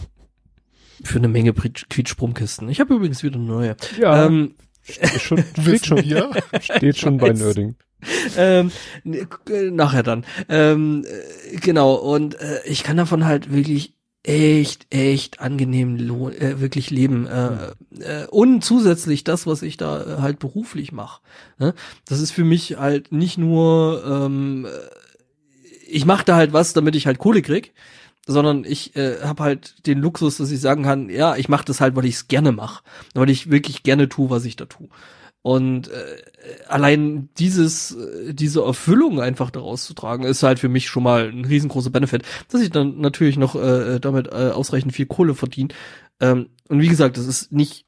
Für eine Menge Quietschbrummkisten. Ich habe übrigens wieder eine neue. Ja, ähm, steht schon, steht schon, hier? Steht schon bei Nerding. ähm, nachher dann. Ähm, genau, und äh, ich kann davon halt wirklich echt, echt angenehm lo- äh, wirklich leben. Äh, äh, und zusätzlich das, was ich da halt beruflich mache. Ne? Das ist für mich halt nicht nur, ähm, ich mache da halt was, damit ich halt Kohle krieg, sondern ich äh, habe halt den Luxus, dass ich sagen kann, ja, ich mache das halt, weil ich es gerne mache. Weil ich wirklich gerne tue, was ich da tue. Und äh, allein dieses, äh, diese Erfüllung einfach daraus zu tragen, ist halt für mich schon mal ein riesengroßer Benefit, dass ich dann natürlich noch äh, damit äh, ausreichend viel Kohle verdiene. Ähm, und wie gesagt, das ist nicht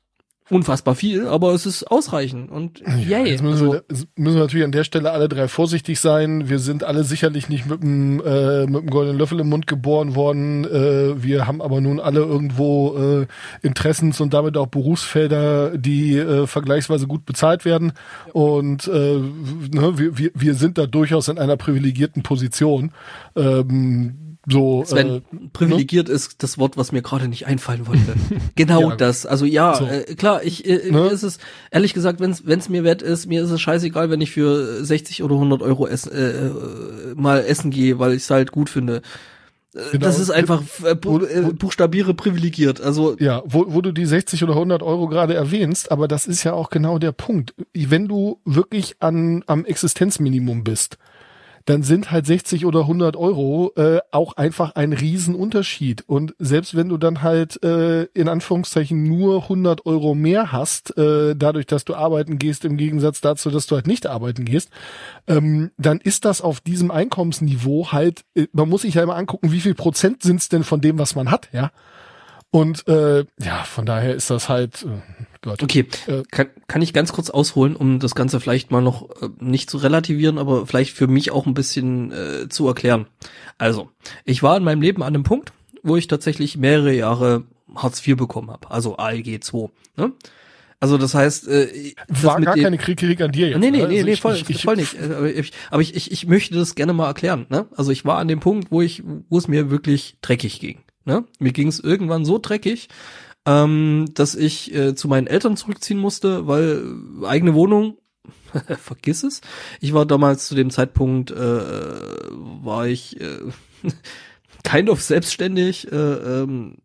unfassbar viel, aber es ist ausreichend und ja, yay. Jetzt müssen, also, wir, müssen wir natürlich an der Stelle alle drei vorsichtig sein. Wir sind alle sicherlich nicht mit dem, äh, mit dem goldenen Löffel im Mund geboren worden. Äh, wir haben aber nun alle irgendwo äh, Interessens- und damit auch Berufsfelder, die äh, vergleichsweise gut bezahlt werden. Ja. Und äh, ne, wir, wir, wir sind da durchaus in einer privilegierten Position. Ähm, So, Sven, äh, privilegiert ne? ist das Wort, was mir gerade nicht einfallen wollte. Genau ja, das. Also ja, so. äh, klar, ich äh, ne? mir ist es, ehrlich gesagt, wenn es mir wert ist, mir ist es scheißegal, wenn ich für sechzig oder hundert Euro essen, äh, mal essen gehe, weil ich es halt gut finde. Genau. Das ist einfach äh, bu äh, buchstabiere privilegiert. Also ja, wo, wo du die sechzig oder hundert Euro gerade erwähnst, aber das ist ja auch genau der Punkt. Wenn du wirklich an am Existenzminimum bist, dann sind halt sechzig oder hundert Euro äh, auch einfach ein Riesenunterschied. Und selbst wenn du dann halt äh, in Anführungszeichen nur hundert Euro mehr hast, äh, dadurch, dass du arbeiten gehst, im Gegensatz dazu, dass du halt nicht arbeiten gehst, ähm, dann ist das auf diesem Einkommensniveau halt, äh, man muss sich ja immer angucken, wie viel Prozent sind's denn von dem, was man hat, ja. Und äh, ja, von daher ist das halt äh, Gott. Okay, äh, kann, kann ich ganz kurz ausholen, um das Ganze vielleicht mal noch äh, nicht zu relativieren, aber vielleicht für mich auch ein bisschen äh, zu erklären. Also, ich war in meinem Leben an einem Punkt, wo ich tatsächlich mehrere Jahre Hartz vier bekommen habe, also A L G zwei. Ne? Also das heißt, äh, das war mit gar dem, keine Kritik an dir jetzt. Nee, nee, also nee, nee, ich, voll, ich, ich, voll nicht. Aber ich, aber ich, ich, ich möchte das gerne mal erklären. Ne? Also ich war an dem Punkt, wo ich, wo es mir wirklich dreckig ging. Ne? Mir ging es irgendwann so dreckig, ähm, dass ich äh, zu meinen Eltern zurückziehen musste, weil äh, eigene Wohnung, vergiss es. Ich war damals zu dem Zeitpunkt, äh, war ich äh, kind of selbstständig äh, ähm,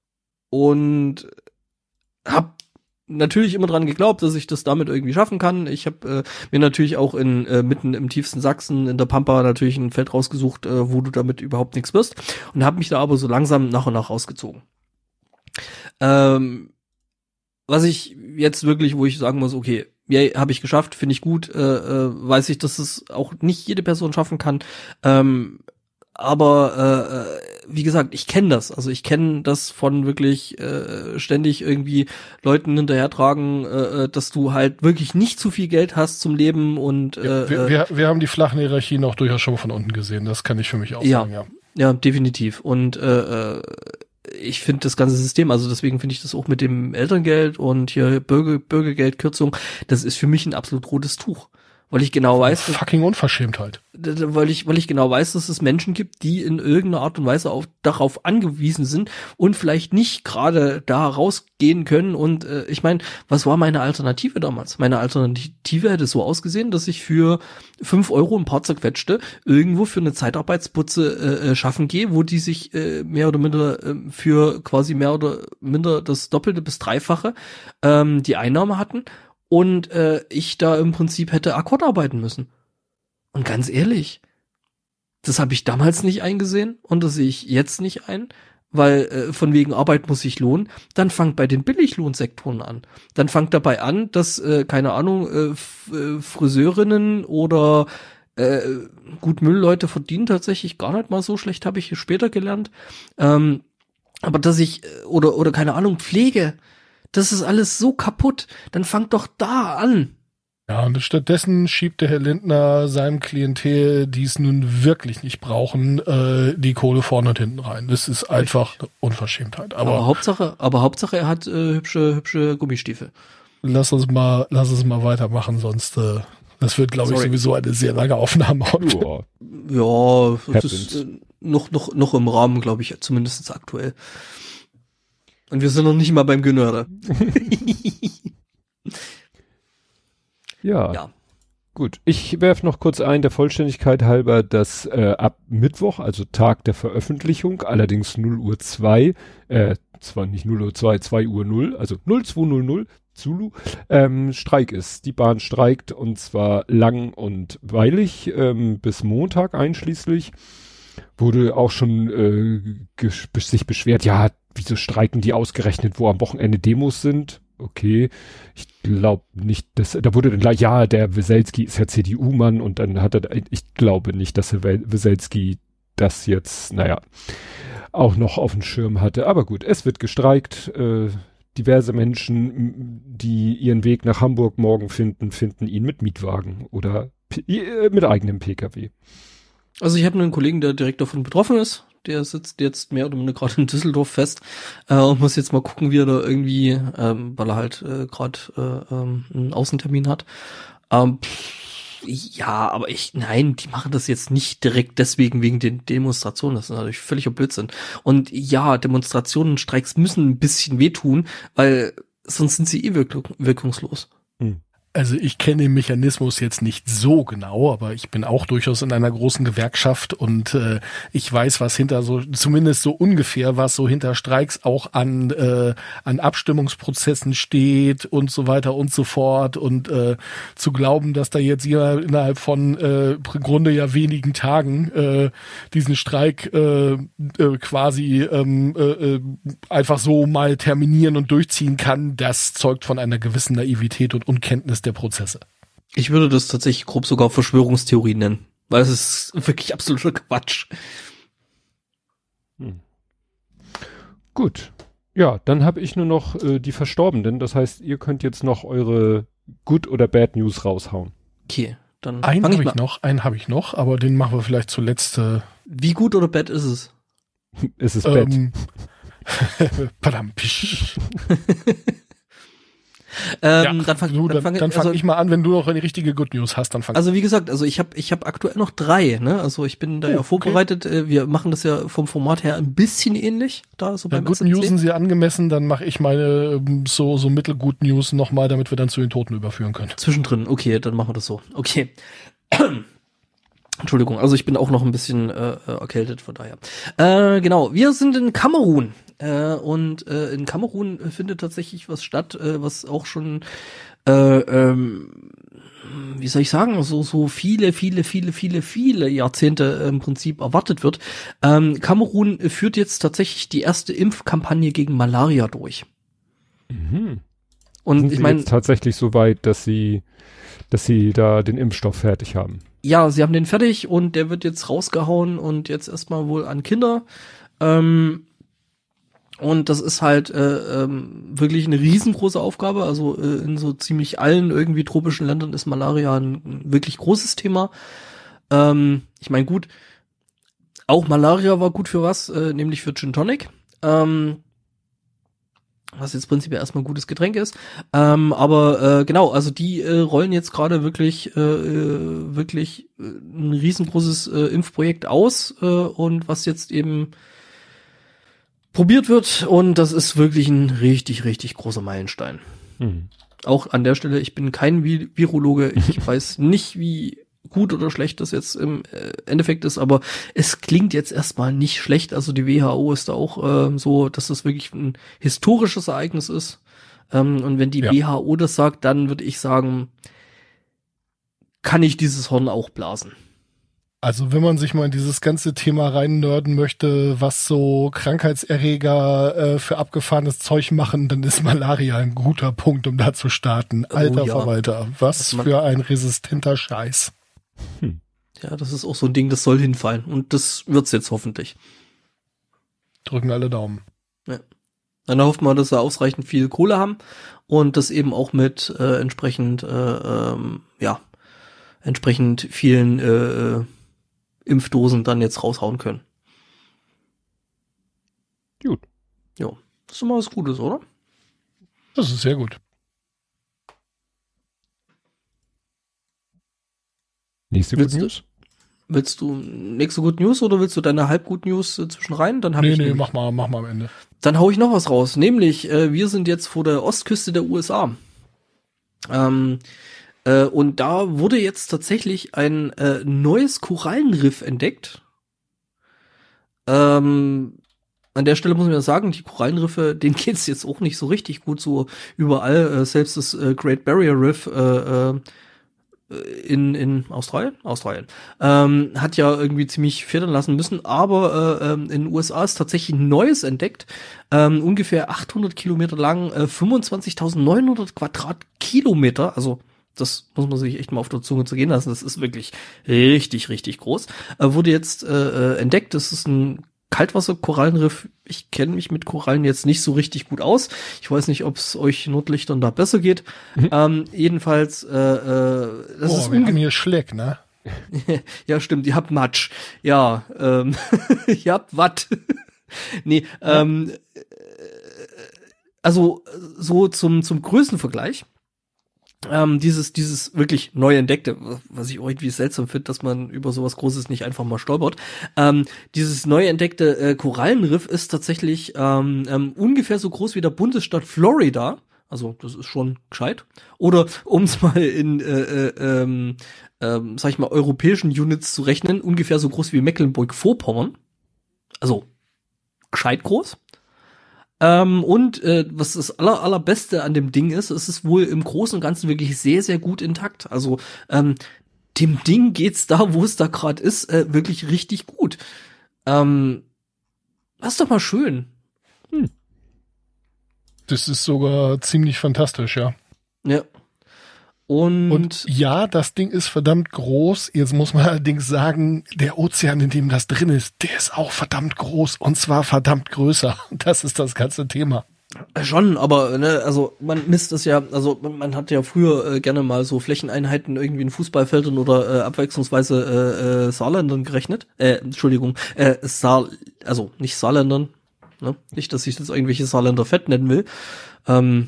und hab natürlich immer dran geglaubt, dass ich das damit irgendwie schaffen kann. Ich habe äh, mir natürlich auch in äh, mitten im tiefsten Sachsen in der Pampa natürlich ein Feld rausgesucht, äh, wo du damit überhaupt nichts wirst und habe mich da aber so langsam nach und nach rausgezogen. Ähm, was ich jetzt wirklich, wo ich sagen muss, okay, ja, habe ich geschafft, finde ich gut, äh, äh, weiß ich, dass es auch nicht jede Person schaffen kann. Ähm, aber äh, wie gesagt, ich kenne das. Also ich kenne das von wirklich äh, ständig irgendwie Leuten hinterhertragen, äh, dass du halt wirklich nicht zu viel Geld hast zum Leben und äh, ja, wir, wir, wir haben die flachen Hierarchien auch durchaus schon von unten gesehen. Das kann ich für mich auch ja, sagen, ja. Ja, definitiv. Und äh, ich finde das ganze System, also deswegen finde ich das auch mit dem Elterngeld und hier Bürger, Bürgergeldkürzung, das ist für mich ein absolut rotes Tuch. Weil ich genau weiß, dass, fucking Unverschämtheit. Weil ich, weil ich genau weiß, dass es Menschen gibt, die in irgendeiner Art und Weise auf, darauf angewiesen sind und vielleicht nicht gerade da rausgehen können. Und äh, ich meine, was war meine Alternative damals? Meine Alternative hätte so ausgesehen, dass ich für fünf Euro ein paar zerquetschte irgendwo für eine Zeitarbeitsputze äh, schaffen gehe, wo die sich äh, mehr oder minder äh, für quasi mehr oder minder das Doppelte bis Dreifache ähm, die Einnahme hatten. Und äh, ich da im Prinzip hätte Akkord arbeiten müssen. Und ganz ehrlich, das habe ich damals nicht eingesehen und das sehe ich jetzt nicht ein, weil äh, von wegen Arbeit muss sich lohnen. Dann fangt bei den Billiglohnsektoren an. Dann fangt dabei an, dass, äh, keine Ahnung, äh, F- äh, Friseurinnen oder äh, gut Müllleute verdienen tatsächlich gar nicht mal so schlecht, habe ich hier später gelernt. Ähm, aber dass ich, oder oder keine Ahnung, Pflege, das ist alles so kaputt. Dann fangt doch da an. Ja, und stattdessen schiebt der Herr Lindner seinem Klientel, die es nun wirklich nicht brauchen, äh, die Kohle vorne und hinten rein. Das ist einfach eine Unverschämtheit. Aber, aber Hauptsache, aber Hauptsache, er hat äh, hübsche, hübsche Gummistiefel. Lass uns mal, lass uns mal weitermachen, sonst äh, das wird, glaube ich, sowieso eine sehr lange Aufnahme heute. Ja, ja das ist äh, noch, noch, noch im Rahmen, glaube ich, zumindest aktuell. Und wir sind noch nicht mal beim Genörde. ja. ja. Gut. Ich werfe noch kurz ein, der Vollständigkeit halber, dass äh, ab Mittwoch, also Tag der Veröffentlichung, allerdings null Uhr zwei, äh, zwar nicht null Uhr zwei, zwei Uhr null, also null zwei null null, Zulu, ähm, Streik ist. Die Bahn streikt und zwar lang und weilig, ähm, bis Montag einschließlich. Wurde auch schon äh, sich beschwert, ja, wieso streiken die ausgerechnet, wo am Wochenende Demos sind? Okay, ich glaube nicht, dass, da wurde dann gleich, ja, der Weselski ist ja C D U-Mann und dann hat er, ich glaube nicht, dass der Weselski das jetzt, naja, auch noch auf dem Schirm hatte. Aber gut, es wird gestreikt, äh, diverse Menschen, die ihren Weg nach Hamburg morgen finden, finden ihn mit Mietwagen oder P- äh, mit eigenem P K W. Also ich habe einen Kollegen, der direkt davon betroffen ist. Der sitzt jetzt mehr oder minder gerade in Düsseldorf fest äh, und muss jetzt mal gucken, wie er da irgendwie, ähm, weil er halt äh, gerade äh, ähm, einen Außentermin hat. Ähm, pff, ja, aber ich, nein, die machen das jetzt nicht direkt deswegen wegen den Demonstrationen. Das ist natürlich völliger Blödsinn. Und ja, Demonstrationen, Streiks müssen ein bisschen wehtun, weil sonst sind sie eh wirk- wirkungslos. Hm. Also ich kenne den Mechanismus jetzt nicht so genau, aber ich bin auch durchaus in einer großen Gewerkschaft und äh, ich weiß, was hinter so, zumindest so ungefähr, was so hinter Streiks auch an äh, an Abstimmungsprozessen steht und so weiter und so fort. Und äh, zu glauben, dass da jetzt jeder innerhalb von äh, im Grunde ja wenigen Tagen äh, diesen Streik äh, äh, quasi ähm, äh, einfach so mal terminieren und durchziehen kann, das zeugt von einer gewissen Naivität und Unkenntnis der Prozesse. Ich würde das tatsächlich grob sogar Verschwörungstheorie nennen, weil es ist wirklich absoluter Quatsch. Hm. Gut. Ja, dann habe ich nur noch äh, die Verstorbenen. Das heißt, ihr könnt jetzt noch eure Good oder Bad News raushauen. Okay, dann Einen fang habe ich ich mal. noch, einen habe ich noch, aber den machen wir vielleicht zuletzt. Äh, Wie gut oder bad ist es? Es ist Bad. ähm, Padampisch. Ähm, Ja, dann fang, du, dann dann, fang, dann fang also, ich mal an, wenn du noch eine richtige Good News hast, dann fang also wie gesagt, also ich habe ich habe aktuell noch drei, ne? Also ich bin da Oh, ja okay. vorbereitet. Äh, Wir machen das ja vom Format her ein bisschen ähnlich, da so Ja, beim Good S M C. News sind sie angemessen, dann mache ich meine ähm, so so mittelgut News nochmal, damit wir dann zu den Toten überführen können. Zwischendrin, okay, dann machen wir das so. Okay. Entschuldigung, also ich bin auch noch ein bisschen äh, äh, erkältet, von daher. Äh, genau, wir sind in Kamerun. Äh, und äh, in Kamerun findet tatsächlich was statt, äh, was auch schon, äh, ähm, wie soll ich sagen, so so viele, viele, viele, viele, viele Jahrzehnte äh, im Prinzip erwartet wird. Ähm, Kamerun führt jetzt tatsächlich die erste Impfkampagne gegen Malaria durch. Mhm. Und Sind ich sie meine, jetzt tatsächlich so weit, dass sie, dass sie da den Impfstoff fertig haben? ja, sie haben den fertig und der wird jetzt rausgehauen und jetzt erstmal wohl an Kinder. Ähm, und das ist halt äh, ähm, wirklich eine riesengroße Aufgabe. Also äh, in so ziemlich allen irgendwie tropischen Ländern ist Malaria ein, ein wirklich großes Thema. Ähm, ich meine, gut, auch Malaria war gut für was, äh, nämlich für Gin Tonic. Ähm, was jetzt prinzipiell erstmal ein gutes Getränk ist. Ähm, aber äh, genau, also die äh, rollen jetzt gerade wirklich, äh, äh, wirklich äh, ein riesengroßes äh, Impfprojekt aus äh, und was jetzt eben probiert wird und das ist wirklich ein richtig, richtig großer Meilenstein. Mhm. Auch an der Stelle, ich bin kein Vi- Virologe, ich weiß nicht, wie gut oder schlecht das jetzt im äh, Endeffekt ist, aber es klingt jetzt erstmal nicht schlecht. Also die W H O ist da auch ähm, so, dass das wirklich ein historisches Ereignis ist. Ähm, und wenn die Ja. W H O das sagt, dann würde ich sagen, kann ich dieses Horn auch blasen. Also wenn man sich mal in dieses ganze Thema reinnörden möchte, was so Krankheitserreger äh, für abgefahrenes Zeug machen, dann ist Malaria ein guter Punkt, um da zu starten. Oh, Alter ja. Verwalter, was Was man- für ein resistenter Scheiß. Ja, das ist auch so ein Ding, das soll hinfallen. Und das wird's jetzt hoffentlich. Drücken alle Daumen. Dann hofft man, dass sie ausreichend viel Kohle haben und das eben auch mit äh, entsprechend, äh, ähm, ja, entsprechend vielen äh, Impfdosen dann jetzt raushauen können. Gut. Ja, das ist doch mal was Gutes, oder? Das ist sehr gut. Nächste Willst Good du- News? Willst du nächste Good News oder willst du deine Halb-Good News äh, zwischen rein? Dann hab Nee, ich nee, nämlich- mach mal, mach mal am Ende. Dann hau ich noch was raus, nämlich äh, wir sind jetzt vor der Ostküste der U S A. Ähm, äh, und da wurde jetzt tatsächlich ein äh, neues Korallenriff entdeckt. Ähm, an der Stelle muss man ja sagen, die Korallenriffe, denen geht's jetzt auch nicht so richtig gut, so überall, äh, selbst das äh, Great Barrier Reef äh, äh, in in Australien, Australien, ähm, hat ja irgendwie ziemlich federn lassen müssen, aber äh, ähm, in den U S A ist tatsächlich ein neues entdeckt, ähm, ungefähr achthundert Kilometer lang, äh, fünfundzwanzigtausendneunhundert Quadratkilometer, also das muss man sich echt mal auf der Zunge zu gehen lassen, das ist wirklich richtig, richtig groß, äh, wurde jetzt äh, äh, entdeckt, das ist ein Kaltwasser-Korallenriff, ich kenne mich mit Korallen jetzt nicht so richtig gut aus. Ich weiß nicht, ob es euch Nordlichtern da besser geht. Mhm. Ähm, jedenfalls, äh, äh, das oh, ist wir haben hier Schleck, ne? Ja, stimmt, ihr habt Matsch. Ja, ähm, ihr habt Watt. Nee, ja. ähm, also so zum zum Größenvergleich. Ähm, dieses, dieses wirklich neu entdeckte, was ich irgendwie seltsam finde, dass man über sowas Großes nicht einfach mal stolpert. Ähm, dieses neu entdeckte äh, Korallenriff ist tatsächlich ähm, ähm, ungefähr so groß wie der Bundesstaat Florida. Also das ist schon gescheit. Oder um es mal in, äh, äh, ähm, ähm, sag ich mal, europäischen Units zu rechnen, ungefähr so groß wie Mecklenburg-Vorpommern. Also gescheit groß. Ähm, und äh, was das aller, allerbeste an dem Ding ist, es ist wohl im Großen und Ganzen wirklich sehr, sehr gut intakt. Also ähm, dem Ding geht's da, wo es da gerade ist, äh, wirklich richtig gut. Ähm, das ist doch mal schön. Hm. Das ist sogar ziemlich fantastisch, ja. Ja. Und, und ja, das Ding ist verdammt groß. Jetzt muss man allerdings sagen, der Ozean, in dem das drin ist, der ist auch verdammt groß und zwar verdammt größer. Das ist das ganze Thema. Schon, aber ne, also man misst es ja, also man, man hat ja früher äh, gerne mal so Flächeneinheiten irgendwie in Fußballfeldern oder äh, abwechslungsweise äh, äh, Saarländern gerechnet. Äh, Entschuldigung, äh, Saar, also nicht Saarländern, ne? Nicht, dass ich jetzt irgendwelche Saarländer fett nennen will. Ähm,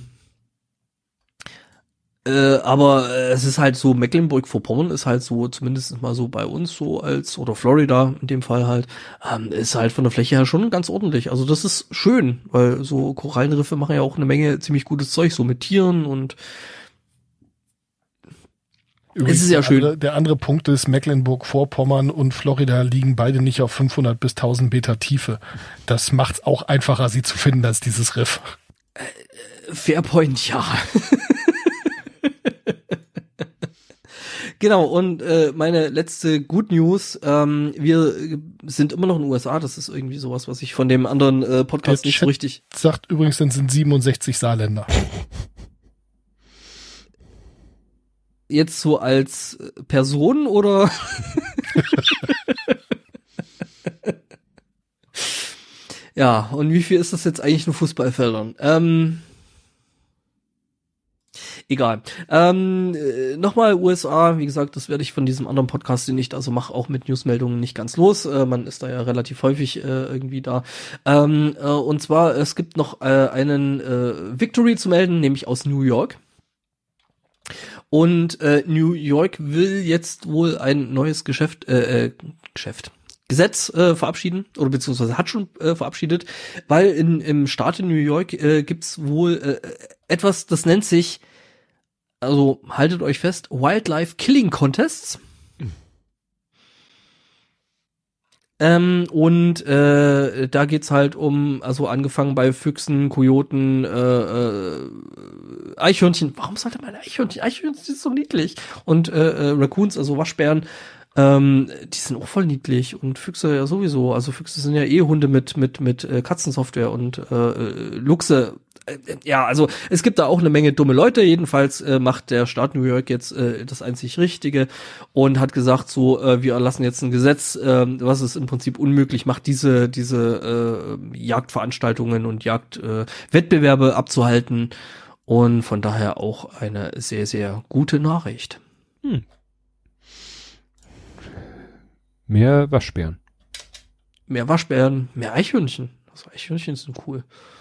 Äh, aber äh, es ist halt so, Mecklenburg-Vorpommern ist halt so, zumindest mal so bei uns so als, oder Florida in dem Fall halt, ähm, ist halt von der Fläche her schon ganz ordentlich. Also das ist schön, weil so Korallenriffe machen ja auch eine Menge ziemlich gutes Zeug, so mit Tieren und Übrigens, es ist ja der schön. Andere, der andere Punkt ist, Mecklenburg-Vorpommern und Florida liegen beide nicht auf fünfhundert bis tausend Meter Tiefe. Das macht's auch einfacher, sie zu finden als dieses Riff. Äh, Fairpoint, ja. Genau, und äh, meine letzte Good News, ähm, wir sind immer noch in den U S A, das ist irgendwie sowas, was ich von dem anderen äh, Podcast Der nicht Chat so richtig... sagt übrigens, dann sind siebenundsechzig Saarländer. Jetzt so als Person oder? Ja, und wie viel ist das jetzt eigentlich in Fußballfeldern? Ähm... Egal. Ähm, äh, nochmal U S A, wie gesagt, das werde ich von diesem anderen Podcast, den ich da so mache, auch mit Newsmeldungen nicht ganz los. Äh, man ist da ja relativ häufig äh, irgendwie da. Ähm, äh, und zwar, es gibt noch äh, einen äh, Victory zu melden, nämlich aus New York. Und äh, New York will jetzt wohl ein neues Geschäft, äh, äh Geschäft. Gesetz äh, verabschieden oder beziehungsweise hat schon äh, verabschiedet, weil in im Staat in New York äh, gibt's wohl äh, etwas, das nennt sich, also haltet euch fest, Wildlife Killing Contests. Mhm. Ähm, und äh, da geht's halt um, also angefangen bei Füchsen, Kojoten, äh, äh, Eichhörnchen. Warum sollte man Eichhörnchen? Eichhörnchen sind so niedlich. Und äh, äh, Raccoons, also Waschbären, ähm, die sind auch voll niedlich. Und Füchse ja sowieso. Also Füchse sind ja eh Hunde mit mit mit äh, Katzensoftware und äh, Luchse. Ja, also es gibt da auch eine Menge dumme Leute. Jedenfalls äh, macht der Staat New York jetzt äh, das einzig Richtige und hat gesagt, so äh, wir erlassen jetzt ein Gesetz, äh, was es im Prinzip unmöglich macht, diese diese äh, Jagdveranstaltungen und Jagdwettbewerbe äh, abzuhalten. Und von daher auch eine sehr, sehr gute Nachricht. Hm. Mehr Waschbären. Mehr Waschbären, mehr Eichhörnchen. Also Eichhörnchen sind cool.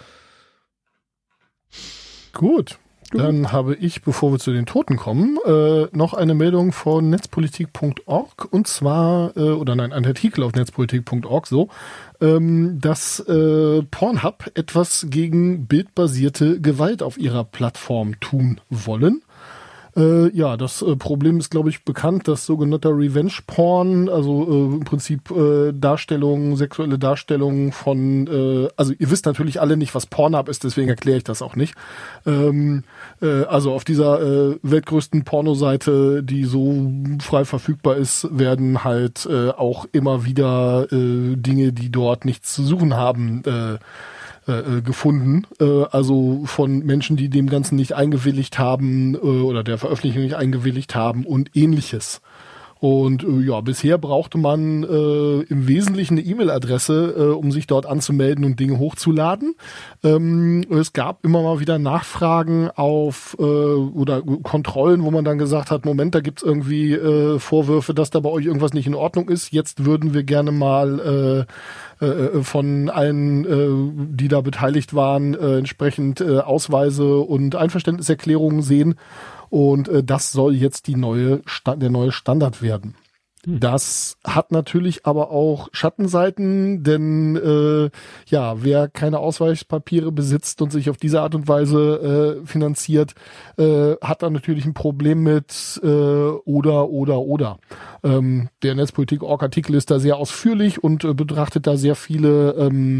Gut, dann habe ich, bevor wir zu den Toten kommen, äh, noch eine Meldung von netzpolitik punkt org und zwar, äh, oder nein, ein Artikel auf netzpolitik punkt org so, ähm, dass äh, Pornhub etwas gegen bildbasierte Gewalt auf ihrer Plattform tun wollen. Äh, ja, das äh, Problem ist, glaube ich, bekannt, dass sogenannter Revenge-Porn, also äh, im Prinzip äh, Darstellungen, sexuelle Darstellungen von, äh, also ihr wisst natürlich alle nicht, was Pornhub ist, deswegen erkläre ich das auch nicht. Ähm, äh, also auf dieser äh, weltgrößten Pornoseite, die so frei verfügbar ist, werden halt äh, auch immer wieder äh, Dinge, die dort nichts zu suchen haben, äh, Äh, gefunden, äh, also von Menschen, die dem Ganzen nicht eingewilligt haben äh, oder der Veröffentlichung nicht eingewilligt haben und ähnliches. Und äh, ja, bisher brauchte man äh, im Wesentlichen eine E-Mail-Adresse, äh, um sich dort anzumelden und Dinge hochzuladen. Ähm, es gab immer mal wieder Nachfragen auf äh, oder Kontrollen, wo man dann gesagt hat, Moment, da gibt's irgendwie äh, Vorwürfe, dass da bei euch irgendwas nicht in Ordnung ist. Jetzt würden wir gerne mal äh, äh, von allen, äh, die da beteiligt waren, äh, entsprechend äh, Ausweise und Einverständniserklärungen sehen. Und äh, das soll jetzt die neue Sta- der neue Standard werden. Hm. Das hat natürlich aber auch Schattenseiten, denn äh, ja, wer keine Ausweispapiere besitzt und sich auf diese Art und Weise äh, finanziert, äh, hat da natürlich ein Problem mit äh, oder, oder, oder. Ähm, der Netzpolitik-Org-Artikel ist da sehr ausführlich und äh, betrachtet da sehr viele ähm,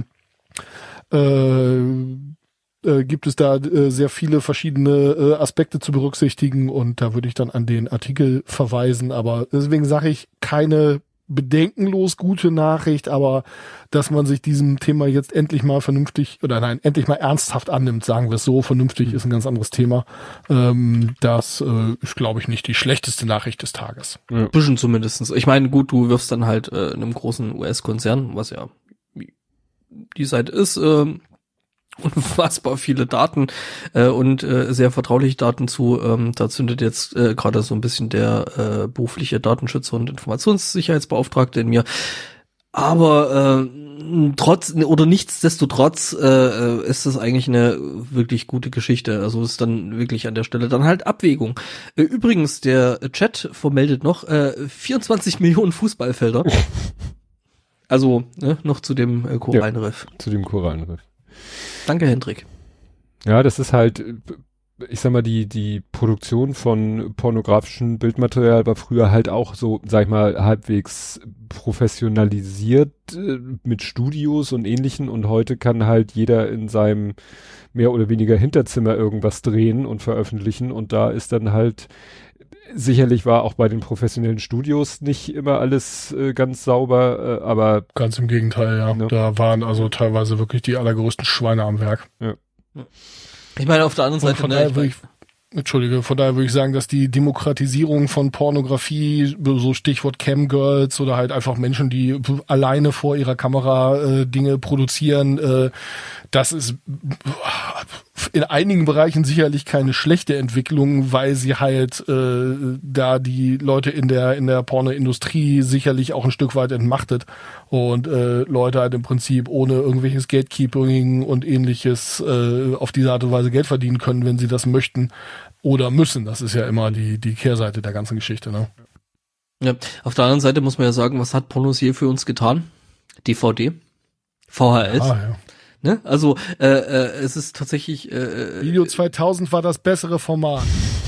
äh, Äh, gibt es da äh, sehr viele verschiedene äh, Aspekte zu berücksichtigen und da würde ich dann an den Artikel verweisen, aber deswegen sage ich keine bedenkenlos gute Nachricht, aber dass man sich diesem Thema jetzt endlich mal vernünftig oder nein, endlich mal ernsthaft annimmt, sagen wir es so, vernünftig ist ein ganz anderes Thema. Ähm, das äh, ist, glaube ich, nicht die schlechteste Nachricht des Tages. Ja. Bisschen zumindestens. Ich meine, gut, du wirfst dann halt äh, in einem großen U S-Konzern, was ja die Seite ist, äh, unfassbar viele Daten äh, und äh, sehr vertrauliche Daten zu. Ähm, da zündet jetzt äh, gerade so ein bisschen der äh, berufliche Datenschützer und Informationssicherheitsbeauftragte in mir. Aber äh, trotz oder nichtsdestotrotz äh, ist das eigentlich eine wirklich gute Geschichte. Also ist dann wirklich an der Stelle dann halt Abwägung. Äh, übrigens, der Chat vermeldet noch äh, vierundzwanzig Millionen Fußballfelder. Also ne, noch zu dem äh, Korallenriff. Ja, zu dem Korallenriff. Danke, Hendrik. Ja, das ist halt, ich sag mal, die, die Produktion von pornografischem Bildmaterial war früher halt auch so, sag ich mal, halbwegs professionalisiert äh, mit Studios und Ähnlichen und heute kann halt jeder in seinem mehr oder weniger Hinterzimmer irgendwas drehen und veröffentlichen und da ist dann halt, sicherlich war auch bei den professionellen Studios nicht immer alles äh, ganz sauber, äh, aber... Ganz im Gegenteil, ja. Ne? Da waren also teilweise wirklich die allergrößten Schweine am Werk. Ja. Ich meine, auf der anderen Seite... Von daher würde ich, Entschuldige, von daher würde ich sagen, dass die Demokratisierung von Pornografie, so Stichwort Camgirls oder halt einfach Menschen, die alleine vor ihrer Kamera äh, Dinge produzieren, äh, das ist in einigen Bereichen sicherlich keine schlechte Entwicklung, weil sie halt äh, da die Leute in der in der Pornoindustrie sicherlich auch ein Stück weit entmachtet und äh, Leute halt im Prinzip ohne irgendwelches Gatekeeping und ähnliches äh, auf diese Art und Weise Geld verdienen können, wenn sie das möchten oder müssen. Das ist ja immer die die Kehrseite der ganzen Geschichte, ne? Ja, auf der anderen Seite muss man ja sagen, was hat Pornos hier für uns getan? D V D, V H S. Ah, ja. Ne? Also äh, äh, es ist tatsächlich äh, Video zweitausend war das bessere Format.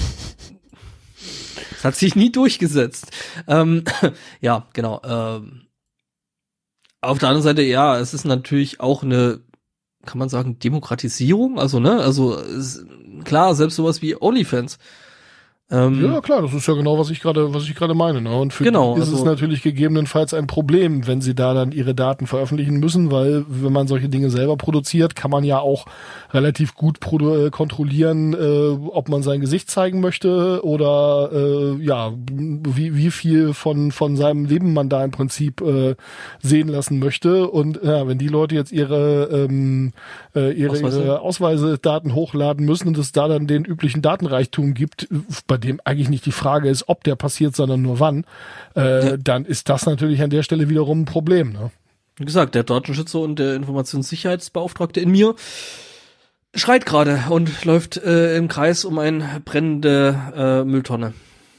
Das hat sich nie durchgesetzt. Ähm, ja, genau. Ähm, auf der anderen Seite, ja, es ist natürlich auch eine, kann man sagen, Demokratisierung. Also ne, also es, klar, selbst sowas wie OnlyFans. Ähm, ja, klar, das ist ja genau, was ich gerade, was ich gerade meine. Ne? Und für genau, die ist also, es natürlich gegebenenfalls ein Problem, wenn sie da dann ihre Daten veröffentlichen müssen, weil wenn man solche Dinge selber produziert, kann man ja auch relativ gut produ- äh, kontrollieren, äh, ob man sein Gesicht zeigen möchte oder äh, ja, wie wie viel von von seinem Leben man da im Prinzip äh, sehen lassen möchte. Und ja, wenn die Leute jetzt ihre ähm, äh, ihre, Ausweise? ihre Ausweisedaten hochladen müssen und es da dann den üblichen Datenreichtum gibt, bei dem eigentlich nicht die Frage ist, ob der passiert, sondern nur wann, äh, ja. dann ist das natürlich an der Stelle wiederum ein Problem. Ne? Wie gesagt, der Datenschützer und der Informationssicherheitsbeauftragte in mir schreit gerade und läuft äh, im Kreis um eine brennende äh, Mülltonne.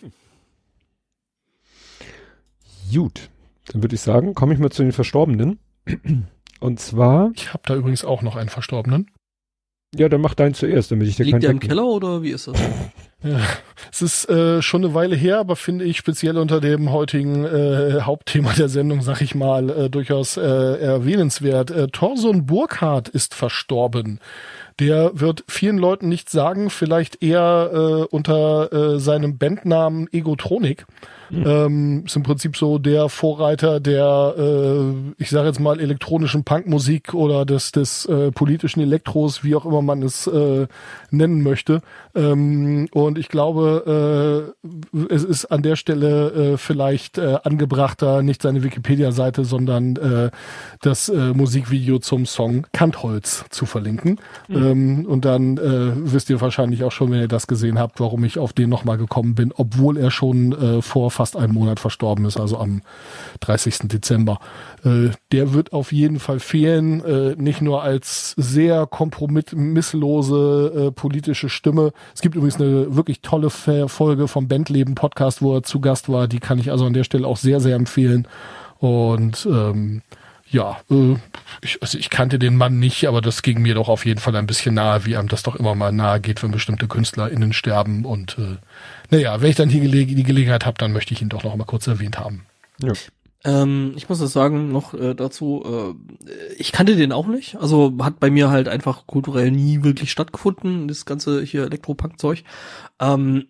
Gut, dann würde ich sagen, komme ich mal zu den Verstorbenen. Und zwar... Ich habe da übrigens auch noch einen Verstorbenen. Ja, dann mach deinen zuerst, damit ich dir Liegt der im Keller oder wie ist das? Ja, es ist äh, schon eine Weile her, aber finde ich speziell unter dem heutigen äh, Hauptthema der Sendung, sag ich mal, äh, durchaus äh, erwähnenswert. Äh, Torson Burkhardt ist verstorben. Der wird vielen Leuten nichts sagen, vielleicht eher äh, unter äh, seinem Bandnamen Egotronik. Mhm. Ähm, ist im Prinzip so der Vorreiter der, äh, ich sage jetzt mal, elektronischen Punkmusik oder des, des äh, politischen Elektros, wie auch immer man es äh, nennen möchte. Ähm, und ich glaube, äh, es ist an der Stelle äh, vielleicht äh, angebrachter, nicht seine Wikipedia-Seite, sondern äh, das äh, Musikvideo zum Song Kantholz zu verlinken. Mhm. Ähm, und dann äh, wisst ihr wahrscheinlich auch schon, wenn ihr das gesehen habt, warum ich auf den nochmal gekommen bin, obwohl er schon äh, vor fast einem Monat verstorben ist, also am dreißigsten Dezember. Äh, der wird auf jeden Fall fehlen, äh, nicht nur als sehr kompromisslose äh, politische Stimme. Es gibt übrigens eine wirklich tolle Folge vom Bandleben Podcast, wo er zu Gast war, die kann ich also an der Stelle auch sehr, sehr empfehlen. Und ähm, ja, äh, ich, also ich kannte den Mann nicht, aber das ging mir doch auf jeden Fall ein bisschen nahe, wie einem das doch immer mal nahe geht, wenn bestimmte KünstlerInnen sterben. Und äh, naja, wenn ich dann die, Gele- die Gelegenheit habe, dann möchte ich ihn doch noch mal kurz erwähnt haben. Ja. Ähm, ich muss das sagen, noch äh, dazu, äh, ich kannte den auch nicht, also hat bei mir halt einfach kulturell nie wirklich stattgefunden, das ganze hier Elektropunk-Zeug. Ähm,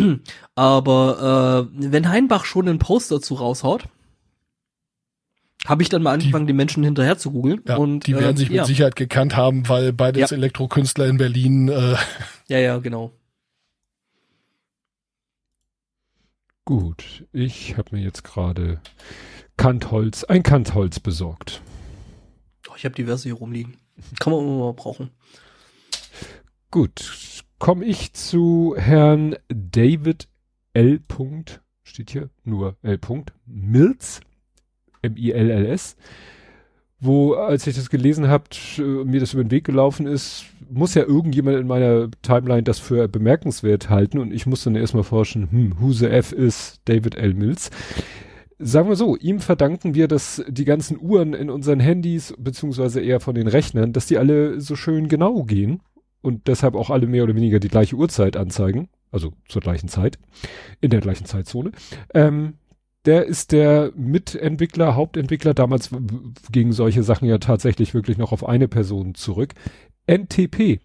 aber äh, wenn Heinbach schon einen Post dazu raushaut, habe ich dann mal angefangen, die, die Menschen hinterher zu googeln. Ja, und die werden äh, sich mit ja. Sicherheit gekannt haben, weil beides ja. Elektrokünstler in Berlin. Äh ja, ja, genau. Gut, ich habe mir jetzt gerade Kantholz, ein Kantholz besorgt. Oh, ich habe diverse hier rumliegen. Kann man immer mal brauchen. Gut, komme ich zu Herrn David L. steht hier nur L. Mills, M I L L S, wo, als ich das gelesen habe, mir das über den Weg gelaufen ist, muss ja irgendjemand in meiner Timeline das für bemerkenswert halten und ich musste dann erstmal forschen, hm, who the F ist David L. Mills? Sagen wir so, ihm verdanken wir, dass die ganzen Uhren in unseren Handys, beziehungsweise eher von den Rechnern, dass die alle so schön genau gehen und deshalb auch alle mehr oder weniger die gleiche Uhrzeit anzeigen, also zur gleichen Zeit, in der gleichen Zeitzone. Ähm, Der ist der Mitentwickler, Hauptentwickler, damals gegen solche Sachen ja tatsächlich wirklich noch auf eine Person zurück. N T P,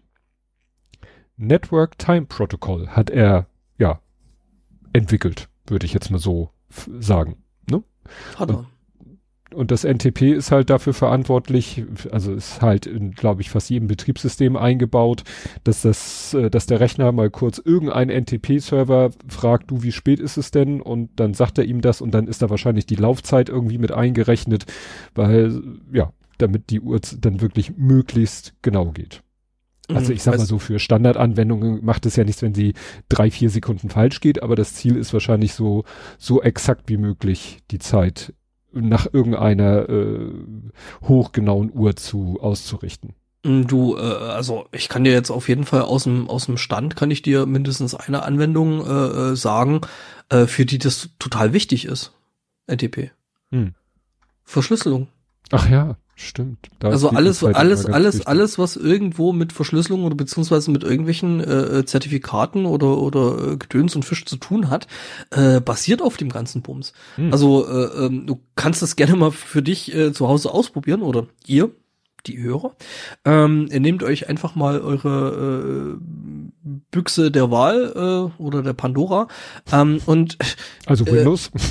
Network Time Protocol, hat er, ja, entwickelt, würde ich jetzt mal so f- sagen. Ne? Hat er. Und, und das N T P ist halt dafür verantwortlich, also ist halt in, glaube ich, fast jedem Betriebssystem eingebaut, dass das, äh, dass der Rechner mal kurz irgendeinen N T P-Server fragt, du, wie spät ist es denn? Und dann sagt er ihm das und dann ist da wahrscheinlich die Laufzeit irgendwie mit eingerechnet, weil, ja, damit die Uhr dann wirklich möglichst genau geht. Also ich sag mal so, für Standardanwendungen macht es ja nichts, wenn sie drei, vier Sekunden falsch geht, aber das Ziel ist wahrscheinlich so, so exakt wie möglich die Zeit nach irgendeiner äh, hochgenauen Uhr zu auszurichten. Du, äh, also ich kann dir jetzt auf jeden Fall aus dem aus dem Stand kann ich dir mindestens eine Anwendung äh, sagen, äh, für die das total wichtig ist. N T P. Hm. Verschlüsselung. Ach ja, stimmt. Da also alles, alles, alles, wichtig. alles, was irgendwo mit Verschlüsselung oder beziehungsweise mit irgendwelchen äh, Zertifikaten oder oder äh, Gedöns und Fisch zu tun hat, äh, basiert auf dem ganzen Bums. Hm. Also äh, ähm, du kannst das gerne mal für dich äh, zu Hause ausprobieren oder ihr, die Hörer. Ähm, ihr nehmt euch einfach mal eure äh, Büchse der Wahl äh, oder der Pandora ähm, und also Windows. Äh,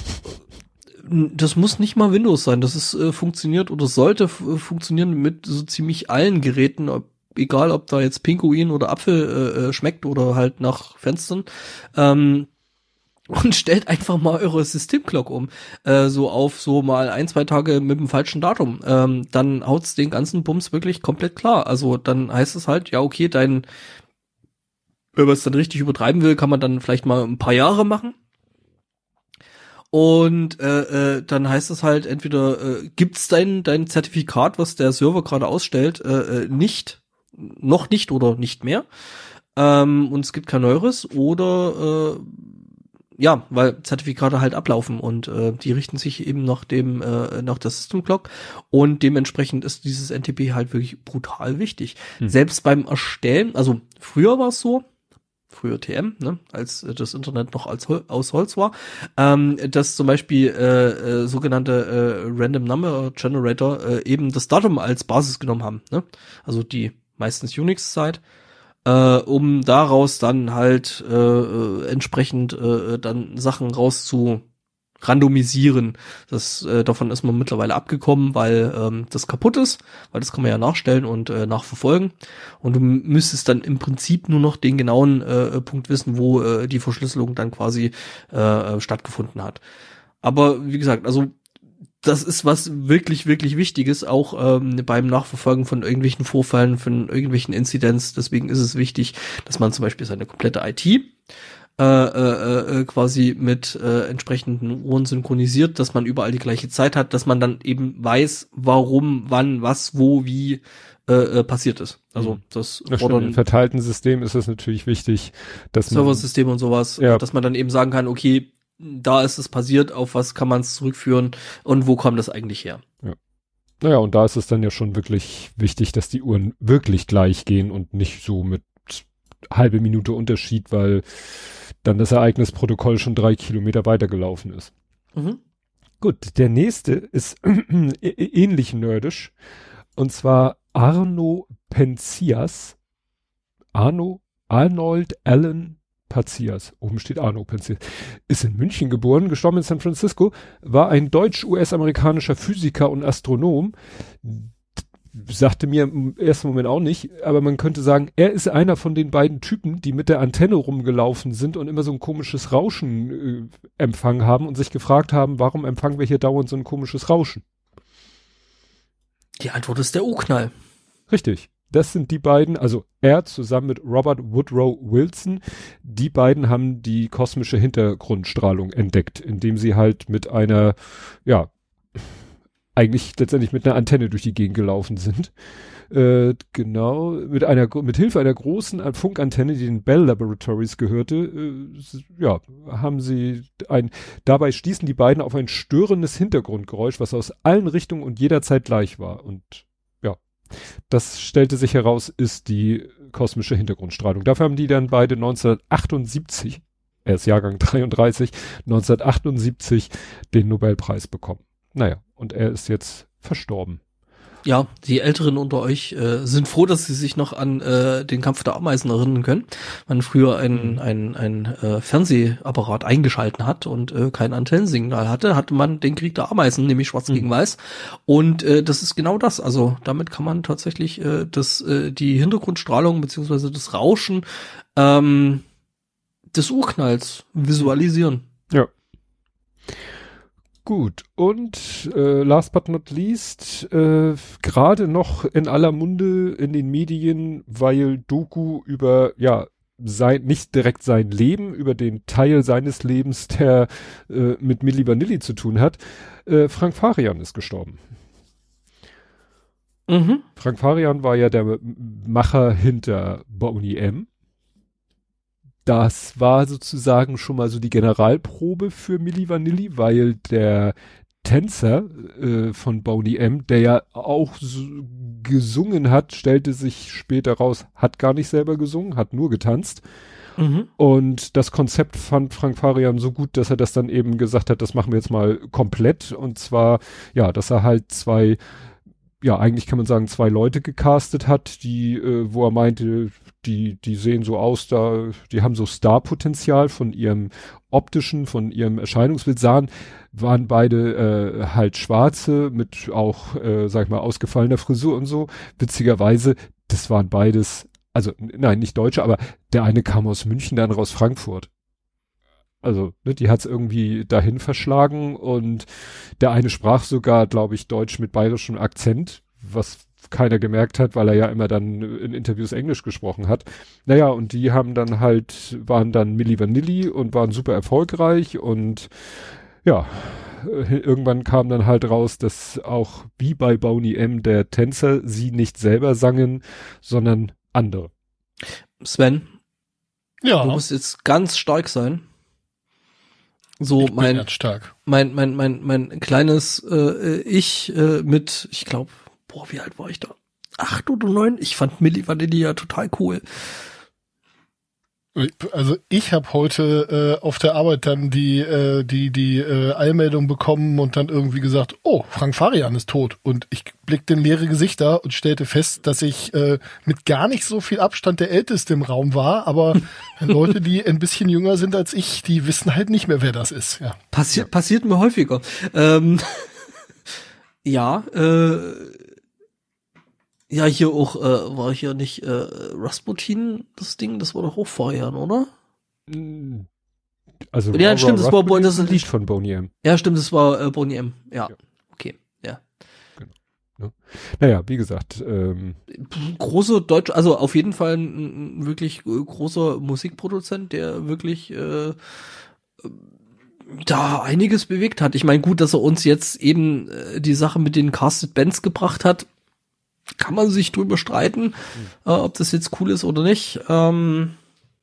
Das muss nicht mal Windows sein. Das ist äh, funktioniert oder sollte f- funktionieren mit so ziemlich allen Geräten, ob, egal ob da jetzt Pinguin oder Apfel äh, schmeckt oder halt nach Fenstern. Ähm, und stellt einfach mal eure Systemclock um, äh, so auf so mal ein, zwei Tage mit dem falschen Datum. Ähm, dann haut's den ganzen Bums wirklich komplett klar. Also dann heißt es halt, ja okay, dein, wenn man es dann richtig übertreiben will, kann man dann vielleicht mal ein paar Jahre machen. Und äh, äh, dann heißt es halt entweder äh, gibt's dein dein Zertifikat, was der Server gerade ausstellt, äh, nicht, noch nicht oder nicht mehr, ähm, und es gibt kein neueres oder äh, ja, weil Zertifikate halt ablaufen und äh, die richten sich eben nach dem äh, nach der System Clock und dementsprechend ist dieses N T P halt wirklich brutal wichtig. Hm. Selbst beim Erstellen, also früher war es so, früher T M, ne, als äh, das Internet noch als Hol- aus Holz war, ähm, dass zum Beispiel äh, äh, sogenannte äh, Random Number Generator äh, eben das Datum als Basis genommen haben, ne? Also die meistens Unix-Zeit, äh, um daraus dann halt äh, äh, entsprechend äh, dann Sachen rauszu randomisieren. Das äh, davon ist man mittlerweile abgekommen, weil ähm, das kaputt ist, weil das kann man ja nachstellen und äh, nachverfolgen. Und du müsstest dann im Prinzip nur noch den genauen äh, Punkt wissen, wo äh, die Verschlüsselung dann quasi äh, stattgefunden hat. Aber wie gesagt, also das ist was wirklich, wirklich Wichtiges, auch ähm, beim Nachverfolgen von irgendwelchen Vorfällen, von irgendwelchen Inzidenz. Deswegen ist es wichtig, dass man zum Beispiel seine komplette I T Äh, äh, äh, quasi mit äh, entsprechenden Uhren synchronisiert, dass man überall die gleiche Zeit hat, dass man dann eben weiß, warum, wann, was, wo, wie äh, äh, passiert ist. Also das ja, fordern im verteilten System ist es natürlich wichtig, dass Serversystem und sowas, ja. dass man dann eben sagen kann, okay, da ist es passiert, auf was kann man es zurückführen und wo kommt das eigentlich her? Ja. Naja, und da ist es dann ja schon wirklich wichtig, dass die Uhren wirklich gleich gehen und nicht so mit halbe Minute Unterschied, weil dann das Ereignisprotokoll schon drei Kilometer weitergelaufen ist. Mhm. Gut, der nächste ist ähnlich nerdisch, und zwar Arno Penzias. Arno, Arnold Allen Penzias. Oben steht Arno Penzias. Ist in München geboren, gestorben in San Francisco, war ein deutsch-U S-amerikanischer Physiker und Astronom. Sagte mir im ersten Moment auch nicht, aber man könnte sagen, er ist einer von den beiden Typen, die mit der Antenne rumgelaufen sind und immer so ein komisches Rauschen äh, empfangen haben und sich gefragt haben, warum empfangen wir hier dauernd so ein komisches Rauschen? Die Antwort ist der U-Knall. Richtig. Das sind die beiden, also er zusammen mit Robert Woodrow Wilson, die beiden haben die kosmische Hintergrundstrahlung entdeckt, indem sie halt mit einer, ja, eigentlich letztendlich mit einer Antenne durch die Gegend gelaufen sind. Äh, genau, mit einer, mit Hilfe einer großen Funkantenne, die den Bell Laboratories gehörte, äh, ja, haben sie ein, dabei stießen die beiden auf ein störendes Hintergrundgeräusch, was aus allen Richtungen und jederzeit gleich war. Und ja, das stellte sich heraus, ist die kosmische Hintergrundstrahlung. Dafür haben die dann beide neunzehnhundertachtundsiebzig, er ist Jahrgang dreiunddreißig, neunzehnhundertachtundsiebzig den Nobelpreis bekommen. Naja, und er ist jetzt verstorben. Ja, die Älteren unter euch äh, sind froh, dass sie sich noch an äh, den Kampf der Ameisen erinnern können. Man früher ein, ein, ein äh, Fernsehapparat eingeschalten hat und äh, kein Antennensignal hatte, hatte man den Krieg der Ameisen, nämlich Schwarz mhm. gegen Weiß. Und äh, das ist genau das. Also damit kann man tatsächlich äh, das, äh, die Hintergrundstrahlung beziehungsweise das Rauschen ähm, des Urknalls visualisieren. Ja. Gut, und äh, last but not least, äh, gerade noch in aller Munde in den Medien, weil Doku über, ja, sein, nicht direkt sein Leben, über den Teil seines Lebens, der äh, mit Milli Vanilli zu tun hat, äh, Frank Farian ist gestorben. Mhm. Frank Farian war ja der Macher hinter Boney M. Das war sozusagen schon mal so die Generalprobe für Milli Vanilli, weil der Tänzer äh, von Boney M., der ja auch so gesungen hat, stellte sich später raus, hat gar nicht selber gesungen, hat nur getanzt. Mhm. Und das Konzept fand Frank Farian so gut, dass er das dann eben gesagt hat, das machen wir jetzt mal komplett. Und zwar, ja, dass er halt zwei, ja, eigentlich kann man sagen, zwei Leute gecastet hat, die, äh, wo er meinte, die, die sehen so aus, da, die haben so Starpotenzial von ihrem optischen, von ihrem Erscheinungsbild, sahen, waren beide äh, halt Schwarze mit auch, äh, sag ich mal, ausgefallener Frisur und so. Witzigerweise, das waren beides, also nein, nicht Deutsche, aber der eine kam aus München, der andere aus Frankfurt. Also, ne, die hat's irgendwie dahin verschlagen und der eine sprach sogar, glaube ich, Deutsch mit bayerischem Akzent, was keiner gemerkt hat, weil er ja immer dann in Interviews Englisch gesprochen hat. Naja, und die haben dann halt, waren dann Milli Vanilli und waren super erfolgreich und ja, irgendwann kam dann halt raus, dass auch wie bei Boney M. der Tänzer sie nicht selber sangen, sondern andere. Sven, ja. Du musst jetzt ganz stark sein. So ich mein, bin ganz stark. mein, mein, mein, mein kleines äh, Ich äh, mit, ich glaube, boah, wie alt war ich da? Acht oder neun? Ich fand Milli Vanilli ja total cool. Also ich habe heute äh, auf der Arbeit dann die äh, die die äh, Eilmeldung bekommen und dann irgendwie gesagt, oh, Frank Farian ist tot. Und ich blickte in leere Gesichter und stellte fest, dass ich äh, mit gar nicht so viel Abstand der Älteste im Raum war. Aber Leute, die ein bisschen jünger sind als ich, die wissen halt nicht mehr, wer das ist. Ja. Passiert ja. passiert mir häufiger. Ähm, ja, äh, ja, hier auch, äh, war hier nicht äh, Rasputin das Ding, das war doch auch vor Jahren, oder? Also ja, stimmt, das war das ist ein Lied von Boney M. Ja, stimmt, das war äh, Boney M. Ja. ja, okay, ja. Genau. Ne? Naja, wie gesagt, ähm, große deutsche, also auf jeden Fall ein, ein wirklich äh, großer Musikproduzent, der wirklich äh, da einiges bewegt hat. Ich meine, gut, dass er uns jetzt eben äh, die Sache mit den Casted Bands gebracht hat, kann man sich drüber streiten, mhm. äh, ob das jetzt cool ist oder nicht. Ähm,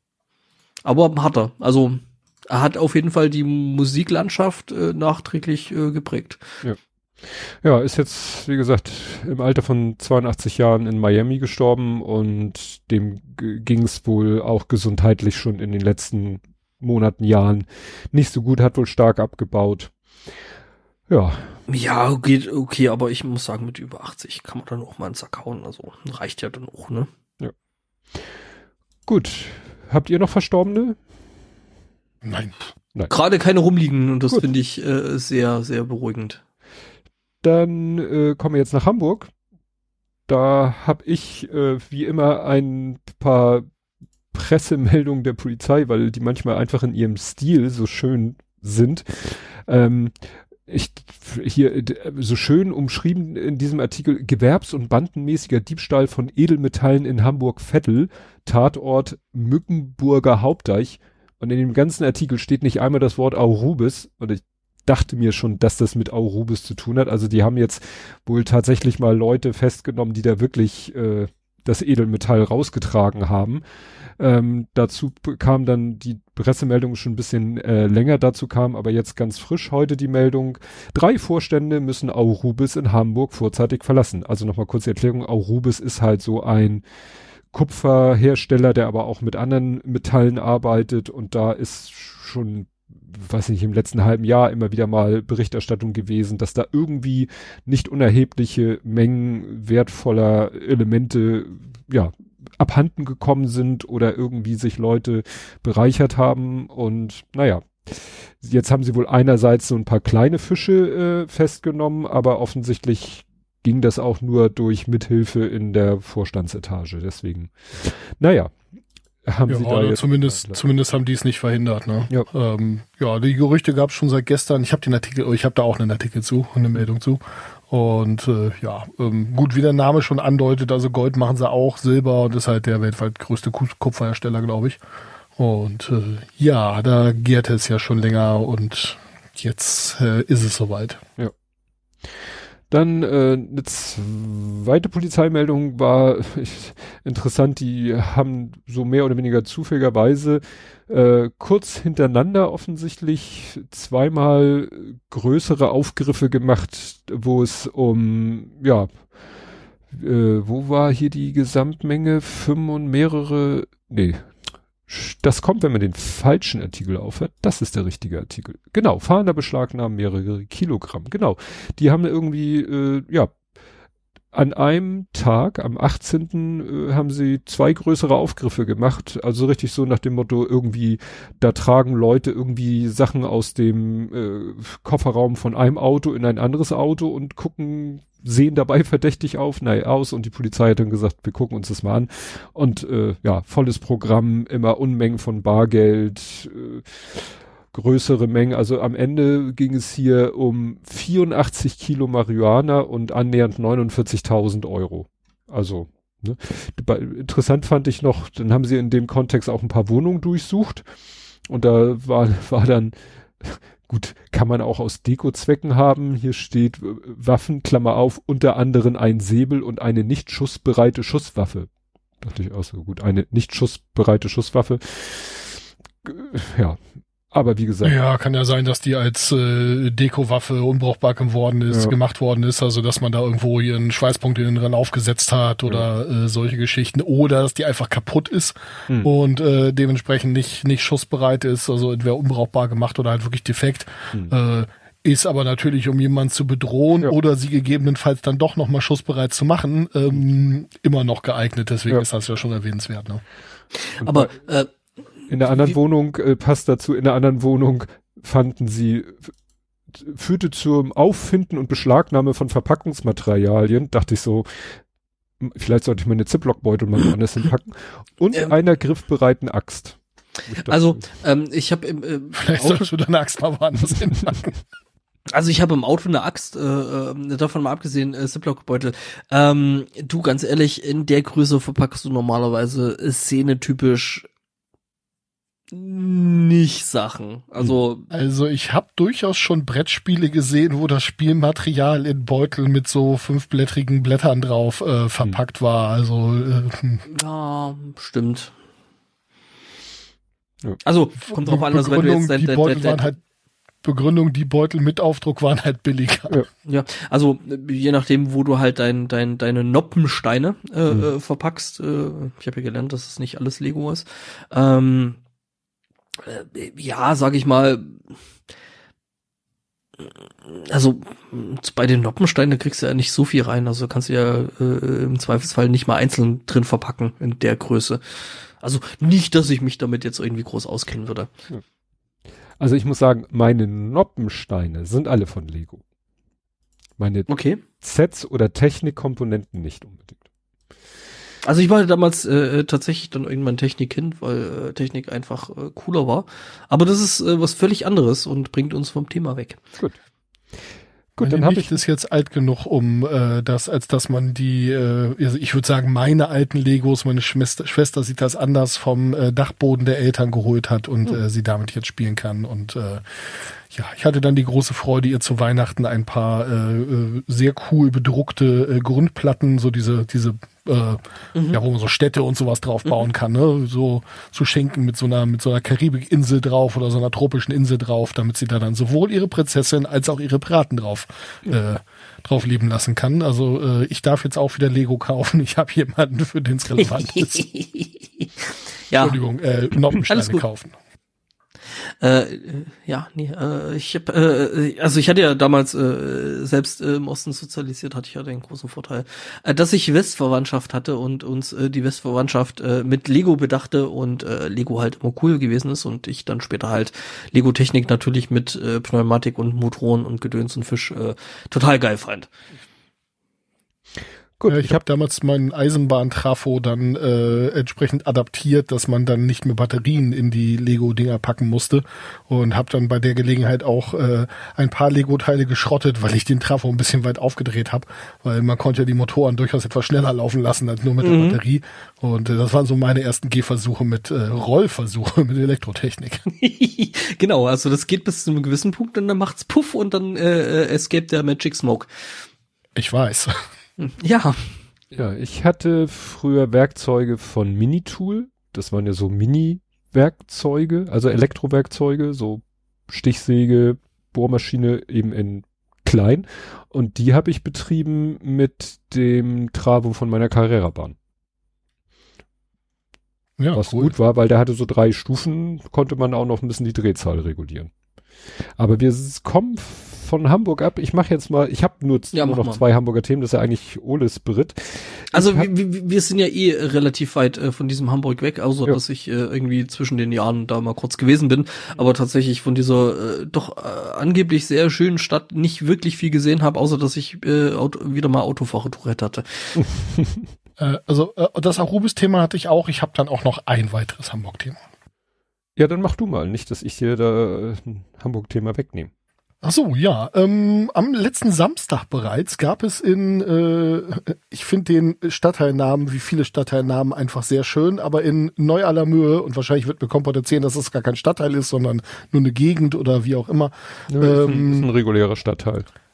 aber hat er. Also er hat auf jeden Fall die Musiklandschaft äh, nachträglich äh, geprägt. Ja. Ja, ist jetzt, wie gesagt, im Alter von zweiundachtzig Jahren in Miami gestorben und dem g- ging es wohl auch gesundheitlich schon in den letzten Monaten, Jahren nicht so gut, hat wohl stark abgebaut. Ja. Ja, geht okay, aber ich muss sagen, mit über achtzig kann man dann auch mal einen Sack hauen, also reicht ja dann auch, ne? Ja. Gut. Habt ihr noch Verstorbene? Nein. Nein. Gerade keine rumliegen und das finde ich äh, sehr, sehr beruhigend. Dann äh, kommen wir jetzt nach Hamburg. Da habe ich äh, wie immer ein paar Pressemeldungen der Polizei, weil die manchmal einfach in ihrem Stil so schön sind. Ähm, ich hier so schön umschrieben in diesem Artikel: gewerbs- und bandenmäßiger Diebstahl von Edelmetallen in Hamburg-Vettel, Tatort Mückenburger Hauptdeich. Und in dem ganzen Artikel steht nicht einmal das Wort Aurubis. Und ich dachte mir schon, dass das mit Aurubis zu tun hat. Also die haben jetzt wohl tatsächlich mal Leute festgenommen, die da wirklich äh, das Edelmetall rausgetragen haben. Ähm, dazu kam dann die Pressemeldung schon ein bisschen äh, länger, dazu kam aber jetzt ganz frisch heute die Meldung: Drei Vorstände müssen Aurubis in Hamburg vorzeitig verlassen. Also nochmal kurze Erklärung: Aurubis ist halt so ein Kupferhersteller, der aber auch mit anderen Metallen arbeitet, und da ist schon, weiß nicht, im letzten halben Jahr immer wieder mal Berichterstattung gewesen, dass da irgendwie nicht unerhebliche Mengen wertvoller Elemente, ja, abhanden gekommen sind oder irgendwie sich Leute bereichert haben. Und naja, jetzt haben sie wohl einerseits so ein paar kleine Fische äh, festgenommen, aber offensichtlich ging das auch nur durch Mithilfe in der Vorstandsetage. Deswegen, naja, haben ja, sie da jetzt zumindest zumindest haben die es nicht verhindert, ne? Ja, ähm, ja, die Gerüchte gab es schon seit gestern. Ich habe den Artikel, ich habe da auch einen Artikel zu, eine Meldung zu. Und äh, ja, ähm, gut, wie der Name schon andeutet, also Gold machen sie auch, Silber, und ist halt der weltweit größte Kupferhersteller, glaube ich. Und äh, ja, da gärt es ja schon länger und jetzt äh, ist es soweit. Ja. Dann äh, eine zweite Polizeimeldung war ich, interessant, die haben so mehr oder weniger zufälligerweise äh, kurz hintereinander offensichtlich zweimal größere Aufgriffe gemacht, wo es um, ja, äh, wo war hier die Gesamtmenge? Fünf und mehrere, nee, das kommt, wenn man den falschen Artikel aufhört. Das ist der richtige Artikel. Genau, Fahnder beschlagnahmen mehrere Kilogramm. Genau, die haben irgendwie, äh, ja, an einem Tag, am achtzehnten Äh, haben sie zwei größere Aufgriffe gemacht. Also richtig so nach dem Motto, irgendwie, da tragen Leute irgendwie Sachen aus dem äh, Kofferraum von einem Auto in ein anderes Auto und gucken, sehen dabei verdächtig auf, naja, aus, und die Polizei hat dann gesagt, wir gucken uns das mal an. Und äh, ja, volles Programm, immer Unmengen von Bargeld, äh, größere Mengen. Also am Ende ging es hier um vierundachtzig Kilo Marihuana und annähernd neunundvierzigtausend Euro. Also, ne. Interessant fand ich noch, dann haben sie in dem Kontext auch ein paar Wohnungen durchsucht, und da war, war dann, gut, kann man auch aus Dekozwecken haben. Hier steht Waffen, Klammer auf, unter anderem ein Säbel und eine nicht schussbereite Schusswaffe. Dachte ich auch so, gut, eine nicht schussbereite Schusswaffe. Ja, Aber wie gesagt. Ja, kann ja sein, dass die als äh, Dekowaffe unbrauchbar geworden ist, ja. gemacht worden ist, also dass man da irgendwo ihren Schweißpunkt in den Rennen aufgesetzt hat oder ja. äh, solche Geschichten. Oder dass die einfach kaputt ist hm. und äh, dementsprechend nicht nicht schussbereit ist, also entweder unbrauchbar gemacht oder halt wirklich defekt. Hm. Äh, ist aber natürlich, um jemanden zu bedrohen ja. oder sie gegebenenfalls dann doch nochmal schussbereit zu machen, ähm, immer noch geeignet. Deswegen ja. ist das ja schon erwähnenswert. Ne? Aber äh, in der anderen wie, Wohnung, äh, passt dazu, in der anderen Wohnung fanden sie, führte zum Auffinden und Beschlagnahme von Verpackungsmaterialien. Dachte ich so, vielleicht sollte ich meine Ziploc-Beutel mal woanders hinpacken. Und ähm, einer griffbereiten Axt. Ich also, ähm, ich habe im äh, Vielleicht solltest du deine Axt mal woanders hinpacken. Also ich habe im Auto eine Axt, äh, davon mal abgesehen, äh, Ziploc-Beutel. Ähm, du, ganz ehrlich, in der Größe verpackst du normalerweise szenetypisch nicht Sachen. Also also ich habe durchaus schon Brettspiele gesehen, wo das Spielmaterial in Beutel mit so fünfblättrigen Blättern drauf äh, verpackt war. Also äh, ja, stimmt. Ja. Also kommt drauf an, also wenn du jetzt dein, die Beutel waren halt Begründung, die Beutel mit Aufdruck waren halt billiger. Ja, ja, also je nachdem, wo du halt dein, dein, deine Noppensteine äh, mhm. verpackst. Äh, ich habe ja gelernt, dass es nicht alles Lego ist. Ähm, äh, ja, sag ich mal, also bei den Noppensteinen kriegst du ja nicht so viel rein. Also kannst du ja äh, im Zweifelsfall nicht mal einzeln drin verpacken in der Größe. Also nicht, dass ich mich damit jetzt irgendwie groß auskennen würde. Ja. Also ich muss sagen, meine Noppensteine sind alle von Lego. Meine okay. Sets oder Technikkomponenten nicht unbedingt. Also ich war damals äh, tatsächlich dann irgendwann Technikkind, weil äh, Technik einfach äh, cooler war. Aber das ist äh, was völlig anderes und bringt uns vom Thema weg. Gut. Gut, dann habe ich das jetzt alt genug, um äh, das, als dass man die, äh, also ich würde sagen, meine alten Legos, meine Schwester, Schwester sieht das anders, vom äh, Dachboden der Eltern geholt hat und mhm. äh, sie damit jetzt spielen kann. Und äh, ja, ich hatte dann die große Freude, ihr zu Weihnachten ein paar äh, sehr cool bedruckte äh, Grundplatten, so diese diese äh, mhm. ja, wo man so Städte und sowas drauf bauen mhm. kann, ne? So zu schenken mit so einer mit so einer Karibikinsel drauf oder so einer tropischen Insel drauf, damit sie da dann sowohl ihre Prinzessin als auch ihre Piraten drauf mhm. äh, drauf leben lassen kann. Also äh, ich darf jetzt auch wieder Lego kaufen. Ich habe jemanden, für den es relevant ist. Ja. Entschuldigung, äh, Noppensteine kaufen. Äh, ja, nee, äh, ich hab, äh, also ich hatte ja damals äh, selbst äh, im Osten sozialisiert, hatte ich ja den großen Vorteil, äh, dass ich Westverwandtschaft hatte und uns äh, die Westverwandtschaft äh, mit Lego bedachte und äh, Lego halt immer cool gewesen ist und ich dann später halt Lego-Technik natürlich mit äh, Pneumatik und Motoren und Gedöns und Fisch äh, total geil fand. Gut, ja, ich habe damals meinen Eisenbahntrafo dann äh, entsprechend adaptiert, dass man dann nicht mehr Batterien in die Lego-Dinger packen musste und habe dann bei der Gelegenheit auch äh, ein paar Lego-Teile geschrottet, weil ich den Trafo ein bisschen weit aufgedreht habe, weil man konnte ja die Motoren durchaus etwas schneller laufen lassen als nur mit mhm. der Batterie und äh, das waren so meine ersten Gehversuche mit äh, Rollversuche mit Elektrotechnik. Genau, also das geht bis zu einem gewissen Punkt und dann macht's Puff und dann äh, escape der Magic Smoke. Ich weiß. Ja. Ja, ich hatte früher Werkzeuge von Minitool. Das waren ja so Mini-Werkzeuge, also Elektrowerkzeuge, so Stichsäge, Bohrmaschine eben in klein. Und die habe ich betrieben mit dem Travo von meiner Carrera-Bahn. Ja, was cool. Gut war, weil der hatte so drei Stufen, konnte man auch noch ein bisschen die Drehzahl regulieren. Aber wir kommen von Hamburg ab. Ich mache jetzt mal, ich habe nur, ja, nur noch mal. zwei Hamburger Themen, das ist ja eigentlich Oles Brit. Also hab, wir, wir sind ja eh relativ weit äh, von diesem Hamburg weg, außer ja. dass ich äh, irgendwie zwischen den Jahren da mal kurz gewesen bin, aber tatsächlich von dieser äh, doch äh, angeblich sehr schönen Stadt nicht wirklich viel gesehen habe, außer dass ich äh, Auto, wieder mal Autofahrer-Tourette hatte. äh, also äh, das Arubis-Thema hatte ich auch. Ich habe dann auch noch ein weiteres Hamburg-Thema. Ja, dann mach du mal, nicht, dass ich dir da ein Hamburg-Thema wegnehme. Ach so, ja. Ähm, am letzten Samstag bereits gab es in, äh, ich finde den Stadtteilnamen, wie viele Stadtteilnamen, einfach sehr schön, aber in Neu-Allermöhe, und wahrscheinlich wird mir Kompott erzählen, dass das gar kein Stadtteil ist, sondern nur eine Gegend oder wie auch immer. Ja, ähm, ist, ein, ist ein regulärer Stadtteil.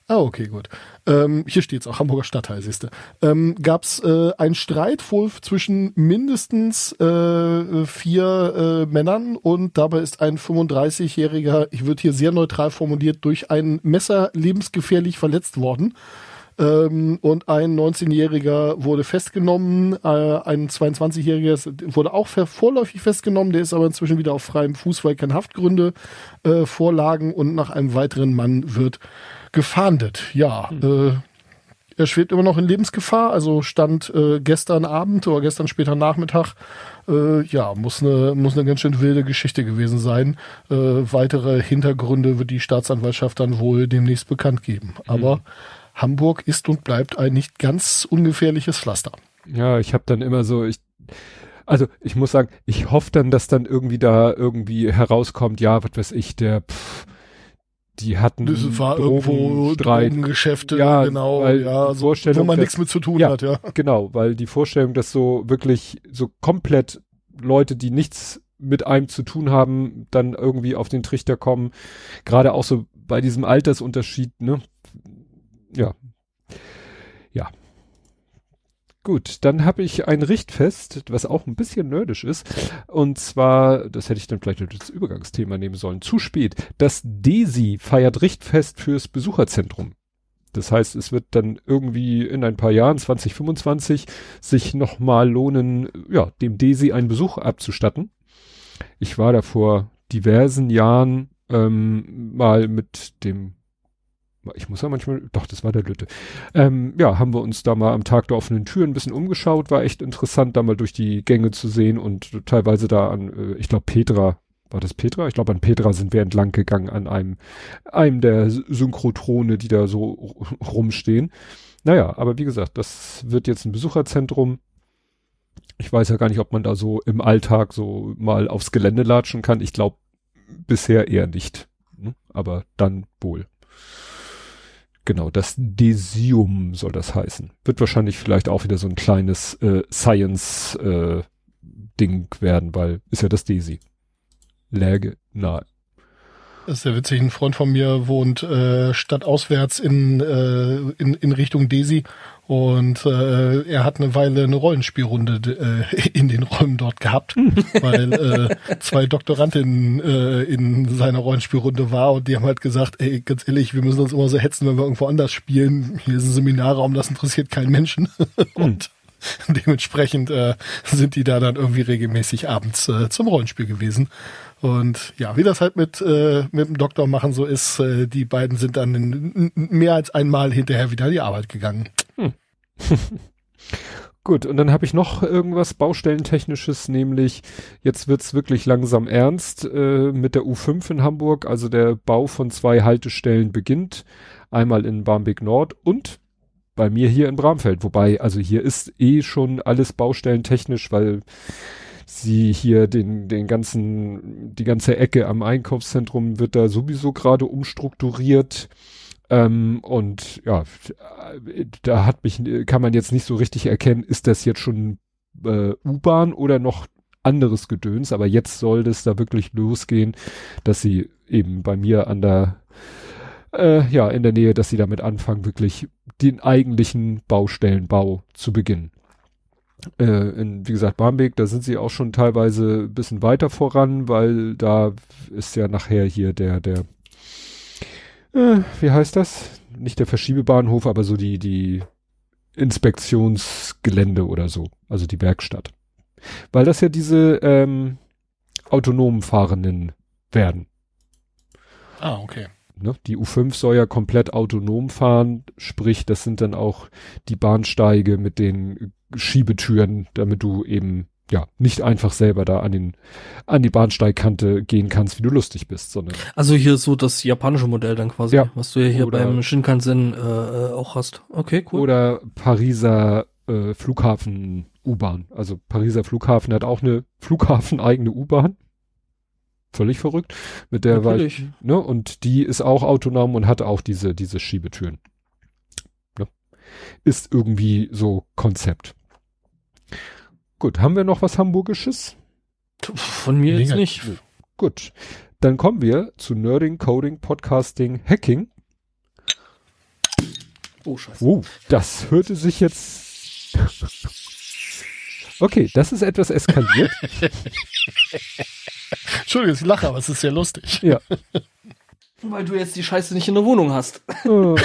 Ah, okay, gut. Ähm, hier steht's auch, Hamburger Stadtteil, siehste. Ähm, gab's äh, einen Streit wohl zwischen mindestens äh, vier äh, Männern und dabei ist ein fünfunddreißigjähriger, ich würde hier sehr neutral formuliert, durch ein Messer lebensgefährlich verletzt worden. Ähm, und ein neunzehnjähriger wurde festgenommen, äh, ein zweiundzwanzigjähriger wurde auch vorläufig festgenommen, der ist aber inzwischen wieder auf freiem Fuß, weil keine Haftgründe äh, vorlagen und nach einem weiteren Mann wird gefahndet. Ja, hm. äh, er schwebt immer noch in Lebensgefahr, also stand äh, gestern Abend oder gestern später Nachmittag. Äh, ja, muss eine muss eine ganz schön wilde Geschichte gewesen sein. Äh, weitere Hintergründe wird die Staatsanwaltschaft dann wohl demnächst bekannt geben. Hm. Aber Hamburg ist und bleibt ein nicht ganz ungefährliches Pflaster. Ja, ich habe dann immer so, ich, also ich muss sagen, ich hoffe dann, dass dann irgendwie da irgendwie herauskommt, ja, was weiß ich, der, pff, die hatten das war irgendwo Drogengeschäfte, ja, genau, ja, so, wo man nichts mit zu tun ja, hat, ja. Genau, weil die Vorstellung, dass so wirklich so komplett Leute, die nichts mit einem zu tun haben, dann irgendwie auf den Trichter kommen, gerade auch so bei diesem Altersunterschied, ne? Ja. Ja. Gut, dann habe ich ein Richtfest, was auch ein bisschen nerdisch ist. Und zwar, das hätte ich dann vielleicht als Übergangsthema nehmen sollen, zu spät. Das DESI feiert Richtfest fürs Besucherzentrum. Das heißt, es wird dann irgendwie in ein paar Jahren, zwanzig fünfundzwanzig, sich nochmal lohnen, ja, dem DESI einen Besuch abzustatten. Ich war da vor diversen Jahren ähm, mal mit dem Ich muss ja manchmal, doch, das war der Lütte. Ähm, ja, haben wir uns da mal am Tag der offenen Tür ein bisschen umgeschaut. War echt interessant, da mal durch die Gänge zu sehen und teilweise da an, äh, ich glaube Petra, war das Petra? Ich glaube an Petra sind wir entlang gegangen, an einem, einem der Synchrotrone, die da so rumstehen. Naja, aber wie gesagt, das wird jetzt ein Besucherzentrum. Ich weiß ja gar nicht, ob man da so im Alltag so mal aufs Gelände latschen kann. Ich glaube bisher eher nicht. Ne? Aber dann wohl. Genau, das Desium soll das heißen. Wird wahrscheinlich vielleicht auch wieder so ein kleines äh, Science-Ding äh, werden, weil ist ja das Desi. Läge nahe. Das ist ja witzig, ein Freund von mir wohnt äh, stadtauswärts in, äh, in, in Richtung Desi und äh, er hat eine Weile eine Rollenspielrunde äh, in den Räumen dort gehabt, weil äh, zwei Doktorandinnen äh, in seiner Rollenspielrunde war und die haben halt gesagt, ey, ganz ehrlich, wir müssen uns immer so hetzen, wenn wir irgendwo anders spielen. Hier ist ein Seminarraum, das interessiert keinen Menschen. Und dementsprechend äh, sind die da dann irgendwie regelmäßig abends äh, zum Rollenspiel gewesen. Und ja, wie das halt mit äh, mit dem Doktor machen so ist, äh, die beiden sind dann in, in, mehr als einmal hinterher wieder in die Arbeit gegangen. Hm. Gut, und dann habe ich noch irgendwas Baustellentechnisches, nämlich jetzt wird's wirklich langsam ernst äh, mit der U fünf in Hamburg. Also der Bau von zwei Haltestellen beginnt, einmal in Barmbek Nord und bei mir hier in Bramfeld. Wobei, also hier ist eh schon alles baustellentechnisch, weil sie hier den, den ganzen, die ganze Ecke am Einkaufszentrum wird da sowieso gerade umstrukturiert. Ähm, und ja, da hat mich, kann man jetzt nicht so richtig erkennen, ist das jetzt schon äh, U-Bahn oder noch anderes Gedöns, aber jetzt soll das da wirklich losgehen, dass sie eben bei mir an der, äh, ja, in der Nähe, dass sie damit anfangen, wirklich den eigentlichen Baustellenbau zu beginnen. Äh, in, wie gesagt, Barmbek, da sind sie auch schon teilweise ein bisschen weiter voran, weil da ist ja nachher hier der, der, äh, wie heißt das? Nicht der Verschiebebahnhof, aber so die, die Inspektionsgelände oder so, also die Werkstatt. Weil das ja diese ähm, autonomen Fahrenden werden. Ah, okay. Ne? Die U fünf soll ja komplett autonom fahren, sprich, das sind dann auch die Bahnsteige mit den Schiebetüren, damit du eben ja nicht einfach selber da an den an die Bahnsteigkante gehen kannst, wie du lustig bist, sondern also hier so das japanische Modell dann quasi, ja. Was du ja hier Oder beim Shinkansen äh, auch hast. Okay, cool. Oder Pariser äh, Flughafen U-Bahn. Also Pariser Flughafen hat auch eine Flughafen-eigene U-Bahn. Völlig verrückt. Mit der war ich, ne, und die ist auch autonom und hat auch diese, diese Schiebetüren. Ne? Ist irgendwie so Konzept. Gut, haben wir noch was Hamburgisches? Von mir jetzt nicht. Gut. Dann kommen wir zu Nerding, Coding, Podcasting, Hacking. Oh, scheiße. Oh, das hörte sich jetzt... Okay, das ist etwas eskaliert. Entschuldigung, ich lache, aber es ist sehr lustig. Ja. Weil du jetzt die Scheiße nicht in der Wohnung hast. Oh.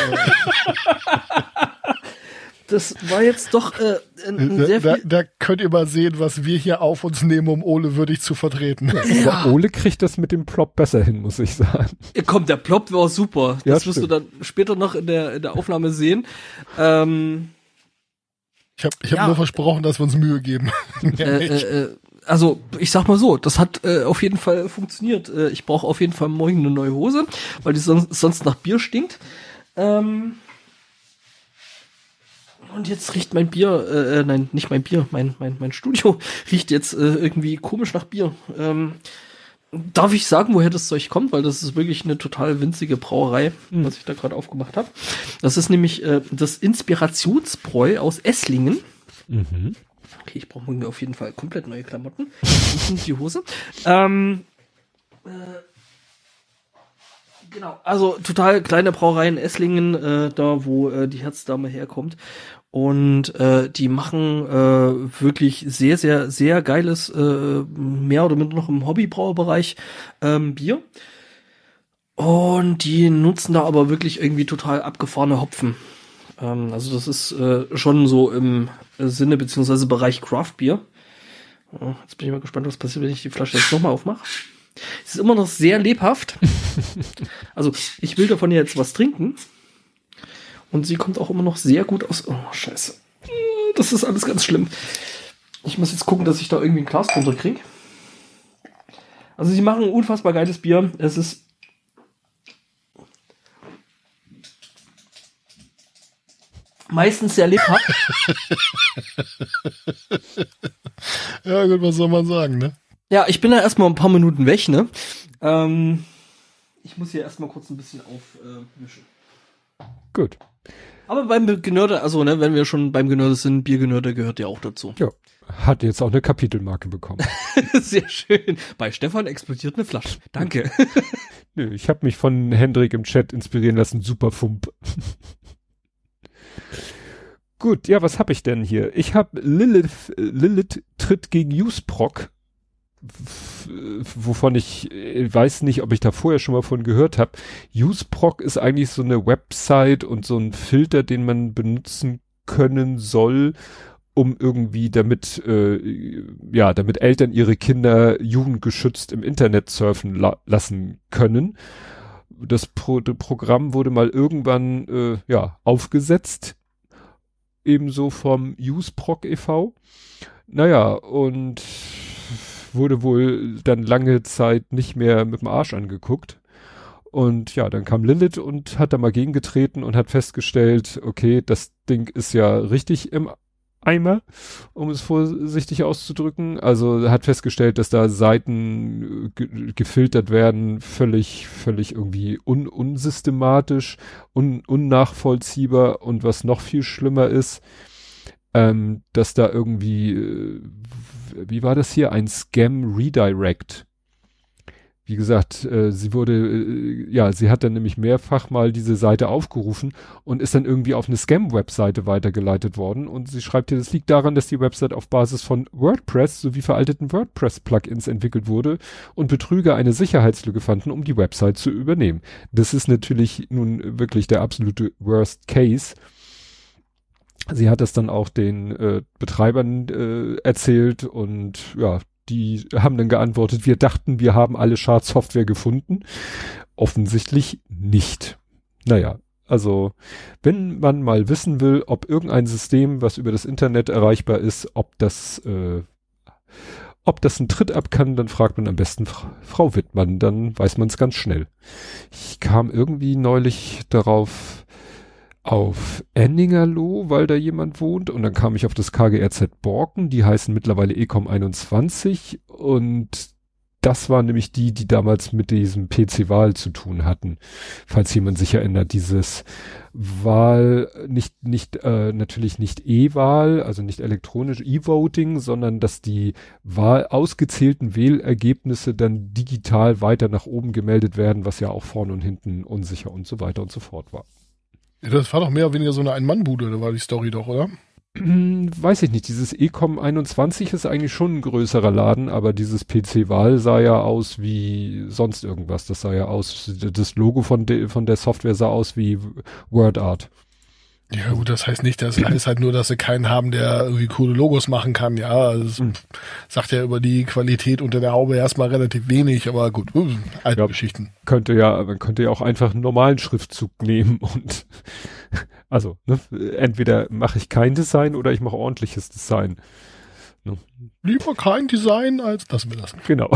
Das war jetzt doch äh, ein, ein sehr da, viel... da könnt ihr mal sehen, was wir hier auf uns nehmen, um Ole würdig zu vertreten. Ja. Aber Ole kriegt das mit dem Plop besser hin, muss ich sagen. Ja, komm, der Plop war super. Ja, Das wirst du dann später noch in der, in der Aufnahme sehen. Ähm, ich habe ich hab ja. nur versprochen, dass wir uns Mühe geben. äh, äh, äh, also, ich sag mal so, das hat äh, auf jeden Fall funktioniert. Äh, ich brauche auf jeden Fall morgen eine neue Hose, weil die sonst, sonst nach Bier stinkt. Ähm, und jetzt riecht mein Bier, äh, nein, nicht mein Bier, mein, mein, mein Studio riecht jetzt äh, irgendwie komisch nach Bier. Ähm, darf ich sagen, woher das Zeug kommt? Weil das ist wirklich eine total winzige Brauerei, mhm. was ich da gerade aufgemacht habe. Das ist nämlich äh, das Inspirationsbräu aus Esslingen. Mhm. Okay, ich brauche morgen auf jeden Fall komplett neue Klamotten. Und die Hose. Ähm, äh, genau, also total kleine Brauerei in Esslingen, äh, da wo äh, die Herzdame herkommt. Und äh, die machen äh, wirklich sehr, sehr, sehr geiles, äh, mehr oder minder noch im Hobbybrauerbereich ähm, Bier. Und die nutzen da aber wirklich irgendwie total abgefahrene Hopfen. Ähm, also das ist äh, schon so im Sinne beziehungsweise Bereich Craft Beer. Oh, jetzt bin ich mal gespannt, was passiert, wenn ich die Flasche jetzt nochmal aufmache. Es ist immer noch sehr lebhaft. Also ich will davon jetzt was trinken. Und sie kommt auch immer noch sehr gut aus. Oh, scheiße. Das ist alles ganz schlimm. Ich muss jetzt gucken, dass ich da irgendwie ein Glas drunter kriege. Also sie machen ein unfassbar geiles Bier. Es ist meistens sehr lebhaft. Ja gut, was soll man sagen, ne? Ja, ich bin da erstmal ein paar Minuten weg, ne? Ähm, ich muss hier erstmal kurz ein bisschen aufmischen. Äh, Gut. Aber beim Genörde, also ne, wenn wir schon beim Genörde sind, Biergenörde gehört ja auch dazu. Ja, hat jetzt auch eine Kapitelmarke bekommen. Sehr schön. Bei Stefan explodiert eine Flasche. Danke. Nö, ich habe mich von Hendrik im Chat inspirieren lassen. Super Fump. Gut, ja, was habe ich denn hier? Ich habe Lilith, Lilith tritt gegen Usproc, wovon ich weiß nicht, ob ich da vorher schon mal von gehört habe. Usproc ist eigentlich so eine Website und so ein Filter, den man benutzen können soll, um irgendwie damit, äh, ja, damit Eltern ihre Kinder jugendgeschützt im Internet surfen la- lassen können. Das Pro- das Programm wurde mal irgendwann, äh, ja, aufgesetzt. Ebenso vom Usproc e V. Naja, und wurde wohl dann lange Zeit nicht mehr mit dem Arsch angeguckt. Und ja, dann kam Lilith und hat da mal gegengetreten und hat festgestellt, okay, das Ding ist ja richtig im Eimer, um es vorsichtig auszudrücken. Also hat festgestellt, dass da Seiten ge- gefiltert werden, völlig, völlig irgendwie un- unsystematisch, un- unnachvollziehbar und was noch viel schlimmer ist, ähm, dass da irgendwie, äh, wie war das hier, ein Scam Redirect. Wie gesagt, äh, sie wurde, äh, ja, sie hat dann nämlich mehrfach mal diese Seite aufgerufen und ist dann irgendwie auf eine Scam-Webseite weitergeleitet worden. Und sie schreibt hier, das liegt daran, dass die Website auf Basis von WordPress sowie veralteten WordPress-Plugins entwickelt wurde und Betrüger eine Sicherheitslücke fanden, um die Website zu übernehmen. Das ist natürlich nun wirklich der absolute Worst Case. Sie hat das dann auch den äh, Betreibern äh, erzählt und ja, die haben dann geantwortet, wir dachten, wir haben alle Schadsoftware gefunden. Offensichtlich nicht. Naja, also wenn man mal wissen will, ob irgendein System, was über das Internet erreichbar ist, ob das äh, ob das einen Tritt ab kann, dann fragt man am besten Fra- Frau Wittmann, dann weiß man es ganz schnell. Ich kam irgendwie neulich darauf auf Enningerloh, weil da jemand wohnt, und dann kam ich auf das K G R Z Borken, die heißen mittlerweile Ecom einundzwanzig, und das waren nämlich die, die damals mit diesem P C-Wahl zu tun hatten, falls jemand sich erinnert, dieses Wahl, nicht, nicht, äh, natürlich nicht E-Wahl, also nicht elektronisch E-Voting, sondern dass die Wahl, ausgezählten Wählergebnisse dann digital weiter nach oben gemeldet werden, was ja auch vorne und hinten unsicher und so weiter und so fort war. Das war doch mehr oder weniger so eine Ein-Mann-Bude, da war die Story doch, oder? Weiß ich nicht, dieses Ecom einundzwanzig ist eigentlich schon ein größerer Laden, aber dieses P C-Wahl sah ja aus wie sonst irgendwas. Das sah ja aus, das Logo von, de, von der Software sah aus wie WordArt. Ja gut, das heißt nicht, das heißt halt nur, dass sie keinen haben, der irgendwie coole Logos machen kann. Ja, also das mhm. sagt ja über die Qualität unter der Haube erstmal relativ wenig, aber gut, uh, alte ja, Geschichten. Könnte ja, man könnte ja auch einfach einen normalen Schriftzug nehmen und also, ne, entweder mache ich kein Design oder ich mache ordentliches Design. Ne? Lieber kein Design als das wir lassen. Genau.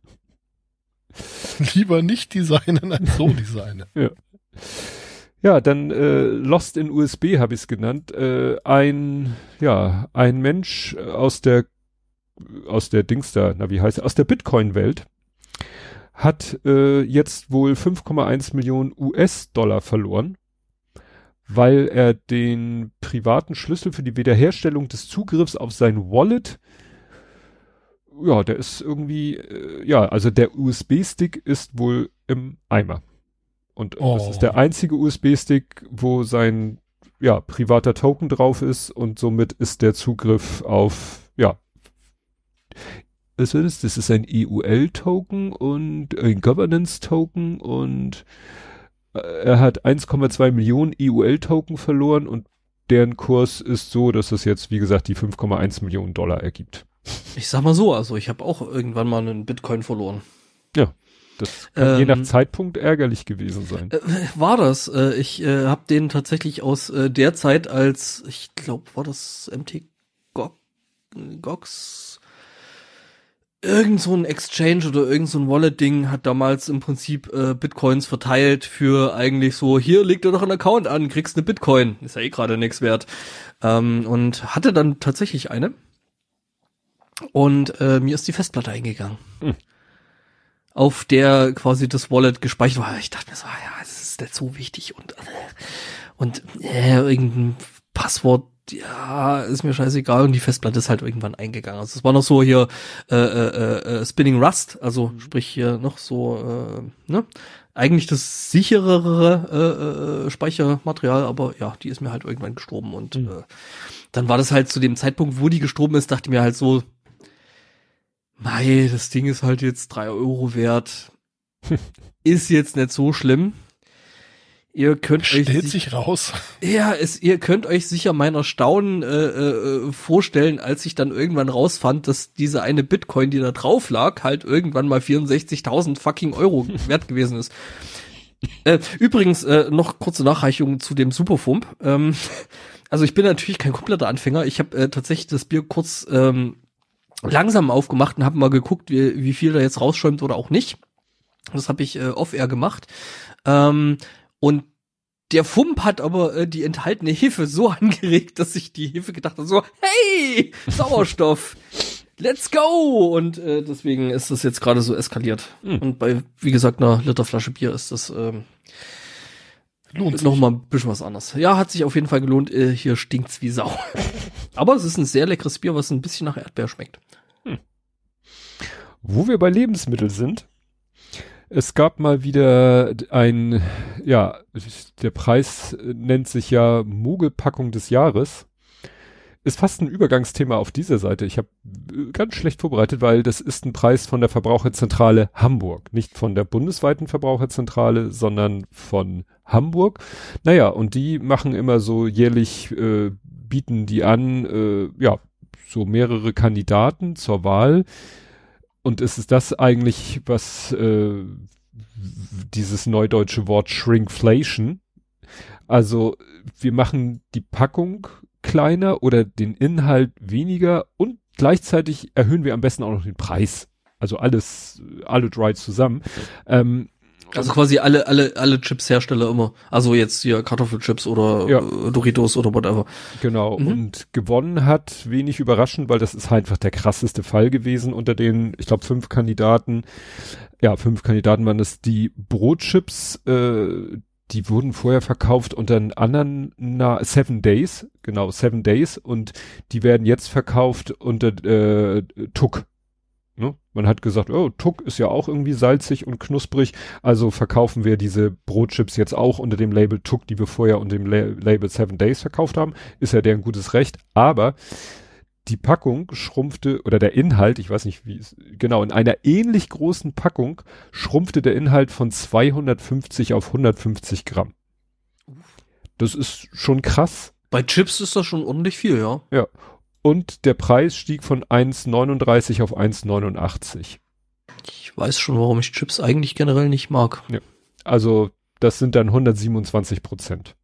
Lieber nicht designen als so designen. Ja. Ja, dann äh, Lost in U S B habe ich es genannt. Äh, ein, ja, ein Mensch aus der aus der Dings da, na wie heißt er, aus der Bitcoin-Welt hat äh, jetzt wohl fünf Komma eins Millionen U S-Dollar verloren, weil er den privaten Schlüssel für die Wiederherstellung des Zugriffs auf sein Wallet, ja, der ist irgendwie, äh, ja, also der U S B-Stick ist wohl im Eimer. Und oh. das ist der einzige U S B-Stick, wo sein, ja, privater Token drauf ist und somit ist der Zugriff auf, ja, was ist das? Das ist ein E U L-Token und ein Governance-Token und äh, er hat eins Komma zwei Millionen E U L-Token verloren und deren Kurs ist so, dass es jetzt, wie gesagt, die fünf Komma eins Millionen Dollar ergibt. Ich sag mal so, also ich habe auch irgendwann mal einen Bitcoin verloren. Ja. Das kann ähm, je nach Zeitpunkt ärgerlich gewesen sein. Äh, war das. Äh, ich äh, habe den tatsächlich aus äh, der Zeit als, ich glaube, war das M T Gox? Irgend so ein Exchange oder irgend so ein Wallet-Ding hat damals im Prinzip äh, Bitcoins verteilt für eigentlich so, hier leg dir doch einen Account an, kriegst eine Bitcoin. Ist ja eh gerade nichts wert. Ähm, und hatte dann tatsächlich eine. Und äh, mir ist die Festplatte eingegangen. Hm. Auf der quasi das Wallet gespeichert war. Ich dachte mir so, ja, das ist nicht so wichtig und und äh, irgendein Passwort, ja, ist mir scheißegal und die Festplatte ist halt irgendwann eingegangen. Also es war noch so hier äh, äh, äh, Spinning Rust, also mhm. sprich hier noch so, äh, ne, eigentlich das sicherere äh, äh, Speichermaterial, aber ja, die ist mir halt irgendwann gestorben und mhm. äh, dann war das halt zu dem Zeitpunkt, wo die gestorben ist, dachte ich mir halt so, mei, das Ding ist halt jetzt drei Euro wert. Ist jetzt nicht so schlimm. Ihr könnt Stellt euch sich, sich raus. Ja, es, ihr könnt euch sicher mein Erstaunen äh, äh, vorstellen, als ich dann irgendwann rausfand, dass diese eine Bitcoin, die da drauf lag, halt irgendwann mal vierundsechzigtausend fucking Euro wert gewesen ist. Äh, übrigens, äh, noch kurze Nachreichung zu dem Superfump. Ähm, also ich bin natürlich kein kompletter Anfänger. Ich habe äh, tatsächlich das Bier kurz ähm, langsam aufgemacht und habe mal geguckt, wie, wie viel da jetzt rausschäumt oder auch nicht. Das habe ich äh, off-air gemacht. Ähm, und der Fump hat aber äh, die enthaltene Hefe so angeregt, dass ich die Hefe gedacht habe, so, hey, Sauerstoff, let's go! Und äh, deswegen ist das jetzt gerade so eskaliert. Mhm. Und bei, wie gesagt, einer Literflasche Bier ist das ähm, lohnt sich. Noch mal ein bisschen was anderes. Ja, hat sich auf jeden Fall gelohnt. Äh, hier stinkt's wie Sau. Aber es ist ein sehr leckeres Bier, was ein bisschen nach Erdbeer schmeckt. Hm. Wo wir bei Lebensmitteln sind, es gab mal wieder ein, ja, der Preis nennt sich ja Mogelpackung des Jahres. Ist fast ein Übergangsthema auf dieser Seite. Ich habe ganz schlecht vorbereitet, weil das ist ein Preis von der Verbraucherzentrale Hamburg. Nicht von der bundesweiten Verbraucherzentrale, sondern von Hamburg. Naja, und die machen immer so jährlich, äh, bieten die an, äh, ja, so mehrere Kandidaten zur Wahl. Und es ist das eigentlich, was äh, dieses neudeutsche Wort Shrinkflation. Also wir machen die Packung kleiner oder den Inhalt weniger und gleichzeitig erhöhen wir am besten auch noch den Preis. Also alles, alle drei zusammen. Ähm, also quasi alle, alle, alle Chips-Hersteller immer. Also jetzt hier Kartoffelchips oder ja. Doritos oder whatever. Genau. Mhm. Und gewonnen hat, wenig überraschend, weil das ist einfach der krasseste Fall gewesen unter den, ich glaube, fünf Kandidaten. Ja, fünf Kandidaten waren das die Brotchips, äh, die wurden vorher verkauft unter einem anderen na, Seven Days, genau, Seven Days und die werden jetzt verkauft unter äh, Tuck. Ne? Man hat gesagt, oh, Tuck ist ja auch irgendwie salzig und knusprig, also verkaufen wir diese Brotchips jetzt auch unter dem Label Tuck, die wir vorher unter dem La- Label Seven Days verkauft haben. Ist ja deren gutes Recht, aber die Packung schrumpfte, oder der Inhalt, ich weiß nicht wie es, genau, in einer ähnlich großen Packung schrumpfte der Inhalt von zweihundertfünfzig auf hundertfünfzig Gramm. Das ist schon krass. Bei Chips ist das schon ordentlich viel, ja. Ja. Und der Preis stieg von eins neununddreißig auf eins neunundachtzig. Ich weiß schon, warum ich Chips eigentlich generell nicht mag. Ja. Also, das sind dann hundertsiebenundzwanzig Prozent.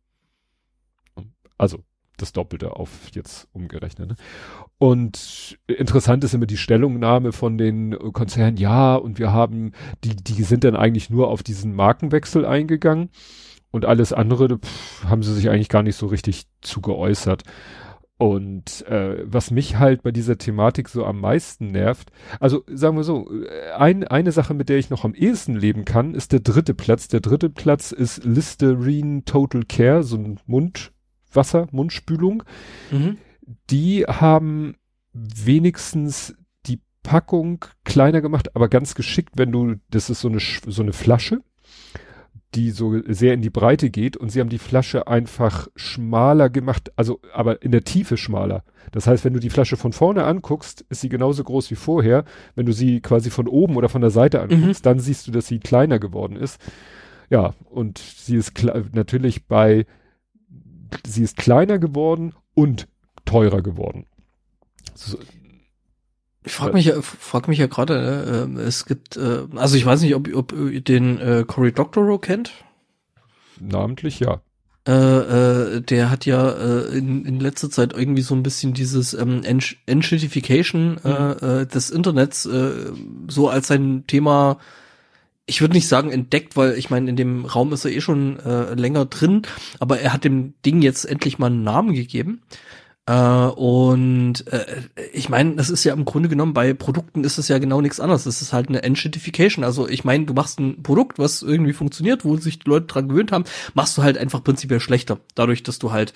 Also, das Doppelte auf jetzt umgerechnet. Ne? Und interessant ist immer die Stellungnahme von den Konzernen, ja, und wir haben, die, die sind dann eigentlich nur auf diesen Markenwechsel eingegangen und alles andere pff, haben sie sich eigentlich gar nicht so richtig zu geäußert. Und äh, was mich halt bei dieser Thematik so am meisten nervt, also sagen wir so, ein, eine Sache, mit der ich noch am ehesten leben kann, ist der dritte Platz. Der dritte Platz ist Listerine Total Care, so ein Mundwasser, Mundspülung. Mhm. Die haben wenigstens die Packung kleiner gemacht, aber ganz geschickt, wenn du, das ist so eine, so eine Flasche, die so sehr in die Breite geht, und sie haben die Flasche einfach schmaler gemacht, also aber in der Tiefe schmaler. Das heißt, wenn du die Flasche von vorne anguckst, ist sie genauso groß wie vorher. Wenn du sie quasi von oben oder von der Seite anguckst, mhm. dann siehst du, dass sie kleiner geworden ist. Ja, und sie ist natürlich bei, sie ist kleiner geworden und teurer geworden. So. Ich frage mich ja, frag mich ja gerade, äh, es gibt, äh, also ich weiß nicht, ob, ob ihr den äh, Cory Doctorow kennt. Namentlich, ja. Äh, äh, der hat ja äh, in, in letzter Zeit irgendwie so ein bisschen dieses ähm, Enshittification mhm. äh, des Internets äh, so als sein Thema, ich würde nicht sagen entdeckt, weil ich meine, in dem Raum ist er eh schon äh, länger drin, aber er hat dem Ding jetzt endlich mal einen Namen gegeben. Uh, und uh, ich meine, das ist ja im Grunde genommen, bei Produkten ist es ja genau nichts anderes. Das ist halt eine Enshittification. Also ich meine, du machst ein Produkt, was irgendwie funktioniert, wo sich die Leute dran gewöhnt haben, machst du halt einfach prinzipiell schlechter. Dadurch, dass du halt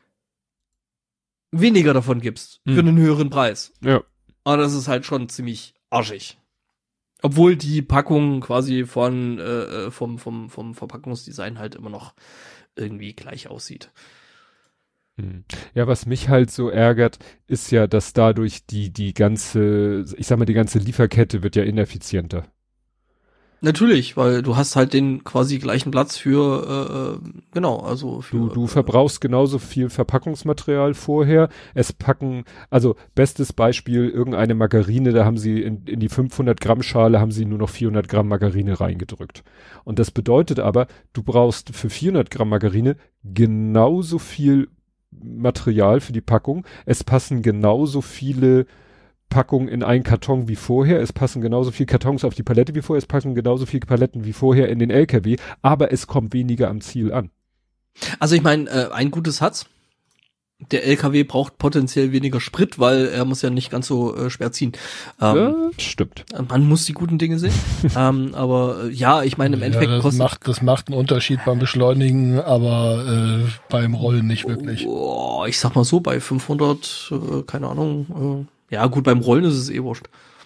weniger davon gibst hm. für einen höheren Preis. Ja. Aber das ist halt schon ziemlich arschig. Obwohl die Packung quasi von äh, vom vom vom Verpackungsdesign halt immer noch irgendwie gleich aussieht. Ja, was mich halt so ärgert, ist ja, dass dadurch die, die ganze, ich sag mal, die ganze Lieferkette wird ja ineffizienter. Natürlich, weil du hast halt den quasi gleichen Platz für, äh, genau, also für. Du, du verbrauchst genauso viel Verpackungsmaterial vorher. Es packen, also bestes Beispiel, irgendeine Margarine, da haben sie in, in die fünfhundert Gramm Schale haben sie nur noch vierhundert Gramm Margarine reingedrückt. Und das bedeutet aber, du brauchst für vierhundert Gramm Margarine genauso viel Material für die Packung. Es passen genauso viele Packungen in einen Karton wie vorher. Es passen genauso viele Kartons auf die Palette wie vorher. Es passen genauso viele Paletten wie vorher in den L K W. Aber es kommt weniger am Ziel an. Also ich meine, äh, ein gutes hat's. Der L K W braucht potenziell weniger Sprit, weil er muss ja nicht ganz so äh, schwer ziehen. Ähm, ja, stimmt. Man muss die guten Dinge sehen. ähm, aber äh, ja, ich meine, im Endeffekt ja, das kostet... Macht, das macht einen Unterschied beim Beschleunigen, aber äh, beim Rollen nicht wirklich. Oh, ich sag mal so, bei fünfhundert, äh, keine Ahnung. Äh, ja gut, beim Rollen ist es eh wurscht.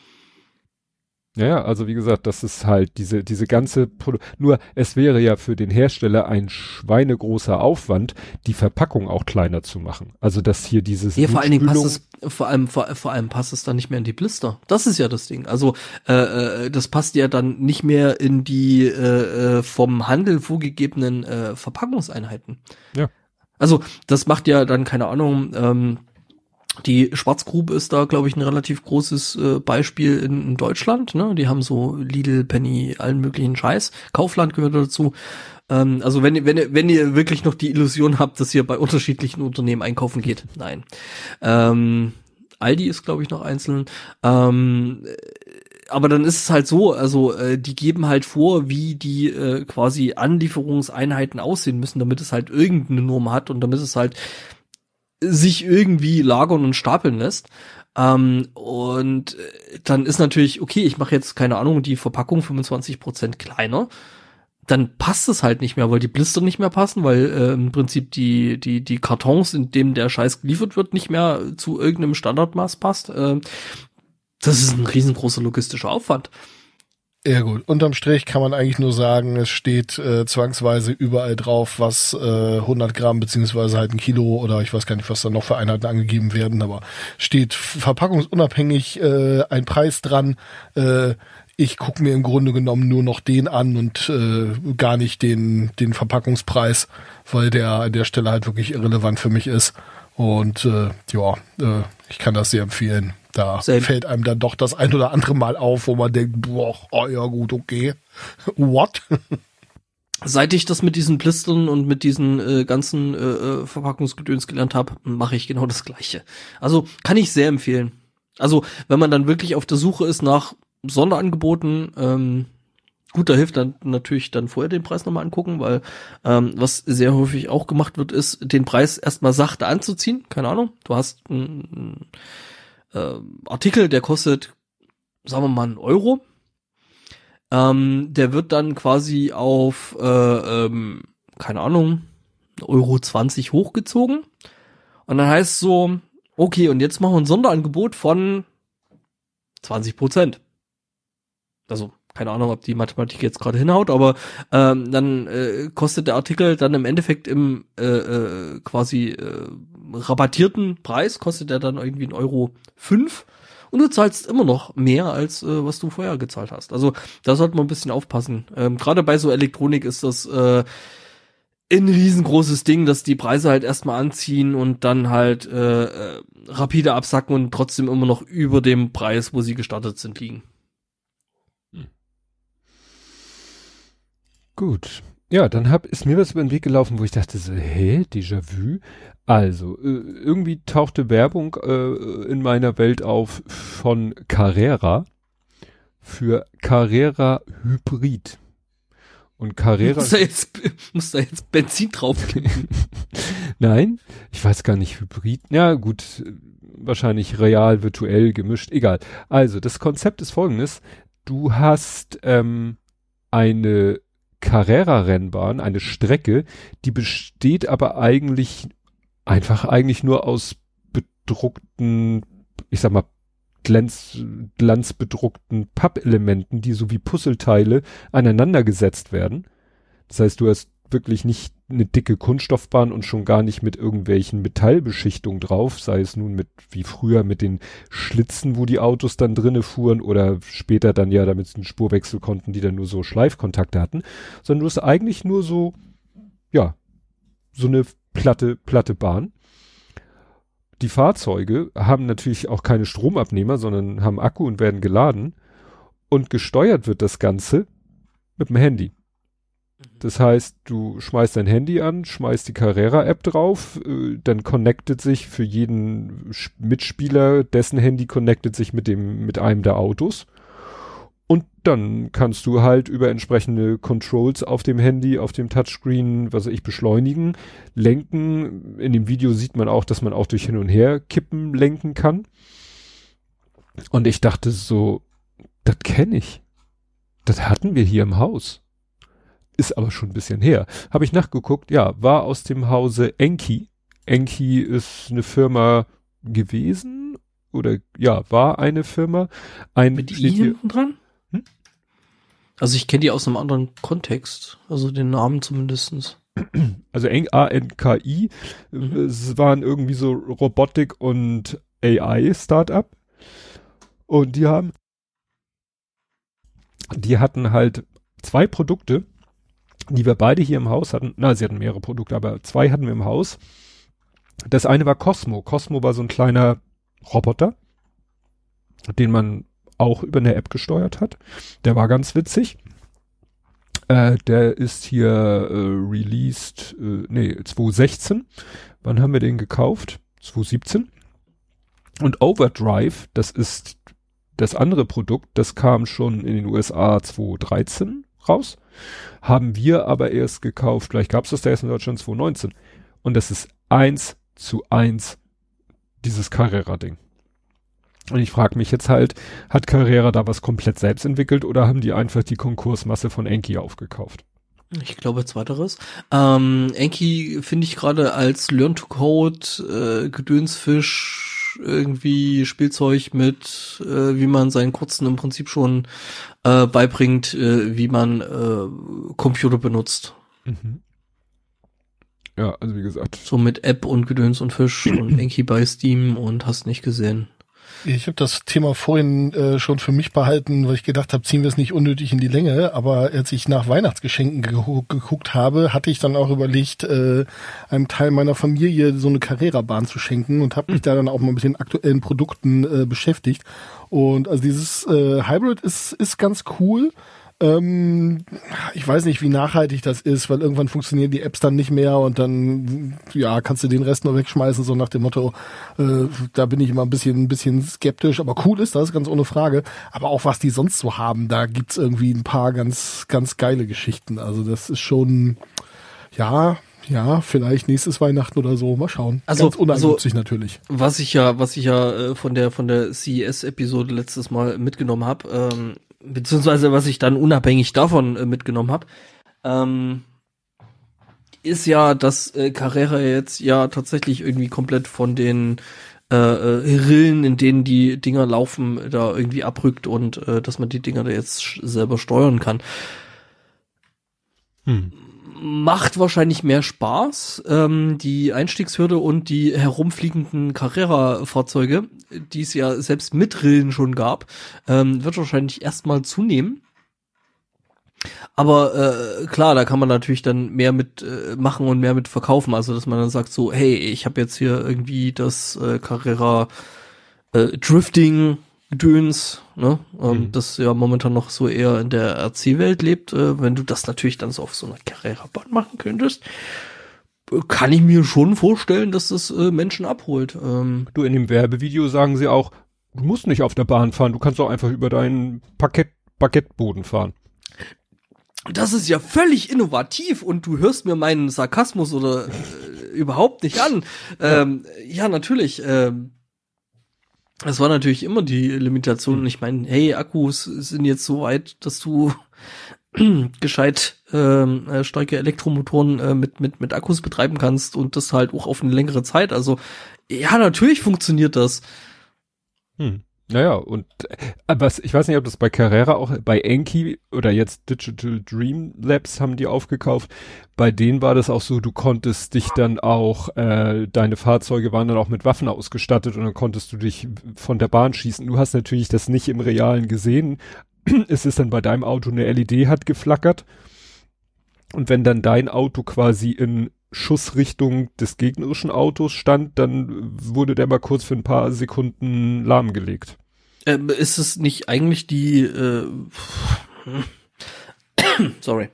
Ja, also wie gesagt, das ist halt diese, diese ganze Produ- nur es wäre ja für den Hersteller ein schweinegroßer Aufwand, die Verpackung auch kleiner zu machen. Also dass hier dieses ja, vor allen Dingen passt es, vor allem, vor, vor allem passt es dann nicht mehr in die Blister. Das ist ja das Ding. Also äh, das passt ja dann nicht mehr in die äh, vom Handel vorgegebenen äh, Verpackungseinheiten. Ja. Also das macht ja dann, keine Ahnung, ähm, die Schwarzgrube ist da, glaube ich, ein relativ großes äh, Beispiel in, in Deutschland. Ne? Die haben so Lidl, Penny, allen möglichen Scheiß. Kaufland gehört dazu. Ähm, also wenn, wenn, wenn ihr wirklich noch die Illusion habt, dass ihr bei unterschiedlichen Unternehmen einkaufen geht, nein. Ähm, Aldi ist, glaube ich, noch einzeln. Ähm, aber dann ist es halt so, also äh, die geben halt vor, wie die äh, quasi Anlieferungseinheiten aussehen müssen, damit es halt irgendeine Norm hat und damit es halt sich irgendwie lagern und stapeln lässt. Ähm, und dann ist natürlich, okay, ich mache jetzt, keine Ahnung, die Verpackung fünfundzwanzig Prozent kleiner. Dann passt es halt nicht mehr, weil die Blister nicht mehr passen, weil äh, im Prinzip die die die Kartons, in denen der Scheiß geliefert wird, nicht mehr zu irgendeinem Standardmaß passt. Äh, Das ist ein riesengroßer logistischer Aufwand. Ja gut, unterm Strich kann man eigentlich nur sagen, es steht äh, zwangsweise überall drauf, was äh, hundert Gramm beziehungsweise halt ein Kilo oder ich weiß gar nicht, was da noch für Einheiten angegeben werden, aber steht verpackungsunabhängig äh, ein Preis dran. Äh, ich gucke mir im Grunde genommen nur noch den an und äh, gar nicht den den Verpackungspreis, weil der an der Stelle halt wirklich irrelevant für mich ist. Und äh, ja, äh, ich kann das sehr empfehlen. Da Same. Fällt einem dann doch das ein oder andere Mal auf, wo man denkt, boah, oh ja gut, okay. What? Seit ich das mit diesen Blistern und mit diesen äh, ganzen äh, Verpackungsgedöns gelernt habe, mache ich genau das Gleiche. Also kann ich sehr empfehlen. Also wenn man dann wirklich auf der Suche ist nach Sonderangeboten, ähm, gut, da hilft dann natürlich dann vorher den Preis nochmal angucken, weil ähm, was sehr häufig auch gemacht wird, ist, den Preis erstmal sachte anzuziehen. Keine Ahnung, du hast ein äh, Artikel, der kostet, sagen wir mal, einen Euro. Ähm, der wird dann quasi auf, äh, ähm, keine Ahnung, Euro zwanzig hochgezogen. Und dann heißt es so, okay, und jetzt machen wir ein Sonderangebot von zwanzig Prozent. Also, keine Ahnung, ob die Mathematik jetzt gerade hinhaut, aber ähm, dann äh, kostet der Artikel dann im Endeffekt im äh, äh, quasi äh, rabattierten Preis, kostet der dann irgendwie ein Euro fünf und du zahlst immer noch mehr, als äh, was du vorher gezahlt hast. Also da sollte man ein bisschen aufpassen. Ähm, gerade bei so Elektronik ist das äh, ein riesengroßes Ding, dass die Preise halt erstmal anziehen und dann halt äh, äh, rapide absacken und trotzdem immer noch über dem Preis, wo sie gestartet sind, liegen. Gut. Ja, dann hab, ist mir was über den Weg gelaufen, wo ich dachte so, hä, Déjà-vu? Also, äh, irgendwie tauchte Werbung äh, in meiner Welt auf von Carrera für Carrera Hybrid. Und Carrera... Muss da jetzt, muss da jetzt Benzin drauf geben? Nein, ich weiß gar nicht, Hybrid. Ja, gut, wahrscheinlich real, virtuell, gemischt, egal. Also, das Konzept ist folgendes. Du hast ähm, eine Carrera-Rennbahn, eine Strecke, die besteht aber eigentlich einfach eigentlich nur aus bedruckten, ich sag mal, Glanz, glanzbedruckten Pappelementen, die so wie Puzzleteile aneinander gesetzt werden. Das heißt, du hast wirklich nicht eine dicke Kunststoffbahn und schon gar nicht mit irgendwelchen Metallbeschichtungen drauf, sei es nun mit, wie früher mit den Schlitzen, wo die Autos dann drinne fuhren oder später dann ja, damit sie einen Spurwechsel konnten, die dann nur so Schleifkontakte hatten, sondern du hast eigentlich nur so, ja, so eine platte, platte Bahn. Die Fahrzeuge haben natürlich auch keine Stromabnehmer, sondern haben Akku und werden geladen und gesteuert wird das Ganze mit dem Handy. Das heißt, du schmeißt dein Handy an, schmeißt die Carrera-App drauf, äh, dann connectet sich für jeden Sch- Mitspieler, dessen Handy connectet sich mit dem, mit einem der Autos. Und dann kannst du halt über entsprechende Controls auf dem Handy, auf dem Touchscreen, was weiß ich, beschleunigen, lenken. In dem Video sieht man auch, dass man auch durch Hin- und Her-Kippen lenken kann. Und ich dachte so, das kenne ich. Das hatten wir hier im Haus. Ist aber schon ein bisschen her. Habe ich nachgeguckt, ja, war aus dem Hause Enki. Enki ist eine Firma gewesen oder ja, war eine Firma. Ein Mit I hinten dran? Hm? Also ich kenne die aus einem anderen Kontext, also den Namen zumindestens. Also A N K I, mhm. Es waren irgendwie so Robotik und A I-Startup. Und die haben, die hatten halt zwei Produkte, die wir beide hier im Haus hatten. Na, sie hatten mehrere Produkte, aber zwei hatten wir im Haus. Das eine war Cosmo. Cosmo war so ein kleiner Roboter, den man auch über eine App gesteuert hat. Der war ganz witzig. Äh, der ist hier äh, released, äh, nee, zwanzig sechzehn. Wann haben wir den gekauft? zwanzig siebzehn. Und Overdrive, das ist das andere Produkt, das kam schon in den U S A zwanzig dreizehn raus. Haben wir aber erst gekauft, vielleicht gab es das da erst in Deutschland zwanzig neunzehn. Und das ist eins zu eins dieses Carrera-Ding. Und ich frage mich jetzt halt, hat Carrera da was komplett selbst entwickelt oder haben die einfach die Konkursmasse von Enki aufgekauft? Ich glaube zweiteres. Ähm, Enki finde ich gerade als Learn-to-Code, äh, Gedönsfisch irgendwie Spielzeug mit, äh, wie man seinen Kurzen im Prinzip schon äh, beibringt, äh, wie man äh, Computer benutzt. Mhm. Ja, also wie gesagt. So mit App und Gedöns und Fisch und Enki bei Steam und hast nicht gesehen. Ich habe das Thema vorhin äh, schon für mich behalten, weil ich gedacht habe, ziehen wir es nicht unnötig in die Länge. Aber als ich nach Weihnachtsgeschenken ge- geguckt habe, hatte ich dann auch überlegt, äh, einem Teil meiner Familie so eine Carrera-Bahn zu schenken und habe mich da dann auch mal mit den aktuellen Produkten äh, beschäftigt. Und also dieses äh, Hybrid ist ist ganz cool. Ähm, ich weiß nicht, wie nachhaltig das ist, weil irgendwann funktionieren die Apps dann nicht mehr und dann ja kannst du den Rest nur wegschmeißen, so nach dem Motto, äh, da bin ich immer ein bisschen ein bisschen skeptisch, aber cool ist das, ganz ohne Frage. Aber auch was die sonst so haben, da gibt's irgendwie ein paar ganz ganz geile Geschichten. Also das ist schon, ja, ja, vielleicht nächstes Weihnachten oder so, mal schauen. Also, ganz uneigennützig also, natürlich. Was ich ja, was ich ja äh, von der von der C E S-Episode letztes Mal mitgenommen habe, ähm, beziehungsweise was ich dann unabhängig davon äh, mitgenommen habe, ähm, ist ja, dass äh, Carrera jetzt ja tatsächlich irgendwie komplett von den äh, äh, Rillen, in denen die Dinger laufen, da irgendwie abrückt und äh, dass man die Dinger da jetzt sch- selber steuern kann. Hm. Macht wahrscheinlich mehr Spaß. Ähm, die Einstiegshürde und die herumfliegenden Carrera-Fahrzeuge, die es ja selbst mit Rillen schon gab, ähm, wird wahrscheinlich erstmal zunehmen. Aber äh, klar, da kann man natürlich dann mehr mit äh, machen und mehr mit verkaufen. Also dass man dann sagt so, hey, ich habe jetzt hier irgendwie das äh, Carrera äh, Drifting Gedöns, ne, ähm, Mhm. das ja momentan noch so eher in der R C-Welt lebt. Äh, wenn du das natürlich dann so auf so einer Carrera-Bahn machen könntest, äh, kann ich mir schon vorstellen, dass das äh, Menschen abholt. Ähm, Du, in dem Werbevideo sagen sie auch, du musst nicht auf der Bahn fahren, du kannst auch einfach über deinen Parkett, Parkettboden fahren. Das ist ja völlig innovativ und du hörst mir meinen Sarkasmus oder äh, überhaupt nicht an. Ähm, ja. ja, natürlich. Ähm, das war natürlich immer die Limitation. Hm. Ich meine, hey, Akkus sind jetzt so weit, dass du gescheit ähm, äh, starke Elektromotoren äh, mit mit mit Akkus betreiben kannst und das halt auch auf eine längere Zeit. Also ja, natürlich funktioniert das. Hm. Naja, und aber ich weiß nicht, ob das bei Carrera auch, bei Enki oder jetzt Digital Dream Labs haben die aufgekauft. Bei denen war das auch so, du konntest dich dann auch, äh, deine Fahrzeuge waren dann auch mit Waffen ausgestattet und dann konntest du dich von der Bahn schießen. Du hast natürlich das nicht im Realen gesehen. Es ist dann bei deinem Auto eine L E D hat geflackert. Und wenn dann dein Auto quasi in Schussrichtung des gegnerischen Autos stand, dann wurde der mal kurz für ein paar Sekunden lahmgelegt. Ähm, ist es nicht eigentlich die äh, sorry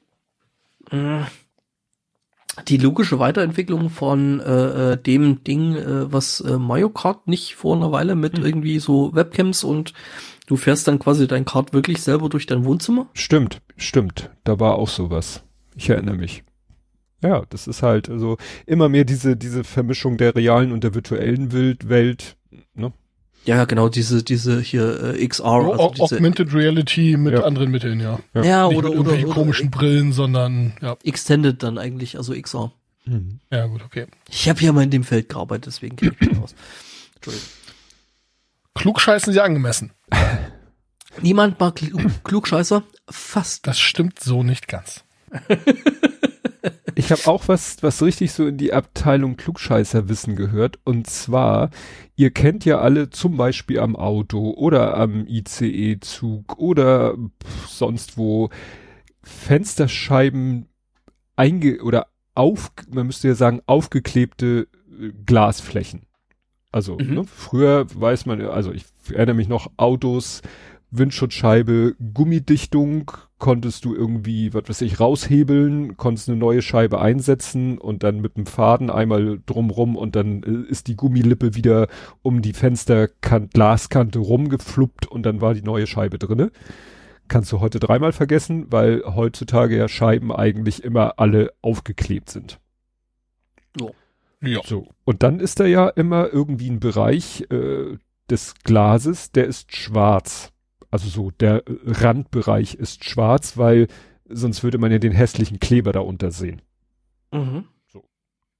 die logische Weiterentwicklung von äh, dem Ding, äh, was äh, Mario Kart nicht vor einer Weile mit hm. irgendwie so Webcams und du fährst dann quasi dein Kart wirklich selber durch dein Wohnzimmer? Stimmt, stimmt. Da war auch sowas. Ich erinnere mich. Ja, das ist halt also immer mehr diese diese Vermischung der realen und der virtuellen Wild Welt, ne? Ja, genau, diese diese hier äh, X R, Oh, also diese Augmented Reality mit ja. anderen Mitteln, ja. Ja, ja Nicht oder mit oder, irgendwelchen oder komischen äh, Brillen, sondern ja. Extended dann eigentlich, also X R. Mhm. Ja, gut, okay. Ich habe ja mal in dem Feld gearbeitet, deswegen kenne ich mich aus. Entschuldigung. Klugscheißen Sie angemessen. Niemand mag Kl- Klugscheißer? Fast. Das stimmt so nicht ganz. Ich habe auch was, was richtig so in die Abteilung Klugscheißerwissen gehört. Und zwar, ihr kennt ja alle zum Beispiel am Auto oder am I C E-Zug oder pff, sonst wo Fensterscheiben einge oder auf, man müsste ja sagen, aufgeklebte äh, Glasflächen. Also Mhm. ne, früher weiß man, also ich erinnere mich noch, Autos, Windschutzscheibe, Gummidichtung, konntest du irgendwie, was weiß ich, raushebeln, konntest eine neue Scheibe einsetzen und dann mit dem Faden einmal drumrum und dann äh, ist die Gummilippe wieder um die Fensterkant, Glaskante rumgefluppt und dann war die neue Scheibe drinne. Kannst du heute dreimal vergessen, weil heutzutage ja Scheiben eigentlich immer alle aufgeklebt sind. So. Ja. So. Und dann ist da ja immer irgendwie ein Bereich äh, des Glases, der ist schwarz. Also so, der äh, Randbereich ist schwarz, weil sonst würde man ja den hässlichen Kleber da unter sehen. Mhm.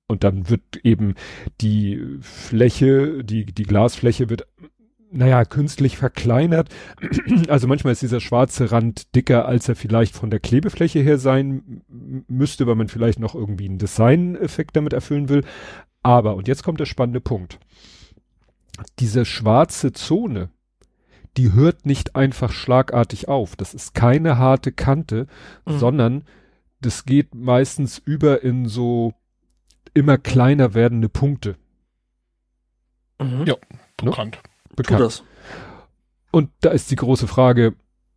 Und dann wird eben die Fläche, die, die Glasfläche wird, naja, künstlich verkleinert. Also manchmal ist dieser schwarze Rand dicker, als er vielleicht von der Klebefläche her sein müsste, weil man vielleicht noch irgendwie einen Design-Effekt damit erfüllen will. Aber, und jetzt kommt der spannende Punkt. Diese schwarze Zone, die hört nicht einfach schlagartig auf. Das ist keine harte Kante, mhm. sondern das geht meistens über in so immer kleiner werdende Punkte. Mhm. Ja, bekannt. Ne? Bekannt. Tu das. Und da ist die große Frage,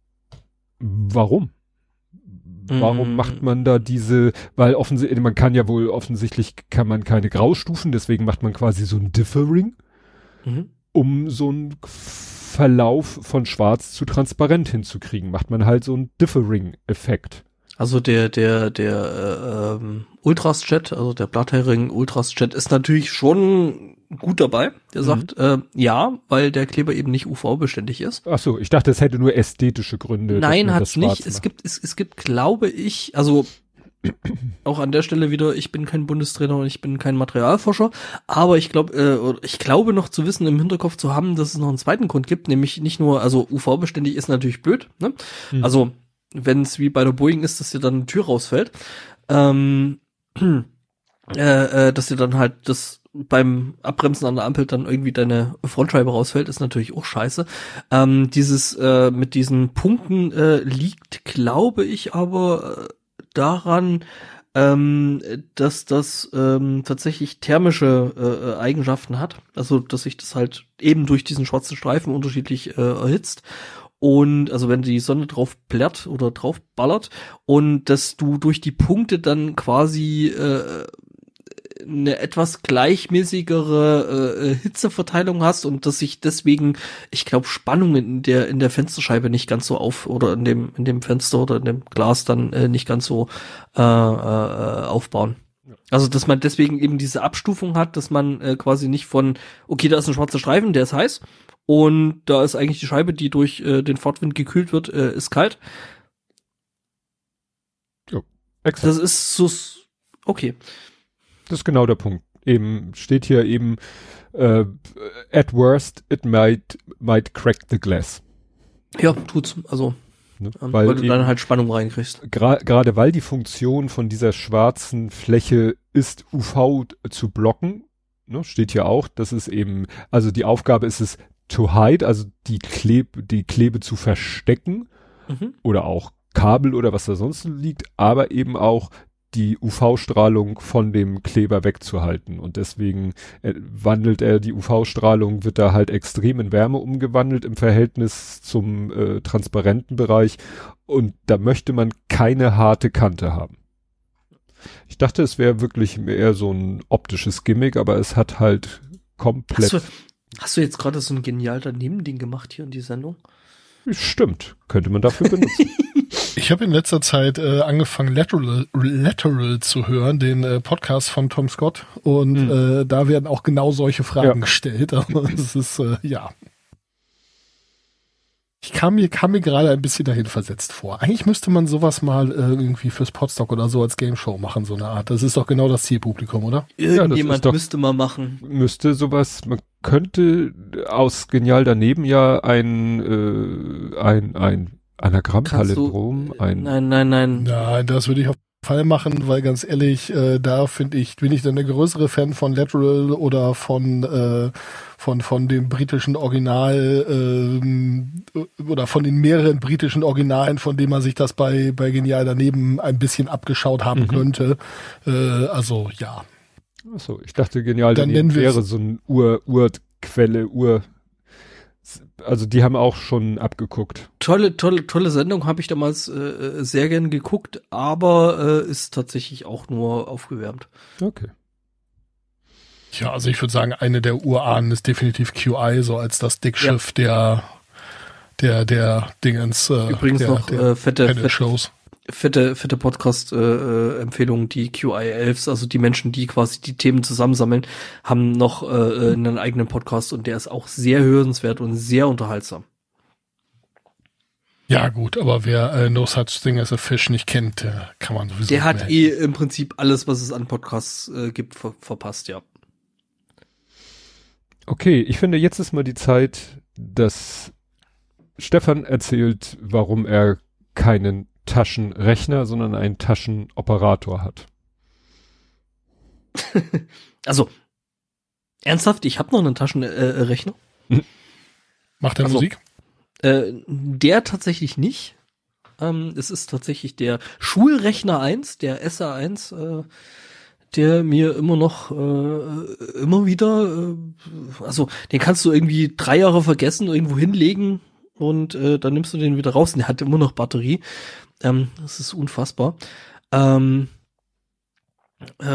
warum? Mhm. Warum macht man da diese, weil offensichtlich, man kann ja wohl, offensichtlich kann man keine Graustufen, deswegen macht man quasi so ein Differing, mhm. um so einen Verlauf von schwarz zu transparent hinzukriegen, macht man halt so einen Differing-Effekt. Also der, der, der äh, ähm, Ultras-Chat, also der Blattherring Ultras-Chat ist natürlich schon gut dabei. Der mhm. sagt, äh, ja, weil der Kleber eben nicht U V-beständig ist. Ach so, ich dachte, es hätte nur ästhetische Gründe. Nein, hat's nicht. Es gibt, es, es gibt, glaube ich, also auch an der Stelle wieder, ich bin kein Bundestrainer und ich bin kein Materialforscher, aber ich glaube, äh, ich glaube noch zu wissen, im Hinterkopf zu haben, dass es noch einen zweiten Grund gibt, nämlich nicht nur, also U V-beständig ist natürlich blöd, ne? Mhm. Also wenn es wie bei der Boeing ist, dass dir dann eine Tür rausfällt, ähm, äh, äh, dass dir dann halt das beim Abbremsen an der Ampel dann irgendwie deine Frontscheibe rausfällt, ist natürlich auch scheiße. Ähm, dieses äh, mit diesen Punkten äh, liegt, glaube ich, aber äh, daran, ähm, dass das ähm, tatsächlich thermische äh, Eigenschaften hat. Also, dass sich das halt eben durch diesen schwarzen Streifen unterschiedlich äh, erhitzt. Und also wenn die Sonne drauf plärt oder drauf ballert und dass du durch die Punkte dann quasi äh, eine etwas gleichmäßigere äh, Hitzeverteilung hast und dass sich deswegen, ich glaube, Spannungen in der in der Fensterscheibe nicht ganz so auf oder in dem in dem Fenster oder in dem Glas dann äh, nicht ganz so äh, äh, aufbauen. Also dass man deswegen eben diese Abstufung hat, dass man äh, quasi nicht von, okay, da ist ein schwarzer Streifen, der ist heiß. Und da ist eigentlich die Scheibe, die durch äh, den Fahrtwind gekühlt wird, äh, ist kalt. Ja, exakt. Das ist so, okay. Das ist genau der Punkt. Eben steht hier eben, äh, at worst it might might crack the glass. Ja, tut's. Also, ne? ähm, weil, weil du dann halt Spannung reinkriegst. Gerade gra- weil die Funktion von dieser schwarzen Fläche ist, U V zu blocken. Ne? Steht hier auch, das ist eben, also die Aufgabe ist es, to hide, also die Klebe, die Klebe zu verstecken, mhm. oder auch Kabel oder was da sonst liegt, aber eben auch die U V-Strahlung von dem Kleber wegzuhalten. Und deswegen äh, wandelt er die U V-Strahlung, wird da halt extrem in Wärme umgewandelt im Verhältnis zum äh, transparenten Bereich. Und da möchte man keine harte Kante haben. Ich dachte, es wäre wirklich eher so ein optisches Gimmick, aber es hat halt komplett... Hast du, hast du jetzt gerade so ein genial Daneben-Ding gemacht hier in die Sendung? Stimmt, könnte man dafür benutzen. Ich habe in letzter Zeit äh, angefangen, Lateral, Lateral zu hören, den äh, Podcast von Tom Scott. Und hm. äh, da werden auch genau solche Fragen ja. gestellt. Aber es ist, äh, ja. Ich kam mir, kam mir gerade ein bisschen dahin versetzt vor. Eigentlich müsste man sowas mal äh, irgendwie fürs Podstock oder so als Game Show machen, so eine Art. Das ist doch genau das Zielpublikum, oder? Irgendjemand ja, müsste mal machen. Müsste sowas, man könnte aus Genial daneben ja ein, äh, ein, ein Anagramm-Palindrom, ein... Nein, nein, nein. Nein, das würde ich auf jeden Fall machen, weil ganz ehrlich, äh, da finde ich, bin ich dann der größere Fan von Lateral oder von, äh, von, von dem britischen Original, äh, oder von den mehreren britischen Originalen, von denen man sich das bei, bei Genial daneben ein bisschen abgeschaut haben mhm. könnte. Äh, also, ja. Ach so, ich dachte, Genial daneben wäre so ein Ur, Urquelle, Ur, also die haben auch schon abgeguckt. Tolle, tolle, tolle Sendung, habe ich damals äh, sehr gern geguckt, aber äh, ist tatsächlich auch nur aufgewärmt. Okay. Ja, also ich würde sagen, eine der Urahnen ist definitiv Q I, so als das Dickschiff ja. der, der, der Dingens. Äh, Übrigens der, noch der äh, fette, fette Shows. Fette, fette Podcast-Empfehlung, äh, die Q I elfs, also die Menschen, die quasi die Themen zusammensammeln, haben noch äh, einen eigenen Podcast und der ist auch sehr hörenswert und sehr unterhaltsam. Ja gut, aber wer äh, No Such Thing as a Fish nicht kennt, der kann man sowieso Der hat merken. eh im Prinzip alles, was es an Podcasts äh, gibt, ver- verpasst, ja. Okay, ich finde, jetzt ist mal die Zeit, dass Stefan erzählt, warum er keinen Taschenrechner, sondern einen Taschenoperator hat. Also, ernsthaft, ich habe noch einen Taschenrechner. Äh, Macht er Also, Musik? Äh, der tatsächlich nicht. Ähm, es ist tatsächlich der Schulrechner eins, der S R eins, äh, der mir immer noch äh, immer wieder, äh, also den kannst du irgendwie drei Jahre vergessen, irgendwo hinlegen und äh, dann nimmst du den wieder raus und der hat immer noch Batterie. Ähm, das ist unfassbar. Ähm, äh,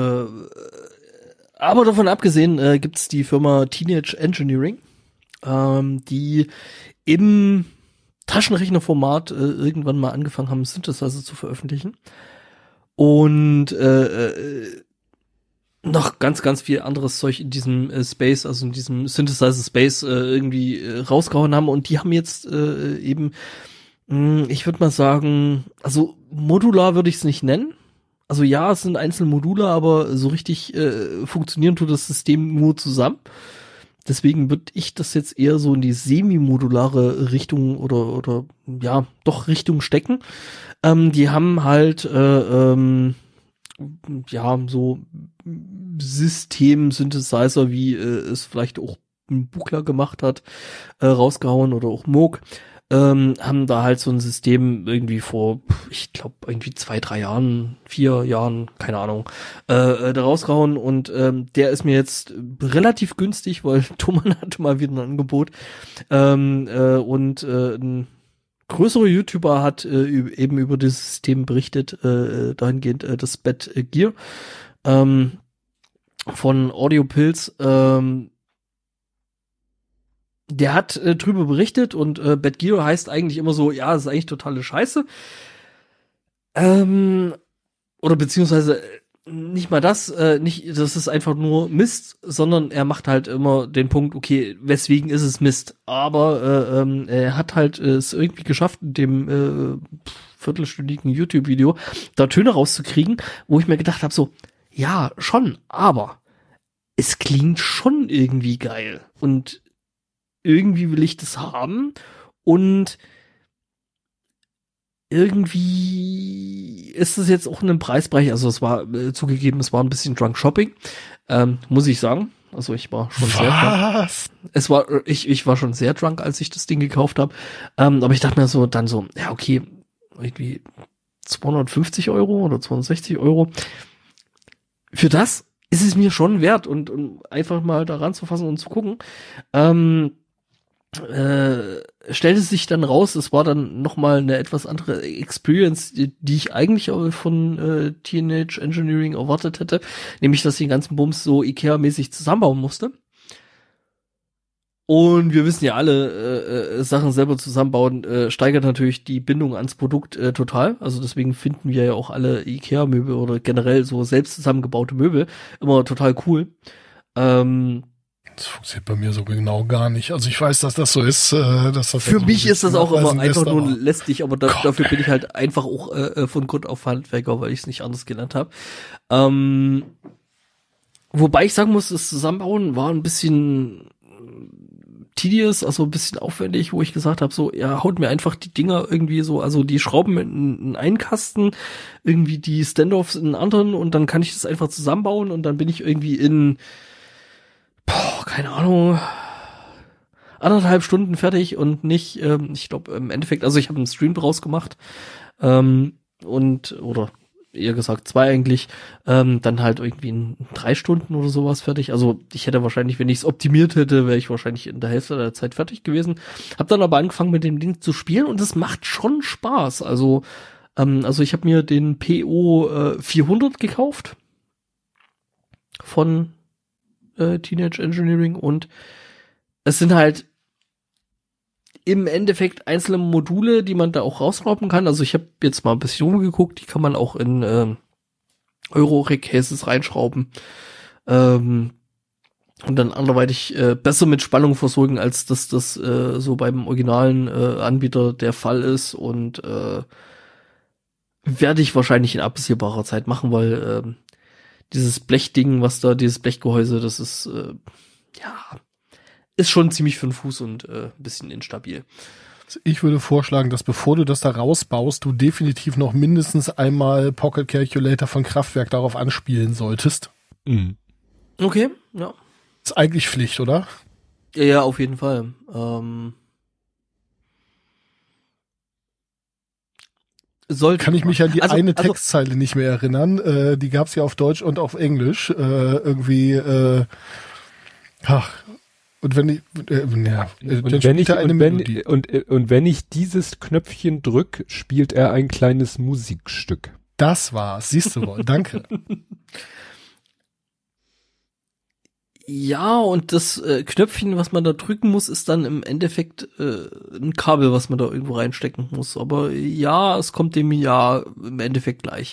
aber davon abgesehen äh, gibt's die Firma Teenage Engineering, ähm, die im Taschenrechnerformat äh, irgendwann mal angefangen haben, Synthesizer zu veröffentlichen. Und äh, äh, noch ganz, ganz viel anderes Zeug in diesem äh, Space, also in diesem Synthesizer Space äh, irgendwie äh, rausgehauen haben. Und die haben jetzt äh, eben, mh, ich würde mal sagen, also modular würde ich es nicht nennen. Also ja, es sind einzelne Module, aber so richtig äh, funktionieren tut das System nur zusammen. Deswegen würde ich das jetzt eher so in die semi-modulare Richtung oder oder ja, doch Richtung stecken. Ähm, die haben halt äh, ähm, ja so System-Synthesizer, wie äh, es vielleicht auch ein Buchler gemacht hat, äh, rausgehauen oder auch Moog. Ähm, haben da halt so ein System irgendwie vor, ich glaube, irgendwie zwei, drei Jahren, vier Jahren, keine Ahnung, äh, da rausgehauen und ähm, der ist mir jetzt relativ günstig, weil Thomann hatte mal wieder ein Angebot ähm, äh, und äh, ein größerer YouTuber hat äh, eben über dieses System berichtet, äh, dahingehend äh, das Bad Gear ähm, von Audiopilz, ähm, der hat äh, drüber berichtet und äh, Bad Gear heißt eigentlich immer so, ja, das ist eigentlich totale Scheiße. Ähm, oder beziehungsweise nicht mal das, äh, nicht, das ist einfach nur Mist, sondern er macht halt immer den Punkt, okay, weswegen ist es Mist? Aber äh, ähm, er hat halt äh, es irgendwie geschafft, in dem äh, viertelstündigen YouTube-Video da Töne rauszukriegen, wo ich mir gedacht habe, so, ja, schon, aber es klingt schon irgendwie geil. Und irgendwie will ich das haben und irgendwie ist es jetzt auch in einem Preisbereich, also es war äh, zugegeben, es war ein bisschen Drunk Shopping, ähm, muss ich sagen. Also ich war schon Was? sehr drunk. Es war, ich, ich war schon sehr drunk, als ich das Ding gekauft habe. Ähm, aber ich dachte mir so, dann so, ja okay, irgendwie zweihundertfünfzig Euro oder zweihundertsechzig Euro. Für das ist es mir schon wert und, und einfach mal da ranzufassen und zu gucken. Ähm, Äh, stellte sich dann raus, es war dann nochmal eine etwas andere Experience, die, die ich eigentlich auch von äh, Teenage Engineering erwartet hätte, nämlich, dass ich den ganzen Bums so Ikea-mäßig zusammenbauen musste. Und wir wissen ja alle, äh, äh, Sachen selber zusammenbauen äh, steigert natürlich die Bindung ans Produkt äh, total. Also deswegen finden wir ja auch alle Ikea-Möbel oder generell so selbst zusammengebaute Möbel immer total cool. Ähm, Das funktioniert bei mir so genau gar nicht. Also ich weiß, dass das so ist. Äh, dass das Für so mich ist das auch immer nachweisen einfach lässt, nur aber lästig, aber da, Gott, dafür bin ey. ich halt einfach auch äh, von Grund auf Handwerker, weil ich es nicht anders gelernt habe. Ähm, wobei ich sagen muss, das Zusammenbauen war ein bisschen tedious, also ein bisschen aufwendig, wo ich gesagt habe, so, ja, haut mir einfach die Dinger irgendwie so, also die Schrauben in, in einen Kasten, irgendwie die Standoffs in einen anderen und dann kann ich das einfach zusammenbauen und dann bin ich irgendwie in boah, keine Ahnung, anderthalb Stunden fertig und nicht, ähm, ich glaube im Endeffekt, also ich habe einen Stream draus gemacht ähm, und, oder eher gesagt zwei eigentlich, ähm, dann halt irgendwie in drei Stunden oder sowas fertig. Also ich hätte wahrscheinlich, wenn ich es optimiert hätte, wäre ich wahrscheinlich in der Hälfte der Zeit fertig gewesen. Hab dann aber angefangen mit dem Ding zu spielen und es macht schon Spaß. Also, ähm, also ich habe mir den P O äh, vierhundert gekauft von äh, Teenage Engineering und es sind halt im Endeffekt einzelne Module, die man da auch rausrauben kann. Also ich habe jetzt mal ein bisschen rumgeguckt, die kann man auch in ähm, Euro-Rig-Cases reinschrauben. Ähm, und dann anderweitig äh, besser mit Spannung versorgen, als dass das äh, so beim originalen äh, Anbieter der Fall ist, und äh, werde ich wahrscheinlich in absehbarer Zeit machen, weil äh, dieses Blechding, was da, dieses Blechgehäuse, das ist äh, ja ist schon ziemlich für den Fuß und äh, ein bisschen instabil. Ich würde vorschlagen, dass bevor du das da rausbaust, du definitiv noch mindestens einmal Pocket Calculator von Kraftwerk darauf anspielen solltest. Mhm. Okay, ja. Ist eigentlich Pflicht, oder? Ja, ja, auf jeden Fall. Ähm, sollte Kann ich mich an die also, eine also, Textzeile nicht mehr erinnern. Äh, die gab's ja auf Deutsch und auf Englisch. Äh, irgendwie, äh, ach, und wenn ich, äh, ja, äh, Und wenn ich, und wenn, und, und wenn ich dieses Knöpfchen drück, spielt er ein kleines Musikstück. Das war's, siehst du wohl, danke. Ja, und das äh, Knöpfchen, was man da drücken muss, ist dann im Endeffekt äh, ein Kabel, was man da irgendwo reinstecken muss. Aber ja, es kommt dem ja im Endeffekt gleich.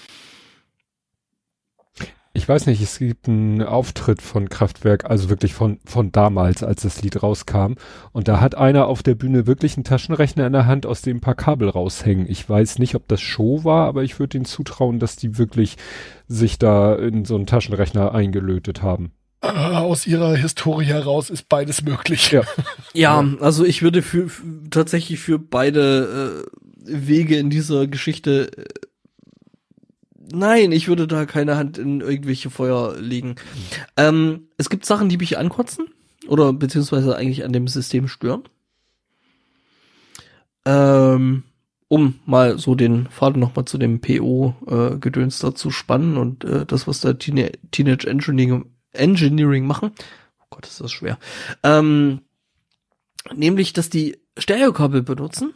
Ich weiß nicht, es gibt einen Auftritt von Kraftwerk, also wirklich von, von damals, als das Lied rauskam. Und da hat einer auf der Bühne wirklich einen Taschenrechner in der Hand, aus dem ein paar Kabel raushängen. Ich weiß nicht, ob das Show war, aber ich würde denen zutrauen, dass die wirklich sich da in so einen Taschenrechner eingelötet haben. Aus ihrer Historie heraus ist beides möglich. Ja, ja, also ich würde für, für tatsächlich für beide äh, Wege in dieser Geschichte äh, nein, ich würde da keine Hand in irgendwelche Feuer legen. Mhm. Ähm, es gibt Sachen, die mich ankotzen oder beziehungsweise eigentlich an dem System stören. Ähm, um mal so den Faden nochmal zu dem P O-Gedöns äh, da zu spannen und äh, das, was da Teen- Teenage Engineering, Engineering machen. Oh Gott, ist das schwer. Ähm, nämlich, dass die Stereokabel benutzen.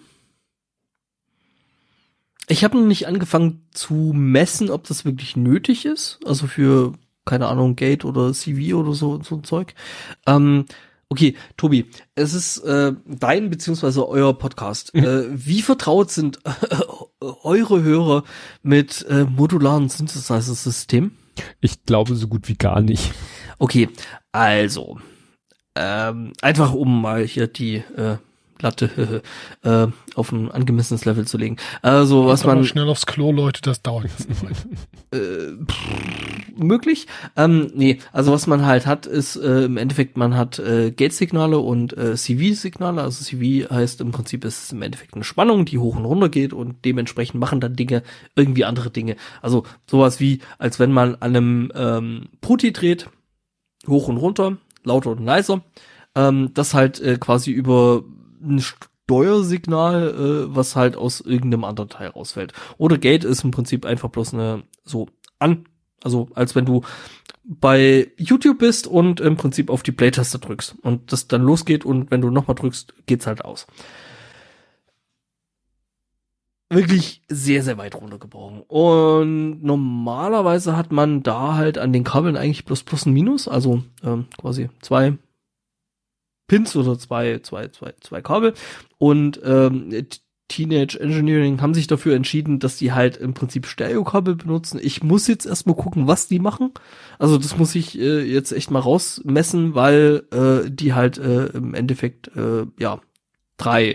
Ich habe noch nicht angefangen zu messen, ob das wirklich nötig ist. Also für, keine Ahnung, Gate oder C V oder so, so ein Zeug. Ähm, okay, Tobi, es ist äh, dein beziehungsweise euer Podcast. Mhm. Äh, wie vertraut sind äh, eure Hörer mit äh, modularen Synthesizer-Systemen? Ich glaube so gut wie gar nicht. Okay, also ähm, einfach um mal hier die äh, Latte äh, auf ein angemessenes Level zu legen. Also was man schnell aufs Klo, Leute, das dauert jetzt eine Weile. äh, pff, möglich. Ähm, nee, also was man halt hat, ist äh, im Endeffekt, man hat äh, Gate-Signale und äh, C V-Signale. Also C V heißt im Prinzip, ist es im Endeffekt eine Spannung, die hoch und runter geht und dementsprechend machen dann Dinge irgendwie andere Dinge. Also sowas wie, als wenn man an einem ähm, Putty dreht, hoch und runter, lauter und leiser. Ähm, das halt äh, quasi über ein Steuersignal, äh, was halt aus irgendeinem anderen Teil rausfällt. Oder Gate ist im Prinzip einfach bloß eine so an, also als wenn du bei YouTube bist und im Prinzip auf die Play-Taste drückst und das dann losgeht und wenn du nochmal drückst, geht's halt aus. Wirklich sehr, sehr weit runtergebrochen. Und normalerweise hat man da halt an den Kabeln eigentlich bloß Plus und Minus, also ähm, quasi zwei Pins oder zwei, zwei, zwei, zwei Kabel. Und ähm, Teenage Engineering haben sich dafür entschieden, dass die halt im Prinzip Stereokabel benutzen. Ich muss jetzt erstmal gucken, was die machen. Also das muss ich äh, jetzt echt mal rausmessen, weil äh, die halt äh, im Endeffekt äh, ja drei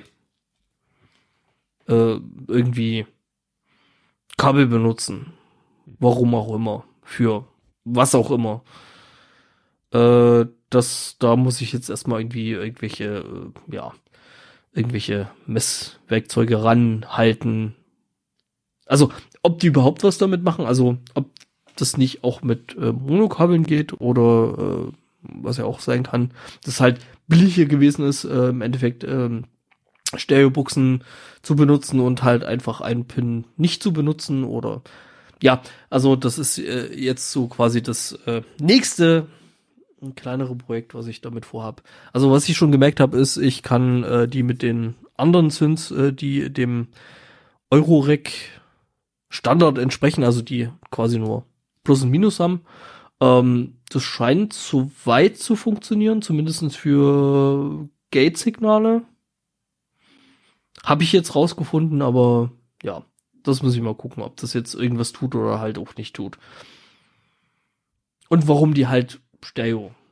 äh, irgendwie Kabel benutzen. Warum auch immer. Für was auch immer. Äh, das, da muss ich jetzt erstmal irgendwie irgendwelche, äh, ja, irgendwelche Messwerkzeuge ranhalten. Also, ob die überhaupt was damit machen, also ob das nicht auch mit äh, Monokabeln geht oder äh, was ja auch sein kann, dass halt billiger gewesen ist, äh, im Endeffekt äh, Stereobuchsen zu benutzen und halt einfach einen Pin nicht zu benutzen oder ja, also das ist äh, jetzt so quasi das äh, nächste ein kleinere Projekt, was ich damit vorhab. Also was ich schon gemerkt habe, ist, ich kann äh, die mit den anderen Synths, äh, die dem Eurorec Standard entsprechen, also die quasi nur Plus und Minus haben. Ähm, das scheint so weit zu funktionieren, zumindest für Gate-Signale. Habe ich jetzt rausgefunden, aber ja, das muss ich mal gucken, ob das jetzt irgendwas tut oder halt auch nicht tut. Und warum die halt Stereo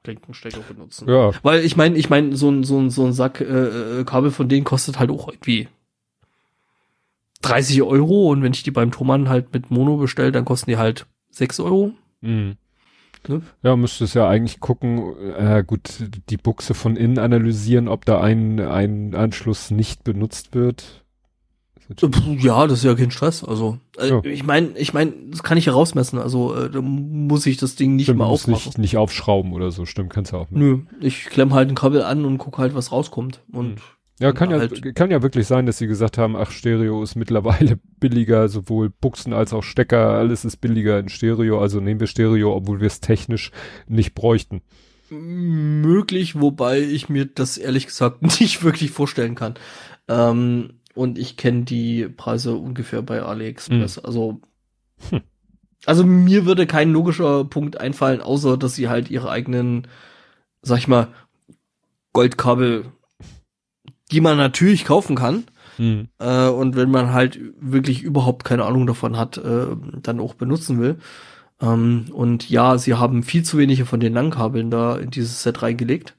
Klinkenstecker benutzen. Ja. Weil ich meine, ich meine, so ein, so ein, so ein Sack äh, Kabel von denen kostet halt auch irgendwie dreißig Euro und wenn ich die beim Thomann halt mit Mono bestelle, dann kosten die halt sechs Euro. Mhm. Ne? Ja, müsstest ja eigentlich gucken, äh, gut, die Buchse von innen analysieren, ob da ein, ein Anschluss nicht benutzt wird. Ja, das ist ja kein Stress. Also äh, Ja. ich meine, ich meine, das kann ich ja rausmessen. Also äh, da muss ich das Ding nicht Stimmt, mal du musst aufmachen. nicht, nicht aufschrauben oder so, stimmt, kannst du auch nicht. Nö, ich klemm halt ein Kabel an und guck halt, was rauskommt. Und Ja, kann ja, halt- kann ja wirklich sein, dass sie gesagt haben, ach, Stereo ist mittlerweile billiger, sowohl Buchsen als auch Stecker, alles ist billiger in Stereo, also nehmen wir Stereo, obwohl wir es technisch nicht bräuchten. möglich, wobei ich mir das ehrlich gesagt nicht wirklich vorstellen kann. Ähm, und ich kenne die Preise ungefähr bei AliExpress. Mhm. Also, Hm. also mir würde kein logischer Punkt einfallen, außer dass sie halt ihre eigenen, sag ich mal, Goldkabel, die man natürlich kaufen kann. Mhm. Äh, und wenn man halt wirklich überhaupt keine Ahnung davon hat, äh, dann auch benutzen will. Ähm, und ja, sie haben viel zu wenige von den Langkabeln da in dieses Set reingelegt.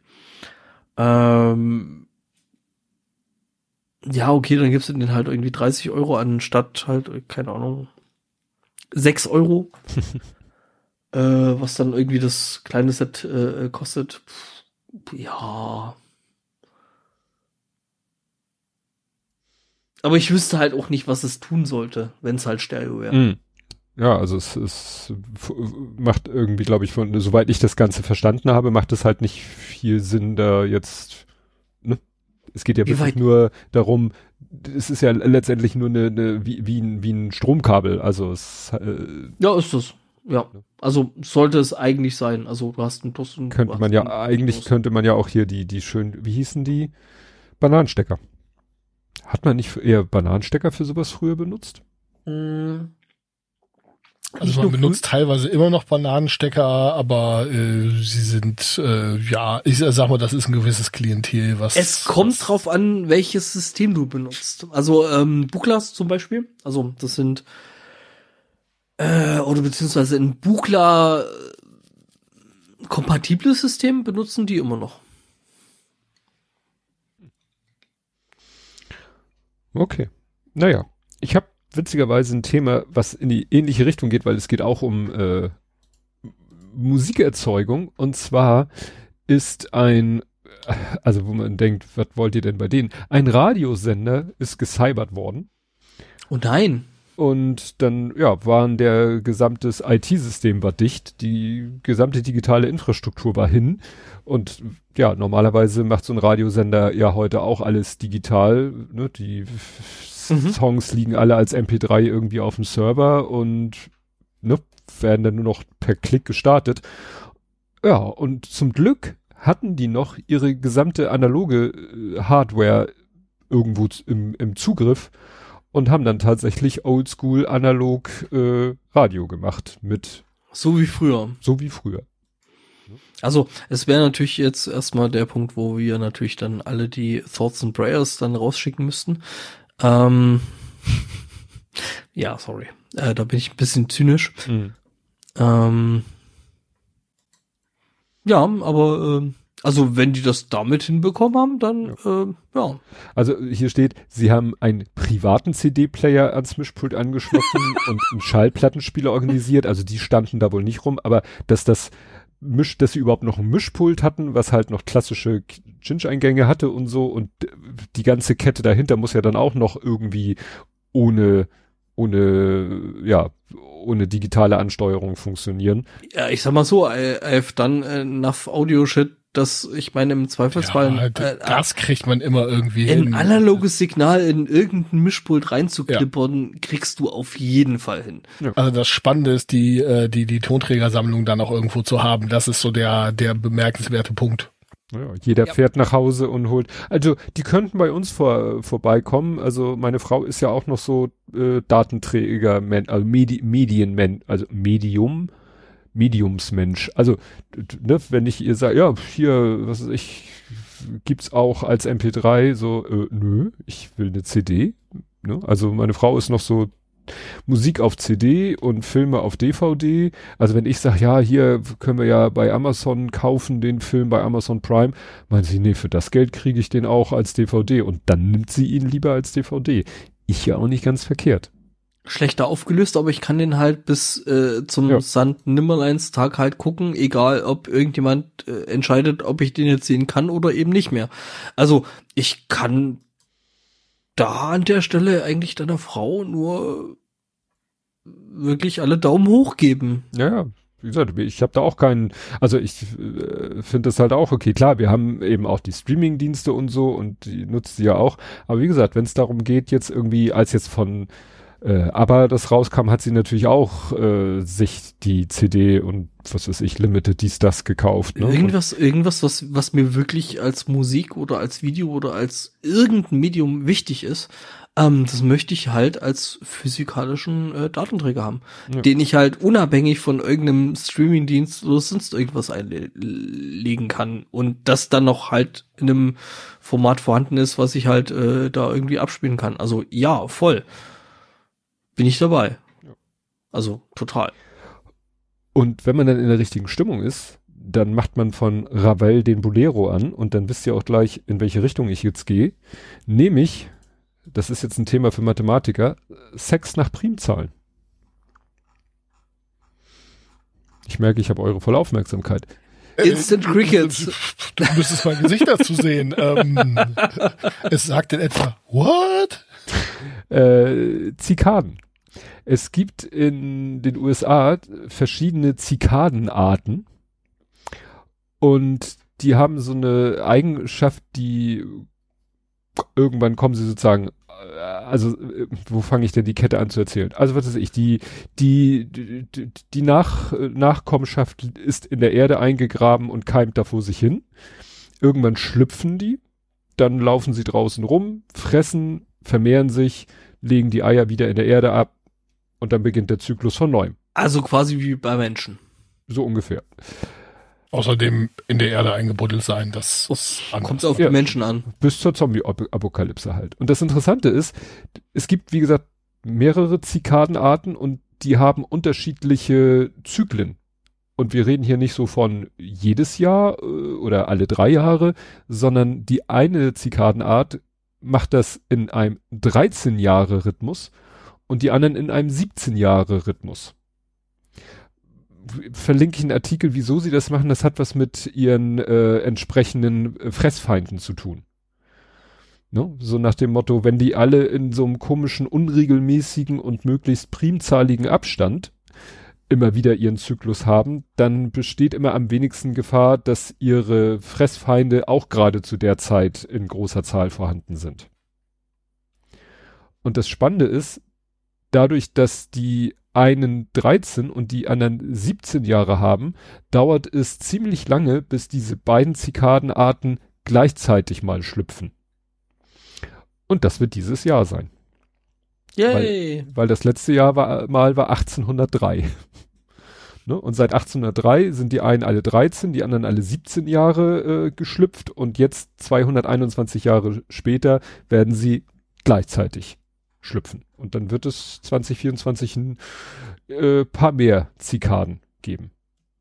Ähm, ja, okay, dann gibst du den halt irgendwie dreißig Euro anstatt halt, keine Ahnung, sechs Euro. äh, was dann irgendwie das kleine Set äh, kostet. Pff, ja. Aber ich wüsste halt auch nicht, was es tun sollte, wenn es halt Stereo wäre. Mhm. Ja, also es, es f- macht irgendwie, glaube ich, von, soweit ich das Ganze verstanden habe, macht es halt nicht viel Sinn, da jetzt, ne? Es geht ja Wie wirklich weit- nur darum, es ist ja letztendlich nur eine, eine wie, wie, ein, wie ein Stromkabel, also es äh, Ja, ist das. Ja. Also sollte es eigentlich sein. Also du hast einen Plus und könnte du man hast ja, einen eigentlich Minus. könnte man ja auch hier die, die schön, wie hießen die? Bananenstecker. Hat man nicht eher Bananenstecker für sowas früher benutzt? Mm. Nicht Also man nur benutzt teilweise immer noch Bananenstecker, aber äh, sie sind, äh, ja, ich sag mal, das ist ein gewisses Klientel, was... Es kommt was, drauf an, welches System du benutzt. Also ähm, Buchlas zum Beispiel, also das sind äh, oder beziehungsweise ein Buchla äh, kompatibles System benutzen die immer noch. Okay. Naja, ich habe witzigerweise ein Thema, was in die ähnliche Richtung geht, weil es geht auch um äh, Musikerzeugung. Und zwar ist ein, also wo man denkt, was wollt ihr denn bei denen? Ein Radiosender ist gecybert worden. Oh nein. Und dann, ja, waren der gesamtes I T-System war dicht, die gesamte digitale Infrastruktur war hin. Und ja, normalerweise macht so ein Radiosender ja heute auch alles digital. Ne? Die Mhm. Songs liegen alle als M P drei irgendwie auf dem Server und ne, werden dann nur noch per Klick gestartet. Ja, und zum Glück hatten die noch ihre gesamte analoge äh, Hardware irgendwo z- im, im Zugriff und haben dann tatsächlich oldschool analog äh, Radio gemacht mit So wie früher. so wie früher. Also es wäre natürlich jetzt erstmal der Punkt, wo wir natürlich dann alle die Thoughts and Prayers dann rausschicken müssten. Ähm, ja, sorry. Äh, da bin ich ein bisschen zynisch. Mhm. Ähm, ja, aber ähm, also wenn die das damit hinbekommen haben, dann ja. Äh, ja. Also hier steht, sie haben einen privaten C D-Player ans Mischpult angeschlossen und einen Schallplattenspieler organisiert. Also die standen da wohl nicht rum, aber dass das Misch, dass sie überhaupt noch ein Mischpult hatten, was halt noch klassische Cinch-Eingänge hatte und so und die ganze Kette dahinter muss ja dann auch noch irgendwie ohne, ohne, ja, ohne digitale Ansteuerung funktionieren. Ja, ich sag mal so, I, I've done enough audio shit, dass ich meine im Zweifelsfall ja, äh, das kriegt man immer irgendwie ein hin. analoges Signal in irgendein Mischpult reinzuklippern, ja. kriegst du auf jeden Fall hin. Ja. Also das Spannende ist, die, äh, die, die Tonträgersammlung dann auch irgendwo zu haben. Das ist so der, der bemerkenswerte Punkt. Ja, jeder ja. fährt nach Hause und holt. Also die könnten bei uns vor, vorbeikommen. Also meine Frau ist ja auch noch so äh, Datenträger, also Medi Medienmensch, also Medium, Mediumsmensch. Also ne, wenn ich ihr sage, ja hier, was weiß ich, gibt's auch als M P drei, so äh, nö, ich will eine C D. Ne? Also meine Frau ist noch so Musik auf C D und Filme auf D V D. Also wenn ich sage, ja, hier können wir ja bei Amazon kaufen, den Film bei Amazon Prime, meinen sie, nee, für das Geld kriege ich den auch als D V D und dann nimmt sie ihn lieber als D V D. Ich ja auch nicht ganz verkehrt. Schlechter aufgelöst, aber ich kann den halt bis äh, zum Ja. Sankt Nimmerleins Tag halt gucken, egal ob irgendjemand äh, entscheidet, ob ich den jetzt sehen kann oder eben nicht mehr. Also ich kann da an der Stelle eigentlich deiner Frau nur wirklich alle Daumen hoch geben. Ja, ja. Wie gesagt, ich habe da auch keinen, also ich äh, finde das halt auch okay. Klar, wir haben eben auch die Streaming-Dienste und so und die nutzt sie ja auch. Aber wie gesagt, wenn es darum geht, jetzt irgendwie, als jetzt von äh, aber das rauskam, hat sie natürlich auch äh, sich die C D und was weiß ich, Limited, dies, das gekauft. Ne? Irgendwas, irgendwas, was, was mir wirklich als Musik oder als Video oder als irgendein Medium wichtig ist, ähm, das möchte ich halt als physikalischen äh, Datenträger haben, Ja. den ich halt unabhängig von irgendeinem Streamingdienst oder sonst irgendwas einlegen kann und das dann noch halt in einem Format vorhanden ist, was ich halt äh, da irgendwie abspielen kann. Also ja, voll. Bin ich dabei. Ja. Also total. Und wenn man dann in der richtigen Stimmung ist, dann macht man von Ravel den Bolero an und dann wisst ihr auch gleich, in welche Richtung ich jetzt gehe. Nämlich, das ist jetzt ein Thema für Mathematiker, Sex nach Primzahlen. Ich merke, ich habe eure volle Aufmerksamkeit. Instant Crickets. Du müsstest mein Gesicht dazu sehen. ähm, es sagt in etwa, what? Äh, Zikaden. Es gibt in den U S A verschiedene Zikadenarten und die haben so eine Eigenschaft, die irgendwann kommen sie sozusagen, also wo fange ich denn die Kette an zu erzählen? Also was weiß ich, die die die, die Nach, Nachkommenschaft ist in der Erde eingegraben und keimt da vor sich hin. Irgendwann schlüpfen die, dann laufen sie draußen rum, fressen, vermehren sich, legen die Eier wieder in der Erde ab und dann beginnt der Zyklus von neuem. Also quasi wie bei Menschen. So ungefähr. Außerdem in der Erde eingebuddelt sein, das ist Kommt anders. auf Ja. die Menschen an. Bis zur Zombie-Apokalypse halt. Und das Interessante ist, es gibt, wie gesagt, mehrere Zikadenarten und die haben unterschiedliche Zyklen. Und wir reden hier nicht so von jedes Jahr äh, oder alle drei Jahre, sondern die eine Zikadenart macht das in einem dreizehn-Jahre-Rhythmus und die anderen in einem siebzehn-Jahre-Rhythmus. Verlinke ich einen Artikel, wieso sie das machen. Das hat was mit ihren äh, entsprechenden äh, Fressfeinden zu tun. Ne? So nach dem Motto, wenn die alle in so einem komischen, unregelmäßigen und möglichst primzahligen Abstand immer wieder ihren Zyklus haben, dann besteht immer am wenigsten Gefahr, dass ihre Fressfeinde auch gerade zu der Zeit in großer Zahl vorhanden sind. Und das Spannende ist, dadurch, dass die einen dreizehn und die anderen siebzehn Jahre haben, dauert es ziemlich lange, bis diese beiden Zikadenarten gleichzeitig mal schlüpfen. Und das wird dieses Jahr sein. Yay! Weil, weil das letzte Jahr war, mal war achtzehnhundertdrei. Ne? Und seit achtzehnhundertdrei sind die einen alle dreizehn, die anderen alle siebzehn Jahre äh, geschlüpft und jetzt zweihunderteinundzwanzig Jahre später werden sie gleichzeitig schlüpfen. Und dann wird es zwanzig vierundzwanzig ein äh, paar mehr Zikaden geben.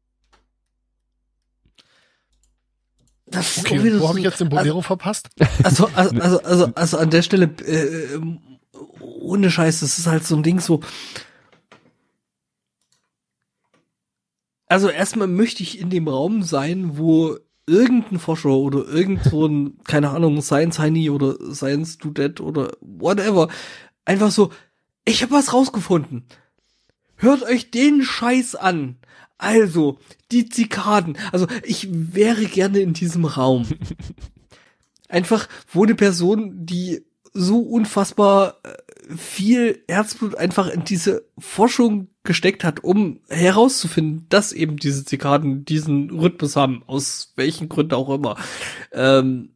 Das ist Okay, auch wieder wo so- habe ich jetzt den Bolero verpasst? Also, also, also, also, also an der Stelle, äh, ohne Scheiß, das ist halt so ein Ding so. Also erstmal möchte ich in dem Raum sein, wo irgendein Forscher oder irgend so ein, keine Ahnung, Science Heini oder Science Student oder whatever, einfach so, ich habe was rausgefunden. Hört euch den Scheiß an. Also, die Zikaden. Also, ich wäre gerne in diesem Raum. Einfach, wo eine Person, die so unfassbar äh, viel Herzblut einfach in diese Forschung gesteckt hat, um herauszufinden, dass eben diese Zikaden diesen Rhythmus haben, aus welchen Gründen auch immer. Ähm,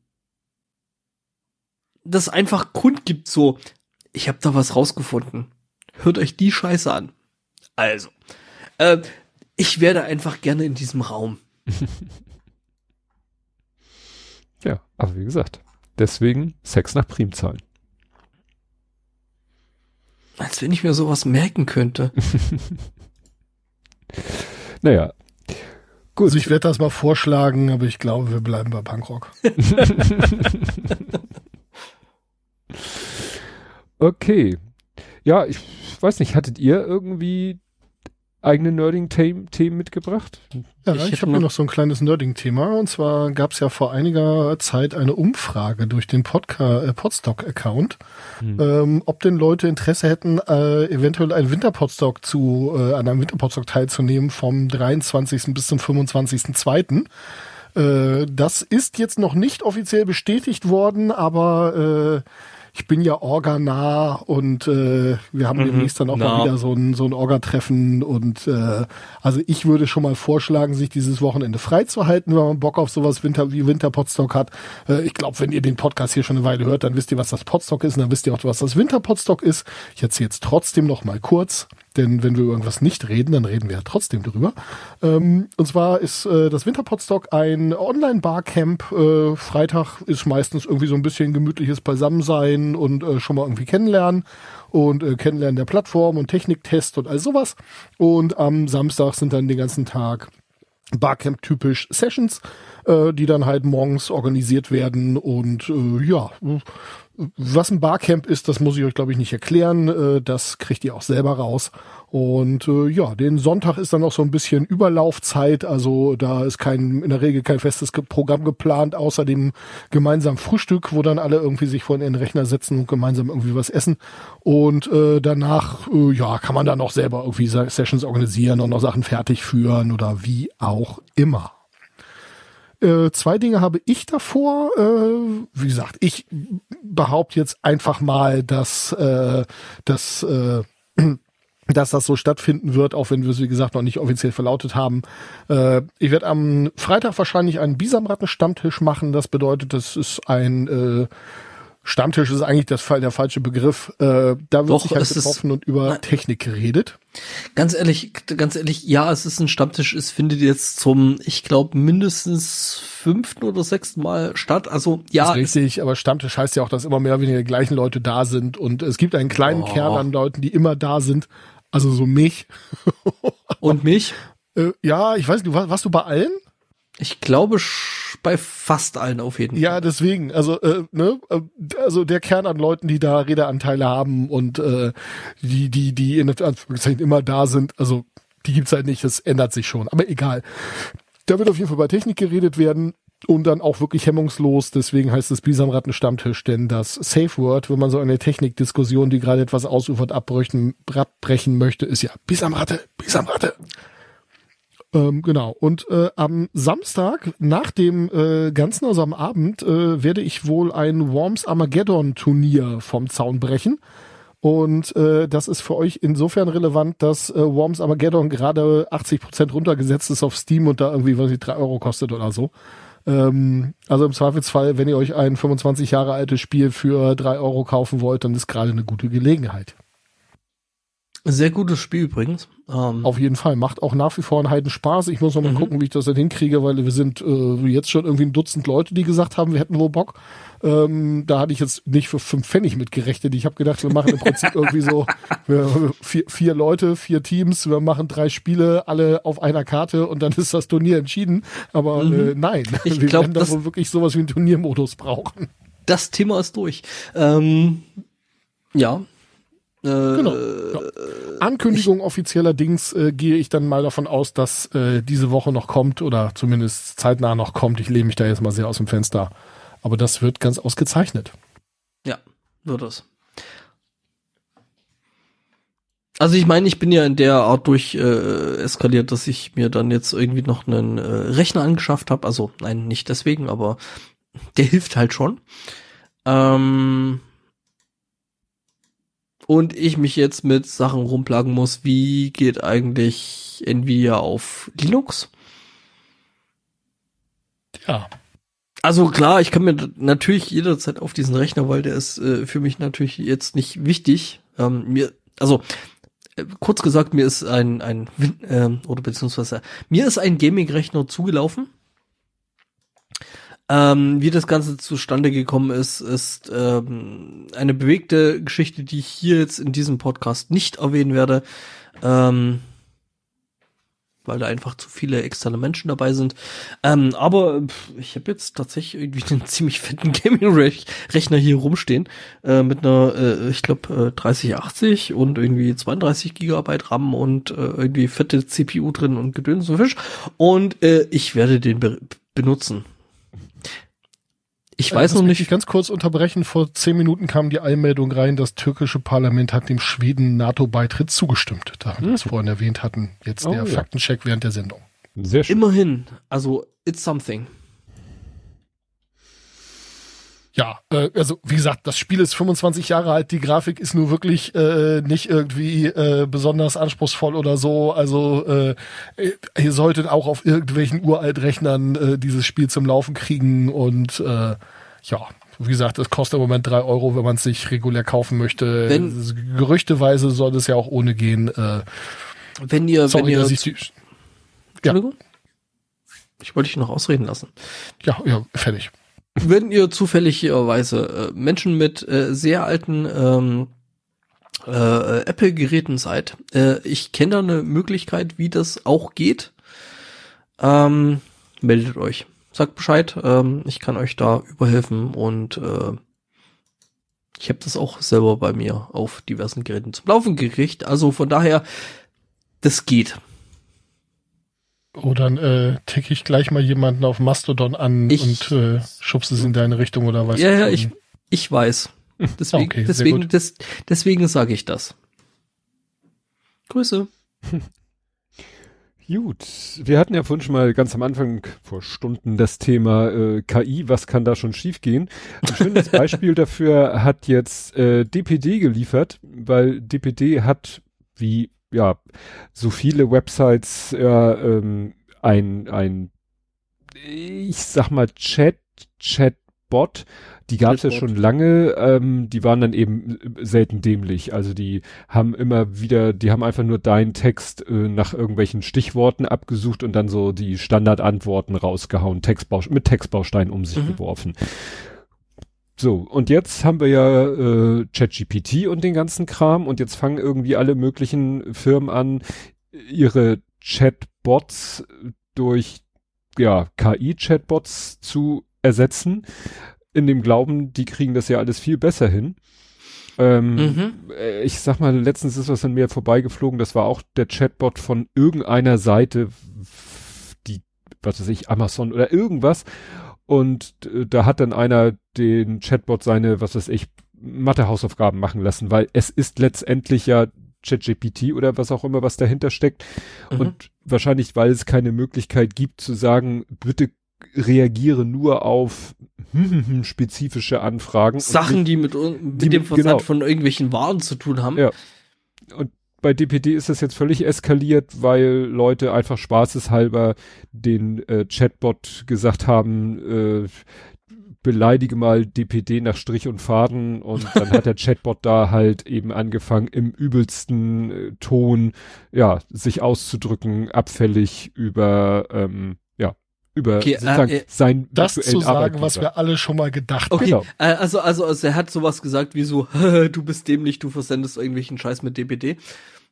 das einfach Grund gibt so, ich habe da was rausgefunden. Hört euch die Scheiße an. Also, äh, ich werde einfach gerne in diesem Raum. Ja, aber wie gesagt, deswegen Sex nach Primzahlen. Als wenn ich mir sowas merken könnte. Naja. Gut. Also ich werde das mal vorschlagen, aber ich glaube, wir bleiben bei Punkrock. Okay. Ja, ich weiß nicht, hattet ihr irgendwie eigene Nerding-Themen mitgebracht? Ja, ich, ich habe mir noch so ein kleines Nerding-Thema. Und zwar gab es ja vor einiger Zeit eine Umfrage durch den Podca- äh, Podstock-Account, hm. ähm, ob denn Leute Interesse hätten, äh, eventuell einen Winterpodstock zu, äh, an einem Winterpodstock teilzunehmen vom dreiundzwanzigsten bis zum fünfundzwanzigsten zweiten Äh, das ist jetzt noch nicht offiziell bestätigt worden, aber äh, ich bin ja organah und äh, wir haben mhm, demnächst dann auch na. mal wieder so ein so ein Orga-Treffen und äh, also ich würde schon mal vorschlagen, sich dieses Wochenende freizuhalten, wenn man Bock auf sowas Winter wie Winterpodstock hat. Äh, ich glaube, wenn ihr den Podcast hier schon eine Weile hört, dann wisst ihr, was das Podstock ist und dann wisst ihr auch, was das Winterpodstock ist. Ich erzähle jetzt trotzdem noch mal kurz, denn wenn wir über irgendwas nicht reden, dann reden wir ja trotzdem drüber. Ähm, und zwar ist äh, das Winterpodstock ein Online-Barcamp. Äh, Freitag ist meistens irgendwie so ein bisschen gemütliches Beisammensein und äh, schon mal irgendwie kennenlernen und äh, kennenlernen der Plattform und Techniktest und all sowas. Und am Samstag sind dann den ganzen Tag Barcamp-typisch Sessions, äh, die dann halt morgens organisiert werden und äh, ja, was ein Barcamp ist, das muss ich euch, glaube ich, nicht erklären. Äh, das kriegt ihr auch selber raus. Und äh, ja, den Sonntag ist dann noch so ein bisschen Überlaufzeit. Also da ist kein in der Regel kein festes Programm geplant, außer dem gemeinsamen Frühstück, wo dann alle irgendwie sich vor ihren Rechner setzen und gemeinsam irgendwie was essen. Und äh, danach äh, ja, kann man dann noch selber irgendwie Sessions organisieren und noch Sachen fertig führen oder wie auch immer. Äh, zwei Dinge habe ich davor. Äh, wie gesagt, ich behaupte jetzt einfach mal, dass, äh, dass, äh, dass das so stattfinden wird, auch wenn wir es, wie gesagt, noch nicht offiziell verlautet haben. Äh, ich werde am Freitag wahrscheinlich einen Bisamratten-Stammtisch machen. Das bedeutet, das ist ein äh, Stammtisch ist eigentlich das, der falsche Begriff. Äh, da wird Doch, sich halt getroffen und über nein. Technik geredet. Ganz ehrlich, ganz ehrlich, ja, es ist ein Stammtisch. Es findet jetzt zum, ich glaube, mindestens fünften oder sechsten Mal statt. Also ja, das ist richtig. Aber Stammtisch heißt ja auch, dass immer mehr oder weniger die gleichen Leute da sind und es gibt einen kleinen oh. Kern an Leuten, die immer da sind. Also so mich und mich. Äh, ja, ich weiß nicht, warst du bei allen? Ich glaube bei fast allen auf jeden Fall. Ja, deswegen, also äh, ne, also der Kern an Leuten, die da Redeanteile haben und äh, die die die in Anführungszeichen immer da sind, also die gibt's halt nicht, das ändert sich schon, aber egal. Da wird auf jeden Fall bei Technik geredet werden und dann auch wirklich hemmungslos, deswegen heißt es Bisamratten Stammtisch, denn das Safe Word, wenn man so eine Technikdiskussion, die gerade etwas ausufert, abbrechen, abbrechen möchte, ist ja Bisamratte, Bisamratte. Ähm, genau. Und äh, am Samstag nach dem äh, ganzen, also am Abend, äh, werde ich wohl ein Worms Armageddon Turnier vom Zaun brechen. Und äh, das ist für euch insofern relevant, dass äh, Worms Armageddon gerade achtzig Prozent runtergesetzt ist auf Steam und da irgendwie, was ich, drei Euro kostet oder so. Ähm, also im Zweifelsfall, wenn ihr euch ein fünfundzwanzig Jahre altes Spiel für drei Euro kaufen wollt, dann ist gerade eine gute Gelegenheit. Sehr gutes Spiel übrigens. Ähm Auf jeden Fall. Macht auch nach wie vor einen Heidenspaß. Ich muss noch mal mhm. gucken, wie ich das dann hinkriege, weil wir sind äh, jetzt schon irgendwie ein Dutzend Leute, die gesagt haben, wir hätten wohl Bock. Ähm, da hatte ich jetzt nicht für fünf Pfennig mitgerechnet. Ich habe gedacht, wir machen im Prinzip irgendwie so wir, vier, vier Leute, vier Teams, wir machen drei Spiele, alle auf einer Karte und dann ist das Turnier entschieden. Aber mhm. äh, nein, ich wir glaub, werden da wohl wirklich sowas wie einen Turniermodus brauchen. Das Thema ist durch. Ähm, ja. Genau. Ja. Ankündigung ich, offizieller Dings äh, gehe ich dann mal davon aus, dass äh, diese Woche noch kommt oder zumindest zeitnah noch kommt. Ich lehne mich da jetzt mal sehr aus dem Fenster. Aber das wird ganz ausgezeichnet. Ja, wird es. Also ich meine, ich bin ja in der Art durch äh, eskaliert, dass ich mir dann jetzt irgendwie noch einen äh, Rechner angeschafft habe. Also nein, nicht deswegen, aber der hilft halt schon. Ähm... Und ich mich jetzt mit Sachen rumplagen muss, wie geht eigentlich Nvidia auf Linux? Ja. Also klar, ich kann mir natürlich jederzeit auf diesen Rechner, weil der ist äh, für mich natürlich jetzt nicht wichtig. Ähm, mir, also äh, kurz gesagt, mir ist ein ein äh, oder beziehungsweise mir ist ein Gaming-Rechner zugelaufen. Ähm, wie das Ganze zustande gekommen ist, ist ähm, eine bewegte Geschichte, die ich hier jetzt in diesem Podcast nicht erwähnen werde, ähm, weil da einfach zu viele externe Menschen dabei sind. Ähm, aber pff, ich habe jetzt tatsächlich irgendwie einen ziemlich fetten Gaming-Rechner hier rumstehen, äh, mit einer, äh, ich glaube, äh, dreißig achtzig und irgendwie zweiunddreißig Gigabyte RAM und äh, irgendwie fette C P U drin und Gedöns und Fisch. Und äh, ich werde den be- benutzen. Ich weiß noch nicht. Ich ganz kurz unterbrechen. Vor zehn Minuten kam die Eilmeldung rein, das türkische Parlament hat dem Schweden NATO-Beitritt zugestimmt. Da wir das vorhin erwähnt hatten. Jetzt Oh, der ja. Faktencheck während der Sendung. Sehr schön. Immerhin, also it's something. Ja, äh, also wie gesagt, das Spiel ist fünfundzwanzig Jahre alt, die Grafik ist nur wirklich äh, nicht irgendwie äh, besonders anspruchsvoll oder so. Also äh, ihr solltet auch auf irgendwelchen Uraltrechnern äh, dieses Spiel zum Laufen kriegen und äh, ja, wie gesagt, es kostet im Moment drei Euro, wenn man es sich regulär kaufen möchte. Wenn, Gerüchteweise soll es ja auch ohne gehen. Äh, wenn ihr, sorry, wenn ihr, dass ich die, Entschuldigung? Ich wollte dich noch ausreden lassen. ja, ja, fertig. Wenn ihr zufälligerweise äh, Menschen mit äh, sehr alten ähm, äh, Apple-Geräten seid, äh, ich kenne da eine Möglichkeit, wie das auch geht. Ähm, meldet euch. Sagt Bescheid, ähm, ich kann euch da überhelfen und äh, ich habe das auch selber bei mir auf diversen Geräten zum Laufen gekriegt. Also von daher, das geht. Oh, dann äh, ticke ich gleich mal jemanden auf Mastodon an Ich- und äh, schubst es in deine Richtung oder was? Ja, ja, ich, ich weiß. Deswegen, Okay, sehr deswegen, gut. des, deswegen sage ich das. Grüße. Gut, wir hatten ja vorhin schon mal ganz am Anfang vor Stunden das Thema äh, K I, was kann da schon schiefgehen? Ein schönes Beispiel dafür hat jetzt äh, D P D geliefert, weil D P D hat, wie ja so viele Websites, ja, ähm, ein, ein, ich sag mal Chat, Chatbot, die gab es ja Chatbot. schon lange, ähm, die waren dann eben selten dämlich. Also die haben immer wieder, die haben einfach nur deinen Text äh, nach irgendwelchen Stichworten abgesucht und dann so die Standardantworten rausgehauen, Textbau mit Textbausteinen um sich Mhm. geworfen. So, und jetzt haben wir ja äh, ChatGPT und den ganzen Kram und jetzt fangen irgendwie alle möglichen Firmen an, ihre Chatbots durch ja K I-Chatbots zu ersetzen, in dem Glauben, die kriegen das ja alles viel besser hin. Ähm, Mhm. äh, ich sag mal, letztens ist was an mir vorbeigeflogen, das war auch der Chatbot von irgendeiner Seite, die, was weiß ich, Amazon oder irgendwas. Und äh, da hat dann einer den Chatbot seine, was weiß ich, Mathe-Hausaufgaben machen lassen, weil es ist letztendlich ja ChatGPT oder was auch immer, was dahinter steckt. Mhm. Und wahrscheinlich, weil es keine Möglichkeit gibt zu sagen, bitte reagiere nur auf spezifische Anfragen. und Sachen, nicht- die mit, mit die dem mit- Versand genau. von irgendwelchen Waren zu tun haben. Ja. Und bei D P D ist das jetzt völlig eskaliert, weil Leute einfach spaßeshalber den äh, Chatbot gesagt haben, äh, beleidige mal D P D nach Strich und Faden und dann hat der Chatbot da halt eben angefangen, im übelsten äh, Ton, ja, sich auszudrücken, abfällig über, ähm, ja, über Okay, sozusagen äh, äh, sein Das zu aktuellen sagen, was Arbeitgeber. wir alle schon mal gedacht Okay, Genau. äh, also, also, also er hat sowas gesagt wie so, du bist dämlich, du versendest irgendwelchen Scheiß mit D P D.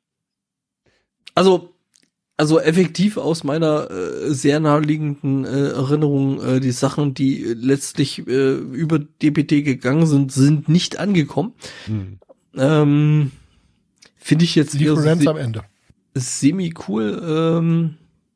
Also, also effektiv aus meiner äh, sehr naheliegenden äh, Erinnerung, äh, die Sachen, die äh, letztlich äh, über D P D gegangen sind, sind nicht angekommen. Hm. Ähm, Finde ich jetzt eher Lieferanz se am Ende. semi cool. Ähm,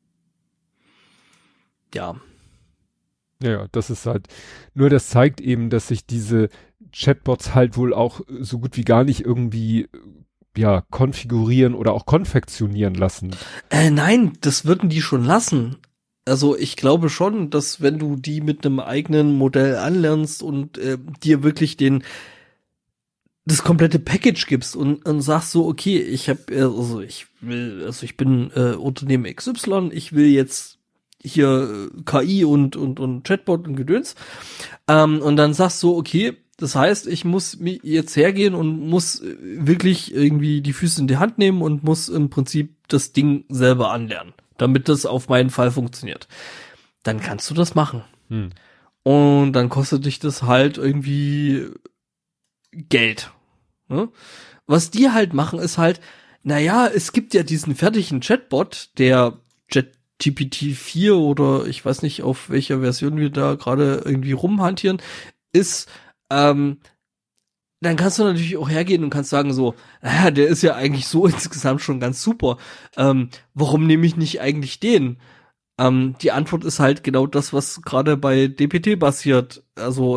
ja. Ja, ja, das ist halt, nur das zeigt eben, dass sich diese Chatbots halt wohl auch so gut wie gar nicht irgendwie, äh, ja, konfigurieren oder auch konfektionieren lassen. Äh, nein, das würden die schon lassen. Also ich glaube schon, dass wenn du die mit einem eigenen Modell anlernst und äh, dir wirklich den das komplette Package gibst und, und sagst so, okay, ich habe also ich will, also ich bin äh, Unternehmen X Y, ich will jetzt hier äh, K I und und und Chatbot und Gedöns, ähm, und dann sagst du, okay, das heißt, ich muss mi- jetzt hergehen und muss äh, wirklich irgendwie die Füße in die Hand nehmen und muss im Prinzip das Ding selber anlernen, damit das auf meinen Fall funktioniert. Dann kannst du das machen. Hm. Und dann kostet dich das halt irgendwie Geld. Ne? Was die halt machen, ist halt, naja, es gibt ja diesen fertigen Chatbot, der G P T vier oder ich weiß nicht, auf welcher Version wir da gerade irgendwie rumhantieren, ist, ähm, dann kannst du natürlich auch hergehen und kannst sagen so, naja, der ist ja eigentlich so insgesamt schon ganz super. Ähm, warum nehme ich nicht eigentlich den? Ähm, die Antwort ist halt genau das, was gerade bei D P T passiert. Also,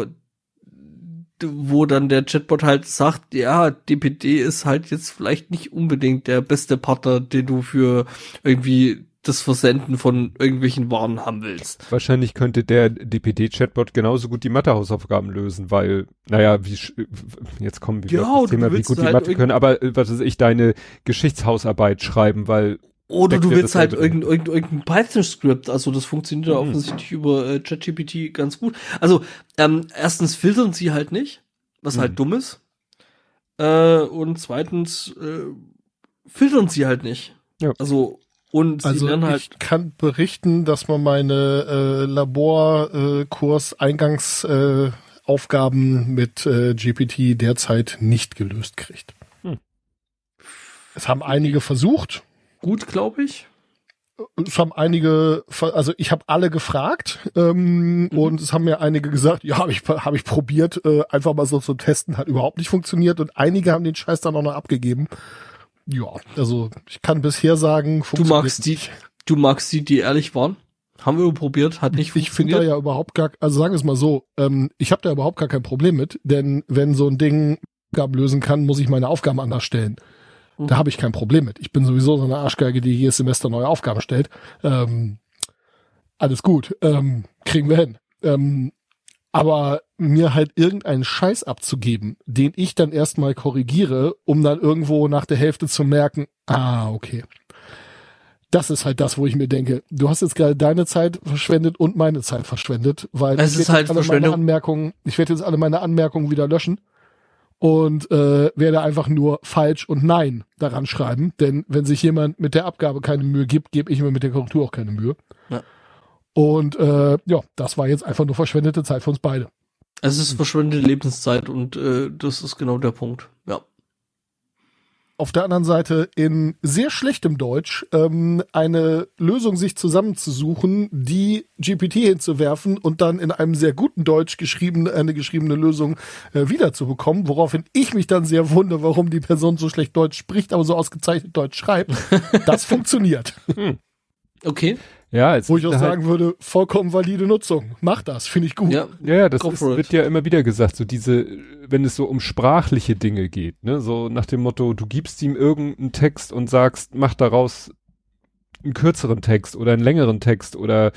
wo dann der Chatbot halt sagt, ja, D P T ist halt jetzt vielleicht nicht unbedingt der beste Partner, den du für irgendwie das Versenden von irgendwelchen Waren haben willst. Wahrscheinlich könnte der D P T-Chatbot genauso gut die Mathe-Hausaufgaben lösen, weil, naja, wie, jetzt kommen wir ja, auf das Thema, wie gut die halt Mathe können, aber, was weiß ich, deine Geschichtshausarbeit schreiben, weil oder du willst halt irgendein, irgendein, irgendein Python-Skript, also das funktioniert ja mhm. offensichtlich über äh, ChatGPT ganz gut. Also, ähm, erstens filtern sie halt nicht, was mhm. halt dumm ist. Äh, und zweitens äh, filtern sie halt nicht. Ja. Also, und sie also lernen halt. Ich kann berichten, dass man meine äh, Laborkurs-Eingangsaufgaben äh, Aufgaben mit äh, G P T derzeit nicht gelöst kriegt. Hm. Es haben einige versucht. Gut, glaube ich. Es haben einige, also ich habe alle gefragt ähm, mhm. und es haben mir einige gesagt, ja, habe ich, hab ich probiert, äh, einfach mal so zu testen, hat überhaupt nicht funktioniert und einige haben den Scheiß dann auch noch abgegeben. Ja, also ich kann bisher sagen, funktioniert du magst die, nicht. Du magst die, die ehrlich waren? Haben wir probiert, hat nicht ich funktioniert. Ich finde da ja überhaupt gar, also sagen wir es mal so, ähm, ich habe da überhaupt gar kein Problem mit, denn wenn so ein Ding Aufgaben lösen kann, muss ich meine Aufgaben anders stellen. Da habe ich kein Problem mit. Ich bin sowieso so eine Arschgeige, die jedes Semester neue Aufgaben stellt. Ähm, alles gut, ähm, kriegen wir hin. Ähm, aber mir halt irgendeinen Scheiß abzugeben, den ich dann erstmal korrigiere, um dann irgendwo nach der Hälfte zu merken, ah, okay. Das ist halt das, wo ich mir denke, du hast jetzt gerade deine Zeit verschwendet und meine Zeit verschwendet, weil es ich ist halt alle meine Anmerkungen, ich werde jetzt alle meine Anmerkungen wieder löschen. Und äh, werde einfach nur falsch und nein daran schreiben. Denn wenn sich jemand mit der Abgabe keine Mühe gibt, gebe ich mir mit der Korrektur auch keine Mühe. Ja. Und äh, ja, das war jetzt einfach nur verschwendete Zeit für uns beide. Es ist verschwendete Lebenszeit und äh, das ist genau der Punkt. Ja. Auf der anderen Seite in sehr schlechtem Deutsch ähm, eine Lösung sich zusammenzusuchen, die G P T hinzuwerfen und dann in einem sehr guten Deutsch geschrieben, eine geschriebene Lösung äh, wiederzubekommen, woraufhin ich mich dann sehr wundere, warum die Person so schlecht Deutsch spricht, aber so ausgezeichnet Deutsch schreibt. Das funktioniert. Hm. Okay. Ja, jetzt wo ich auch halt sagen würde, vollkommen valide Nutzung. Mach das, finde ich gut. Ja, ja, das ist, wird ja immer wieder gesagt, so diese, wenn es so um sprachliche Dinge geht, ne, so nach dem Motto, du gibst ihm irgendeinen Text und sagst, mach daraus einen kürzeren Text oder einen längeren Text oder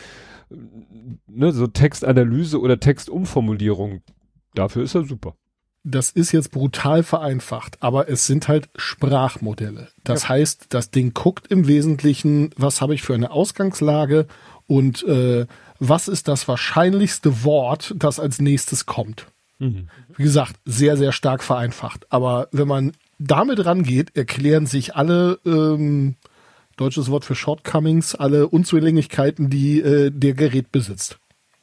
ne, so Textanalyse oder Textumformulierung. Dafür ist er super. Das ist jetzt brutal vereinfacht, aber es sind halt Sprachmodelle. Das ja. heißt, das Ding guckt im Wesentlichen, was habe ich für eine Ausgangslage und äh, was ist das wahrscheinlichste Wort, das als nächstes kommt. Mhm. Wie gesagt, sehr, sehr stark vereinfacht. Aber wenn man damit rangeht, erklären sich alle, ähm, deutsches Wort für Shortcomings, alle Unzulänglichkeiten, die äh, der Gerät besitzt.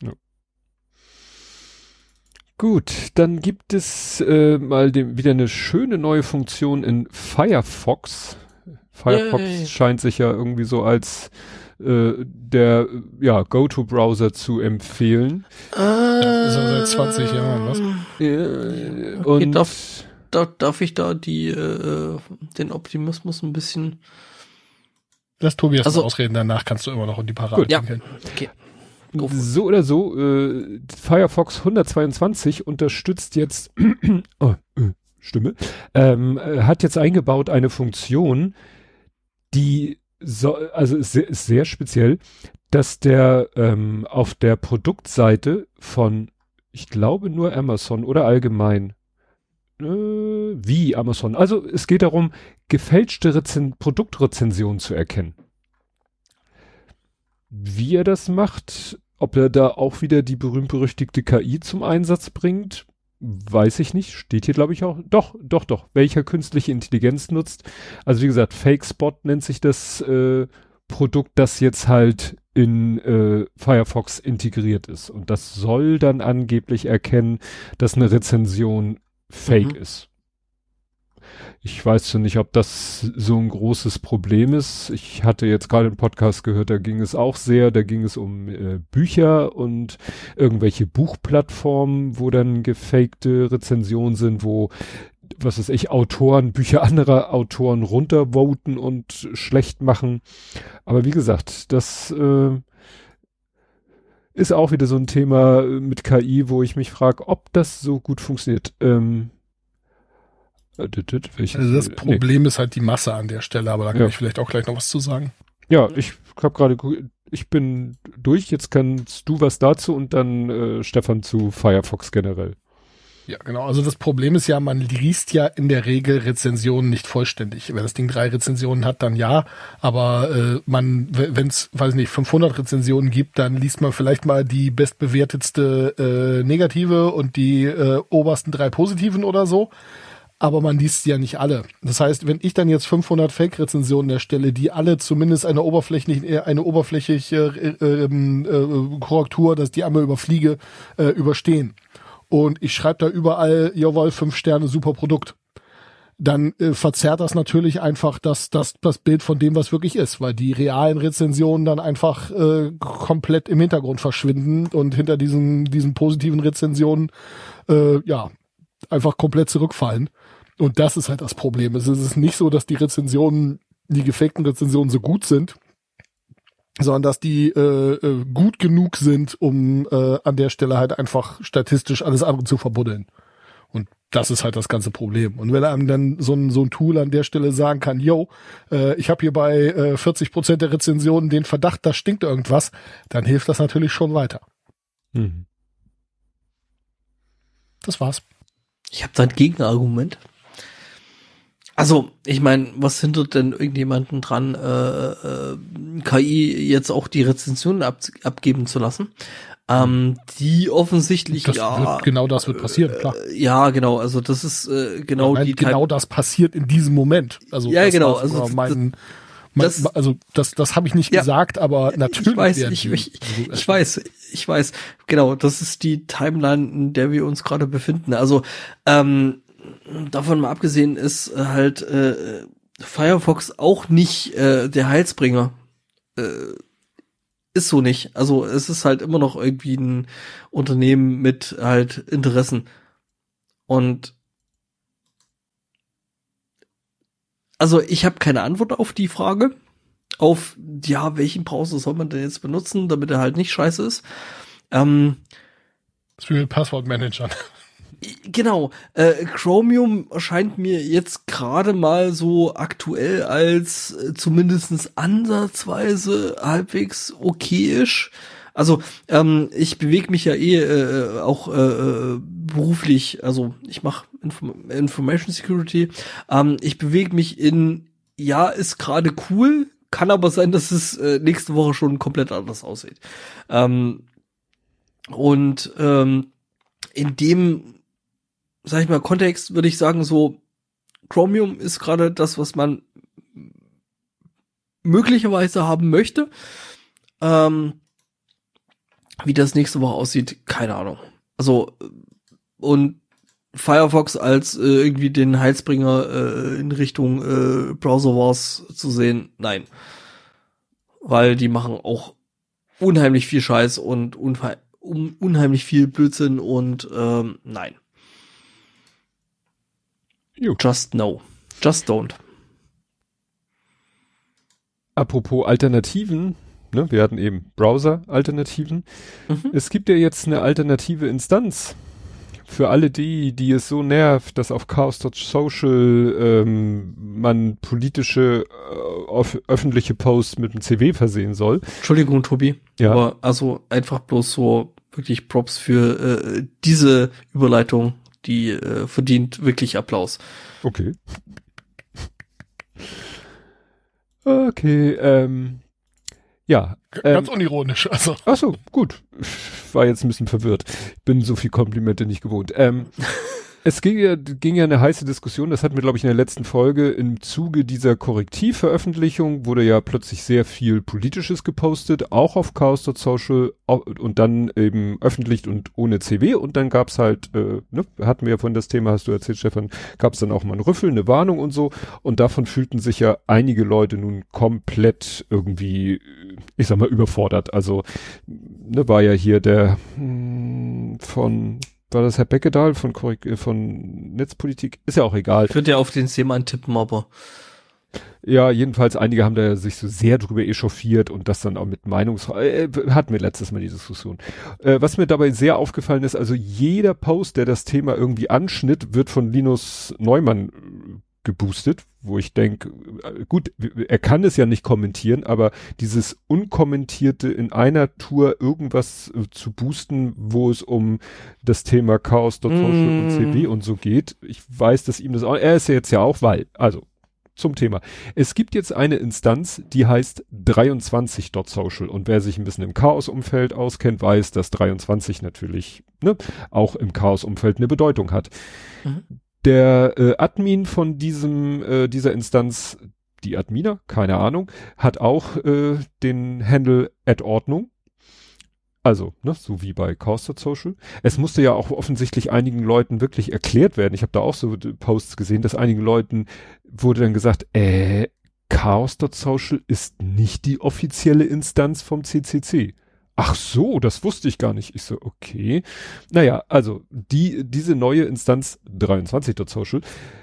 Gut, dann gibt es äh, mal dem, wieder eine schöne neue Funktion in Firefox. Firefox Yay. scheint sich ja irgendwie so als äh, der ja Go-To-Browser zu empfehlen. Ah, ja, so seit zwanzig Jahren, was? Äh, okay, und darf, darf, darf ich da die äh, den Optimismus ein bisschen... Lass Tobias also, mal ausreden, danach kannst du immer noch in die Parade ja. Okay. So oder so, äh, Firefox hundertzweiundzwanzig unterstützt jetzt, oh, äh, Stimme, ähm, hat jetzt eingebaut eine Funktion, die so, also ist sehr, ist sehr speziell, dass der ähm, auf der Produktseite von, ich glaube nur Amazon oder allgemein, äh, wie Amazon, also es geht darum, gefälschte Rezen- Produktrezensionen zu erkennen. Wie er das macht, ob er da auch wieder die berühmt-berüchtigte K I zum Einsatz bringt, weiß ich nicht. Steht hier, glaube ich, auch. Doch, doch, doch. Welcher künstliche Intelligenz nutzt. Also wie gesagt, Fake Spot nennt sich das äh, Produkt, das jetzt halt in äh, Firefox integriert ist. Und das soll dann angeblich erkennen, dass eine Rezension fake Mhm. ist. Ich weiß schon nicht, ob das so ein großes Problem ist. Ich hatte jetzt gerade einen Podcast gehört, da ging es auch sehr, da ging es um äh, Bücher und irgendwelche Buchplattformen, wo dann gefakte Rezensionen sind, wo, was weiß ich, Autoren, Bücher anderer Autoren runtervoten und schlecht machen. Aber wie gesagt, das äh, ist auch wieder so ein Thema mit K I, wo ich mich frage, ob das so gut funktioniert. Ähm, Welches, Also das nee. Problem ist halt die Masse an der Stelle, aber da kann Ja. ich vielleicht auch gleich noch was zu sagen. Ja, ich habe gerade, ich bin durch, jetzt kannst du was dazu und dann äh, Stefan zu Firefox generell. Ja, genau. Also das Problem ist ja, man liest ja in der Regel Rezensionen nicht vollständig. Wenn das Ding drei Rezensionen hat, dann ja. Aber äh, man, wenn es, weiß nicht, fünfhundert Rezensionen gibt, dann liest man vielleicht mal die bestbewertetste äh, negative und die äh, obersten drei positiven oder so. Aber man liest sie ja nicht alle. Das heißt, wenn ich dann jetzt fünfhundert Fake-Rezensionen erstelle, die alle zumindest eine oberflächliche, eine oberflächliche äh, äh, äh, Korrektur, dass die einmal überfliege, äh, überstehen. Und ich schreibe da überall, jawohl, fünf Sterne, super Produkt. Dann äh, verzerrt das natürlich einfach das, das, das Bild von dem, was wirklich ist, weil die realen Rezensionen dann einfach äh, komplett im Hintergrund verschwinden und hinter diesen, diesen positiven Rezensionen, äh, ja, einfach komplett zurückfallen. Und das ist halt das Problem. Es ist nicht so, dass die Rezensionen, die gefakten Rezensionen so gut sind, sondern dass die äh, äh, gut genug sind, um äh, an der Stelle halt einfach statistisch alles andere zu verbuddeln. Und das ist halt das ganze Problem. Und wenn einem dann so ein, so ein Tool an der Stelle sagen kann, yo, äh, ich habe hier bei äh, vierzig Prozent der Rezensionen den Verdacht, da stinkt irgendwas, dann hilft das natürlich schon weiter. Mhm. Das war's. Ich habe da ein Gegenargument. Also, ich meine, was hindert denn irgendjemanden dran, äh, äh, K I jetzt auch die Rezensionen ab, abgeben zu lassen? Ähm, die offensichtlich, Das ja. wird, genau das wird passieren, klar. Äh, ja, genau, also das ist äh, genau Nein, die genau Time- das passiert in diesem Moment. Also Ja, das genau, war also mein, das- mein, also das, das habe ich nicht Ja. gesagt, aber natürlich. Ich weiß, werden ich, die ich, so ich weiß, ich weiß, genau, das ist die Timeline, in der wir uns gerade befinden. Also, ähm, davon mal abgesehen ist äh, halt äh, Firefox auch nicht äh, der Heilsbringer. Äh, ist so nicht. Also es ist halt immer noch irgendwie ein Unternehmen mit halt Interessen. Und also ich habe keine Antwort auf die Frage. Auf, ja, welchen Browser soll man denn jetzt benutzen, damit er halt nicht scheiße ist. Ähm, Das ist wie mit Passwortmanagern. Genau, äh, Chromium erscheint mir jetzt gerade mal so aktuell als äh, zumindest ansatzweise halbwegs okayisch. Also ähm, ich bewege mich ja eh äh, auch äh, beruflich, also ich mache Inform- Information Security. Ähm, ich bewege mich in, ja, ist gerade cool, kann aber sein, dass es äh, nächste Woche schon komplett anders aussieht. Ähm, und ähm, in dem sag ich mal, Kontext würde ich sagen, so Chromium ist gerade das, was man möglicherweise haben möchte. Ähm, wie das nächste Woche aussieht, keine Ahnung. Also, und Firefox als äh, irgendwie den Heilsbringer äh, in Richtung äh, Browser Wars zu sehen, nein. Weil die machen auch unheimlich viel Scheiß und unhe- un- unheimlich viel Blödsinn und ähm, nein. Just no. Just don't. Apropos Alternativen, ne, wir hatten eben Browser-Alternativen. Mhm. Es gibt ja jetzt eine alternative Instanz für alle die, die es so nervt, dass auf chaos Punkt social ähm, man politische äh, öf- öffentliche Posts mit einem C W versehen soll. Entschuldigung, Tobi. Ja. Aber also einfach bloß so wirklich Props für äh, diese Überleitung. Die äh, verdient wirklich Applaus. Okay. Okay, ähm, ja. Ähm, Ganz unironisch, also. ach so, gut. Ich war jetzt ein bisschen verwirrt. Bin so viel Komplimente nicht gewohnt. Ähm, Es ging ja, ging ja eine heiße Diskussion, das hatten wir, glaube ich, in der letzten Folge. Im Zuge dieser Korrektivveröffentlichung wurde ja plötzlich sehr viel Politisches gepostet, auch auf chaos Punkt social und dann eben öffentlich und ohne C W. Und dann gab's halt, äh, ne, hatten wir ja vorhin das Thema, hast du erzählt, Stefan, gab's dann auch mal einen Rüffel, eine Warnung und so. Und davon fühlten sich ja einige Leute nun komplett irgendwie, ich sag mal, überfordert. Also, ne, war ja hier der mh, von... War das Herr Beckedahl von, von Netzpolitik? Ist ja auch egal. Ich würde ja auf den Thema tippen, aber. Ja, jedenfalls einige haben da sich so sehr drüber echauffiert und das dann auch mit Meinungs... Äh, hatten wir letztes Mal die Diskussion. Äh, was mir dabei sehr aufgefallen ist, also jeder Post, der das Thema irgendwie anschnitt, wird von Linus Neumann geboostet, wo ich denke, gut, er kann es ja nicht kommentieren, aber dieses Unkommentierte in einer Tour irgendwas äh, zu boosten, wo es um das Thema chaos Punkt social mm. und C W und so geht. Ich weiß, dass ihm das auch, er ist ja jetzt ja auch, weil, also, zum Thema. Es gibt jetzt eine Instanz, die heißt dreiundzwanzig Punkt social und wer sich ein bisschen im Chaos-Umfeld auskennt, weiß, dass dreiundzwanzig natürlich, ne, auch im Chaos-Umfeld eine Bedeutung hat. Mhm. Der äh, Admin von diesem äh, dieser Instanz, die Adminer, keine Ahnung, hat auch äh, den Handle @Ordnung. Also, ne, so wie bei chaos Punkt social. Es musste ja auch offensichtlich einigen Leuten wirklich erklärt werden. Ich habe da auch so Posts gesehen, dass einigen Leuten wurde dann gesagt, äh, chaos Punkt social ist nicht die offizielle Instanz vom C C C. Ach so, das wusste ich gar nicht. Ich so, okay. Naja, also die diese neue Instanz dreiundzwanzig Punkt social,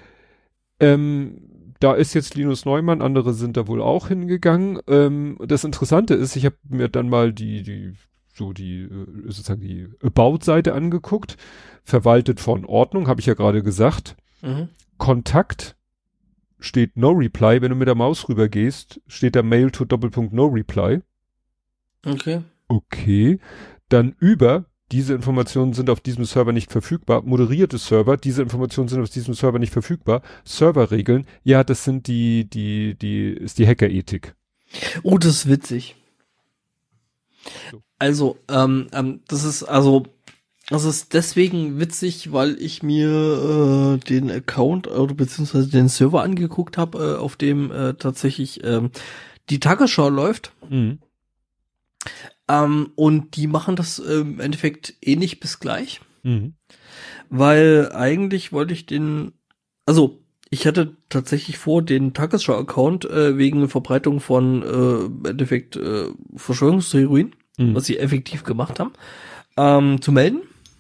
ähm, da ist jetzt Linus Neumann, andere sind da wohl auch hingegangen. Ähm, das Interessante ist, ich habe mir dann mal die die so die sozusagen die About-Seite angeguckt, verwaltet von Ordnung, habe ich ja gerade gesagt. Mhm. Kontakt steht No Reply, wenn du mit der Maus rüber gehst, steht da Mail to Doppelpunkt No Reply. Okay. Okay, dann über, diese Informationen sind auf diesem Server nicht verfügbar, moderierte Server, diese Informationen sind auf diesem Server nicht verfügbar, Serverregeln, ja, das sind die, die, die, ist die Hackerethik. Oh, das ist witzig. So. Also, ähm, ähm, das ist, also, das ist deswegen witzig, weil ich mir äh, den Account oder beziehungsweise den Server angeguckt habe, äh, auf dem äh, tatsächlich ähm, die Tagesschau läuft. Mhm. Ähm, und die machen das äh, im Endeffekt ähnlich bis gleich. Mhm. Weil eigentlich wollte ich den, also ich hatte tatsächlich vor, den Tagesschau-Account äh, wegen Verbreitung von äh, im Endeffekt äh, Verschwörungstheorien, mhm. was sie effektiv gemacht haben, ähm, zu melden.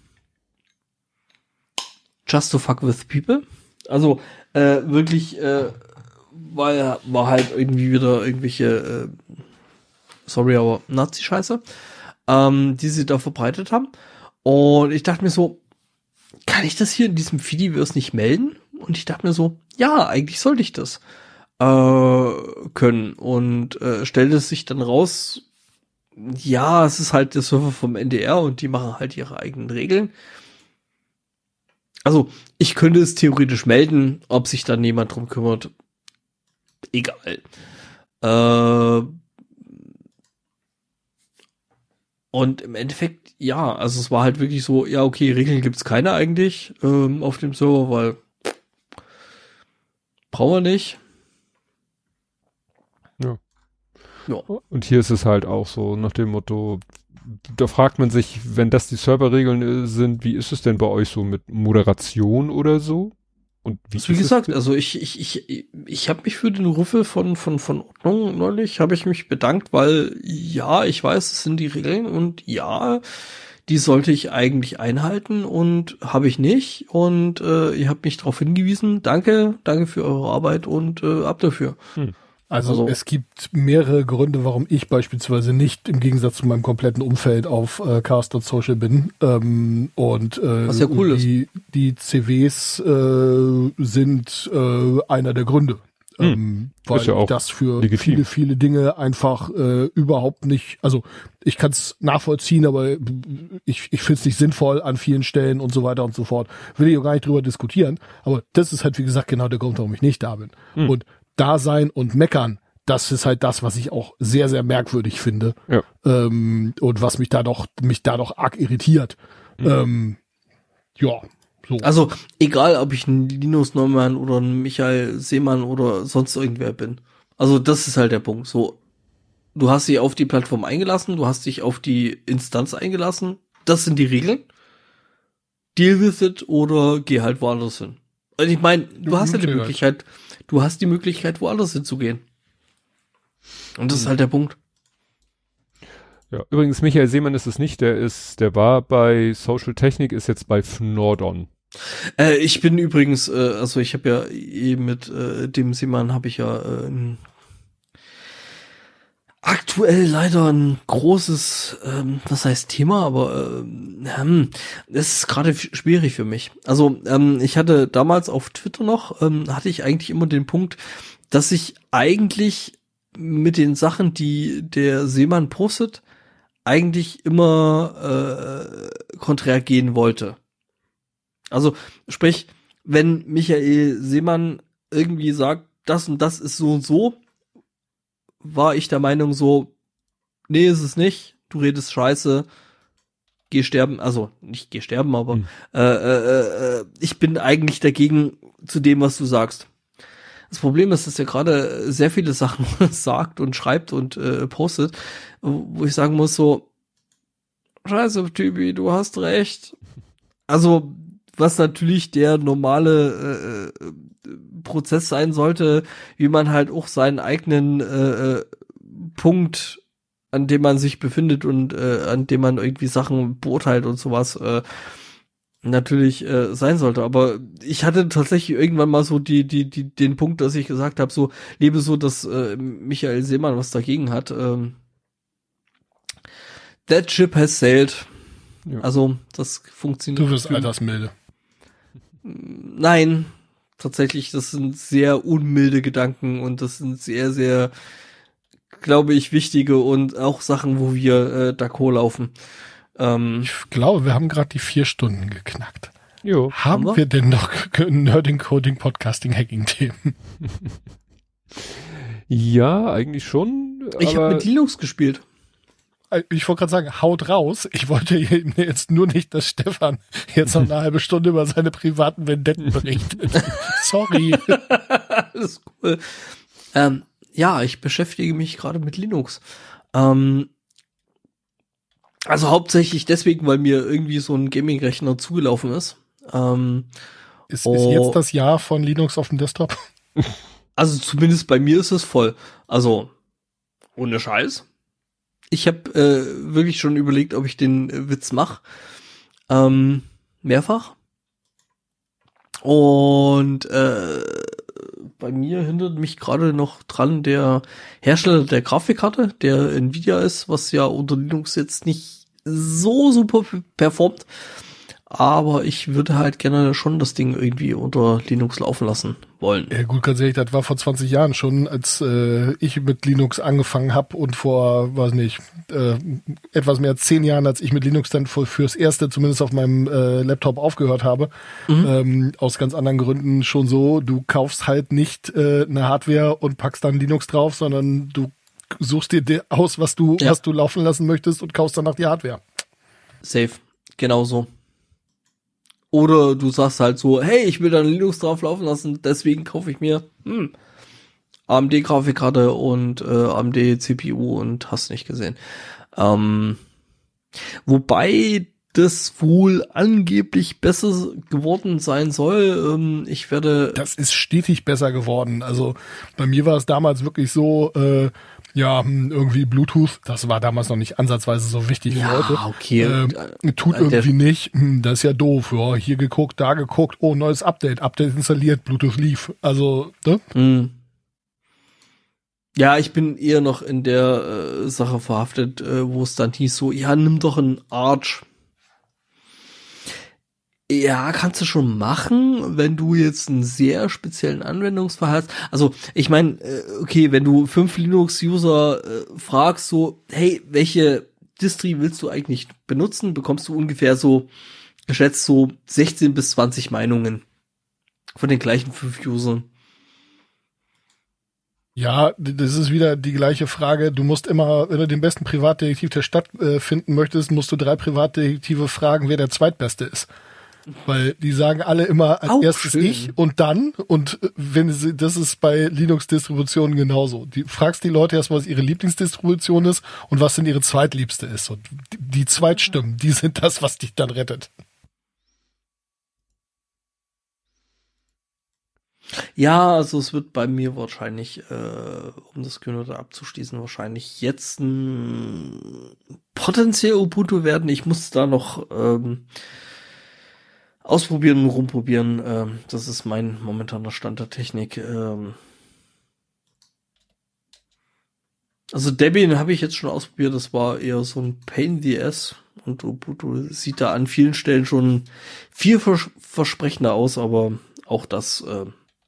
Just to fuck with people. Also äh, wirklich, äh, war, war halt irgendwie wieder irgendwelche äh, sorry, aber Nazi-Scheiße, ähm, die sie da verbreitet haben. Und ich dachte mir so, kann ich das hier in diesem Fediverse nicht melden? Und ich dachte mir so, ja, eigentlich sollte ich das äh, können. Und äh, stellte es sich dann raus, ja, es ist halt der Server vom N D R und die machen halt ihre eigenen Regeln. Also, ich könnte es theoretisch melden, ob sich dann jemand drum kümmert. Egal. Äh, Und im Endeffekt, ja, also es war halt wirklich so, ja, okay, Regeln gibt's keine eigentlich ähm, auf dem Server, weil brauchen wir nicht. Ja. Ja. Und hier ist es halt auch so nach dem Motto, da fragt man sich, wenn das die Serverregeln sind, wie ist es denn bei euch so mit Moderation oder so? Und wie, also wie gesagt, also ich ich ich ich habe mich für den Rüffel von von von Ordnung neulich habe ich mich bedankt, weil ja, ich weiß, es sind die Regeln und ja, die sollte ich eigentlich einhalten und habe ich nicht und äh, ihr habt mich darauf hingewiesen. Danke, danke für eure Arbeit und äh, ab dafür. Hm. Also, also es gibt mehrere Gründe, warum ich beispielsweise nicht im Gegensatz zu meinem kompletten Umfeld auf äh, chaos Punkt social bin. Ähm, und äh, was ja cool die, ist. Die C Ws äh, sind äh, einer der Gründe. Hm. Ähm, weil ja ich das für legitim. viele, viele Dinge einfach äh, überhaupt nicht, also ich kann es nachvollziehen, aber ich, ich finde es nicht sinnvoll an vielen Stellen und so weiter und so fort. Will ich auch gar nicht drüber diskutieren, aber das ist halt, wie gesagt, genau der Grund, warum ich nicht da bin. Hm. Und da sein und meckern, das ist halt das, was ich auch sehr, sehr merkwürdig finde. Ja. Ähm, und was mich da doch, mich da doch arg irritiert. Mhm. Ähm, ja, So. Also, egal, ob ich ein Linus Neumann oder ein Michael Seemann oder sonst irgendwer bin. Also, das ist halt der Punkt. So, du hast dich auf die Plattform eingelassen, du hast dich auf die Instanz eingelassen. Das sind die Regeln. Deal with it oder geh halt woanders hin. Also, ich meine, du hast ja die Möglichkeit, du hast die Möglichkeit, woanders hinzugehen. Und das ist halt der Punkt. Ja, übrigens, Michael Seemann ist es nicht, der ist, der war bei Social Technik, ist jetzt bei Fnordon. Äh, ich bin übrigens, äh, also ich habe ja eben mit äh, dem Seemann habe ich ja äh, ein, aktuell leider ein großes, ähm, was heißt Thema, aber ähm, es ist gerade f- schwierig für mich. Also ähm, ich hatte damals auf Twitter noch, ähm, hatte ich eigentlich immer den Punkt, dass ich eigentlich mit den Sachen, die der Seemann postet, eigentlich immer äh, konträr gehen wollte. Also sprich, wenn Michael Seemann irgendwie sagt, das und das ist so und so, war ich der Meinung so, nee, ist es nicht, du redest scheiße, geh sterben, also nicht geh sterben, aber hm. äh, äh, äh, ich bin eigentlich dagegen zu dem, was du sagst. Das Problem ist, dass er gerade sehr viele Sachen sagt und schreibt und äh, postet, wo ich sagen muss so, scheiße, Typi, du hast recht. Also, was natürlich der normale äh, Prozess sein sollte, wie man halt auch seinen eigenen äh, Punkt, an dem man sich befindet und äh, an dem man irgendwie Sachen beurteilt und sowas, äh, natürlich äh, sein sollte. Aber ich hatte tatsächlich irgendwann mal so die die die den Punkt, dass ich gesagt habe, so lebe so, dass äh, Michael Seemann was dagegen hat. Ähm, that ship has sailed. Ja. Also das funktioniert. Du wirst altersmilde. Nein, tatsächlich, das sind sehr unmilde Gedanken und das sind sehr, sehr, glaube ich, wichtige und auch Sachen, wo wir äh, d'accord laufen. Ähm, ich glaube, wir haben gerade die vier Stunden geknackt. Jo. Haben, haben wir? wir denn noch Nerding, Coding, Podcasting, Hacking-Themen? Ja, eigentlich schon. Ich habe mit Linux gespielt. Ich wollte gerade sagen, haut raus. Ich wollte jetzt nur nicht, dass Stefan jetzt noch eine halbe Stunde über seine privaten Vendetten berichtet. Sorry. Das ist cool. Ähm, ja, ich beschäftige mich gerade mit Linux. Ähm, also hauptsächlich deswegen, weil mir irgendwie so ein Gaming-Rechner zugelaufen ist. Ähm, ist, ist jetzt das Jahr von Linux auf dem Desktop? Also zumindest bei mir ist es voll. Also ohne Scheiß. Ich habe äh, wirklich schon überlegt, ob ich den äh, Witz mache. Ähm, mehrfach. Und äh, bei mir hindert mich gerade noch dran der Hersteller der Grafikkarte, der Nvidia ist, was ja unter Linux jetzt nicht so super performt. Aber ich würde halt gerne schon das Ding irgendwie unter Linux laufen lassen wollen. Ja gut, ganz ehrlich, das war vor zwanzig Jahren schon, als äh, ich mit Linux angefangen habe und vor, weiß nicht, äh, etwas mehr als zehn Jahren, als ich mit Linux dann für, fürs Erste zumindest auf meinem äh, Laptop aufgehört habe. Mhm. Ähm, aus ganz anderen Gründen schon so, du kaufst halt nicht äh, eine Hardware und packst dann Linux drauf, sondern du suchst dir aus, was du, ja. was du laufen lassen möchtest und kaufst danach die Hardware. Safe, genau so. Oder du sagst halt so, hey, ich will da Linux drauf laufen lassen, deswegen kaufe ich mir hm, A M D-Grafikkarte und äh, A M D-C P U und hast nicht gesehen. Ähm, wobei das wohl angeblich besser geworden sein soll. Ähm, ich werde... Das ist stetig besser geworden. Also bei mir war es damals wirklich so... Äh, Ja, irgendwie Bluetooth, das war damals noch nicht ansatzweise so wichtig ja, für heute. Okay. Äh, tut irgendwie nicht, hm, das ist ja doof. Ja, hier geguckt, da geguckt, oh, neues Update, Update installiert, Bluetooth lief. Also, ne? Mm. Ja, ich bin eher noch in der äh, Sache verhaftet, äh, wo es dann hieß so, ja, nimm doch einen Arch. Ja, kannst du schon machen, wenn du jetzt einen sehr speziellen Anwendungsfall hast. Also, ich meine, okay, wenn du fünf Linux-User äh, fragst, so, hey, welche Distri willst du eigentlich benutzen, bekommst du ungefähr so, geschätzt so sechzehn bis zwanzig Meinungen von den gleichen fünf Usern. Ja, das ist wieder die gleiche Frage. Du musst immer, wenn du den besten Privatdetektiv der Stadt äh, finden möchtest, musst du drei Privatdetektive fragen, wer der zweitbeste ist. Weil die sagen alle immer als Auch erstes schön. ich und dann. Und wenn sie, das ist bei Linux-Distributionen genauso. Du fragst die Leute erstmal, was ihre Lieblingsdistribution ist und was denn ihre zweitliebste ist. Und die, die Zweitstimmen, die sind das, was dich dann rettet. Ja, also es wird bei mir wahrscheinlich, äh, um das Künstler abzuschließen, wahrscheinlich jetzt ein potenziell Ubuntu werden. Ich muss da noch ähm, ausprobieren und rumprobieren. Ähm, das ist mein momentaner Stand der Technik. Ähm, also Debian habe ich jetzt schon ausprobiert. Das war eher so ein Pain in the Ass. Und Ubuntu sieht da an vielen Stellen schon viel vers- versprechender aus, aber auch das... Äh,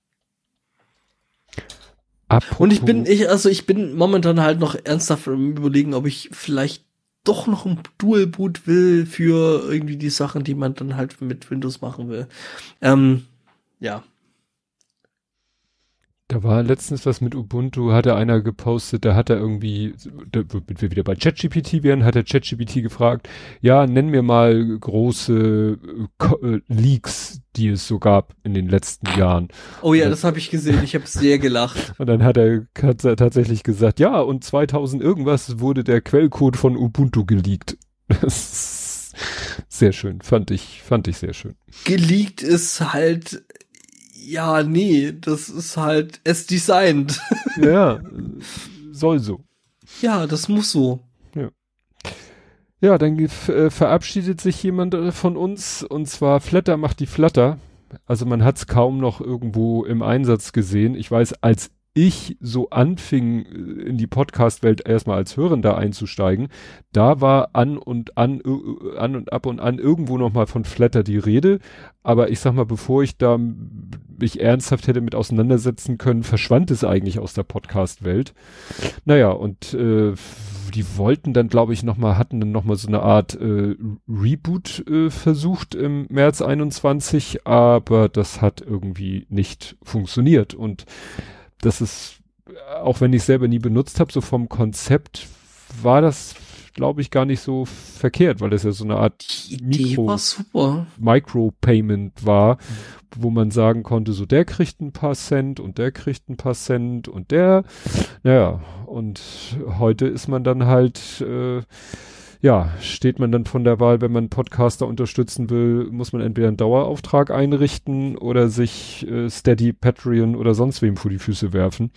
Apropos, Und ich bin, ich, also ich bin momentan halt noch ernsthaft am Überlegen, ob ich vielleicht doch noch ein Dual Boot will für irgendwie die Sachen, die man dann halt mit Windows machen will. Ähm, ja. da war letztens was mit Ubuntu, hatte einer gepostet, da hat er irgendwie, da, womit wir wieder bei ChatGPT wären, hat er ChatGPT gefragt, ja, nenn mir mal große äh, Ko- äh, Leaks, die es so gab in den letzten Jahren. Oh ja, das habe ich gesehen. Ich habe sehr gelacht. Und dann hat er, hat er tatsächlich gesagt, ja, und zweitausend irgendwas wurde der Quellcode von Ubuntu geleakt. Das ist sehr schön, fand ich, fand ich sehr schön. Geleakt ist halt, ja, nee, das ist halt es designed. Ja, soll so. Ja, das muss so. Ja, dann äh, verabschiedet sich jemand äh, von uns, und zwar Flatter macht die Flatter. Also man hat es kaum noch irgendwo im Einsatz gesehen. Ich weiß, als ich so anfing, äh, in die Podcast-Welt erstmal als Hörender einzusteigen, da war an und an, äh, an und ab und an irgendwo nochmal von Flatter die Rede. Aber ich sag mal, bevor ich da mich ernsthaft hätte mit auseinandersetzen können, verschwand es eigentlich aus der Podcast-Welt. Naja, und äh, die wollten dann, glaube ich, nochmal, hatten dann nochmal so eine Art äh, Reboot äh, versucht im März einundzwanzig, aber das hat irgendwie nicht funktioniert. Und das ist, auch wenn ich es selber nie benutzt habe, so vom Konzept war das, glaube ich, gar nicht so verkehrt, weil das ja so eine Art Die Idee Mikro- war super. Micropayment war, wo man sagen konnte, so der kriegt ein paar Cent und der kriegt ein paar Cent und der, naja, und heute ist man dann halt, äh, ja, steht man dann von der Wahl, wenn man einen Podcaster unterstützen will, muss man entweder einen Dauerauftrag einrichten oder sich äh, Steady, Patreon oder sonst wem vor die Füße werfen.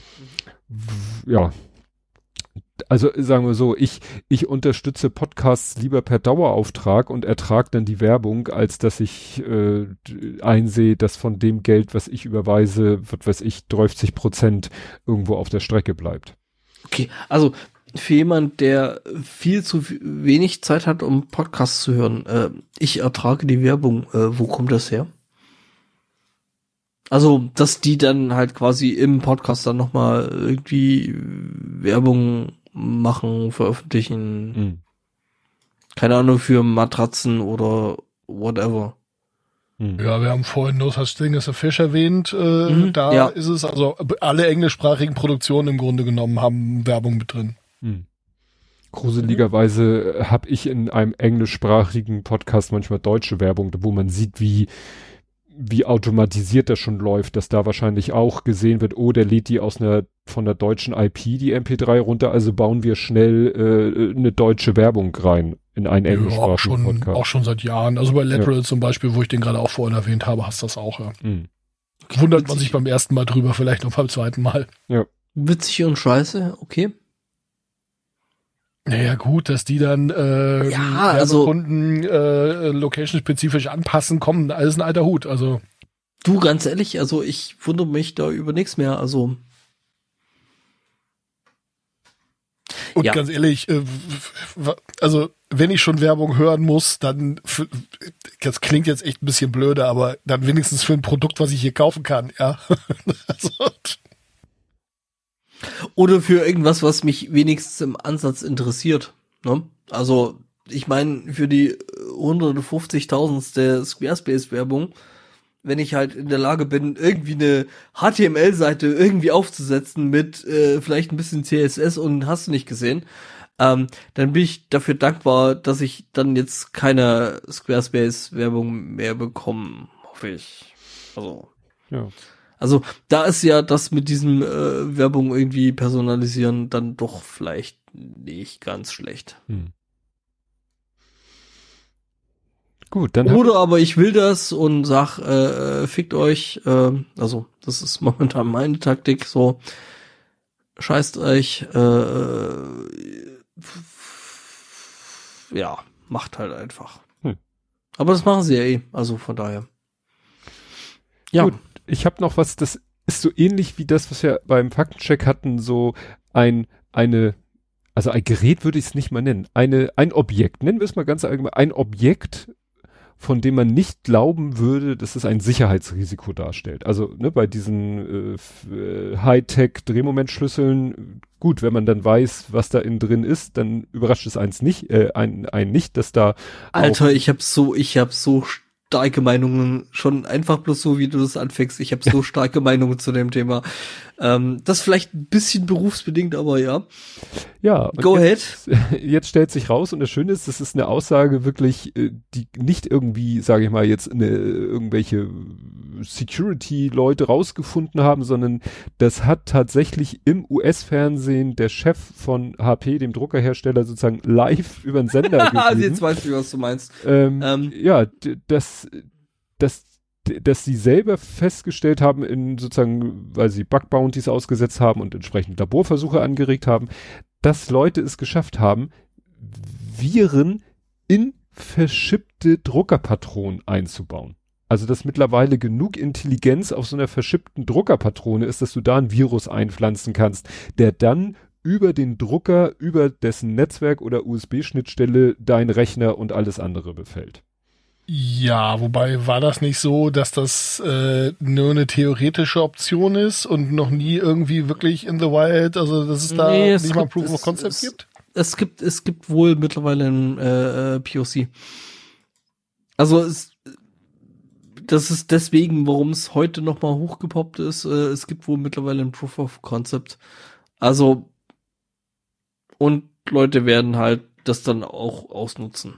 W- Ja. Also sagen wir so, ich, ich unterstütze Podcasts lieber per Dauerauftrag und ertrage dann die Werbung, als dass ich äh, d- einsehe, dass von dem Geld, was ich überweise, was weiß ich, dreißig Prozent irgendwo auf der Strecke bleibt. Okay, also für jemand, der viel zu w- wenig Zeit hat, um Podcasts zu hören, äh, ich ertrage die Werbung. Äh, wo kommt das her? Also, dass die dann halt quasi im Podcast dann nochmal irgendwie Werbung machen, veröffentlichen. Mhm. Keine Ahnung, für Matratzen oder whatever. Mhm. Ja, wir haben vorhin No Such Thing as a Fish erwähnt. Äh, Mhm, da ja. ist es, also alle englischsprachigen Produktionen im Grunde genommen haben Werbung mit drin. Hm. Gruseligerweise habe ich in einem englischsprachigen Podcast manchmal deutsche Werbung, wo man sieht, wie wie automatisiert das schon läuft, dass da wahrscheinlich auch gesehen wird, oh, der lädt die aus einer von der deutschen I P die M P drei runter, also bauen wir schnell äh, eine deutsche Werbung rein in einen Ja, auch englischsprachigen schon, Podcast. auch schon seit Jahren. Also bei Lateral zum Beispiel, wo ich den gerade auch vorhin erwähnt habe, hast du das auch. Ja. Hm. Wundert man sich beim ersten Mal drüber, vielleicht noch beim zweiten Mal. Witzig und scheiße, okay. Naja, gut, dass die dann äh, Ja, also- Kunden äh, location-spezifisch anpassen, kommen, alles ein alter Hut. Also Du, ganz ehrlich, also ich wundere mich da über nichts mehr, also und Ja. ganz ehrlich, äh, w- also wenn ich schon Werbung hören muss, dann f- das klingt jetzt echt ein bisschen blöde, aber dann wenigstens für ein Produkt, was ich hier kaufen kann, ja. also, oder für irgendwas, was mich wenigstens im Ansatz interessiert. Ne? Also, ich meine, für die hundertfünfzigtausendste Squarespace-Werbung, wenn ich halt in der Lage bin, irgendwie eine H T M L-Seite irgendwie aufzusetzen mit äh, vielleicht ein bisschen C S S und hast du nicht gesehen, ähm, dann bin ich dafür dankbar, dass ich dann jetzt keine Squarespace-Werbung mehr bekomme, hoffe ich. Also, Ja. also da ist ja das mit diesem äh, Werbung irgendwie personalisieren dann doch vielleicht nicht ganz schlecht. Hm. Gut, dann Oder aber ich will das und sag, äh, fickt euch, äh, also das ist momentan meine Taktik, so scheißt euch, äh, ja, macht halt einfach. Hm. Aber das machen sie ja eh, also von daher. Ja. Gut, ich habe noch was, das ist so ähnlich wie das, was wir beim Faktencheck hatten, so ein, eine, also ein Gerät würde ich es nicht mal nennen, eine, ein Objekt, nennen wir es mal ganz allgemein, ein Objekt, von dem man nicht glauben würde, dass es ein Sicherheitsrisiko darstellt. Also ne, bei diesen äh, Hightech-Drehmomentschlüsseln, gut, wenn man dann weiß, was da innen drin ist, dann überrascht es eins nicht, äh, ein, ein nicht, dass da Alter, ich habe so, ich habe so starke Meinungen, schon einfach bloß so, wie du das anfängst. Ich habe so starke Meinungen zu dem Thema. Ähm, das vielleicht ein bisschen berufsbedingt, aber ja. Ja. Go jetzt, ahead. Jetzt stellt sich raus und das Schöne ist, das ist eine Aussage wirklich, die nicht irgendwie, sage ich mal, jetzt eine irgendwelche Security-Leute rausgefunden haben, sondern das hat tatsächlich im U S-Fernsehen der Chef von H P, dem Druckerhersteller, sozusagen live über den Sender gegeben. Jetzt weißt du, was du meinst. Ähm, Ähm. Ja, das, das, dass sie selber festgestellt haben, in sozusagen, weil sie Bug-Bounties ausgesetzt haben und entsprechend Laborversuche angeregt haben, dass Leute es geschafft haben, Viren in verschippte Druckerpatronen einzubauen. Also, dass mittlerweile genug Intelligenz auf so einer verschippten Druckerpatrone ist, dass du da ein Virus einpflanzen kannst, der dann über den Drucker, über dessen Netzwerk oder U S B-Schnittstelle dein Rechner und alles andere befällt. Ja, wobei war das nicht so, dass das äh, nur eine theoretische Option ist und noch nie irgendwie wirklich in the wild, also dass es da Nee, nicht es mal gibt- Proof of es- Concept es- gibt? Es gibt, es gibt wohl mittlerweile ein äh, äh, P O C. Also es, das ist deswegen, warum es heute noch mal hochgepoppt ist. Äh, es gibt wohl mittlerweile ein Proof of Concept. Also und Leute werden halt das dann auch ausnutzen.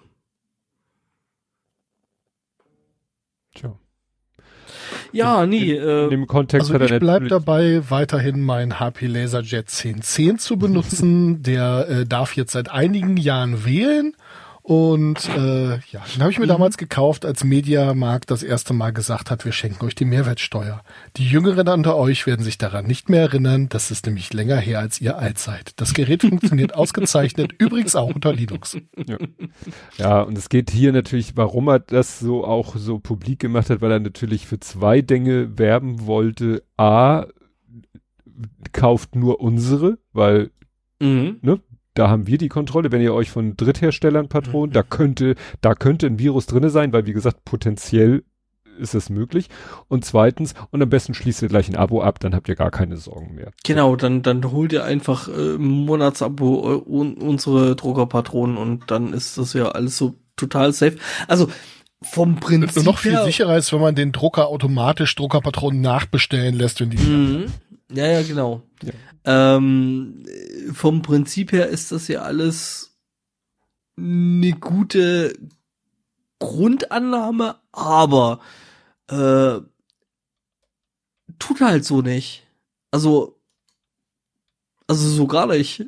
Tja. Ja, nee. In Äh, dem Kontext Also hat er ich bleib natürlich- dabei, weiterhin meinen H P LaserJet zehn zehn zu benutzen. Der äh, darf jetzt seit einigen Jahren wählen. Und äh, ja, den habe ich mir damals gekauft, als Mediamarkt das erste Mal gesagt hat, wir schenken euch die Mehrwertsteuer. Die Jüngeren unter euch werden sich daran nicht mehr erinnern. Das ist nämlich länger her, als ihr alt seid. Das Gerät funktioniert ausgezeichnet, übrigens auch unter Linux. Ja. Ja, und es geht hier natürlich, warum er das so auch so publik gemacht hat, weil er natürlich für zwei Dinge werben wollte. A, kauft nur unsere, weil mhm. da haben wir die Kontrolle. Wenn ihr euch von Drittherstellern Patronen, mhm. da könnte, da könnte ein Virus drinne sein, weil wie gesagt, potenziell ist es möglich. Und zweitens, und am besten schließt ihr gleich ein Abo ab, dann habt ihr gar keine Sorgen mehr. Genau, dann dann holt ihr einfach äh, im Monatsabo äh, un unsere Druckerpatronen und dann ist das ja alles so total safe. Also vom Prinzip Nur noch viel her, sicherer ist, wenn man den Drucker automatisch Druckerpatronen nachbestellen lässt, wenn die Mhm. Ja, ja, genau. Ja. Ähm, vom Prinzip her ist das ja alles eine gute Grundannahme, aber äh, tut halt so nicht. Also, also so gar nicht.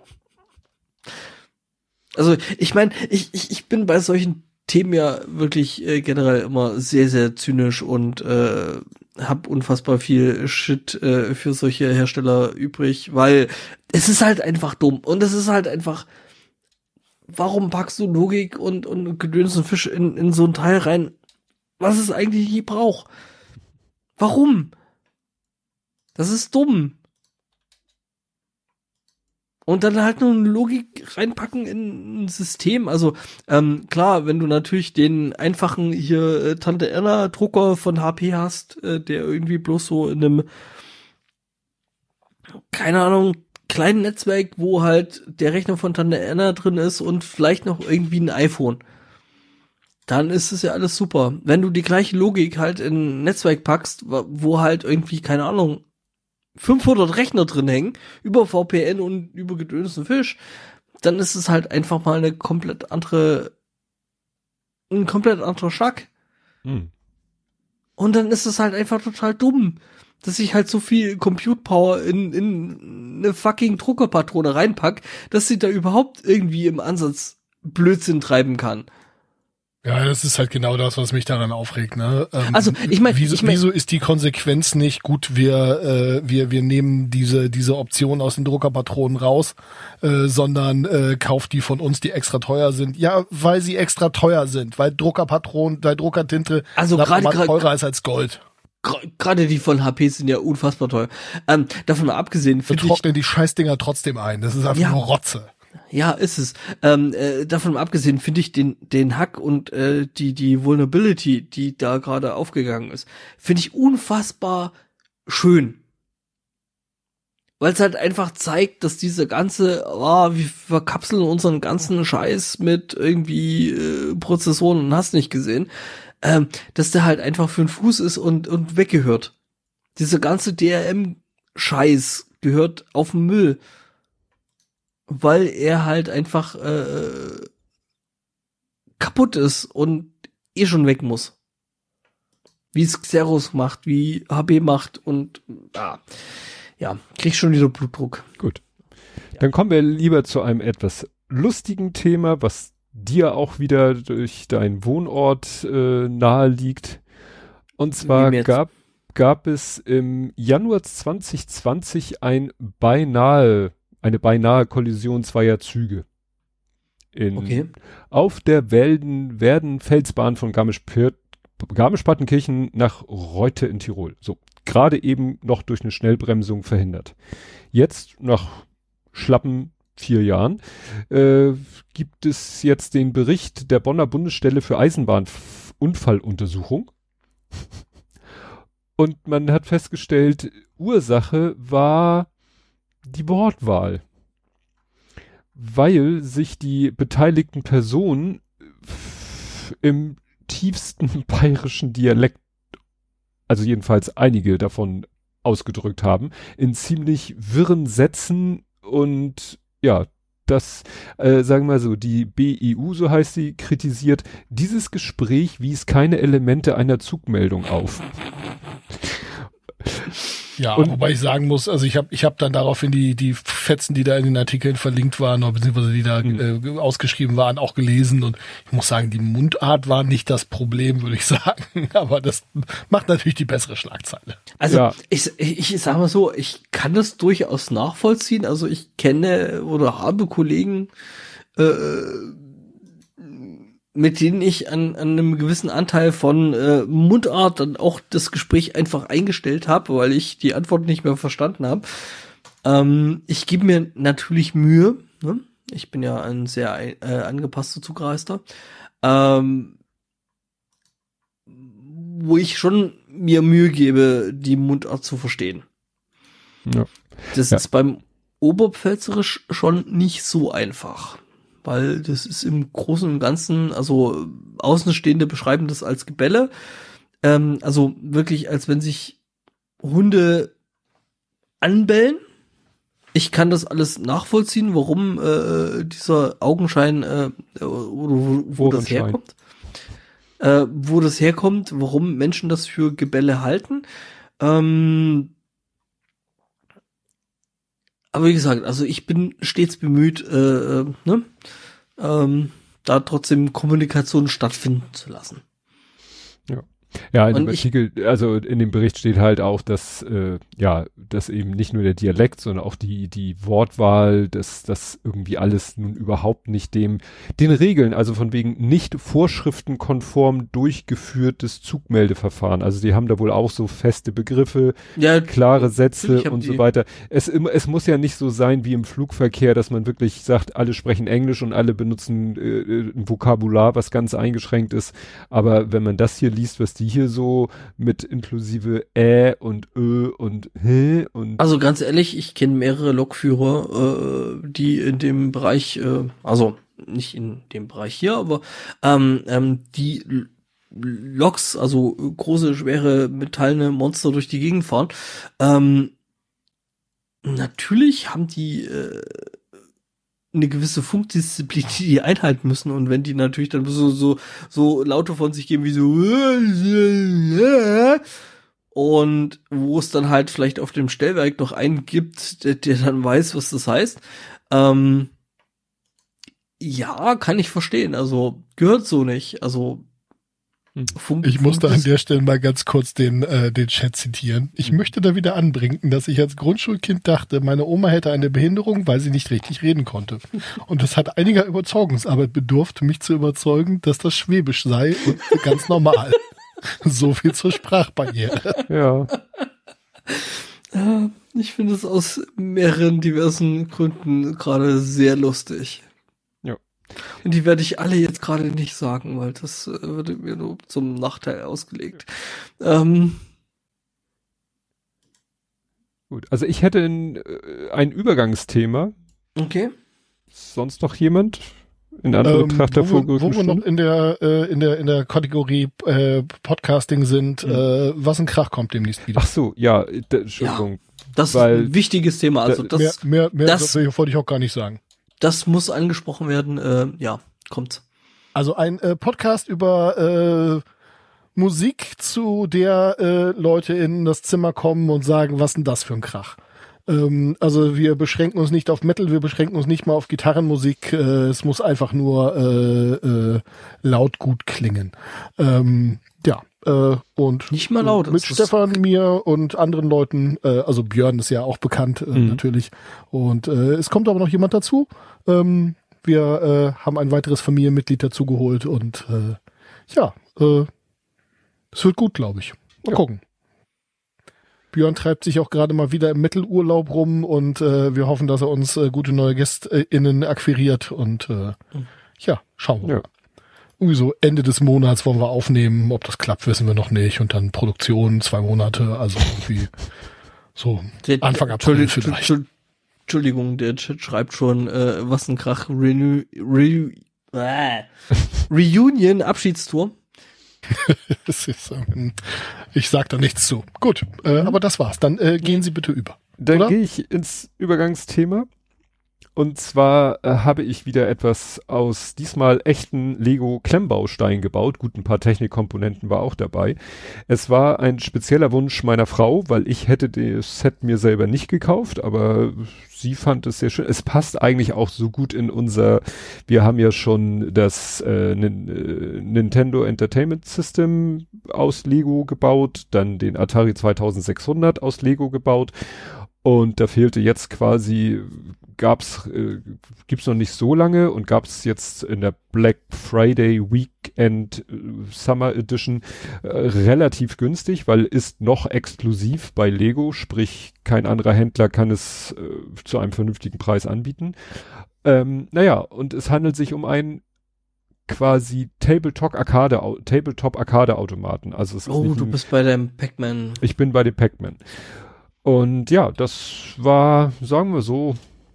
Also ich meine, ich, ich, ich bin bei solchen Themen ja wirklich äh, generell immer sehr, sehr zynisch und äh, hab unfassbar viel Shit äh, für solche Hersteller übrig, weil es ist halt einfach dumm und es ist halt einfach, warum packst du Logik und und Gedöns und Fisch in in so ein Teil rein, was es eigentlich nie braucht? Warum? Das ist dumm. Und dann halt nur eine Logik reinpacken in ein System. Also ähm, klar, wenn du natürlich den einfachen hier äh, Tante Erna Drucker von H P hast, äh, der irgendwie bloß so in einem, keine Ahnung, kleinen Netzwerk, wo halt der Rechner von Tante Erna drin ist und vielleicht noch irgendwie ein iPhone, dann ist es ja alles super. Wenn du die gleiche Logik halt in ein Netzwerk packst, wo halt irgendwie, keine Ahnung, fünfhundert Rechner drin hängen, über V P N und über gedönsten Fisch, dann ist es halt einfach mal eine komplett andere, ein komplett anderer Schnack. Hm. Und dann ist es halt einfach total dumm, dass ich halt so viel Compute Power in, in eine fucking Druckerpatrone reinpack, dass sie da überhaupt irgendwie im Ansatz Blödsinn treiben kann. Ja, das ist halt genau das, was mich daran aufregt, ne? Ähm, also ich meine, wieso, ich mein, wieso ist die Konsequenz nicht gut? Wir äh, wir wir nehmen diese diese Option aus den Druckerpatronen raus, äh, sondern äh, kauft die von uns, die extra teuer sind. Ja, weil sie extra teuer sind, weil Druckerpatronen, weil Druckertinte also gerade teurer ist als Gold. Gerade die von H P sind ja unfassbar teuer. Ähm, davon mal abgesehen, finde ich, wir trocknen die Scheißdinger trotzdem ein. Das ist einfach ja, nur Rotze. Ja, ist es. Ähm, äh, davon mal abgesehen finde ich den den Hack und äh, die die Vulnerability, die da gerade aufgegangen ist, finde ich unfassbar schön. Weil es halt einfach zeigt, dass diese ganze, oh, wir verkapseln unseren ganzen Scheiß mit irgendwie äh, Prozessoren und hast nicht gesehen, ähm, dass der halt einfach für den Fuß ist und und weggehört. Dieser ganze D R M-Scheiß gehört auf den Müll. Weil er halt einfach äh, kaputt ist und eh schon weg muss. Wie es Xerox macht, wie H P macht und ah, ja, krieg schon wieder Blutdruck. Gut. Ja. Dann kommen wir lieber zu einem etwas lustigen Thema, was dir auch wieder durch deinen Wohnort äh, nahe liegt. Und zwar gab, gab es im Januar zwanzig zwanzig ein beinahe eine beinahe Kollision zweier Züge. In, okay. Auf der Welden, Werden-Felsbahn von Garmisch-Partenkirchen nach Reute in Tirol. So, gerade eben noch durch eine Schnellbremsung verhindert. Jetzt, nach schlappen vier Jahren, äh, gibt es jetzt den Bericht der Bonner Bundesstelle für Eisenbahnunfalluntersuchung. Und man hat festgestellt, Ursache war die Wortwahl, weil sich die beteiligten Personen im tiefsten bayerischen Dialekt, also jedenfalls einige davon ausgedrückt haben, in ziemlich wirren Sätzen und ja, das, äh, sagen wir mal so, die B I U, so heißt sie, kritisiert, dieses Gespräch wies keine Elemente einer Zugmeldung auf. Ja, und, wobei ich sagen muss, also ich habe ich hab dann daraufhin die die Fetzen, die da in den Artikeln verlinkt waren, oder beziehungsweise die da äh, ausgeschrieben waren, auch gelesen, und ich muss sagen, die Mundart war nicht das Problem, würde ich sagen, aber das macht natürlich die bessere Schlagzeile. Also ja. ich, ich, ich sage mal so, ich kann das durchaus nachvollziehen, also ich kenne oder habe Kollegen, äh, mit denen ich an, an einem gewissen Anteil von äh, Mundart dann auch das Gespräch einfach eingestellt habe, weil ich die Antwort nicht mehr verstanden habe. Ähm, ich gebe mir natürlich Mühe, ne? Ich bin ja ein sehr äh, angepasster Zugreister, ähm, wo ich schon mir Mühe gebe, die Mundart zu verstehen. Ja. Das ja. ist beim Oberpfälzerisch schon nicht so einfach. Weil das ist im Großen und Ganzen, also Außenstehende beschreiben das als Gebelle, ähm, also wirklich, als wenn sich Hunde anbellen. Ich kann das alles nachvollziehen, warum äh, dieser Augenschein, äh, wo, wo das herkommt, äh, wo das herkommt, warum Menschen das für Gebelle halten. Ähm, Aber wie gesagt, also ich bin stets bemüht, äh, ne, ähm, da trotzdem Kommunikation stattfinden zu lassen. Ja. Ja, in Und dem Artikel, also in dem Bericht steht halt auch, dass, äh, ja, dass eben nicht nur der Dialekt, sondern auch die, die Wortwahl, dass das irgendwie alles nun überhaupt nicht dem, den Regeln, also von wegen nicht vorschriftenkonform durchgeführtes Zugmeldeverfahren. Also die haben da wohl auch so feste Begriffe, ja, klare Sätze und so weiter. Es, es muss ja nicht so sein wie im Flugverkehr, dass man wirklich sagt, alle sprechen Englisch und alle benutzen äh, ein Vokabular, was ganz eingeschränkt ist. Aber wenn man das hier liest, was die hier so mit inklusive Ä und Ö und H und... Also ganz ehrlich, ich kenne mehrere Lokführer, äh, die in dem Bereich, äh, also nicht in dem Bereich hier, aber ähm, ähm, die Loks, also große, schwere, metallene Monster durch die Gegend fahren. Ähm, natürlich haben die äh, eine gewisse Funkdisziplin, die die einhalten müssen, und wenn die natürlich dann so so so Laute von sich geben wie so und wo es dann halt vielleicht auf dem Stellwerk noch einen gibt, der, der dann weiß, was das heißt, ähm, ja, kann ich verstehen, also gehört so nicht, also Funk, ich musste Funk an der Stelle mal ganz kurz den äh, den Chat zitieren. Ich möchte da wieder anbringen, dass ich als Grundschulkind dachte, meine Oma hätte eine Behinderung, weil sie nicht richtig reden konnte. Und das hat einiger Überzeugungsarbeit bedurft, mich zu überzeugen, dass das Schwäbisch sei und ganz normal. So viel zur Sprachbarriere. Ja. Ich finde es aus mehreren diversen Gründen gerade sehr lustig. Und die werde ich alle jetzt gerade nicht sagen, weil das äh, würde mir nur zum Nachteil ausgelegt. Ähm. Gut, also ich hätte ein, äh, ein Übergangsthema. Okay. Sonst noch jemand? In andere ähm, Betrachter vorgerückt? Wo wir noch in der äh, in der in der Kategorie äh, Podcasting sind, mhm. äh, was ein Krach kommt demnächst wieder. Ach so, ja, d- Entschuldigung. Ja, das weil, ist ein wichtiges Thema. Also da, das, mehr mehr, mehr das, das wollte ich auch gar nicht sagen. Das muss angesprochen werden, äh, ja, kommt. Also ein äh, Podcast über äh, Musik, zu der äh, Leute in das Zimmer kommen und sagen, was denn das für ein Krach. Ähm, also wir beschränken uns nicht auf Metal, wir beschränken uns nicht mal auf Gitarrenmusik, äh, es muss einfach nur äh, äh, laut gut klingen. Ähm, ja, äh, und nicht mal laut, mit Stefan, mir und anderen Leuten, äh, also Björn ist ja auch bekannt, äh, mhm. natürlich. Und äh, es kommt aber noch jemand dazu. Ähm, wir äh, haben ein weiteres Familienmitglied dazu geholt und äh, ja, äh, es wird gut, glaube ich. Mal ja. gucken. Björn treibt sich auch gerade mal wieder im Metal-Urlaub rum und äh, wir hoffen, dass er uns äh, gute neue GästInnen akquiriert und äh, mhm. ja, schauen wir ja. mal. Irgendwie so Ende des Monats wollen wir aufnehmen. Ob das klappt, wissen wir noch nicht. Und dann Produktion, zwei Monate, also irgendwie so der, Anfang April vielleicht. Entschuldigung, der Chat schreibt schon, äh, was ein Krach, Renew, Re, äh, Reunion, Abschiedstour. Das ist, ähm, ich sag da nichts zu. Gut, äh, mhm. aber das war's. Dann äh, gehen Sie bitte über. Dann gehe ich ins Übergangsthema. Und zwar äh, habe ich wieder etwas aus diesmal echten Lego-Klemmbaustein gebaut. Gut, ein paar Technikkomponenten war auch dabei. Es war ein spezieller Wunsch meiner Frau, weil ich hätte das Set mir selber nicht gekauft, aber sie fand es sehr schön. Es passt eigentlich auch so gut in unser, wir haben ja schon das äh, N- äh, Nintendo Entertainment System aus Lego gebaut, dann den Atari zweitausendsechshundert aus Lego gebaut. Und da fehlte jetzt quasi, gab's, äh, gibt's noch nicht so lange und gab's jetzt in der Black Friday Weekend äh, Summer Edition äh, relativ günstig, weil ist noch exklusiv bei Lego, sprich kein anderer Händler kann es äh, zu einem vernünftigen Preis anbieten. Ähm, naja, und es handelt sich um ein quasi Tabletop Arcade, Tabletop Arcade Automaten. Also es ist oh, du ein, bist bei dem Pac-Man. Ich bin bei dem Pac-Man. Und ja, das war, sagen wir so,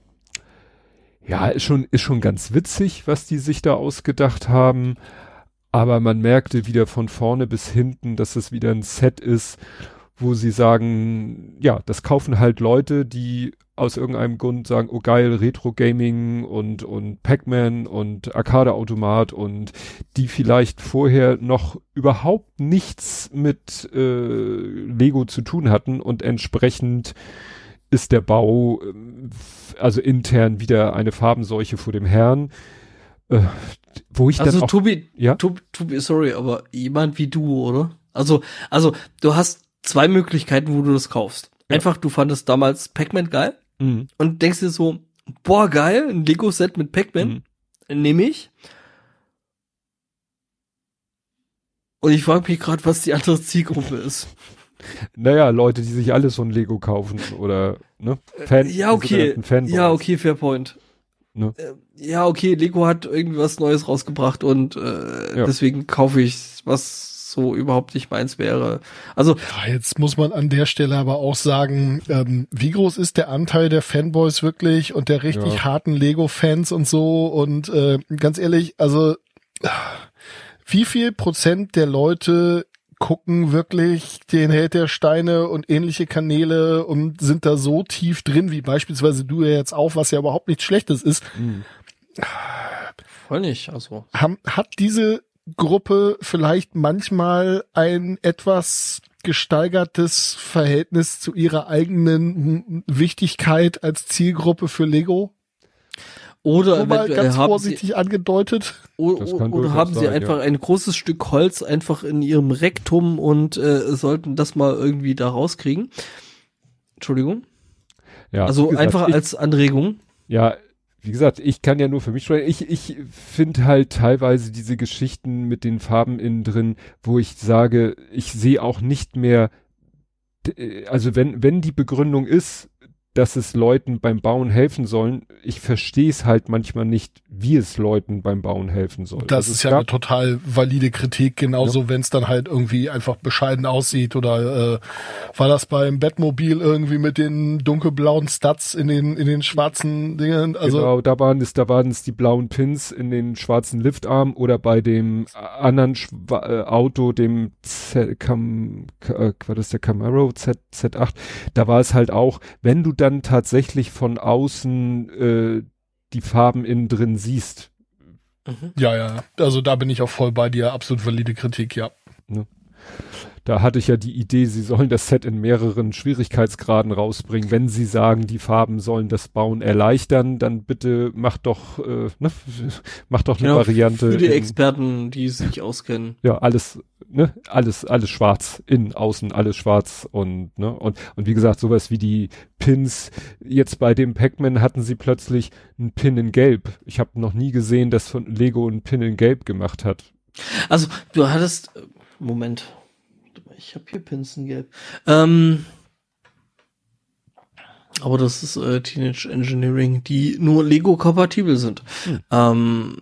ja, ist schon, ist schon ganz witzig, was die sich da ausgedacht haben. Aber man merkte wieder von vorne bis hinten, dass es wieder ein Set ist, wo sie sagen, ja, das kaufen halt Leute, die aus irgendeinem Grund sagen, oh geil, Retro-Gaming und, und Pac-Man und Arcade-Automat und die vielleicht vorher noch überhaupt nichts mit äh, Lego zu tun hatten und entsprechend ist der Bau, äh, also intern wieder eine Farbenseuche vor dem Herrn. Äh, wo ich also dann auch, Tobi, ja? Tobi, Tobi, sorry, aber jemand wie du, oder? Also, also du hast zwei Möglichkeiten, wo du das kaufst. Ja. Einfach, du fandest damals Pac-Man geil mhm. und denkst dir so, boah, geil, ein Lego-Set mit Pac-Man, mhm. nehme ich. Und ich frage mich gerade, was die andere Zielgruppe ist. Naja, Leute, die sich alles von Lego kaufen oder, ne? Fan, ja, okay. Ja, okay, fair point. Ne? Ja, okay, Lego hat irgendwie was Neues rausgebracht und äh, ja. deswegen kaufe ich was so überhaupt nicht meins wäre. Also ja, jetzt muss man an der Stelle aber auch sagen, ähm, wie groß ist der Anteil der Fanboys wirklich und der richtig ja. harten Lego-Fans und so und äh, ganz ehrlich, also wie viel Prozent der Leute gucken wirklich den Held der Steine und ähnliche Kanäle und sind da so tief drin, wie beispielsweise du ja jetzt auch, was ja überhaupt nichts Schlechtes ist. Mhm. Voll nicht, also. Haben, hat diese Gruppe vielleicht manchmal ein etwas gesteigertes Verhältnis zu ihrer eigenen Wichtigkeit als Zielgruppe für Lego? Oder Nur mal eventuell ganz haben vorsichtig sie, angedeutet. o, Das o, kann oder durchaus haben sie sein, einfach ja. ein großes Stück Holz einfach in ihrem Rektum und äh, sollten das mal irgendwie da rauskriegen. Entschuldigung. Ja, Also wie gesagt, einfach ich, als Anregung. ja, wie gesagt, ich kann ja nur für mich sprechen. Ich, ich finde halt teilweise diese Geschichten mit den Farben innen drin, wo ich sage, ich sehe auch nicht mehr, also wenn, wenn die Begründung ist, dass es Leuten beim Bauen helfen sollen, ich verstehe es halt manchmal nicht, wie es Leuten beim Bauen helfen soll. Das also ist ja eine total valide Kritik, genauso ja. wenn es dann halt irgendwie einfach bescheiden aussieht oder äh, war das beim Batmobil irgendwie mit den dunkelblauen Studs in den in den schwarzen Dingen, also genau, da waren es, da waren es die blauen Pins in den schwarzen Liftarm oder bei dem anderen Schwa äh, Auto, dem Z, Cam, äh, war das der Camaro Z, Z8, da war es halt auch, wenn du dann tatsächlich von außen äh, die Farben innen drin siehst. Mhm. ja, ja, also da bin ich auch voll bei dir, absolut valide Kritik, ja. Ne? Da hatte ich ja die Idee, sie sollen das Set in mehreren Schwierigkeitsgraden rausbringen. Wenn sie sagen, die Farben sollen das Bauen erleichtern, dann bitte macht doch, äh, ne, macht doch eine Genau, Variante. für die in, Experten, die sich auskennen. ja, alles, ne, alles, alles schwarz, innen, außen, alles schwarz und, ne, und, und wie gesagt, sowas wie die Pins, jetzt bei dem Pac-Man hatten sie plötzlich einen Pin in Gelb. Ich habe noch nie gesehen, dass von Lego einen Pin in Gelb gemacht hat. Also, du hattest, Moment, ich habe hier Pins in Gelb. Ähm, aber das ist äh, Teenage Engineering, die nur Lego-kompatibel sind. Hm. Ähm,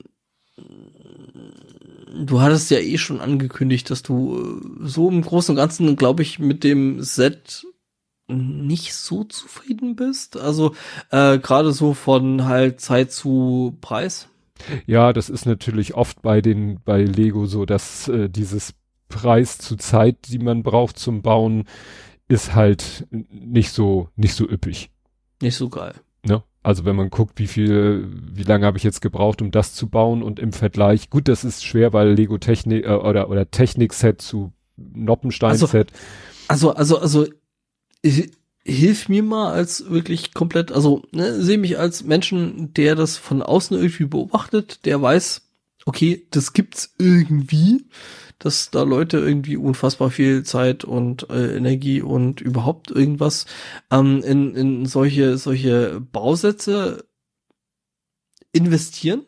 du hattest ja eh schon angekündigt, dass du so im Großen und Ganzen, glaube ich, mit dem Set nicht so zufrieden bist. Also äh, gerade so von halt Zeit zu Preis. Ja, das ist natürlich oft bei den bei Lego so, dass äh, dieses Preis zu Zeit, die man braucht zum Bauen, ist halt nicht so nicht so üppig. Nicht so geil. Ne? Also wenn man guckt, wie viel, wie lange habe ich jetzt gebraucht, um das zu bauen und im Vergleich, gut, das ist schwer, weil Lego Technik äh, oder oder Technik-Set zu Noppenstein-Set. Also also also, also hilf mir mal als wirklich komplett, also ne, sehe mich als Menschen, der das von außen irgendwie beobachtet, der weiß, okay, das gibt's irgendwie, dass da Leute irgendwie unfassbar viel Zeit und äh, Energie und überhaupt irgendwas ähm, in, in solche solche Bausätze investieren.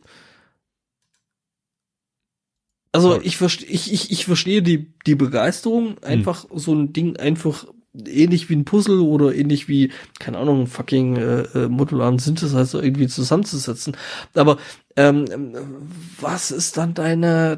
Also ich verstehe ich, ich, ich verstehe die die Begeisterung, einfach hm. so ein Ding einfach ähnlich wie ein Puzzle oder ähnlich wie, keine Ahnung, fucking äh, äh, modularen Synthesizer irgendwie zusammenzusetzen. Aber ähm, was ist dann deine,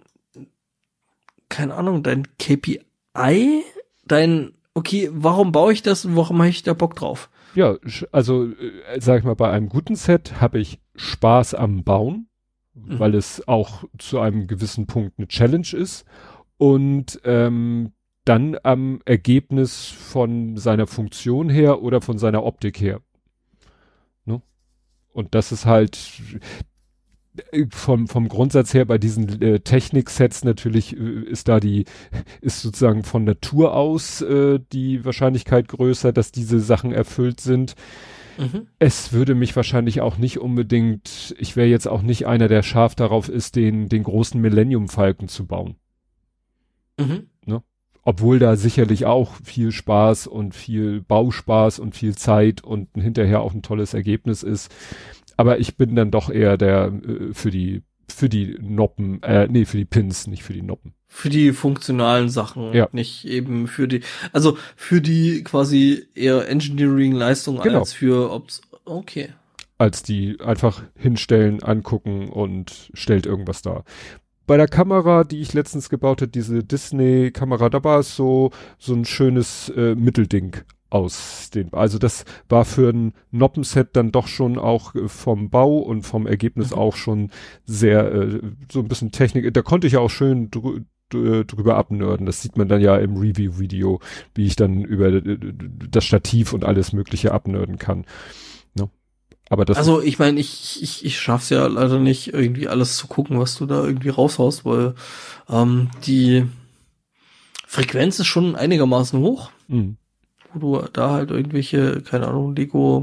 keine Ahnung, dein K P I? Dein, okay, warum baue ich das und warum habe ich da Bock drauf? Ja, also äh, sag ich mal, bei einem guten Set habe ich Spaß am Bauen, mhm. weil es auch zu einem gewissen Punkt eine Challenge ist und ähm, dann am Ergebnis von seiner Funktion her oder von seiner Optik her. Ne? Und das ist halt vom, vom Grundsatz her bei diesen äh, Technik-Sets natürlich äh, ist da die, ist sozusagen von Natur aus äh, die Wahrscheinlichkeit größer, dass diese Sachen erfüllt sind. Mhm. Es würde mich wahrscheinlich auch nicht unbedingt, ich wäre jetzt auch nicht einer, der scharf darauf ist, den, den großen Millennium-Falken zu bauen. Mhm. Ne? Obwohl da sicherlich auch viel Spaß und viel Bauspaß und viel Zeit und hinterher auch ein tolles Ergebnis ist. Aber ich bin dann doch eher der äh, für die für die Noppen, äh, nee, für die Pins, nicht für die Noppen. Für die funktionalen Sachen, ja. Nicht eben für die, also für die quasi eher Engineering-Leistung genau. als für, ob's, okay. Als die einfach hinstellen, angucken und stellt irgendwas dar. Bei der Kamera, die ich letztens gebaut habe, diese Disney-Kamera, da war es so, so ein schönes äh, Mittelding aus den, also das war für ein Noppenset dann doch schon auch äh, vom Bau und vom Ergebnis mhm. auch schon sehr, äh, so ein bisschen Technik, da konnte ich ja auch schön drü d- drüber abnörden. Das sieht man dann ja im Review-Video, wie ich dann über äh, das Stativ und alles Mögliche abnörden kann. Ne? Aber das also ich meine, ich, ich, ich schaff's ja leider nicht, irgendwie alles zu gucken, was du da irgendwie raushaust, weil ähm, die Frequenz ist schon einigermaßen hoch, mhm. wo du da halt irgendwelche, keine Ahnung, Lego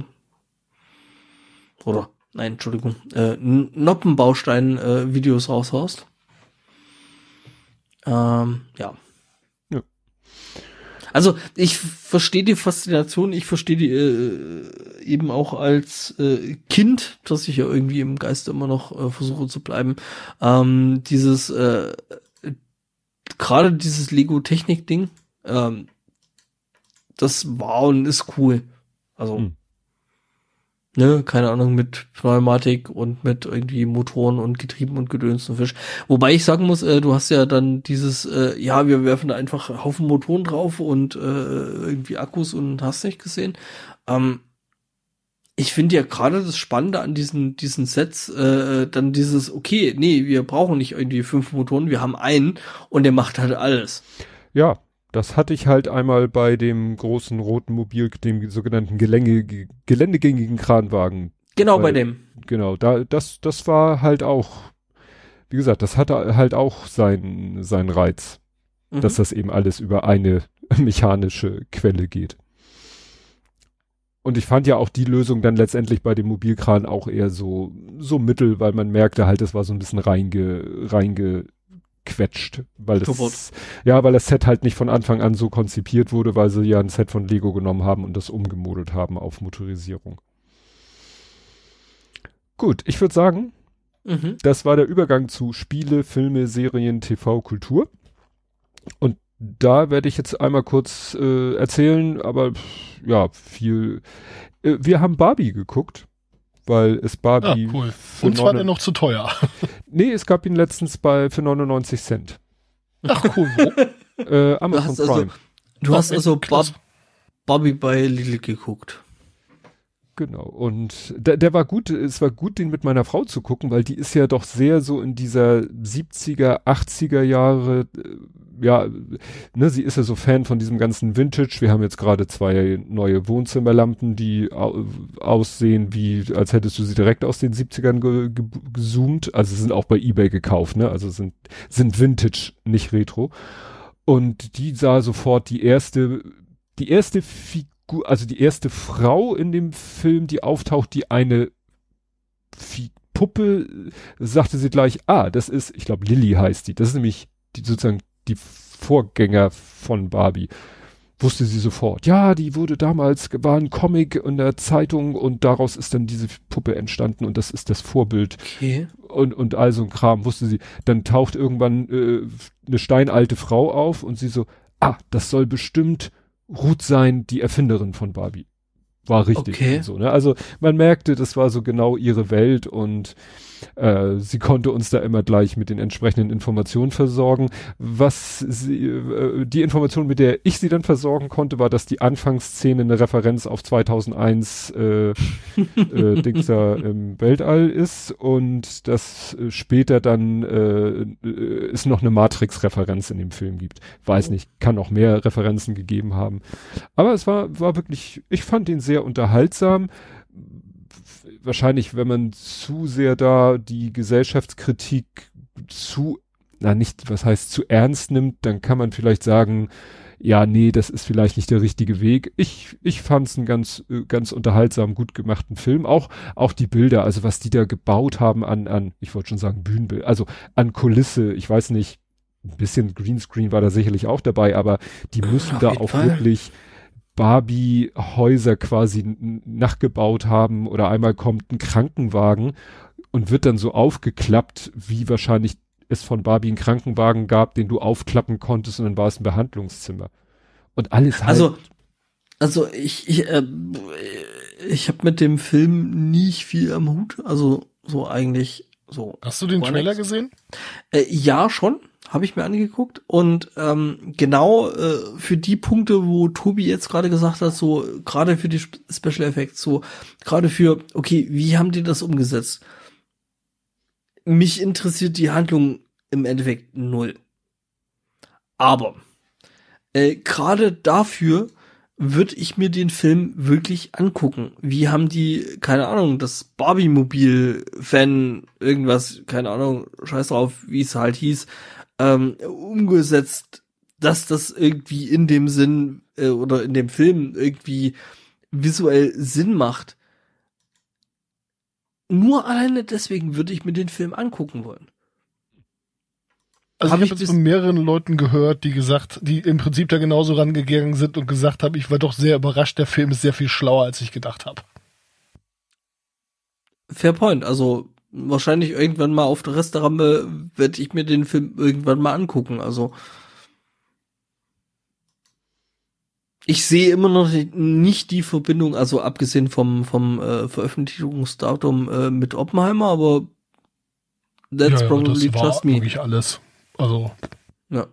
oder, nein, Entschuldigung, äh, Noppenbaustein-Videos äh, raushaust. Ähm, ja. Ja. Also ich verstehe die Faszination, ich verstehe die äh, eben auch als äh, Kind, dass ich ja irgendwie im Geiste immer noch äh, versuche zu bleiben. Ähm, dieses äh, gerade dieses Lego-Technik-Ding, ähm, das war und ist cool. Also Mhm. ne, keine Ahnung, mit Pneumatik und mit irgendwie Motoren und Getrieben und Gedöns und Fisch. Wobei ich sagen muss, äh, du hast ja dann dieses, äh, ja, wir werfen da einfach einen Haufen Motoren drauf und äh, irgendwie Akkus und hast nicht gesehen. Ähm, ich finde ja gerade das Spannende an diesen diesen Sets, äh, dann dieses, okay, nee, wir brauchen nicht irgendwie fünf Motoren, wir haben einen und der macht halt alles. Ja, das hatte ich halt einmal bei dem großen roten Mobil, dem sogenannten Gelänge, geländegängigen Kranwagen. Genau, Weil, bei dem. Genau, da, das, das war halt auch, wie gesagt, das hatte halt auch seinen, seinen Reiz, Mhm. dass das eben alles über eine mechanische Quelle geht. Und ich fand ja auch die Lösung dann letztendlich bei dem Mobilkran auch eher so, so mittel, weil man merkte halt, das war so ein bisschen reinge, reingequetscht, weil das, Turbot. ja, weil das Set halt nicht von Anfang an so konzipiert wurde, weil sie ja ein Set von Lego genommen haben und das umgemodelt haben auf Motorisierung. Gut, ich würde sagen, Mhm. das war der Übergang zu Spiele, Filme, Serien, T V, Kultur. Und da werde ich jetzt einmal kurz äh, erzählen, aber pff, ja, viel. Äh, wir haben Barbie geguckt, weil es Barbie. Ah, cool. für Und zwar neun- der noch zu teuer. Nee, es gab ihn letztens bei für neunundneunzig Cent. Ach cool. Wo? Äh, Amazon hast also- Prime. Du hast Ach, also krass. Bob, Bobby bei Lidl geguckt. Genau. Und der, der war gut, es war gut, den mit meiner Frau zu gucken, weil die ist ja doch sehr so in dieser siebziger, achtziger Jahre, äh, ja, ne, sie ist ja so Fan von diesem ganzen Vintage. Wir haben jetzt gerade zwei neue Wohnzimmerlampen, die au aussehen wie, als hättest du sie direkt aus den siebzigern ge ge gezoomt. Also sind auch bei eBay gekauft, ne? Also sind, sind Vintage, nicht Retro. Und die sah sofort die erste, die erste Figur, also die erste Frau in dem Film, die auftaucht, die eine Fi Puppe, sagte sie gleich, ah, das ist, ich glaube Lilly heißt die, das ist nämlich die, sozusagen die Vorgänger von Barbie. Wusste sie sofort. Ja, die wurde damals, war ein Comic in der Zeitung und daraus ist dann diese Puppe entstanden und das ist das Vorbild Okay. und, und all so ein Kram, wusste sie. Dann taucht irgendwann äh, eine steinalte Frau auf und sie so, ah, das soll bestimmt Ruth sein, die Erfinderin von Barbie. War richtig. Okay. Und so, ne? Also man merkte, das war so genau ihre Welt und äh, sie konnte uns da immer gleich mit den entsprechenden Informationen versorgen. Was sie, äh, die Information, mit der ich sie dann versorgen konnte, war, dass die Anfangsszene eine Referenz auf zweitausendeins äh, äh, Dings da im Weltall ist und dass äh, später dann äh, äh, es noch eine Matrix-Referenz in dem Film gibt. Weiß nicht, kann auch mehr Referenzen gegeben haben. Aber es war, war wirklich, ich fand ihn sehr unterhaltsam. Wahrscheinlich, wenn man zu sehr da die Gesellschaftskritik zu, na nicht, was heißt zu ernst nimmt, dann kann man vielleicht sagen, ja, nee, das ist vielleicht nicht der richtige Weg. Ich, ich fand es einen ganz, äh, ganz unterhaltsam, gut gemachten Film. Auch, auch die Bilder, also was die da gebaut haben an, an, ich wollte schon sagen Bühnenbild, also an Kulisse, ich weiß nicht, ein bisschen Greenscreen war da sicherlich auch dabei, aber die müssen Auf da jeden auch Fall. wirklich Barbie-Häuser quasi n- nachgebaut haben oder einmal kommt ein Krankenwagen und wird dann so aufgeklappt, wie wahrscheinlich es von Barbie einen Krankenwagen gab, den du aufklappen konntest und dann war es ein Behandlungszimmer. Und alles halt. Also, also ich, ich, äh, ich habe mit dem Film nicht viel am Hut. Also so eigentlich so. Hast du den gar Trailer nichts. gesehen? Äh, ja, schon. Habe ich mir angeguckt. Und ähm, genau äh, für die Punkte, wo Tobi jetzt gerade gesagt hat, so gerade für die Sp- Special Effects, so gerade für, okay, wie haben die das umgesetzt? Mich interessiert die Handlung im Endeffekt null. Aber äh, gerade dafür würde ich mir den Film wirklich angucken. Wie haben die, keine Ahnung, das Barbie-Mobil-Fan irgendwas, keine Ahnung, scheiß drauf, wie es halt hieß, ähm, umgesetzt, dass das irgendwie in dem Sinn äh, oder in dem Film irgendwie visuell Sinn macht. Nur alleine deswegen würde ich mir den Film angucken wollen. Also Hab ich ich habe jetzt bis- von mehreren Leuten gehört, die gesagt, die im Prinzip da genauso rangegangen sind und gesagt haben, ich war doch sehr überrascht, der Film ist sehr viel schlauer, als ich gedacht habe. Fair point. Also wahrscheinlich irgendwann mal auf der Restaurante werde ich mir den Film irgendwann mal angucken. Also ich sehe immer noch nicht die Verbindung, also abgesehen vom vom äh, Veröffentlichungsdatum äh, mit Oppenheimer, aber that's ja, probably das war just me. wirklich alles. Also Ja.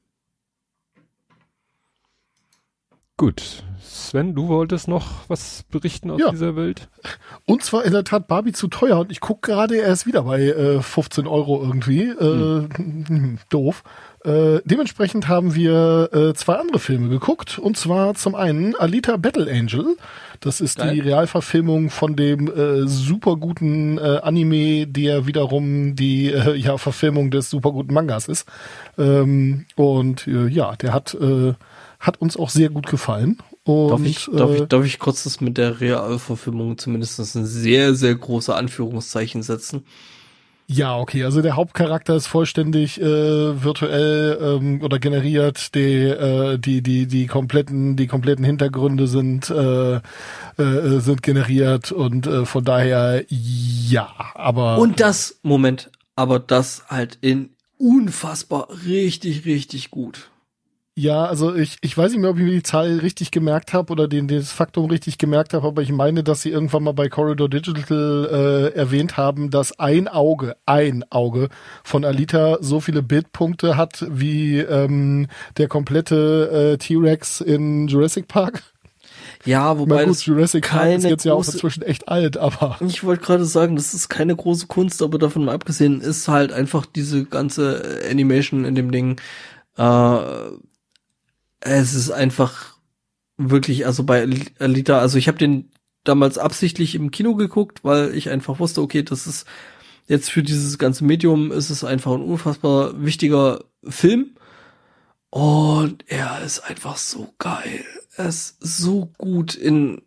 Gut. Sven, du wolltest noch was berichten aus Ja. dieser Welt? und zwar in der Tat Barbie zu teuer und ich gucke gerade, er ist wieder bei äh, fünfzehn Euro irgendwie. Äh, hm. Doof. Äh, dementsprechend haben wir äh, zwei andere Filme geguckt und zwar zum einen Alita Battle Angel. Das ist Geil. die Realverfilmung von dem äh, super guten äh, Anime, der wiederum die äh, ja, Verfilmung des super guten Mangas ist. Ähm, und äh, ja, der hat äh, hat uns auch sehr gut gefallen. Und, Darf ich, darf äh, ich, darf ich kurz das mit der Realverfilmung zumindest ein sehr, sehr große Anführungszeichen setzen? Ja, okay, also der Hauptcharakter ist vollständig äh, virtuell ähm, oder generiert, die, äh, die, die, die kompletten, die kompletten Hintergründe sind, äh, äh, sind generiert und äh, von daher ja, aber. Und das, Moment, aber das halt in unfassbar richtig, richtig gut. Ja, also ich, ich weiß nicht mehr, ob ich mir die Zahl richtig gemerkt habe oder den, das Faktum richtig gemerkt habe, aber ich meine, dass sie irgendwann mal bei Corridor Digital äh, erwähnt haben, dass ein Auge, ein Auge von Alita so viele Bildpunkte hat wie ähm, der komplette äh, T-Rex in Jurassic Park. Ja, wobei Na gut, das Jurassic Park ist keine jetzt ja auch große- inzwischen echt alt, aber Ich wollte gerade sagen, das ist keine große Kunst, aber davon mal abgesehen ist halt einfach diese ganze Animation in dem Ding, äh, es ist einfach wirklich, also bei Alita, also ich habe den damals absichtlich im Kino geguckt, weil ich einfach wusste, okay, das ist jetzt für dieses ganze Medium ist es einfach ein unfassbar wichtiger Film und er ist einfach so geil. Er ist so gut in,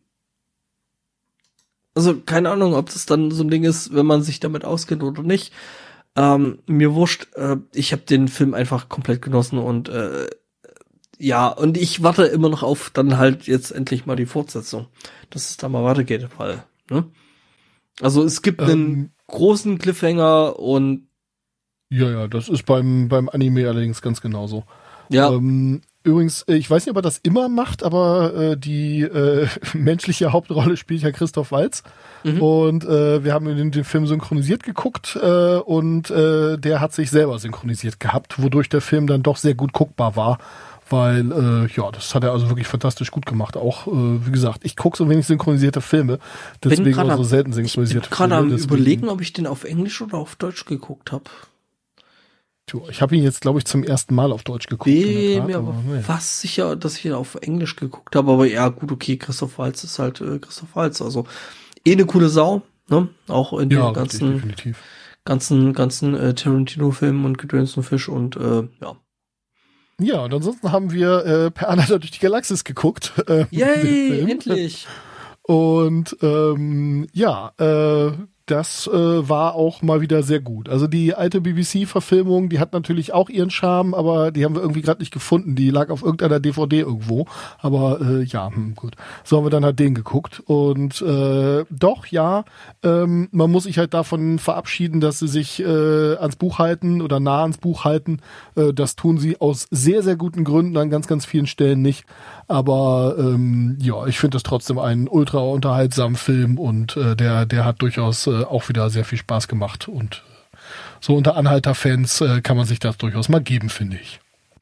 also keine Ahnung, ob das dann so ein Ding ist, wenn man sich damit auskennt oder nicht. Ähm, mir wurscht, äh, ich habe den Film einfach komplett genossen und äh, ja, und ich warte immer noch auf dann halt jetzt endlich mal die Fortsetzung, dass es da mal weitergeht, weil, ne? Also es gibt einen ähm, großen Cliffhanger und ja, ja, das ist beim, beim Anime allerdings ganz genauso. ja, Ähm, übrigens, äh, ich weiß nicht, ob er das immer macht, aber äh, die äh, menschliche Hauptrolle spielt ja Christoph Waltz. Mhm. Und äh, wir haben den, den Film synchronisiert geguckt äh, und äh, der hat sich selber synchronisiert gehabt, wodurch der Film dann doch sehr gut guckbar war. Weil, äh, ja, das hat er also wirklich fantastisch gut gemacht. Auch, äh, wie gesagt, ich gucke so wenig synchronisierte Filme, deswegen grad auch so am- selten ich bin synchronisierte gerade Filme. am deswegen- überlegen, ob ich den auf Englisch oder auf Deutsch geguckt habe. Tja, ich habe ihn jetzt, glaube ich, zum ersten Mal auf Deutsch geguckt. in der Bin Tat, mir aber naja. fast sicher, dass ich ihn auf Englisch geguckt habe. Aber ja, gut, okay, Christoph Waltz ist halt äh, Christoph Waltz. Also eh eine coole Sau, ne? Auch in Ja, den richtig, ganzen, definitiv. ganzen, ganzen äh, Tarantino-Filmen und Gedönsen Fisch und äh, ja. Ja, und ansonsten haben wir äh, Per Anhalter durch die Galaxis geguckt. Äh, den Yay, Film. endlich! Und ähm, ja, äh, das äh, war auch mal wieder sehr gut. Also die alte B B C-Verfilmung, die hat natürlich auch ihren Charme, aber die haben wir irgendwie gerade nicht gefunden. Die lag auf irgendeiner D V D irgendwo. Aber äh, ja, hm, gut. So haben wir dann halt den geguckt. Und äh, doch, ja, ähm, man muss sich halt davon verabschieden, dass sie sich äh, ans Buch halten oder nah ans Buch halten. Äh, das tun sie aus sehr, sehr guten Gründen an ganz, ganz vielen Stellen nicht. Aber ähm, ja, ich finde das trotzdem einen ultra unterhaltsamen Film und äh, der, der hat durchaus äh, auch wieder sehr viel Spaß gemacht. Und äh, so unter Anhalter-Fans äh, kann man sich das durchaus mal geben, finde ich.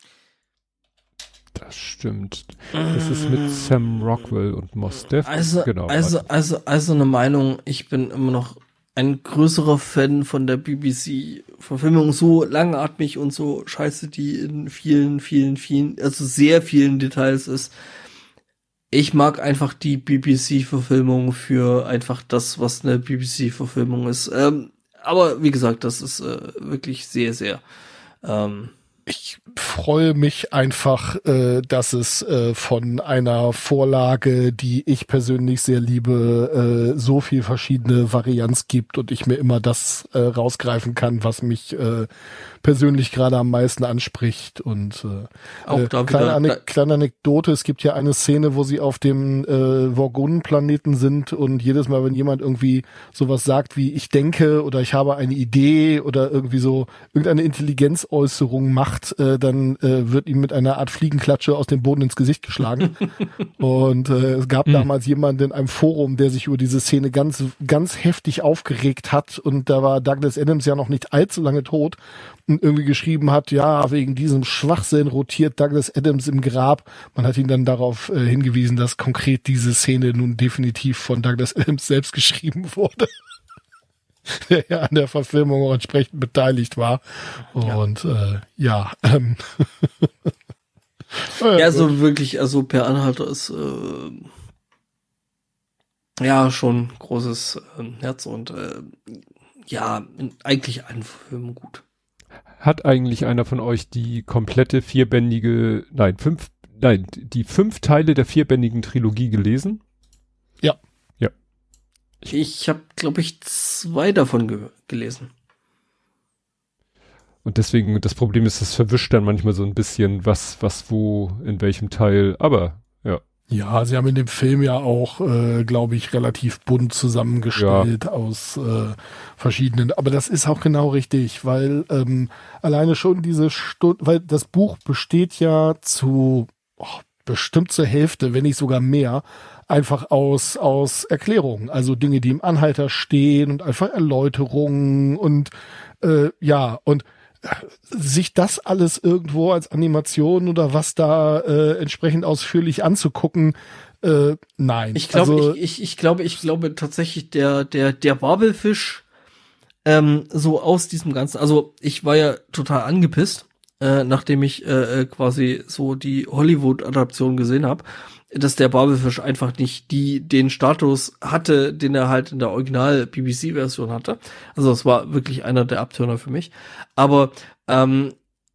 Das stimmt. Das ist mit Sam Rockwell und Mos Def. Also, genau. also, also, also eine Meinung, ich bin immer noch ein größerer Fan von der B B C-Verfilmung, so langatmig und so scheiße die in vielen, vielen, vielen, also sehr vielen Details ist. Ich mag einfach die B B C-Verfilmung für einfach das, was eine B B C-Verfilmung ist. Ähm, aber wie gesagt, das ist äh, wirklich sehr, sehr ähm, ich freue mich einfach, äh, dass es äh, von einer Vorlage, die ich persönlich sehr liebe, äh, so viel verschiedene Varianz gibt und ich mir immer das äh, rausgreifen kann, was mich äh, persönlich gerade am meisten anspricht. Und äh, auch da äh, kleine, wieder, Ane da kleine Anekdote, es gibt ja eine Szene, wo sie auf dem äh, Vorgonen-Planeten sind und jedes Mal, wenn jemand irgendwie sowas sagt wie ich denke oder ich habe eine Idee oder irgendwie so irgendeine Intelligenzäußerung macht, äh, dann äh, wird ihm mit einer Art Fliegenklatsche aus dem Boden ins Gesicht geschlagen. Und äh, es gab mhm. damals jemanden in einem Forum, der sich über diese Szene ganz, ganz heftig aufgeregt hat und da war Douglas Adams ja noch nicht allzu lange tot und irgendwie geschrieben hat, ja, wegen diesem Schwachsinn rotiert Douglas Adams im Grab. Man hat ihn dann darauf äh, hingewiesen, dass konkret diese Szene nun definitiv von Douglas Adams selbst geschrieben wurde. Der ja an der Verfilmung auch entsprechend beteiligt war. Und ja, äh, ja ähm. ja, also wirklich, also Per Anhalter ist äh, ja schon großes äh, Herz und äh, ja, in eigentlich allen Filmen gut. Hat eigentlich einer von euch die komplette vierbändige, nein, fünf, nein, die fünf Teile der vierbändigen Trilogie gelesen? Ja. Ja. Ich, ich habe, glaube ich, zwei davon ge- gelesen. Und deswegen, das Problem ist, es verwischt dann manchmal so ein bisschen, was, was, wo, in welchem Teil, aber, ja. Ja, sie haben in dem Film ja auch, äh, glaube ich, relativ bunt zusammengestellt ja. aus äh, verschiedenen. Aber das ist auch genau richtig, weil ähm, alleine schon diese Stunde, weil das Buch besteht ja zu oh, bestimmt zur Hälfte, wenn nicht sogar mehr, einfach aus aus Erklärungen, also Dinge, die im Anhalter stehen und einfach Erläuterungen und äh, ja und sich das alles irgendwo als Animation oder was da äh, entsprechend ausführlich anzugucken, äh, nein. Ich glaube, also, ich, ich, ich glaube, ich glaube tatsächlich der der der Babelfisch ähm, so aus diesem Ganzen. Also ich war ja total angepisst, äh, nachdem ich äh, quasi so die Hollywood-Adaption gesehen habe, dass der Babelfisch einfach nicht die den Status hatte, den er halt in der Original-B B C-Version hatte. Also es war wirklich einer der Abtörner für mich. Aber ähm,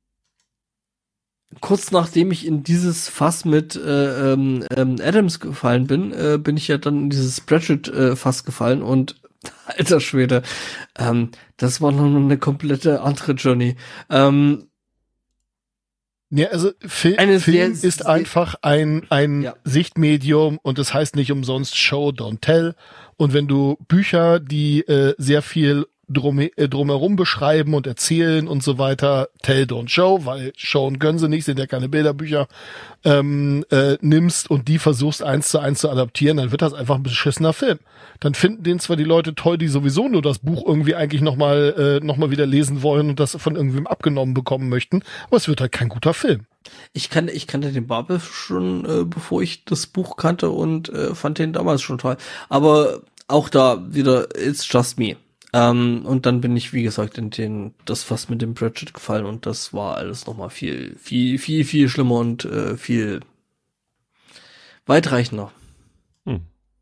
kurz nachdem ich in dieses Fass mit äh, ähm, Adams gefallen bin, äh, bin ich ja dann in dieses Pratchett-Fass äh, gefallen und alter Schwede, ähm, das war noch eine komplette andere Journey. Ähm, Ja, also Fil- Eine Film sehr, ist sehr, einfach ein ein ja. Sichtmedium und das heißt nicht umsonst Show, don't tell. Und wenn du Bücher, die äh, sehr viel drum, äh, drumherum beschreiben und erzählen und so weiter, tell, don't show, weil showen können sie nicht, sind ja keine Bilderbücher, ähm, äh, nimmst und die versuchst eins zu eins zu adaptieren, dann wird das einfach ein beschissener Film. Dann finden den zwar die Leute toll, die sowieso nur das Buch irgendwie eigentlich nochmal äh, noch mal wieder lesen wollen und das von irgendwem abgenommen bekommen möchten, aber es wird halt kein guter Film. Ich kannte, ich kannte den Babel schon, äh, bevor ich das Buch kannte und äh, fand den damals schon toll. Aber auch da wieder, it's just me. Ähm, und dann bin ich, wie gesagt, in den das Fass mit dem Pratchett gefallen und das war alles nochmal viel, viel, viel, viel schlimmer und äh, viel weitreichender. Hm.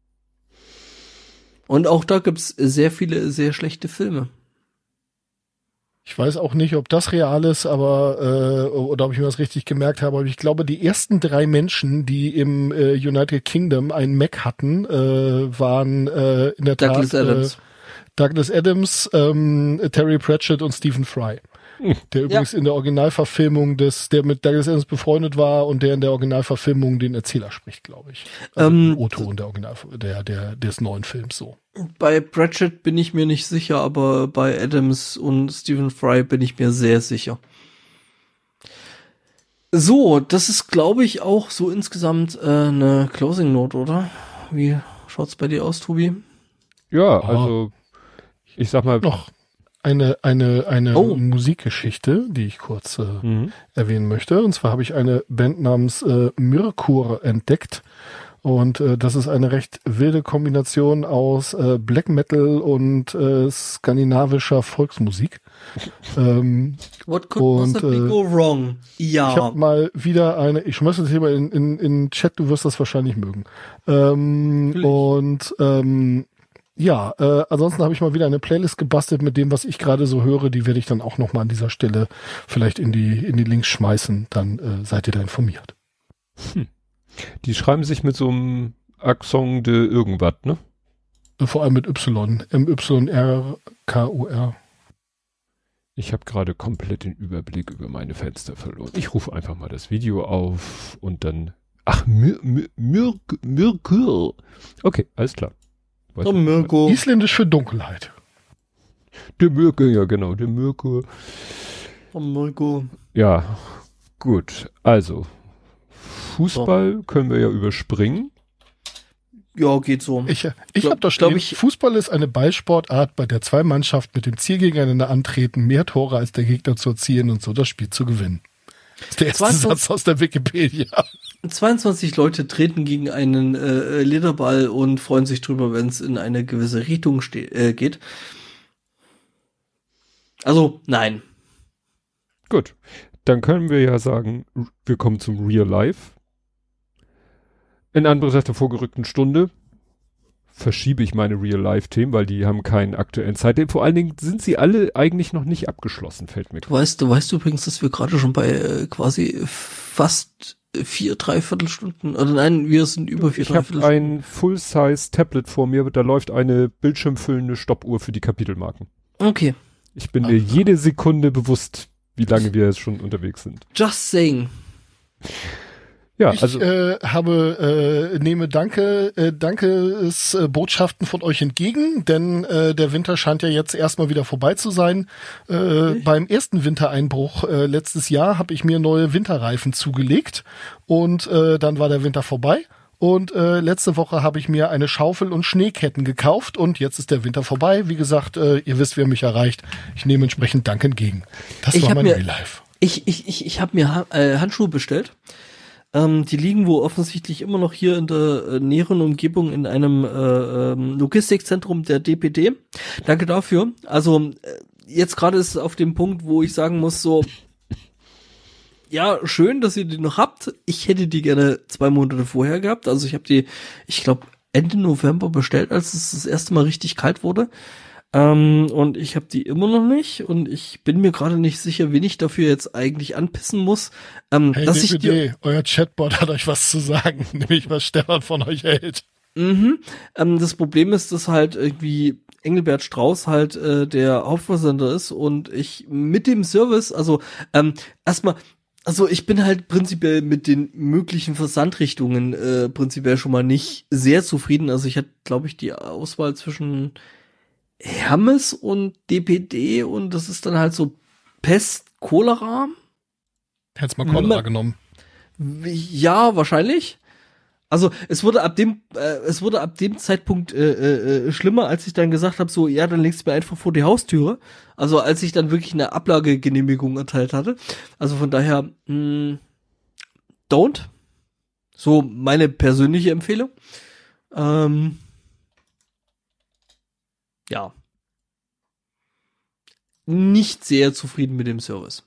Und auch da gibt's sehr viele, sehr schlechte Filme. Ich weiß auch nicht, ob das real ist, aber äh, oder ob ich mir das richtig gemerkt habe, aber ich glaube, die ersten drei Menschen, die im äh, United Kingdom einen Mac hatten, äh, waren äh, in der Douglas Tat Adams. Äh, Douglas Adams, ähm, Terry Pratchett und Stephen Fry. Der übrigens ja. in der Originalverfilmung des, der mit Douglas Adams befreundet war und der in der Originalverfilmung den Erzähler spricht, glaube ich. Also ähm, O-Ton der Original, der, der, des neuen Films so. Bei Pratchett bin ich mir nicht sicher, aber bei Adams und Stephen Fry bin ich mir sehr sicher. So, das ist, glaube ich, auch so insgesamt äh, eine Closing Note, oder? Wie schaut's bei dir aus, Tobi? Ja, also ich sag mal noch eine eine eine oh. Musikgeschichte, die ich kurz äh, mhm. erwähnen möchte. Und zwar habe ich eine Band namens äh, Mirkur entdeckt. Und äh, das ist eine recht wilde Kombination aus äh, Black Metal und äh, skandinavischer Volksmusik. ähm, What could und, possibly äh, go wrong? Ja. Ich habe mal wieder eine, ich schmeiß das hier mal in, in, in Chat, du wirst das wahrscheinlich mögen. Ähm, und ähm, ja, äh, ansonsten habe ich mal wieder eine Playlist gebastelt mit dem, was ich gerade so höre. Die werde ich dann auch nochmal an dieser Stelle vielleicht in die in die Links schmeißen. Dann äh, seid ihr da informiert. Hm. Die schreiben sich mit so einem Akzent de irgendwas, ne? Vor allem mit Y. M Y R K U R. Ich habe gerade komplett den Überblick über meine Fenster verloren. Ich rufe einfach mal das Video auf und dann... Ach, Myrkur. Okay, alles klar. Der Mirko. Isländisch für Dunkelheit. Der Mirko, ja genau, der Mirko. Der Mirko. Ja, gut. Also, Fußball so. Können wir ja überspringen. Ja, geht so. Ich, ich habe da stehen, ich, Fußball ist eine Ballsportart, bei der zwei Mannschaften mit dem Ziel gegeneinander antreten, mehr Tore als der Gegner zu erzielen und so das Spiel zu gewinnen. Das ist der erste zweiundzwanzig Satz aus der Wikipedia. zweiundzwanzig Leute treten gegen einen äh, Lederball und freuen sich drüber, wenn es in eine gewisse Richtung ste- äh, geht. Also, nein. Gut. Dann können wir ja sagen, wir kommen zum Real Life. In Anbetracht der vorgerückten Stunde verschiebe ich meine Real-Life-Themen, weil die haben keinen aktuellen Zeitthemen. Vor allen Dingen sind sie alle eigentlich noch nicht abgeschlossen, fällt mir. Du weißt, du weißt übrigens, dass wir gerade schon bei äh, quasi fast vier, dreiviertel Stunden, oder nein, wir sind über vier, ich dreiviertel Stunden. Ich habe ein Full-Size-Tablet vor mir, da läuft eine bildschirmfüllende Stoppuhr für die Kapitelmarken. Okay. Ich bin mir jede Sekunde bewusst, wie lange wir jetzt schon unterwegs sind. Just saying. Ja, ich also äh, habe äh, nehme danke äh, Dankes äh, Botschaften von euch entgegen, denn äh, der Winter scheint ja jetzt erstmal wieder vorbei zu sein. Äh, okay. Beim ersten Wintereinbruch äh, letztes Jahr habe ich mir neue Winterreifen zugelegt und äh, dann war der Winter vorbei. Und äh, letzte Woche habe ich mir eine Schaufel und Schneeketten gekauft und jetzt ist der Winter vorbei. Wie gesagt, äh, ihr wisst, wer mich erreicht. Ich nehme entsprechend Dank entgegen. Das ich war mein mir, Real Life. Ich ich ich ich habe mir ha- äh, Handschuhe bestellt. Ähm, die liegen wohl offensichtlich immer noch hier in der äh, näheren Umgebung in einem äh, ähm, Logistikzentrum der D P D. Danke dafür. Also äh, jetzt gerade ist es auf dem Punkt, wo ich sagen muss, so ja, schön, dass ihr die noch habt. Ich hätte die gerne zwei Monate vorher gehabt. Also ich habe die, ich glaube, Ende November bestellt, als es das erste Mal richtig kalt wurde. Ähm, und ich habe die immer noch nicht und ich bin mir gerade nicht sicher, wen ich dafür jetzt eigentlich anpissen muss. Ähm, hey, dass D P D, ich die, euer Chatbot hat euch was zu sagen, nämlich was Stefan von euch hält. Mhm. Ähm, das Problem ist, dass halt irgendwie Engelbert Strauß halt äh, der Hauptversender ist und ich mit dem Service, also ähm, erstmal, also ich bin halt prinzipiell mit den möglichen Versandrichtungen äh, prinzipiell schon mal nicht sehr zufrieden. Also ich hatte, glaube ich, die Auswahl zwischen Hermes und D P D und das ist dann halt so Pest, Cholera. Hättest mal Cholera genommen. Ja, wahrscheinlich. Also es wurde ab dem äh, es wurde ab dem Zeitpunkt äh, äh, schlimmer, als ich dann gesagt habe, so ja, dann legst du mir einfach vor die Haustüre. Also als ich dann wirklich eine Ablagegenehmigung erteilt hatte. Also von daher mh, don't. So meine persönliche Empfehlung. Ähm, ja. Nicht sehr zufrieden mit dem Service.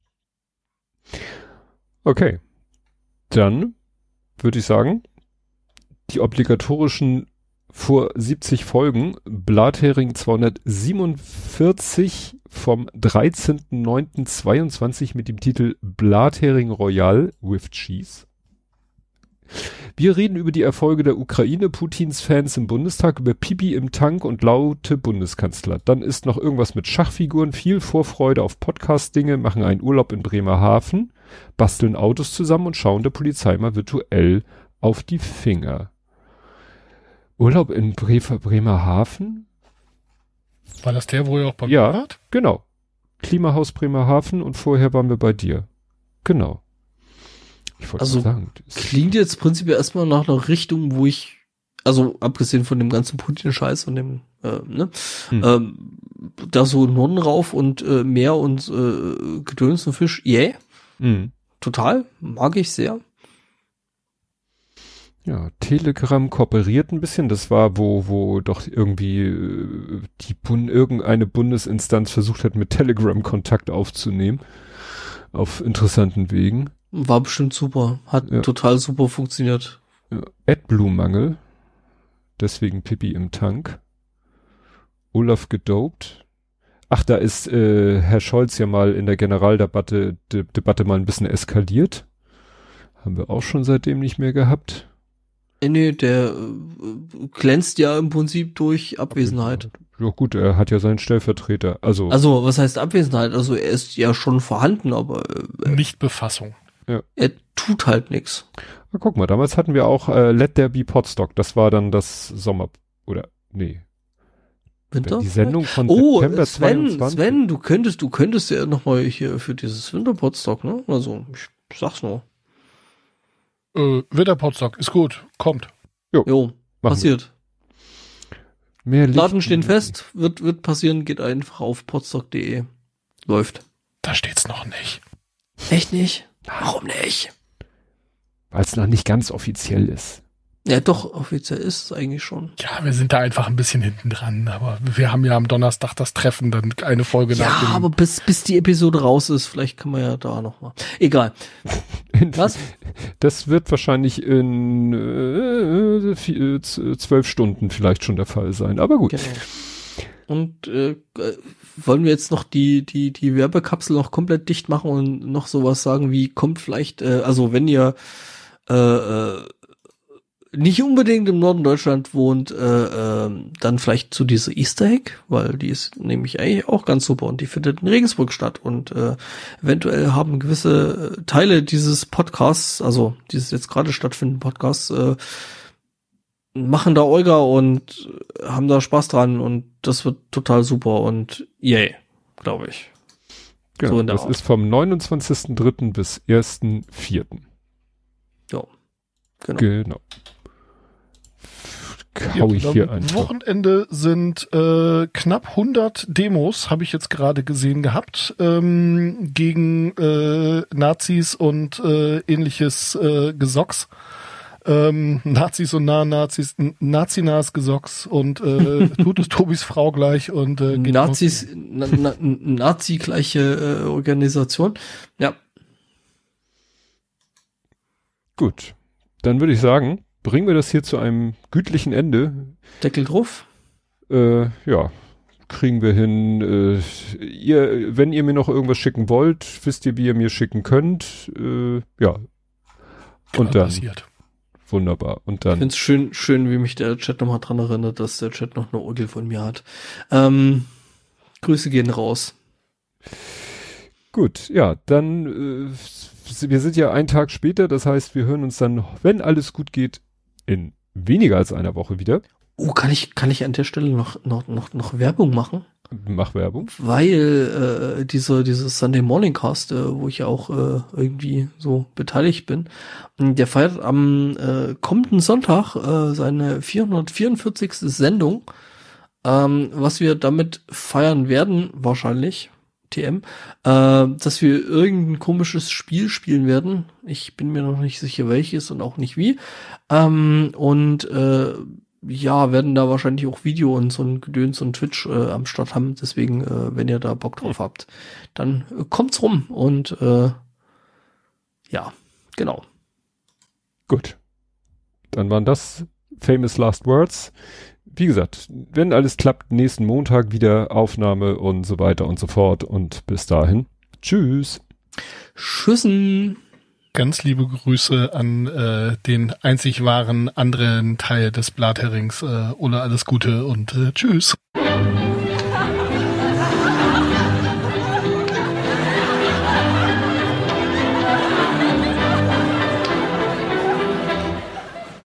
Okay. Dann würde ich sagen, die obligatorischen vor siebzig Folgen, Blathering zweihundertsiebenundvierzig vom dreizehnten neunten zweiundzwanzig mit dem Titel Blathering Royal with Cheese. Wir reden über die Erfolge der Ukraine, Putins Fans im Bundestag, über Pipi im Tank und laute Bundeskanzler. Dann ist noch irgendwas mit Schachfiguren, viel Vorfreude auf Podcast-Dinge, machen einen Urlaub in Bremerhaven, basteln Autos zusammen und schauen der Polizei mal virtuell auf die Finger. Urlaub in Bre- Bremerhaven? War das der, wo ihr auch bei ja, mir wart? Genau. Klimahaus Bremerhaven und vorher waren wir bei dir. Genau. Ich wollte also, sagen. Klingt jetzt prinzipiell erstmal nach einer Richtung, wo ich, also abgesehen von dem ganzen Putin-Scheiß und dem, äh, ne, hm. ähm, da so Norden rauf und äh, Meer und äh, Gedöns und Fisch, yeah. Hm. Total, mag ich sehr. Ja, Telegram kooperiert ein bisschen. Das war, wo, wo doch irgendwie äh, die Bund irgendeine Bundesinstanz versucht hat, mit Telegram Kontakt aufzunehmen. Auf interessanten Wegen. War bestimmt super. Hat ja. total super funktioniert. Ja. AdBlue-Mangel. Deswegen Pippi im Tank. Olaf gedopt. Ach, da ist äh, Herr Scholz ja mal in der Generaldebatte De- Debatte mal ein bisschen eskaliert. Haben wir auch schon seitdem nicht mehr gehabt. Nee, der äh, glänzt ja im Prinzip durch Abwesenheit. Ja gut, er hat ja seinen Stellvertreter. Also, also was heißt Abwesenheit? Also er ist ja schon vorhanden, aber äh, nicht Befassung. Ja. Er tut halt nix. Na, guck mal, damals hatten wir auch äh, Let There Be Podstock. Das war dann das Sommer... Oder, nee. Winter? Die Sendung von oh, September Sven, zweiundzwanzig. Sven, du könntest, du könntest ja nochmal hier für dieses Winter-Podstock, ne? Also, ich sag's nur. Äh, Winter-Podstock, ist gut, kommt. Jo, jo passiert. Wir. Mehr Licht Daten stehen fest, wird, wird passieren, geht einfach auf podstock punkt de. Läuft. Da steht's noch nicht. Echt nicht? Warum nicht? Weil es noch nicht ganz offiziell ist. Ja, doch, offiziell ist es eigentlich schon. Ja, wir sind da einfach ein bisschen hinten dran, aber wir haben ja am Donnerstag das Treffen, dann eine Folge ja, nach dem... Ja, aber bis, bis die Episode raus ist, vielleicht kann man ja da nochmal. Egal. Was? Das wird wahrscheinlich in äh, vier, zwölf Stunden vielleicht schon der Fall sein, aber gut. Genau. Und äh, wollen wir jetzt noch die die die Werbekapsel noch komplett dicht machen und noch sowas sagen wie, kommt vielleicht, äh, also wenn ihr äh, äh, nicht unbedingt im Norden Deutschland wohnt, äh, äh, dann vielleicht zu dieser Easter Egg, weil die ist nämlich eigentlich auch ganz super und die findet in Regensburg statt und äh, eventuell haben gewisse Teile dieses Podcasts, also dieses jetzt gerade stattfindenden Podcasts, äh, machen da Olga und haben da Spaß dran und das wird total super und yay, glaube ich. Genau, so in der das Art. ist vom neunundzwanzigsten dritten bis ersten vierten Ja, genau. Genau. Hau ich ja, hier am einfach. Wochenende sind äh, knapp hundert Demos, habe ich jetzt gerade gesehen gehabt, ähm, gegen äh, Nazis und äh, ähnliches äh, Gesocks. Ähm, Nazis und Nahe-Nazis, Nazi-nahes Gesocks und äh, tut es Tobis Frau gleich und äh, geht Nazis, na, na, Nazi-gleiche äh, Organisation. Ja. Gut. Dann würde ich sagen, bringen wir das hier zu einem gütlichen Ende. Deckel drauf. Äh, ja, kriegen wir hin. Äh, ihr, wenn ihr mir noch irgendwas schicken wollt, wisst ihr, wie ihr mir schicken könnt. Äh, ja. Und dann. Passiert. Wunderbar. Und Ich dann. finde es schön, schön, wie mich der Chat nochmal dran erinnert, dass der Chat noch eine Orgel von mir hat. Ähm, Grüße gehen raus. Gut, ja, dann, äh, wir sind ja einen Tag später, das heißt, wir hören uns dann, wenn alles gut geht, in weniger als einer Woche wieder. Oh, kann ich, kann ich an der Stelle noch, noch, noch, noch Werbung machen? Mach Werbung. Weil äh, dieser dieses Sunday Morning Cast, äh, wo ich ja auch äh, irgendwie so beteiligt bin, der feiert am äh, kommenden Sonntag äh, seine vierhundertvierundvierzigste Sendung. Ähm, was wir damit feiern werden, wahrscheinlich, T M, äh, dass wir irgendein komisches Spiel spielen werden. Ich bin mir noch nicht sicher, welches und auch nicht wie. Ähm, und äh, ja, werden da wahrscheinlich auch Video und so ein Gedöns und Twitch äh, am Start haben. Deswegen, äh, wenn ihr da Bock drauf habt, dann äh, kommt's rum. Und äh, ja, genau. Gut. Dann waren das Famous Last Words. Wie gesagt, wenn alles klappt, nächsten Montag wieder Aufnahme und so weiter und so fort. Und bis dahin, tschüss. Tschüssen. Ganz liebe Grüße an äh, den einzig wahren anderen Teil des Blatherings. Äh, Ole, alles Gute und äh, tschüss.